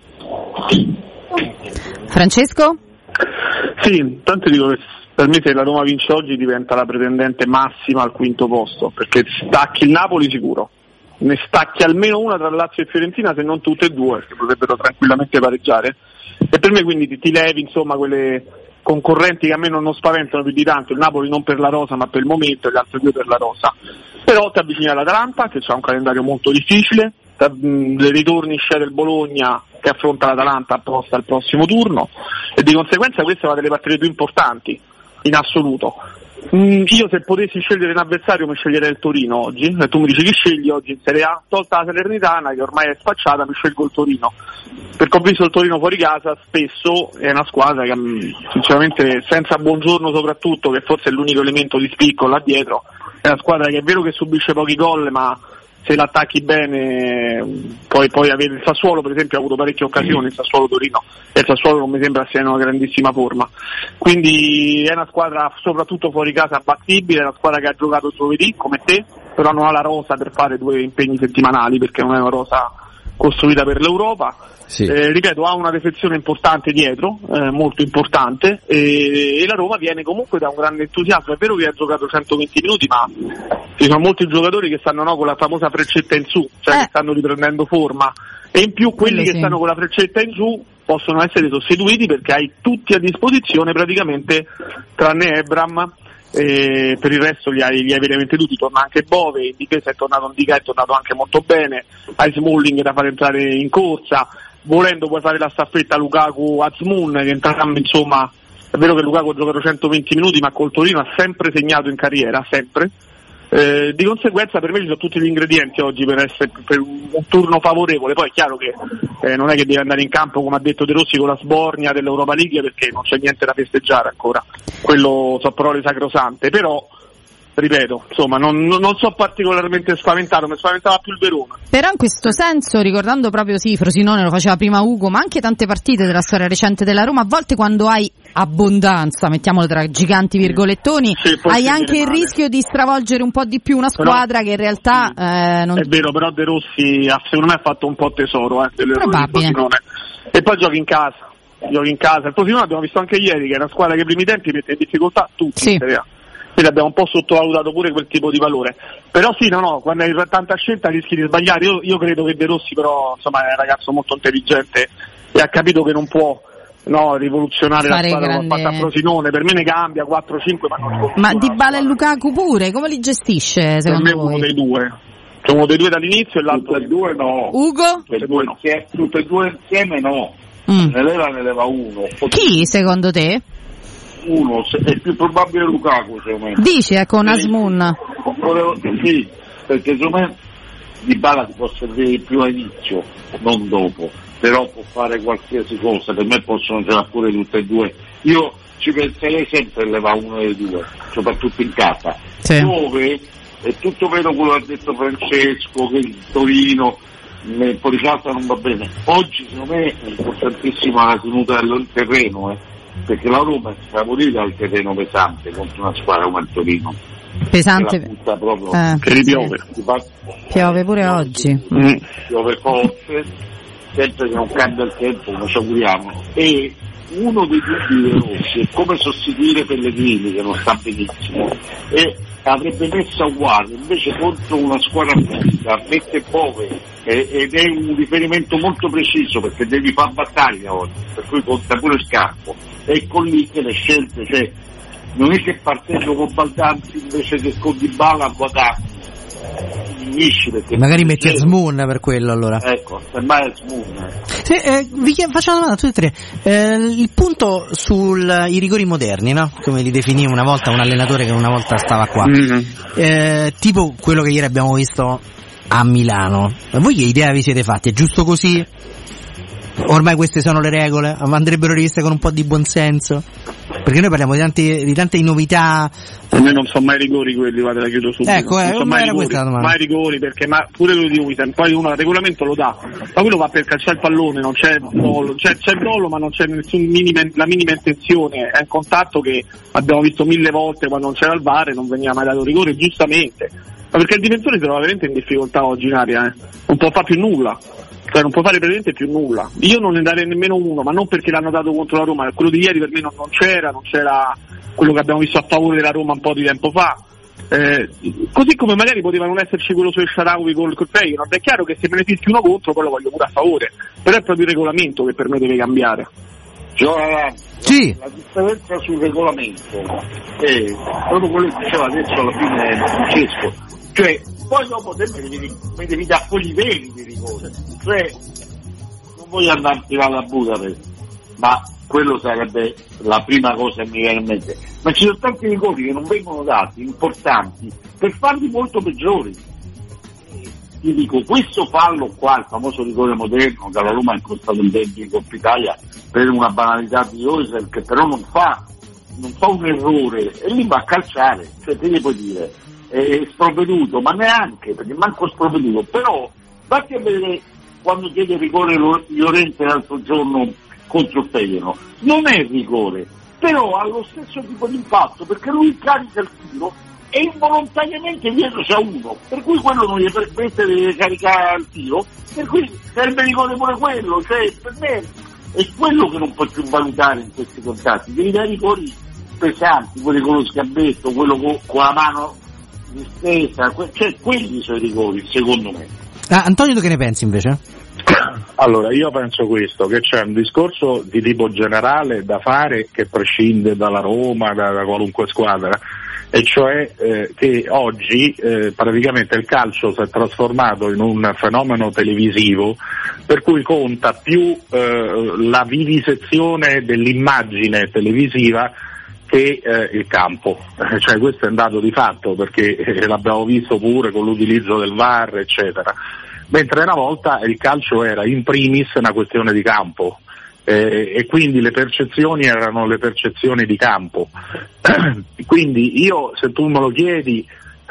Francesco? Sì, intanto dico che per me se la Roma vince oggi diventa la pretendente massima al 5° posto, perché stacchi il Napoli sicuro, ne stacchi almeno una tra Lazio e Fiorentina, se non tutte e due, che potrebbero tranquillamente pareggiare, e per me quindi ti levi insomma quelle concorrenti che a me non spaventano più di tanto, il Napoli non per la rosa ma per il momento e gli altri 2 per la rosa, però ti avvicini all'Atalanta che ha un calendario molto difficile, le ritorni del Bologna che affronta l'Atalanta apposta al prossimo turno, e di conseguenza questa è una delle partite più importanti in assoluto. Io se potessi scegliere un avversario mi sceglierei il Torino oggi, e tu mi dici chi scegli oggi in Serie A, tolta la Salernitana che ormai è spacciata, mi scelgo il Torino, perché ho visto il Torino fuori casa spesso, è una squadra che sinceramente senza Buongiorno soprattutto, che forse è l'unico elemento di spicco là dietro, è una squadra che è vero che subisce pochi gol ma se l'attacchi bene poi avere il Sassuolo per esempio ha avuto parecchie occasioni, il Sassuolo Torino, e il Sassuolo non mi sembra sia in una grandissima forma, quindi è una squadra soprattutto fuori casa battibile, è una squadra che ha giocato giovedì come te, però non ha la rosa per fare 2 impegni settimanali perché non è una rosa costruita per l'Europa. Sì. Ripeto, ha una defezione importante dietro, molto importante, e la Roma viene comunque da un grande entusiasmo. È vero che ha giocato 120 minuti, ma ci sono molti giocatori che stanno con la famosa freccetta in su, cioè che stanno riprendendo forma, e in più quelli che stanno con la freccetta in su possono essere sostituiti perché hai tutti a disposizione praticamente, tranne Ebram. Per il resto li hai veramente tutti, torna anche Bove, in difesa è tornato Ndicà, è tornato anche molto bene, hai Smalling da far entrare in corsa, volendo puoi fare la staffetta Lukaku-Azmoun, che entrambi insomma, è vero che Lukaku ha giocato 120 minuti ma col Torino ha sempre segnato in carriera, sempre, Di conseguenza per me ci sono tutti gli ingredienti oggi per essere per un turno favorevole. Poi è chiaro che non è che deve andare in campo, come ha detto De Rossi, con la sbornia dell'Europa League, perché non c'è niente da festeggiare ancora, quello sono parole sacrosante, però ripeto, insomma, non so particolarmente spaventato, mi spaventava più il Verona. Però in questo senso, ricordando proprio Frosinone, lo faceva prima Ugo, ma anche tante partite della storia recente della Roma, a volte quando hai abbondanza, mettiamolo tra giganti virgolettoni, hai anche il rischio di stravolgere un po' di più una squadra che in realtà non... È vero, però De Rossi secondo me ha fatto un po' tesoro dell'errore di Frosinone. E poi giochi in casa. Il Frosinone abbiamo visto anche ieri che è una squadra che ai primi tempi mette in difficoltà tutti. Quindi abbiamo un po' sottovalutato pure quel tipo di valore. Però sì, quando hai tanta scelta rischi di sbagliare. Io credo che De Rossi però insomma è un ragazzo molto intelligente e ha capito che non può rivoluzionare la squadra come ha fatto a Frosinone. Per me ne cambia 4-5, ma non Ma Dybala e Lukaku pure, come li gestisce secondo voi? Uno dei due. C'è uno dei due dall'inizio e l'altro dei due no. Ugo? Tutte e due insieme no. Ne leva uno. Chi secondo te? Uno, è più probabile Lukaku secondo me. Dici con Asmun? Sì, perché secondo me Dybala ti può servire più all'inizio, non dopo, però può fare qualsiasi cosa, per me possono giocare pure tutte e due. Io ci penserei sempre a levare uno dei due, soprattutto in casa. Dove è tutto vero quello che ha detto Francesco, che il Torino un po' di calza non va bene. Oggi secondo me è importantissima la tenuta del terreno, perché la Roma è favorita al terreno pesante contro una squadra come il Torino. Pesante, che ripiove. Piove pure oggi. Piove forte, sempre che non cambia il tempo, come ci auguriamo. E uno dei dubbi dei Rossi è come sostituire Pellegrini, che non sta benissimo, e avrebbe messo a uguale, invece contro una squadra fisica mette Bove ed è un riferimento molto preciso, perché devi fare battaglia oggi, per cui conta pure il campo. E con lì che le scelte, non è che partendo con Baldanzi invece che con Dybala a Guadagni finisci, perché magari metti Asmun per quello, allora semmai Asmun. Faccio una domanda a tutti e tre. Il punto sui rigori moderni, no? Come li definì una volta un allenatore che una volta stava qua, tipo quello che ieri abbiamo visto a Milano. Voi che idea vi siete fatti? È giusto così? Ormai queste sono le regole, andrebbero riviste con un po' di buonsenso, perché noi parliamo di tante novità. Per me non sono mai rigori quelli, te la chiudo subito. Non sono mai rigori, perché pure quello di Witten, poi uno il regolamento lo dà, ma quello va per calciare il pallone, non c'è gol, c'è il gol ma non c'è la minima intenzione, è un contatto che abbiamo visto 1000 volte quando non c'era il VAR e non veniva mai dato rigore, giustamente, ma perché il difensore si trova veramente in difficoltà oggi in area, non può fare più nulla. Non può fare praticamente più nulla. Io non ne darei nemmeno uno, ma non perché l'hanno dato contro la Roma, quello di ieri per me non c'era quello che abbiamo visto a favore della Roma un po' di tempo fa, così come magari poteva non esserci quello sul Shaarawy col Feyenoord. È chiaro che se me ne fischi uno contro poi lo voglio pure a favore, però è proprio il regolamento che per me deve cambiare. La differenza sul regolamento è proprio quello che diceva adesso alla fine Francesco, cioè poi dopo te mi devi dare quelli veri di rigore, cioè non voglio andare a tirare a Budapest, ma quello sarebbe la prima cosa che mi viene in mente. Ma ci sono tanti rigori che non vengono dati, importanti, per farli molto peggiori. Ti dico, questo fallo qua, il famoso rigore moderno che la Roma ha costato il derby in Coppa Italia per una banalità di Oisel, che però non fa un errore e lì va a calciare, cioè te ne puoi dire è sprovveduto, ma neanche, perché manco sprovveduto, però vatti a vedere quando chiede rigore Llorente l'altro giorno contro il Feyenoord, non è rigore, però ha lo stesso tipo di impatto, perché lui carica il tiro e involontariamente dietro c'è uno, per cui quello non gli permette di caricare il tiro, per cui serve rigore pure quello, cioè per me è quello che non puoi più valutare in questi contatti, devi dare rigori pesanti, quelli con lo sgambetto, quello con la mano distesa, cioè quelli sono i rigori, secondo me. Antonio, tu che ne pensi invece? Allora, io penso questo, che c'è un discorso di tipo generale da fare che prescinde dalla Roma, da qualunque squadra, e cioè che oggi praticamente il calcio si è trasformato in un fenomeno televisivo per cui conta più la vivisezione dell'immagine televisiva che il campo, cioè questo è un dato di fatto, perché l'abbiamo visto pure con l'utilizzo del VAR eccetera, mentre una volta il calcio era in primis una questione di campo. E quindi le percezioni erano le percezioni di campo. Quindi io, se tu me lo chiedi,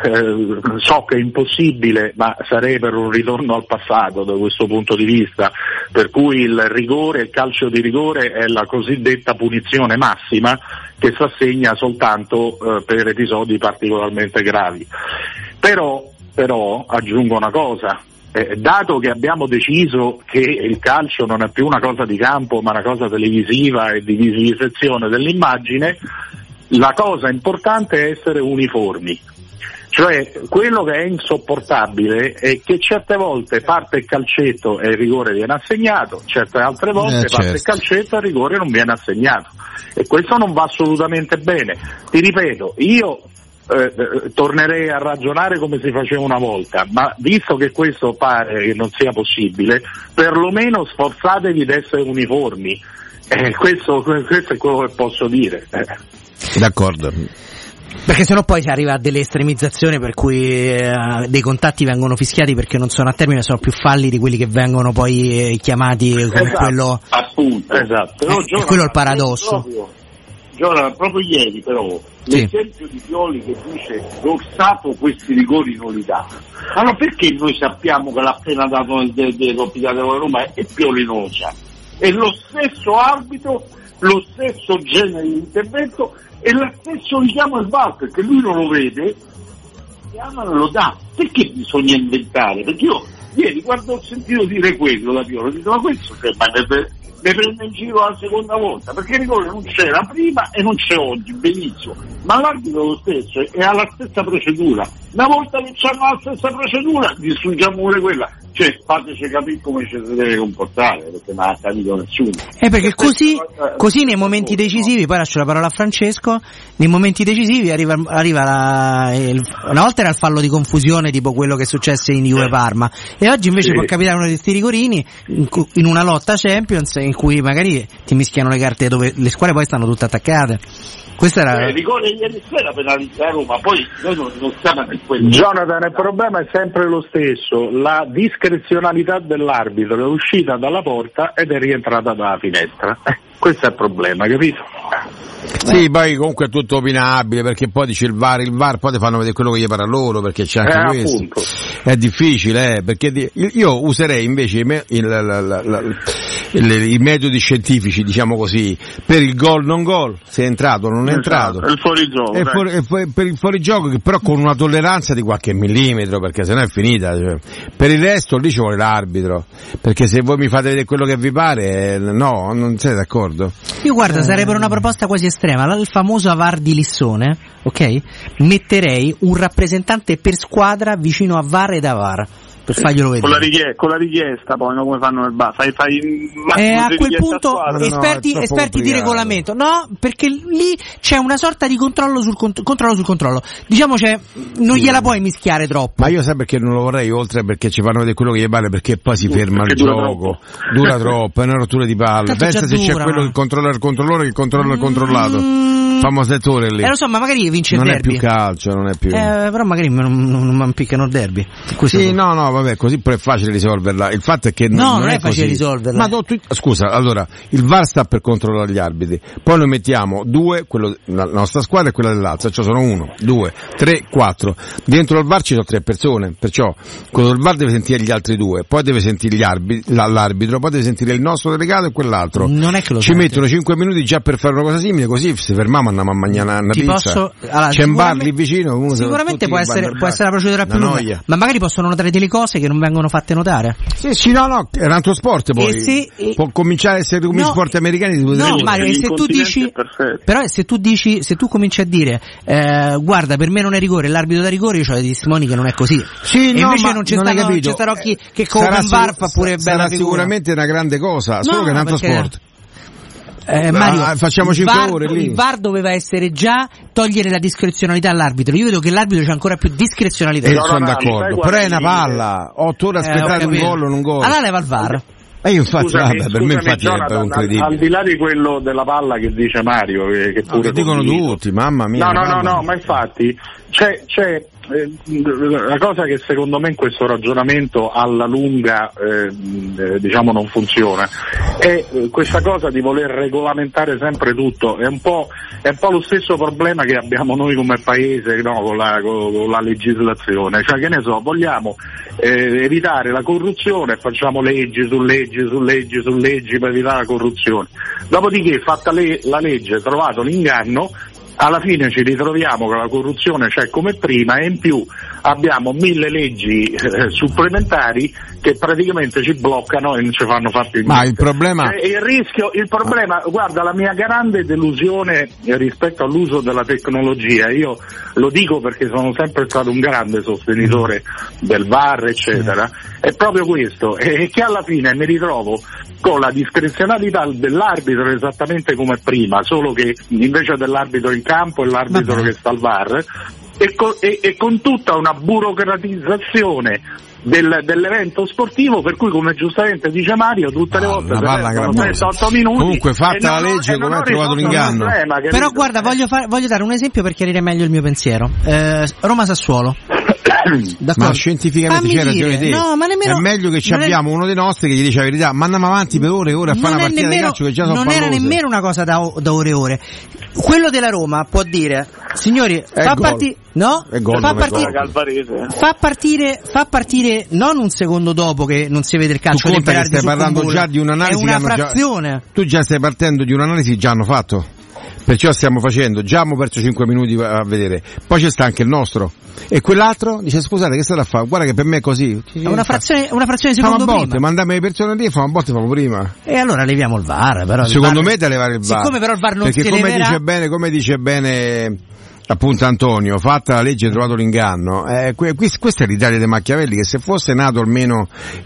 so che è impossibile, ma sarei per un ritorno al passato da questo punto di vista, per cui il rigore, il calcio di rigore è la cosiddetta punizione massima che si assegna soltanto per episodi particolarmente gravi. Però aggiungo una cosa. Dato che abbiamo deciso che il calcio non è più una cosa di campo ma una cosa televisiva e di vivisezione dell'immagine, la cosa importante è essere uniformi. Cioè, quello che è insopportabile è che certe volte parte il calcetto e il rigore viene assegnato, certe altre volte parte il calcetto e il rigore non viene assegnato, e questo non va assolutamente bene. Ti ripeto, io tornerei a ragionare come si faceva una volta, ma visto che questo pare che non sia possibile, perlomeno sforzatevi di essere uniformi. Questo è quello che posso dire. D'accordo. Perché sennò poi si arriva a delle estremizzazioni per cui dei contatti vengono fischiati perché non sono a termine, sono più falli di quelli che vengono poi chiamati come quello. Appunto, esatto. È quello il paradosso. Proprio ieri però l'esempio di Pioli che dice lo Stato questi rigori non li dà. Allora perché noi sappiamo che l'ha appena dato l'ospedale della Roma e Pioli non lo sa? È lo stesso arbitro, lo stesso genere di intervento e lo stesso richiamo al VAR, perché lui non lo vede, lo dà. Perché bisogna inventare? Perché io ieri quando ho sentito dire quello da Pioli ho detto ma questo mi prende in giro la seconda volta, perché il rigore non c'era prima e non c'è oggi, benissimo, ma l'arbitro è lo stesso e ha la stessa procedura. Una volta che c'hanno la stessa procedura distruggiamo pure quella, cioè fateci capire come ci si deve comportare, perché non ha capito nessuno. Perché così nei momenti decisivi, poi lascio la parola a Francesco, nei momenti decisivi arriva una volta era il fallo di confusione tipo quello che successe in Juve Parma, e oggi invece può capitare uno di questi rigorini in una lotta Champions in cui magari ti mischiano le carte dove le squadre poi stanno tutte attaccate. Questo era il rigore ieri sera penalizza Roma, poi noi non siamo per quello. Jonathan, il problema è sempre lo stesso, la discrezionalità dell'arbitro è uscita dalla porta ed è rientrata dalla finestra. Questo è il problema, capito? Sì, poi comunque è tutto opinabile, perché poi dice il VAR poi ti fanno vedere quello che gli pare a loro, perché c'è anche questo. Appunto. È difficile, perché io userei invece i metodi scientifici, diciamo così, per il gol non gol, se è entrato o non è entrato. Il fuorigioco. Per il fuorigioco, che però con una tolleranza di qualche millimetro, perché sennò è finita. Cioè. Per il resto lì ci vuole l'arbitro, perché se voi mi fate vedere quello che vi pare, no, non siete d'accordo? Io guarda, sarei per una proposta quasi estrema, il famoso VAR di Lissone, ok? Metterei un rappresentante per squadra vicino a VAR e da VAR. Per farglielo vedere. Con la richiesta poi, no? Come fanno nel bar? Fai a quel punto esperti di regolamento, no? Perché lì c'è una sorta di controllo sul controllo. Diciamo non gliela puoi mischiare troppo. Ma io sai perché non lo vorrei, oltre perché ci fanno vedere quello che gli pare, perché poi si ferma il gioco, dura troppo, è una rottura di palle. Pensa se c'è quello che controlla il controllore, che controlla il controllato. Famoso settore lì. Lo so, ma magari vince il derby. Non è più calcio, non è più. Però magari non piccano il derby. Sì, no, vabbè, così poi è facile risolverla. Il fatto è che non è facile risolverla. Ma scusa, allora, il VAR sta per controllare gli arbitri. Poi noi mettiamo due, la nostra squadra e quella dell'altra, cioè sono 1, 2, 3, 4. Dentro il VAR ci sono 3 persone, perciò quello del VAR deve sentire gli altri 2, poi deve sentire l'arbitro, poi deve sentire il nostro delegato e quell'altro. Non è che ci mettono 5 minuti già per fare una cosa simile, così se fermiamo andiamo a mangiare una pizza. C'è un bar lì vicino. Sicuramente può essere la procedura più lunga, ma magari possono notare delle cose che non vengono fatte notare. Sì, no, è un altro sport poi. Può cominciare a essere come sport americani. No, Mario, e se tu dici, però se tu cominci a dire, guarda, per me non è rigore, l'arbitro da rigore, io ho dei testimoni che non è così. Sì, e invece non c'è stato chi che come un VAR fa pure bella figura. Sicuramente una grande cosa, solo che è un altro sport. Mario, facciamo 5 ore lì. Il VAR doveva essere già togliere la discrezionalità all'arbitro. Io vedo che l'arbitro c'ha ancora più discrezionalità. Sono d'accordo, però è una palla. 8 ore aspettare un gol o non gol. Allora leva il VAR. Scusami, per me infatti Jonathan, è incredibile. Al di là di quello della palla che dice Mario, che pure che dicono tutti, mamma mia. No, ma infatti c'è la cosa che secondo me in questo ragionamento alla lunga diciamo non funziona è questa cosa di voler regolamentare sempre tutto. È un po' lo stesso problema che abbiamo noi come paese, no, con la legislazione, cioè che ne so, vogliamo evitare la corruzione, facciamo leggi su leggi per evitare la corruzione, dopodiché fatta la legge, trovato l'inganno, alla fine ci ritroviamo che la corruzione c'è come prima e in più abbiamo 1000 leggi supplementari che praticamente ci bloccano e non ci fanno fare più niente. Ma il problema... il problema, guarda, la mia grande delusione rispetto all'uso della tecnologia, io lo dico perché sono sempre stato un grande sostenitore del VAR, eccetera, è proprio questo, e che alla fine mi ritrovo con la discrezionalità dell'arbitro esattamente come prima, solo che invece dell'arbitro in campo è l'arbitro che sta al VAR, e con tutta una burocratizzazione dell'evento sportivo, per cui, come giustamente dice Mario, tutte le volte se 8 minuti. Comunque, fatta la legge, come ha trovato l'inganno. Però guarda, voglio dare un esempio per chiarire meglio il mio pensiero. Roma-Sassuolo. Ma scientificamente c'è ragione te. No, ma nemmeno, è meglio che ci abbiamo uno dei nostri che gli dice la verità, ma andiamo avanti per ore e ore a fare una partita di calcio che già sono non pallose. Era nemmeno una cosa da ore e ore. Quello della Roma può dire, signori, fa partire non un secondo dopo che non si vede il calcio. Tu conta che stai parlando già di un'analisi, è una frazione. Tu già stai partendo di un'analisi già hanno fatto. Perciò stiamo facendo, già abbiamo perso 5 minuti a vedere, poi c'è sta anche il nostro, e quell'altro dice scusate che state a fare, guarda che per me è così, è una frazione secondo prima, mandiamo le persone lì e fa una botta e famo prima, e allora leviamo il VAR, però secondo me da levare il VAR, siccome però il VAR non perché si come leverà... come dice bene appunto Antonio, fatta la legge e trovato l'inganno, questa è l'Italia dei Machiavelli, che se fosse nato almeno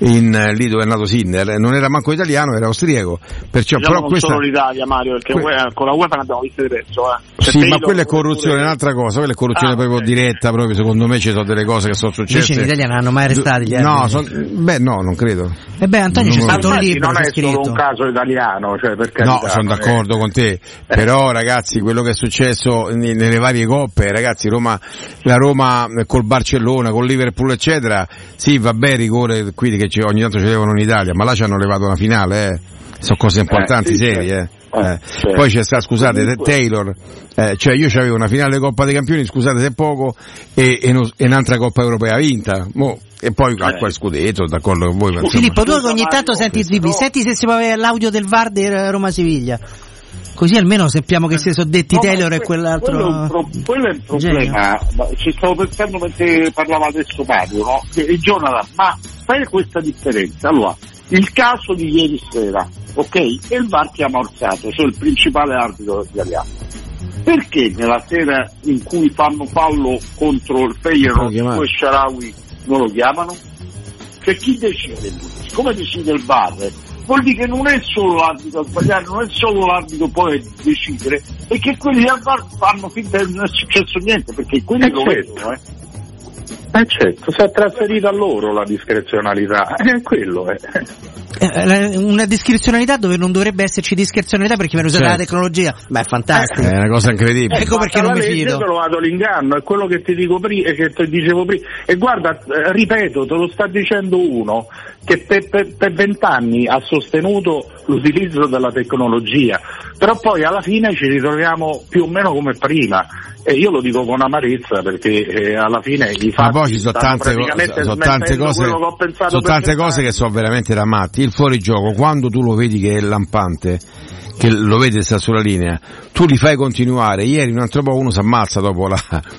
lì dove è nato Sinner, non era manco italiano, era austriaco, perciò diciamo però non questa... solo l'Italia, Mario, perché con la UEFA ne abbiamo viste diverso, Sì, ma quella è corruzione, è un'altra cosa, quella è corruzione proprio diretta, proprio secondo me ci sono delle cose che sono successe. Invece in Italia non hanno mai arrestati gli arbitri. No, non credo. Antonio, c'è stato un libro non è scritto. solo un caso italiano, cioè per carità. No, sono d'accordo con te, però ragazzi, quello che è successo nelle varie coppe, ragazzi, la Roma col Barcellona, col Liverpool eccetera, sì, va bene, rigore qui che ogni tanto ci levano in Italia, ma là ci hanno levato una finale, sono cose importanti, serie, Poi c'è sta, scusate, Taylor, cioè io c'avevo una finale Coppa dei Campioni, scusate se è poco, e un'altra Coppa Europea vinta, e poi quel scudetto, d'accordo con voi. Filippo, tu ogni tanto senti Sbibbi, senti se si può avere l'audio del VAR di Roma-Siviglia. Così almeno sappiamo che si sono detti Taylor e quell'altro. Quello è il problema. Ci stavo pensando mentre parlava adesso Mario, no? E Jonathan, ma fai questa differenza. Allora, il caso di ieri sera, ok? E il VAR che ha morsato, cioè il principale arbitro italiano. Perché nella sera in cui fanno fallo contro il Feyenoord e Shaarawy non lo chiamano? Cioè chi decide? Come decide il VAR? Vuol dire che non è solo l'arbitro a sbagliare, non è solo l'arbitro poi a decidere, e che quelli del VAR fanno finta che non è successo niente, perché quelli lo vedono, certo, si è trasferita a loro la discrezionalità, quello è. Una discrezionalità dove non dovrebbe esserci discrezionalità perché viene usata la tecnologia, ma è fantastico, è una cosa incredibile. Ecco perché non mi fido. Ho trovato l'inganno, è quello che ti dico prima, che ti dicevo prima, e guarda, ripeto, te lo sta dicendo uno che per 20 anni ha sostenuto l'utilizzo della tecnologia, però poi alla fine ci ritroviamo più o meno come prima, e io lo dico con amarezza perché alla fine i fatti, ma poi ci sono tante cose che sono veramente da matti. Il fuorigioco, quando tu lo vedi che è lampante, che lo vedi sta sulla linea, tu li fai continuare. Ieri un altro po' uno si ammazza dopo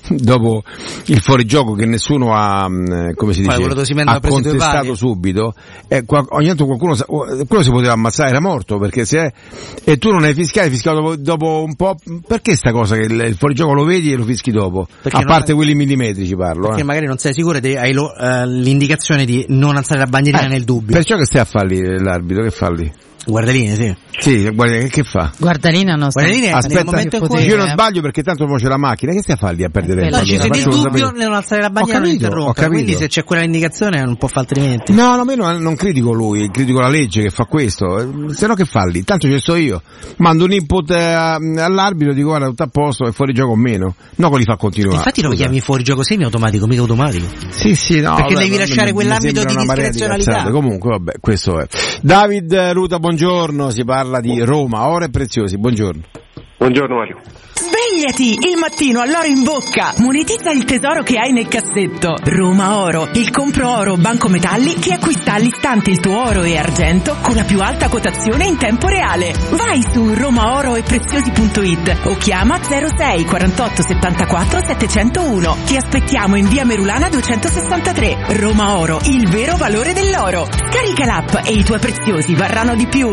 il fuorigioco che nessuno ha, come si dice, ha contestato subito, ogni tanto quello si poteva ammazzare, era morto, perché e tu non hai fischiato dopo un po', perché sta cosa che il fuorigioco lo vedi e lo fischi dopo, perché a parte quelli millimetrici parlo, perché magari non sei sicuro, hai l'indicazione di non alzare la bandierina nel dubbio. Perciò che stai a fare lì l'arbitro, che fa lì? Guardaline, sì. Sì, guarda, che fa? Guardaline no. Guardaline, aspetta, io non sbaglio perché tanto c'è la macchina, che stai a fare lì a perdere tempo? No, ci sei del dubbio nel non alzare la bandiera, non interrompere, quindi se c'è quella indicazione non può fare altrimenti. No, io non critico lui, critico la legge che fa questo, se no che fa lì? Tanto ci sto io, mando un input all'arbitro, dico guarda tutto a posto, è fuori gioco o meno, no che li fa continuare. Infatti lo chiami fuori gioco semi-automatico, mica automatico. Sì, no. Perché devi lasciare quell'ambito di discrezionalità. Comunque, vabbè, questo è. David Ruta, buongiorno, si parla di Roma, oro e preziosi, buongiorno. Buongiorno Mario. Svegliati il mattino all'oro in bocca, monetizza il tesoro che hai nel cassetto. Roma Oro, il compro oro Banco Metalli che acquista all'istante il tuo oro e argento con la più alta quotazione in tempo reale. Vai su romaoroepreziosi.it o chiama 06 48 74 701. Ti aspettiamo in via Merulana 263. Roma Oro, il vero valore dell'oro. Scarica l'app e i tuoi preziosi varranno di più.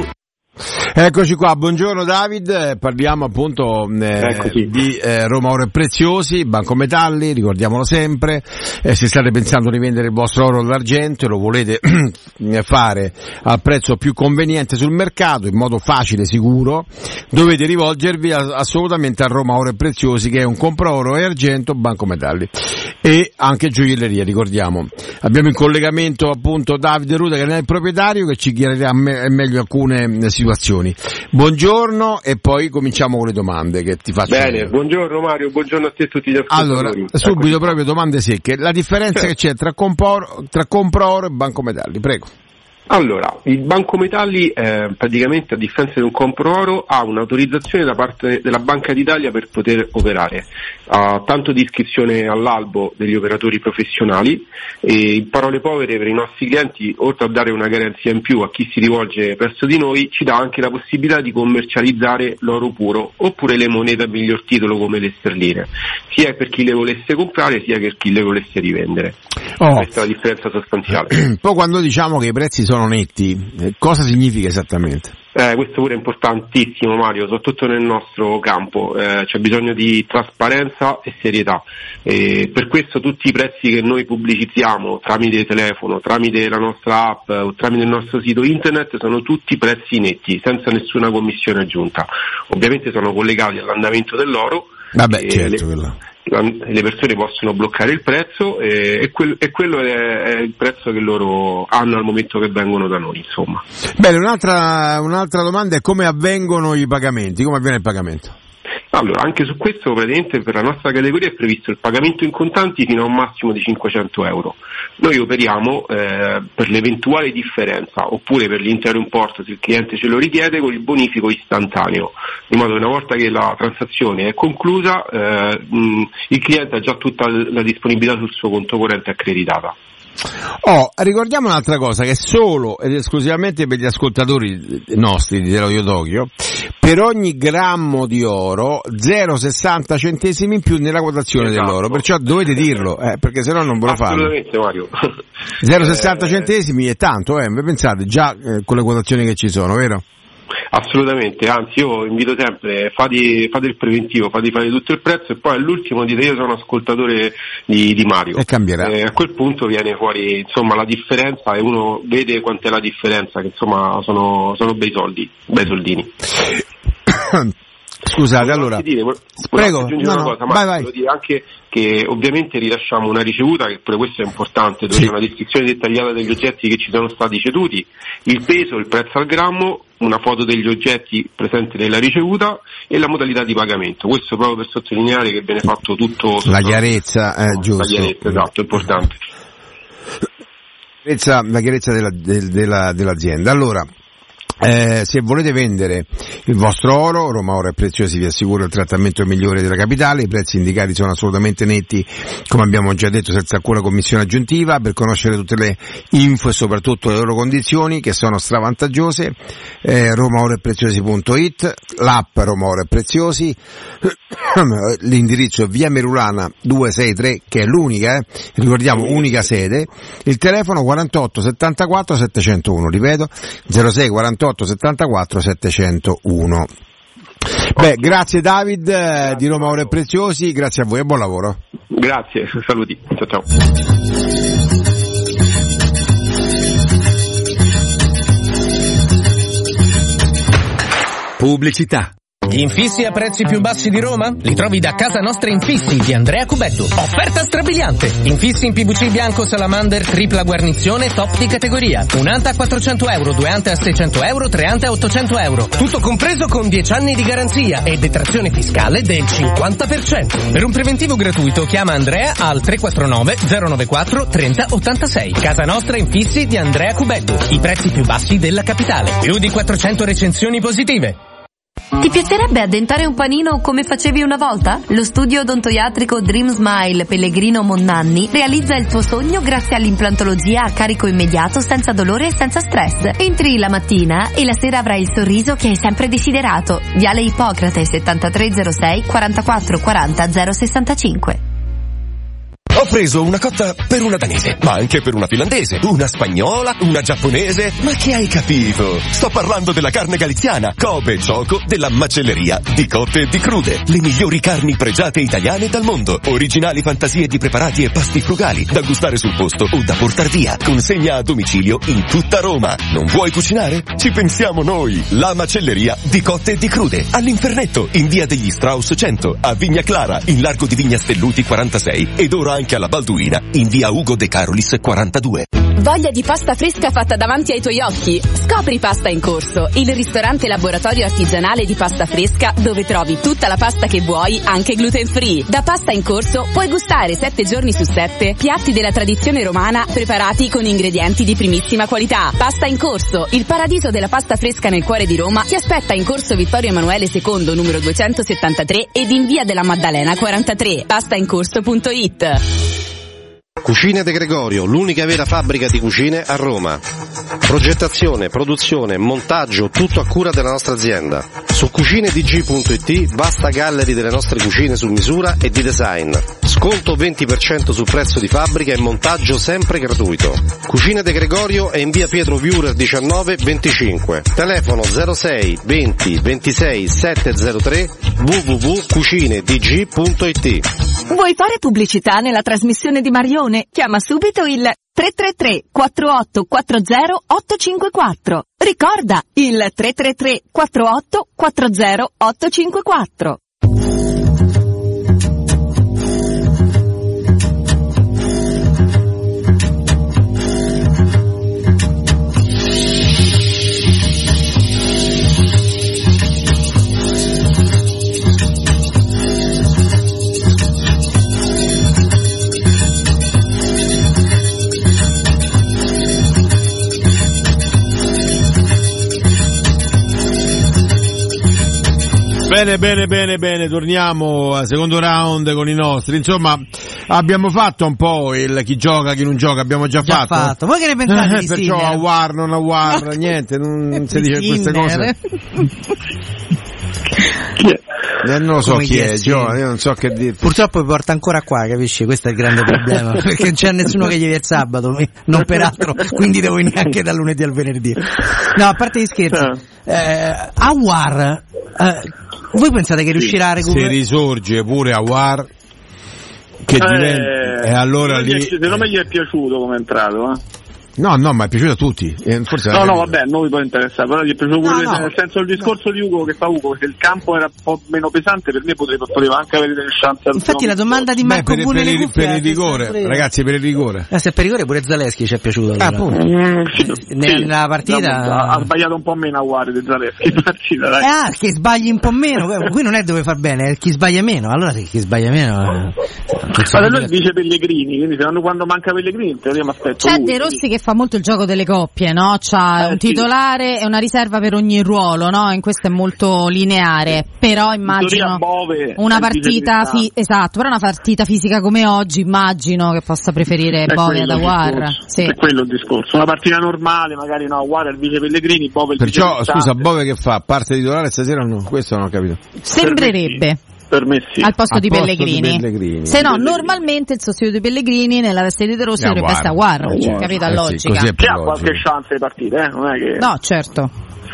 Eccoci qua, buongiorno David, parliamo appunto di Roma Oro e Preziosi, Banco Metalli, ricordiamolo sempre, se state pensando di vendere il vostro oro o l'argento e lo volete fare al prezzo più conveniente sul mercato, in modo facile e sicuro, dovete rivolgervi assolutamente a Roma Oro e Preziosi, che è un compra oro e argento Banco Metalli e anche gioielleria, ricordiamo. Abbiamo in collegamento appunto Davide Ruta, che è il proprietario, che ci chiarirà meglio alcune situazioni. Buongiorno e poi cominciamo con le domande che ti faccio. Bene, buongiorno Mario, buongiorno a te e tutti gli ascoltatori. Allora, subito proprio domande secche. La differenza che c'è tra compra oro e Banco Metalli, prego. Allora, il Banco Metalli praticamente, a differenza di un compro oro, ha un'autorizzazione da parte della Banca d'Italia per poter operare, tanto di iscrizione all'albo degli operatori professionali e, in parole povere, per i nostri clienti, oltre a dare una garanzia in più a chi si rivolge presso di noi, ci dà anche la possibilità di commercializzare l'oro puro oppure le monete a miglior titolo come le sterline, sia per chi le volesse comprare sia per chi le volesse rivendere. Questa è la differenza sostanziale. Poi quando diciamo che i prezzi sono netti, cosa significa esattamente? Questo pure è importantissimo Mario, soprattutto nel nostro campo, c'è bisogno di trasparenza e serietà, per questo tutti i prezzi che noi pubblicizziamo tramite telefono, tramite la nostra app o tramite il nostro sito internet sono tutti prezzi netti, senza nessuna commissione aggiunta. Ovviamente sono collegati all'andamento dell'oro. Vabbè, certo, le persone possono bloccare il prezzo e quello è il prezzo che loro hanno al momento che vengono da noi, insomma. Bene, un'altra domanda è come avvengono i pagamenti, come avviene il pagamento? Allora, anche su questo praticamente per la nostra categoria è previsto il pagamento in contanti fino a un massimo di 500 euro. Noi operiamo per l'eventuale differenza oppure per l'intero importo, se il cliente ce lo richiede, con il bonifico istantaneo, in modo che una volta che la transazione è conclusa il cliente ha già tutta la disponibilità sul suo conto corrente accreditata. Ricordiamo un'altra cosa, che solo ed esclusivamente per gli ascoltatori nostri di Telo Tokyo, per ogni grammo di oro 0,60 centesimi in più nella quotazione dell'oro, perciò dovete dirlo, perché sennò non ve lo fanno. Assolutamente Mario. 0,60 centesimi è tanto, pensate già con le quotazioni che ci sono, vero? Assolutamente, anzi io invito sempre, fate il preventivo, fate tutto il prezzo e poi all'ultimo dite io sono ascoltatore di Mario. E cambierà. A quel punto viene fuori insomma la differenza e uno vede quant'è la differenza, che insomma sono bei soldi, bei soldini. Scusate, allora prego, aggiungere una cosa, ma volevo dire anche che ovviamente rilasciamo una ricevuta, che pure questo è importante, dove c'è una descrizione dettagliata degli oggetti che ci sono stati ceduti, il peso, il prezzo al grammo, una foto degli oggetti presenti nella ricevuta e la modalità di pagamento. Questo proprio per sottolineare che viene fatto tutto la chiarezza, giusto. La chiarezza, esatto, è importante. La chiarezza dell'azienda. Allora, se volete vendere il vostro oro, Roma Oro e Preziosi vi assicura il trattamento migliore della capitale, i prezzi indicati sono assolutamente netti, come abbiamo già detto, senza alcuna commissione aggiuntiva. Per conoscere tutte le info e soprattutto le loro condizioni, che sono stravantaggiose, romaoroepreziosi.it, l'app Roma Oro e Preziosi, l'indirizzo via Merulana 263, che è l'unica, ricordiamo, unica sede, il telefono 48 74 701, ripeto 06 48 74 701. Beh, grazie David di Roma Oro e Preziosi, grazie a voi e buon lavoro. Grazie, saluti, ciao. Pubblicità. Gli infissi a prezzi più bassi di Roma? Li trovi da Casa Nostra Infissi di Andrea Cubeddu. Offerta strabiliante. Infissi in PVC bianco Salamander tripla guarnizione top di categoria. Un anta a 400 euro, 2 ante a 600 euro, 3 ante a 800 euro. Tutto compreso con 10 anni di garanzia e detrazione fiscale del 50%. Per un preventivo gratuito chiama Andrea al 349 094 30 86. Casa Nostra Infissi di Andrea Cubeddu. I prezzi più bassi della capitale. Più di 400 recensioni positive. Ti piacerebbe addentare un panino come facevi una volta? Lo studio odontoiatrico Dream Smile Pellegrino Monnanni realizza il tuo sogno grazie all'implantologia a carico immediato, senza dolore e senza stress. Entri la mattina e la sera avrai il sorriso che hai sempre desiderato. Viale Ippocrate 7306 44 40 065. Ho preso una cotta per una danese, ma anche per una finlandese, una spagnola, una giapponese. Ma che hai capito? Sto parlando della carne galiziana, Kobe e Choco della macelleria di cotte e di crude. Le migliori carni pregiate italiane dal mondo. Originali fantasie di preparati e pasti frugali, da gustare sul posto o da portar via. Consegna a domicilio in tutta Roma. Non vuoi cucinare? Ci pensiamo noi. La macelleria di cotte e di crude. All'Infernetto, in via degli Strauss 100, a Vigna Clara, in largo di Vigna Stelluti 46 ed ora anche alla Balduina, in via Ugo De Carolis 42. Voglia di pasta fresca fatta davanti ai tuoi occhi? Scopri Pasta in Corso, il ristorante laboratorio artigianale di pasta fresca dove trovi tutta la pasta che vuoi, anche gluten free. Da Pasta in Corso puoi gustare 7 giorni su 7 piatti della tradizione romana preparati con ingredienti di primissima qualità. Pasta in Corso, il paradiso della pasta fresca nel cuore di Roma, ti aspetta in Corso Vittorio Emanuele II, numero 273 ed in via della Maddalena 43. Pastaincorso.it. Cucine De Gregorio, l'unica vera fabbrica di cucine a Roma. Progettazione, produzione, montaggio, tutto a cura della nostra azienda. Su cucinedg.it vasta gallery delle nostre cucine su misura e di design. Sconto 20% sul prezzo di fabbrica e montaggio sempre gratuito. Cucine De Gregorio è in via Pietro Viurer 19 25. Telefono 06 20 26 703 www.cucinedg.it. Vuoi fare pubblicità nella trasmissione di Marione? Chiama subito il 333 4840 854. Ricorda il 333 4840 854. Bene, torniamo al secondo round con i nostri. Insomma, abbiamo fatto un po' il chi gioca, chi non gioca, abbiamo già fatto. Voi che ne pensate di perciò Sinner? a war, non a war, niente, non si dice queste cose. Non lo so chi è, Giovanni, io non so che dire. Purtroppo mi porta ancora qua, capisci? Questo è il grande problema, perché non c'è nessuno che gli viene il sabato, non peraltro, quindi devo venire anche dal lunedì al venerdì. No, a parte gli scherzi, Aouar, voi pensate che riuscirà a recuperare? Se risorge pure Aouar, che diventa, e allora lì... Secondo me gli è piaciuto come è entrato, No, ma è piaciuto a tutti. Forse no, vabbè, a noi può interessare, però gli è piaciuto pure, nel senso il discorso di Ugo che fa Ugo, che il campo era un po' meno pesante, per me poteva anche avere delle chance. Infatti la domanda di Marco per il rigore, ragazzi, per il rigore. Se per il rigore pure Zaleschi ci è piaciuto. Allora. Appunto. Nella partita ha sbagliato un po' meno Aouar di Zaleschi in partita, dai. Che sbagli un po' meno, qui non è dove far bene, è chi sbaglia meno. Allora chi sbaglia meno ma lui dice Pellegrini, quindi quando manca Pellegrini io mi aspetto. C'è De Rossi che fa molto il gioco delle coppie, no? C'ha un titolare e una riserva per ogni ruolo, no? In questo è molto lineare, però immagino una partita esatto, però una partita fisica come oggi immagino che possa preferire Bove ad Aouar. Sì. È quello il discorso. Una partita normale, magari no, Aouar è il vice Pellegrini, Bove il perciò scusa, Bove che fa? Parte titolare stasera o no? Questo non ho capito. Sembrerebbe. Per me sì. Al posto di Pellegrini. Se no, normalmente il sostituto di Pellegrini nella veste di De Rossi dovrebbe essere Aouar, capito la logica. Che ha qualche chance di partire, non è che... No, certo.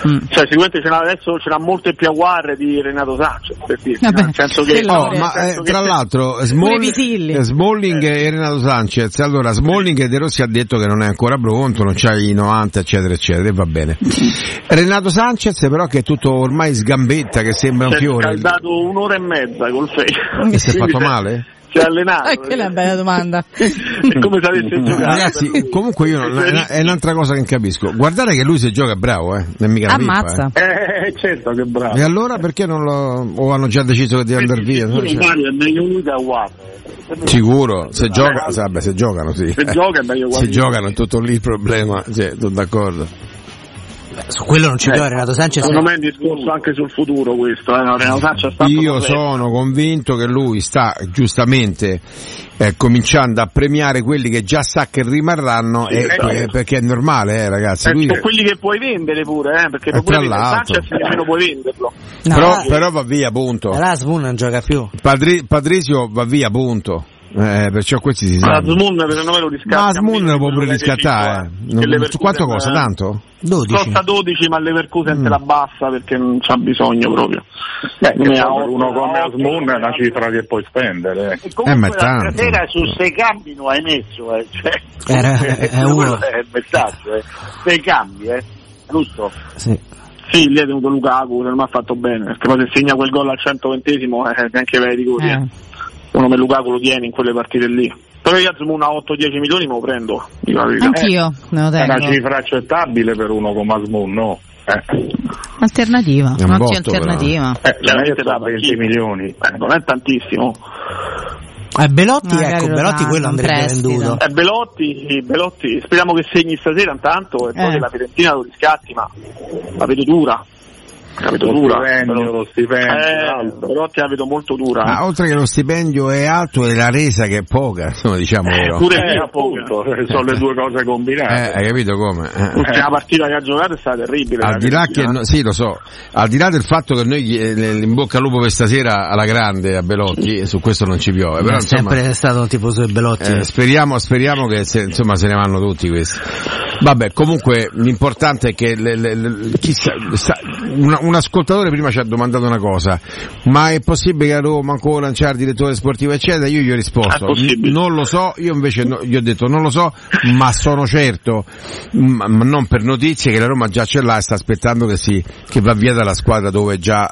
Cioè sicuramente adesso ce n'ha molte più aguarre di Renato Sanchez, per dire, nel senso che tra l'altro Smalling e Renato Sanchez, allora Smalling e De Rossi ha detto che non è ancora pronto, non c'ha i 90 eccetera eccetera, e va bene. Renato Sanchez però che è tutto ormai sgambetta, che sembra un fiore. Ha dato 1 ora e mezza col Face. E si è fatto male? Si è allenato. Quella è una bella domanda. È come se avesse giocato. Ragazzi, comunque io è un'altra cosa che non capisco. Guardate che lui se gioca è bravo, non è mica una ammazza. Pippa, certo che è bravo. E allora perché non lo o hanno già deciso che deve andare via? Mario è meglio lui da Guarda. Sicuro, se giocano sì. Se gioca è meglio se giocano è tutto lì il problema, sono d'accordo. Su quello non ci piove Renato Sanchez. Secondo me è un discorso anche sul futuro questo, Renato Sanchez io sono convinto che lui sta giustamente cominciando a premiare quelli che già sa che rimarranno, perché è normale, ragazzi. Sono quelli che puoi vendere pure, perché pure Sanchez nemmeno puoi venderlo. Però va via, punto. L'Asmun non gioca più. Patrizio va via, punto. Perciò questi si sa. Asmun per me lo riscatta. Ma Asmun lo può pure riscattare. Quanto costa? Tanto? 12. Costa 12, ma Leverkusen te la bassa perché non c'ha bisogno proprio. Uno come Asmun è una cifra che puoi spendere. Ma è tanto. Stasera su 6 cambi non hai messo, è uno. È il messaggio, 6 cambi, giusto? Sì. Sì, lì è tenuto Lukaku, non mi ha fatto bene, perché poi se segna quel gol al 120esimo neanche vai di così. Uno come Lukaku lo tiene in quelle partite lì. Però io Asmun a 8-10 milioni me lo prendo. Anch'io me lo tengo. È una cifra accettabile per uno come Asmun, no? Alternativa, un'ottima alternativa. Veramente da 20 milioni. Non è tantissimo. Belotti, Belotti quello andrebbe venduto. Belotti, speriamo che segni stasera intanto e poi che la Fiorentina lo riscatti, ma la vedo dura. Lo stipendio Belotti la vedo molto dura. Ma oltre che lo stipendio è alto e la resa che è poca, insomma, diciamo appunto, sono le due cose combinate. Hai capito come? L'ultima partita che ha giocato è stata terribile. Al di là che sì, lo so. Al di là del fatto che noi in bocca al lupo per stasera alla grande a Belotti, su questo non ci piove. Però, è sempre stato un tifoso di Belotti. Speriamo che se ne vanno tutti questi. Vabbè, comunque l'importante è che un ascoltatore prima ci ha domandato una cosa: ma è possibile che a Roma ancora non c'è il direttore sportivo eccetera? Io gli ho risposto non lo so, io invece gli ho detto non lo so, ma sono certo, ma non per notizie, che la Roma già ce l'ha e sta aspettando che va via dalla squadra dove già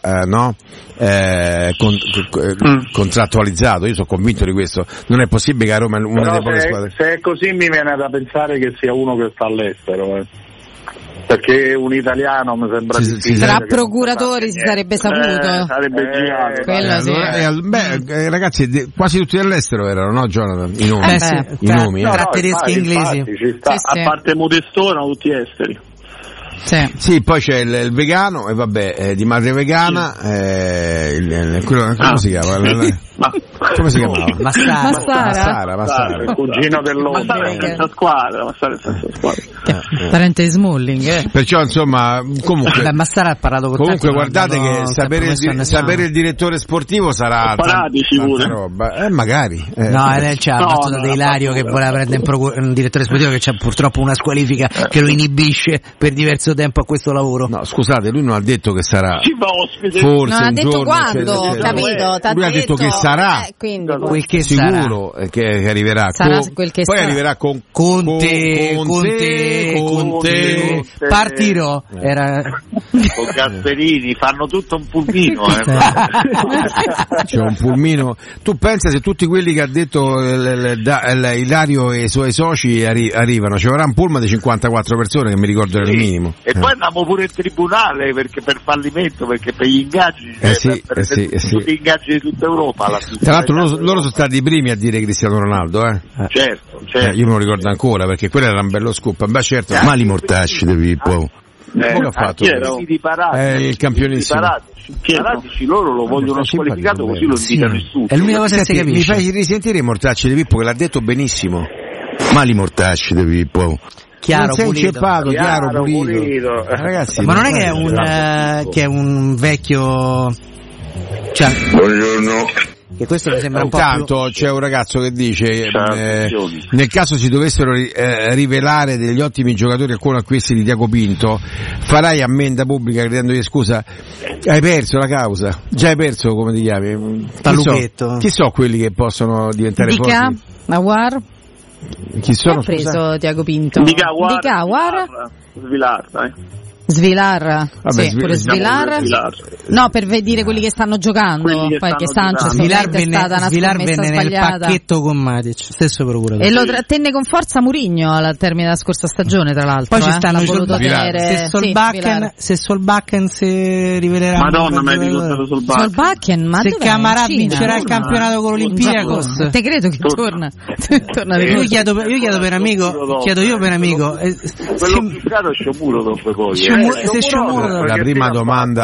contrattualizzato. Io sono convinto di questo. Non è possibile che a Roma una delle poche squadre. Se è così mi viene da pensare che sia uno che sta all'estero, perché un italiano mi sembra tra procuratori si sarebbe saputo, sarebbe girato quello sì. Ragazzi quasi tutti dall'estero erano, no Jonathan? I nomi, i nomi tra tedeschi e inglesi, a parte Modesto erano tutti esteri. Sì, poi c'è il vegano e vabbè, di madre vegana, come si chiama? Come si chiamava? Massara, il cugino dell'Ondra, senza squadra. Parente di Smalling, Perciò insomma, comunque Massara ha parlato con comunque guardate che sapere il direttore sportivo sarà tanta roba, magari. C'è la battuta di Ilario che voleva prendere un direttore sportivo che c'ha purtroppo una squalifica che lo inibisce per diverso tempo a questo lavoro. No, scusate, lui non ha detto che sarà forse non ha un detto giorno, quando, capito? Lui ha detto che sarà, quel che sicuro sarà. Che arriverà Quel che poi sarà. Arriverà con Conte. Partirò con Gasperini, fanno tutto un pulmino. C'è un pulmino. Tu pensa se tutti quelli che ha detto Ilario e i suoi soci arrivano, ci avrà un pullman di 54 persone, che mi ricordo era il minimo. E poi andiamo pure in tribunale perché per fallimento, perché per gli ingaggi, tutti gli ingaggi di tutta Europa alla fine. Tra l'altro loro sono stati i primi a dire Cristiano Ronaldo, Certo. Io me lo ricordo ancora perché quello era un bello scoop. Beh, certo, mali mortacci di Pippo. Come ha fatto? Il campionissimo. Paratici, loro lo vogliono squalificato, così lo invitano nessuno. È l'unica cosa che si capisce. Mi fai risentire i mortacci di Pippo che l'ha detto benissimo. Mali mortacci di Pippo. Chiaro, pulito. Ragazzi, ma non è che è un vecchio, Buongiorno. che questo mi sembra un po' Intanto più... c'è un ragazzo che dice nel caso si dovessero rivelare degli ottimi giocatori alcuni acquisti di Tiago Pinto, farai ammenda pubblica chiedendogli scusa? Hai perso la causa, già hai perso, come ti chiami? Chi so quelli che possono diventare Dica, Awar. Chi sono? Chi ha preso Tiago Pinto? Dica Awar. Svilar, Svilar, vabbè, sì, pure Svilar. No, per dire quelli che stanno giocando, poi che Sanchez è stata una scommessa nel sbagliata. pacchetto con Matic, stesso procuratore. E lo tenne con forza Mourinho al termine della scorsa stagione, tra l'altro. Poi ci stanno se Solbakken si rivelerà. Madonna, mi hai ricordato Solbakken, ma se Camara vincerà il campionato con l'Olympiakos, te credo che torna. Io chiedo per amico, quello più caro è Sciomuro dopo poi. La prima domanda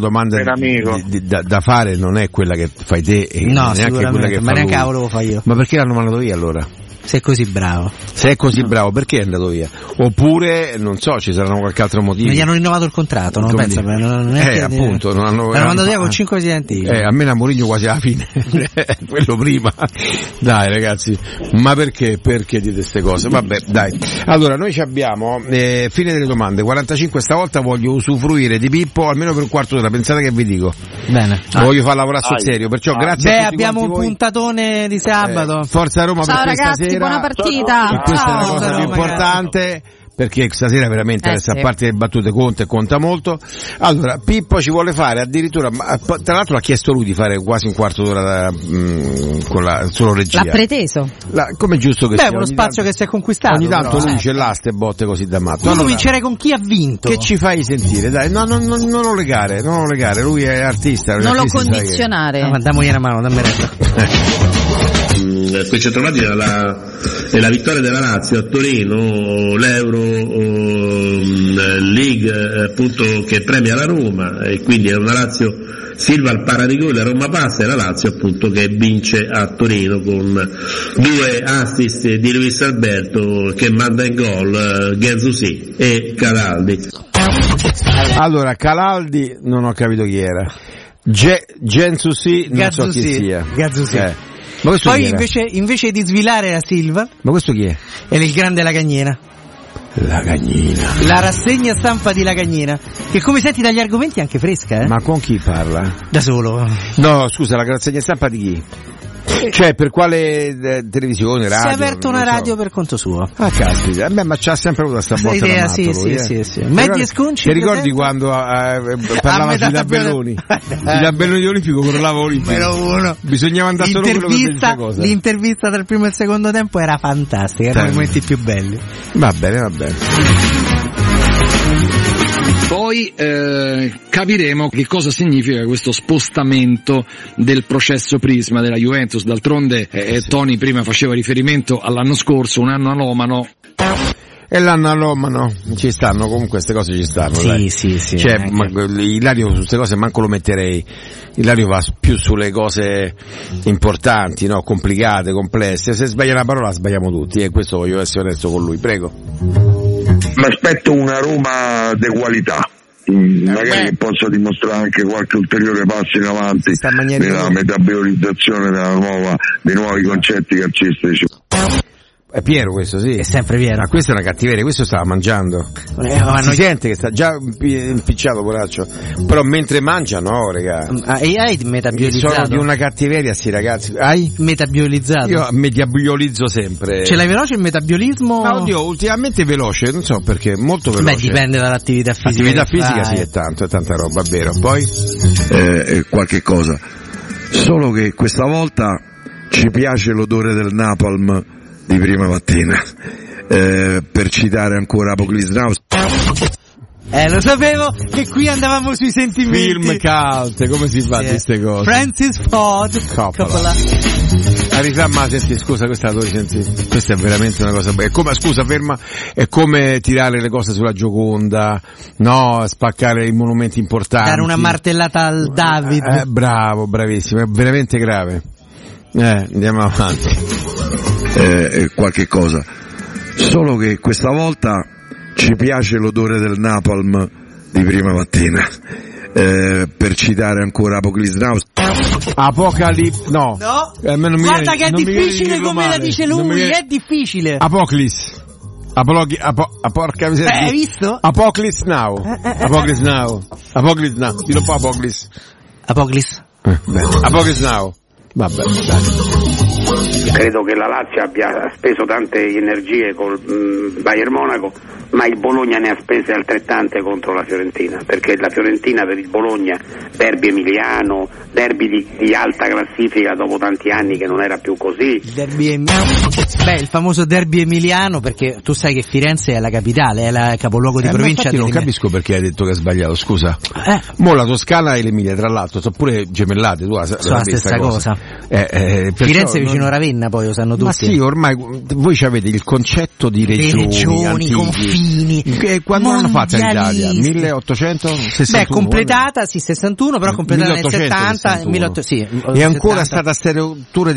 da fare non è quella che fai te, e no, neanche quella che ma neanche la lui. volevo fare io. Ma perché l'hanno mandato via allora? Se è così bravo. Se è così bravo, perché è andato via? Oppure, non so, ci saranno qualche altro motivo. Non gli hanno rinnovato il contratto, non penso. Appunto, non hanno mandato via con 5 presidenti. Almeno a Mourinho quasi alla fine. Quello prima. Dai ragazzi, ma perché dite queste cose? Vabbè, dai. Allora, noi ci abbiamo fine delle domande, 45, stavolta voglio usufruire di Pippo almeno per un quarto d'ora, pensate che vi dico. Bene. Voglio far lavorare sul serio, perciò grazie a tutti. Abbiamo un puntatone di sabato. Forza Roma. Ciao per ragazzi, questa sera. buona partita. Questa è la cosa più importante, perché stasera veramente adesso, a parte le battute conta molto. Allora Pippo ci vuole fare addirittura, tra l'altro l'ha chiesto lui di fare quasi un quarto d'ora con la solo regia. L'ha preteso. Come è giusto che sia. È uno spazio che si è conquistato. Ogni tanto però, lui ce l'ha ste botte così da matto. Io vincerei con chi ha vinto. Che ci fai sentire? Dai, non lo legare, lui è artista. Non lo condizionare. Damogli una mano, dammi retta. Qui c'è trovati la vittoria della Lazio a Torino, l'Euro League appunto che premia la Roma, e quindi è una Lazio Silva al pararigore, la Roma passa, e la Lazio appunto che vince a Torino con 2 assist di Luis Alberto che manda in gol Guendouzi e Calaldi. Allora Calaldi non ho capito chi era, Guendouzi non so chi sia. Ma poi invece di Svilare era Silva. Ma questo chi è? È il grande Lagagnina. La rassegna stampa di Lagagnina, che come senti dagli argomenti è anche fresca, Ma con chi parla? Da solo. No, scusa, la rassegna stampa di chi? Cioè, per quale televisione, radio? Si è aperto una radio per conto suo. Ah, caspita, ma c'ha sempre avuto sta botta da matto, sì. Media sconci. Ti ricordi quando parlava sui tabelloni? I tabelloni di Olimpico con l'Avo Olimpico. Bisognava andare solo quello che dice cosa. L'intervista tra il primo e il secondo tempo era fantastica, erano i momenti più belli. Va bene. Poi capiremo che cosa significa questo spostamento del processo Prisma della Juventus. D'altronde Tony prima faceva riferimento all'anno scorso, un anno anomalo. E l'anno all'omano ci stanno, comunque queste cose ci stanno. Sì. Cioè, Ilario su queste cose manco lo metterei. Ilario va più sulle cose importanti, no? Complicate, complesse. Se sbaglia una parola sbagliamo tutti, e questo voglio essere onesto con lui, prego. Mi aspetto una Roma di qualità, magari che possa dimostrare anche qualche ulteriore passo in avanti nella metabolizzazione dei nuovi concetti calcistici. È Piero questo, sì. È sempre Piero. Ma questa è una cattiveria, questo stava mangiando. Si sente che sta già impicciato, poraccio. Però mentre mangia, no, regà. E hai metabolizzato? Sono di una cattiveria, sì, ragazzi. Hai? Metabolizzato? Io metabolizzo sempre. Ce l'hai veloce il metabolismo? Ma oddio, ultimamente veloce, non so perché, molto veloce. Beh, dipende dall'attività fisica. L'attività fisica sì, è tanta roba, vero. Poi? Qualche cosa. Solo che questa volta ci piace l'odore del napalm di prima mattina, per citare ancora Apoclis Now. Lo sapevo che qui andavamo sui sentimenti. Film cult, come si fa queste cose? Francis Ford Coppola. Ma senti, scusa, questa la devo sentire. Questa è veramente una cosa bella. Scusa, ferma, è come tirare le cose sulla Gioconda, no, spaccare i monumenti importanti. Dare una martellata al David. Bravo, bravissimo, è veramente grave. Andiamo avanti. Qualche cosa. Solo che questa volta ci piace l'odore del napalm di prima mattina, per citare ancora Apocalypse Now. No. Guarda che è difficile come la dice lui, è difficile. Porca miseria. Hai visto? Apocalypse Now. Dillo un po' Apocalypse. Apocalypse Now. Vabbè, dai. Credo che la Lazio abbia speso tante energie col Bayern Monaco, ma il Bologna ne ha spese altrettante contro la Fiorentina, perché la Fiorentina per il Bologna, derby emiliano, derby di alta classifica dopo tanti anni che non era più così. Il famoso derby emiliano, perché tu sai che Firenze è la capitale, è la capoluogo di provincia. Non capisco perché hai detto che hai sbagliato, scusa. Mo la Toscana e l'Emilia, tra l'altro, sono pure gemellate, tu sono la stessa cosa. Firenze è vicino a Ravenna, poi lo sanno tutti. Ma sì, ormai voi avete il concetto di regioni confini. Quando l'hanno fatta l'Italia? 1861? Completata, 61, però completata nel 70, 1800, sì. È ancora stata stereotura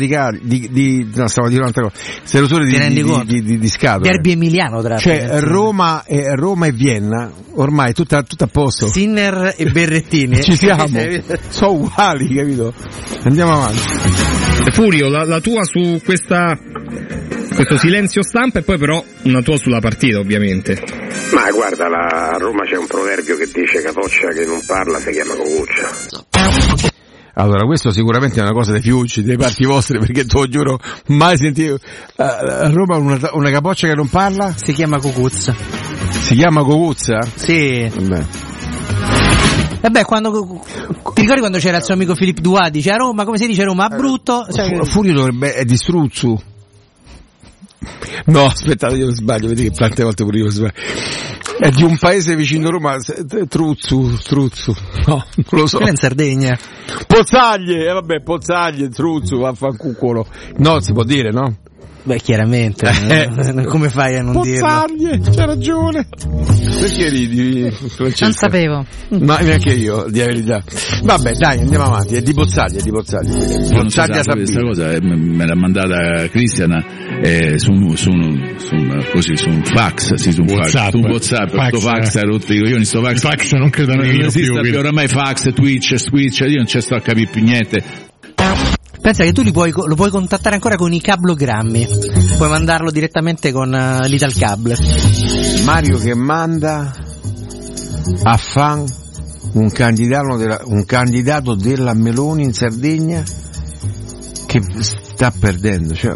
di scatola. Derby emiliano, tra l'altro. Cioè Roma e Vienna, ormai tutto a posto. Sinner e Berrettini. Ci siamo. Sono uguali, capito? Andiamo avanti. Furio, la tua su questo silenzio stampa e poi però una tua sulla partita, ovviamente. Ma guarda, a Roma c'è un proverbio che dice capoccia che non parla si chiama cocuccia. Allora, questo sicuramente è una cosa dei Fiucci, dei parti vostri, perché te lo giuro, mai sentito. A Roma una capoccia che non parla? Si chiama Cucuzza. Si chiama Cucuzza? Sì. Vabbè, ti ricordi quando c'era il suo amico Filippo Duà, dice a Roma, come si dice a Roma? A brutto? Furio è di Struzzu. No, aspettate, io sbaglio, vedete che tante volte pure io sbaglio. È di un paese vicino a Roma, Truzzu. No, non lo so. È in Sardegna. Pozzaglie, Truzzu, vaffanculo. No, si può dire, no? Beh, chiaramente, come fai a non dirlo? Pozzaglie, c'ha ragione. Perché ridi, Francesca? Non sapevo. No, neanche io, di verità. Vabbè, dai, andiamo avanti, è di Pozzaglie. Pozzaglia questa cosa me l'ha mandata Cristiana su un fax, su un WhatsApp, questo fax ha rotto i coglioni, sto fax non credo non esiste più, oramai fax, Twitch, io non ci sto a capire più niente. Pensa che tu lo puoi contattare ancora con i cablogrammi, puoi mandarlo direttamente con l'Italcable. Mario che manda a fan un candidato della Meloni in Sardegna che sta perdendo, cioè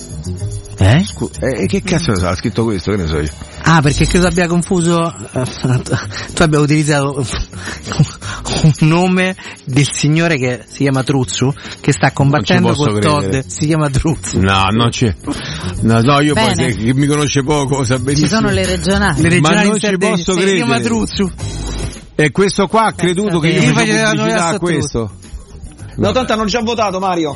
che cazzo ha scritto questo, che ne so io? Ah, perché credo abbia confuso tu abbia utilizzato un nome del signore che si chiama Truzzu, che sta combattendo con Todd, si chiama Truzzu. No, non c'è. No, io poi che mi conosce poco sa benissimo. Ci sono le regionali. Ma non ci posso credere. Si chiama Truzzu. E questo qua ha creduto che io facevo pubblicità a questo. No, tanto hanno già votato, Mario.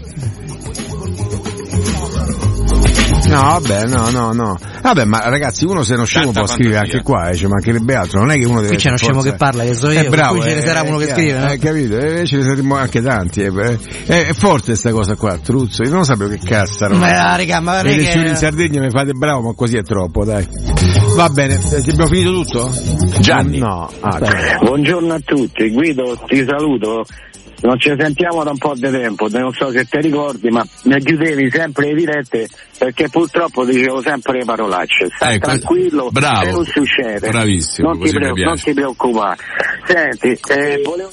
No, vabbè, ma ragazzi, uno se non scemo può scrivere anche qua, ci mancherebbe altro, non è che uno deve. Qui c'è uno scemo che parla, che so io, bravo, qui ce ne sarà uno che scrive, no? Capito? Ce ne saremo anche tanti, è forte sta cosa qua, Truzzo, io non sapevo che cazzo era. Ma le elezioni in Sardegna mi fate bravo, ma così è troppo, dai. Va bene, abbiamo finito tutto? Gianni. No. Buongiorno a tutti, Guido, ti saluto. Non ci sentiamo da un po' di tempo, non so se ti ricordi, ma mi chiudevi sempre le dirette perché purtroppo dicevo sempre le parolacce. Stai tranquillo, bravo, se non succede. Bravissimo, non ti preoccupare. Senti, volevo...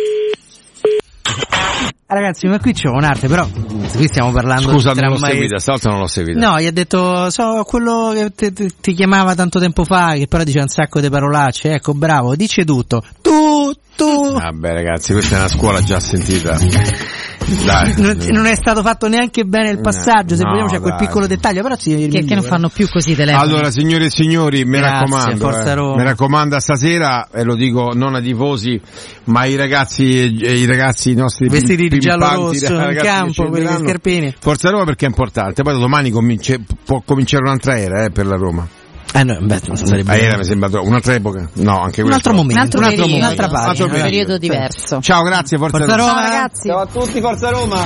Ragazzi, ma qui c'è un'arte, però qui stiamo parlando. Scusa, non l'ho seguita, stavolta non l'ho seguita. No, gli ha detto, so quello che ti chiamava tanto tempo fa, che però dice un sacco di parolacce, ecco, bravo, dice tutto. Vabbè ragazzi, questa è una scuola già sentita. Dai. Non è stato fatto neanche bene il passaggio, se vogliamo c'è quel piccolo dettaglio, però che non fanno più così telefoni. Allora signore e signori, mi raccomando stasera, e lo dico non ai tifosi ma ai ragazzi i nostri vestiti di giallo rosso in campo con le scarpine. Forza Roma, perché è importante, poi domani può cominciare un'altra era per la Roma. No, sarebbe era, mi sembra un'altra epoca. No, anche un altro momento, un'altra pagina, un periodo diverso. Ciao, grazie, Forza Roma. Ciao ragazzi. Ciao a tutti, Forza Roma.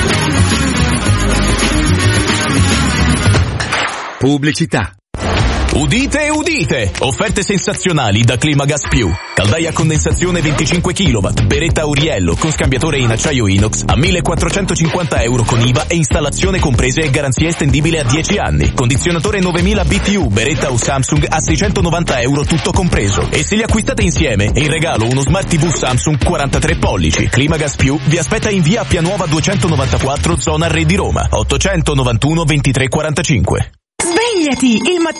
Pubblicità. Udite, udite! Offerte sensazionali da Climagas Più. Caldaia a condensazione 25 kW, beretta Auriello con scambiatore in acciaio inox a 1.450 euro con IVA e installazione comprese e garanzia estendibile a 10 anni. Condizionatore 9000 BTU, beretta o Samsung a 690 euro tutto compreso. E se li acquistate insieme, in regalo uno Smart TV Samsung 43 pollici. Climagas Più vi aspetta in via Appia Nuova 294, zona Re di Roma. 891 23 45. Svegliati! Il mattino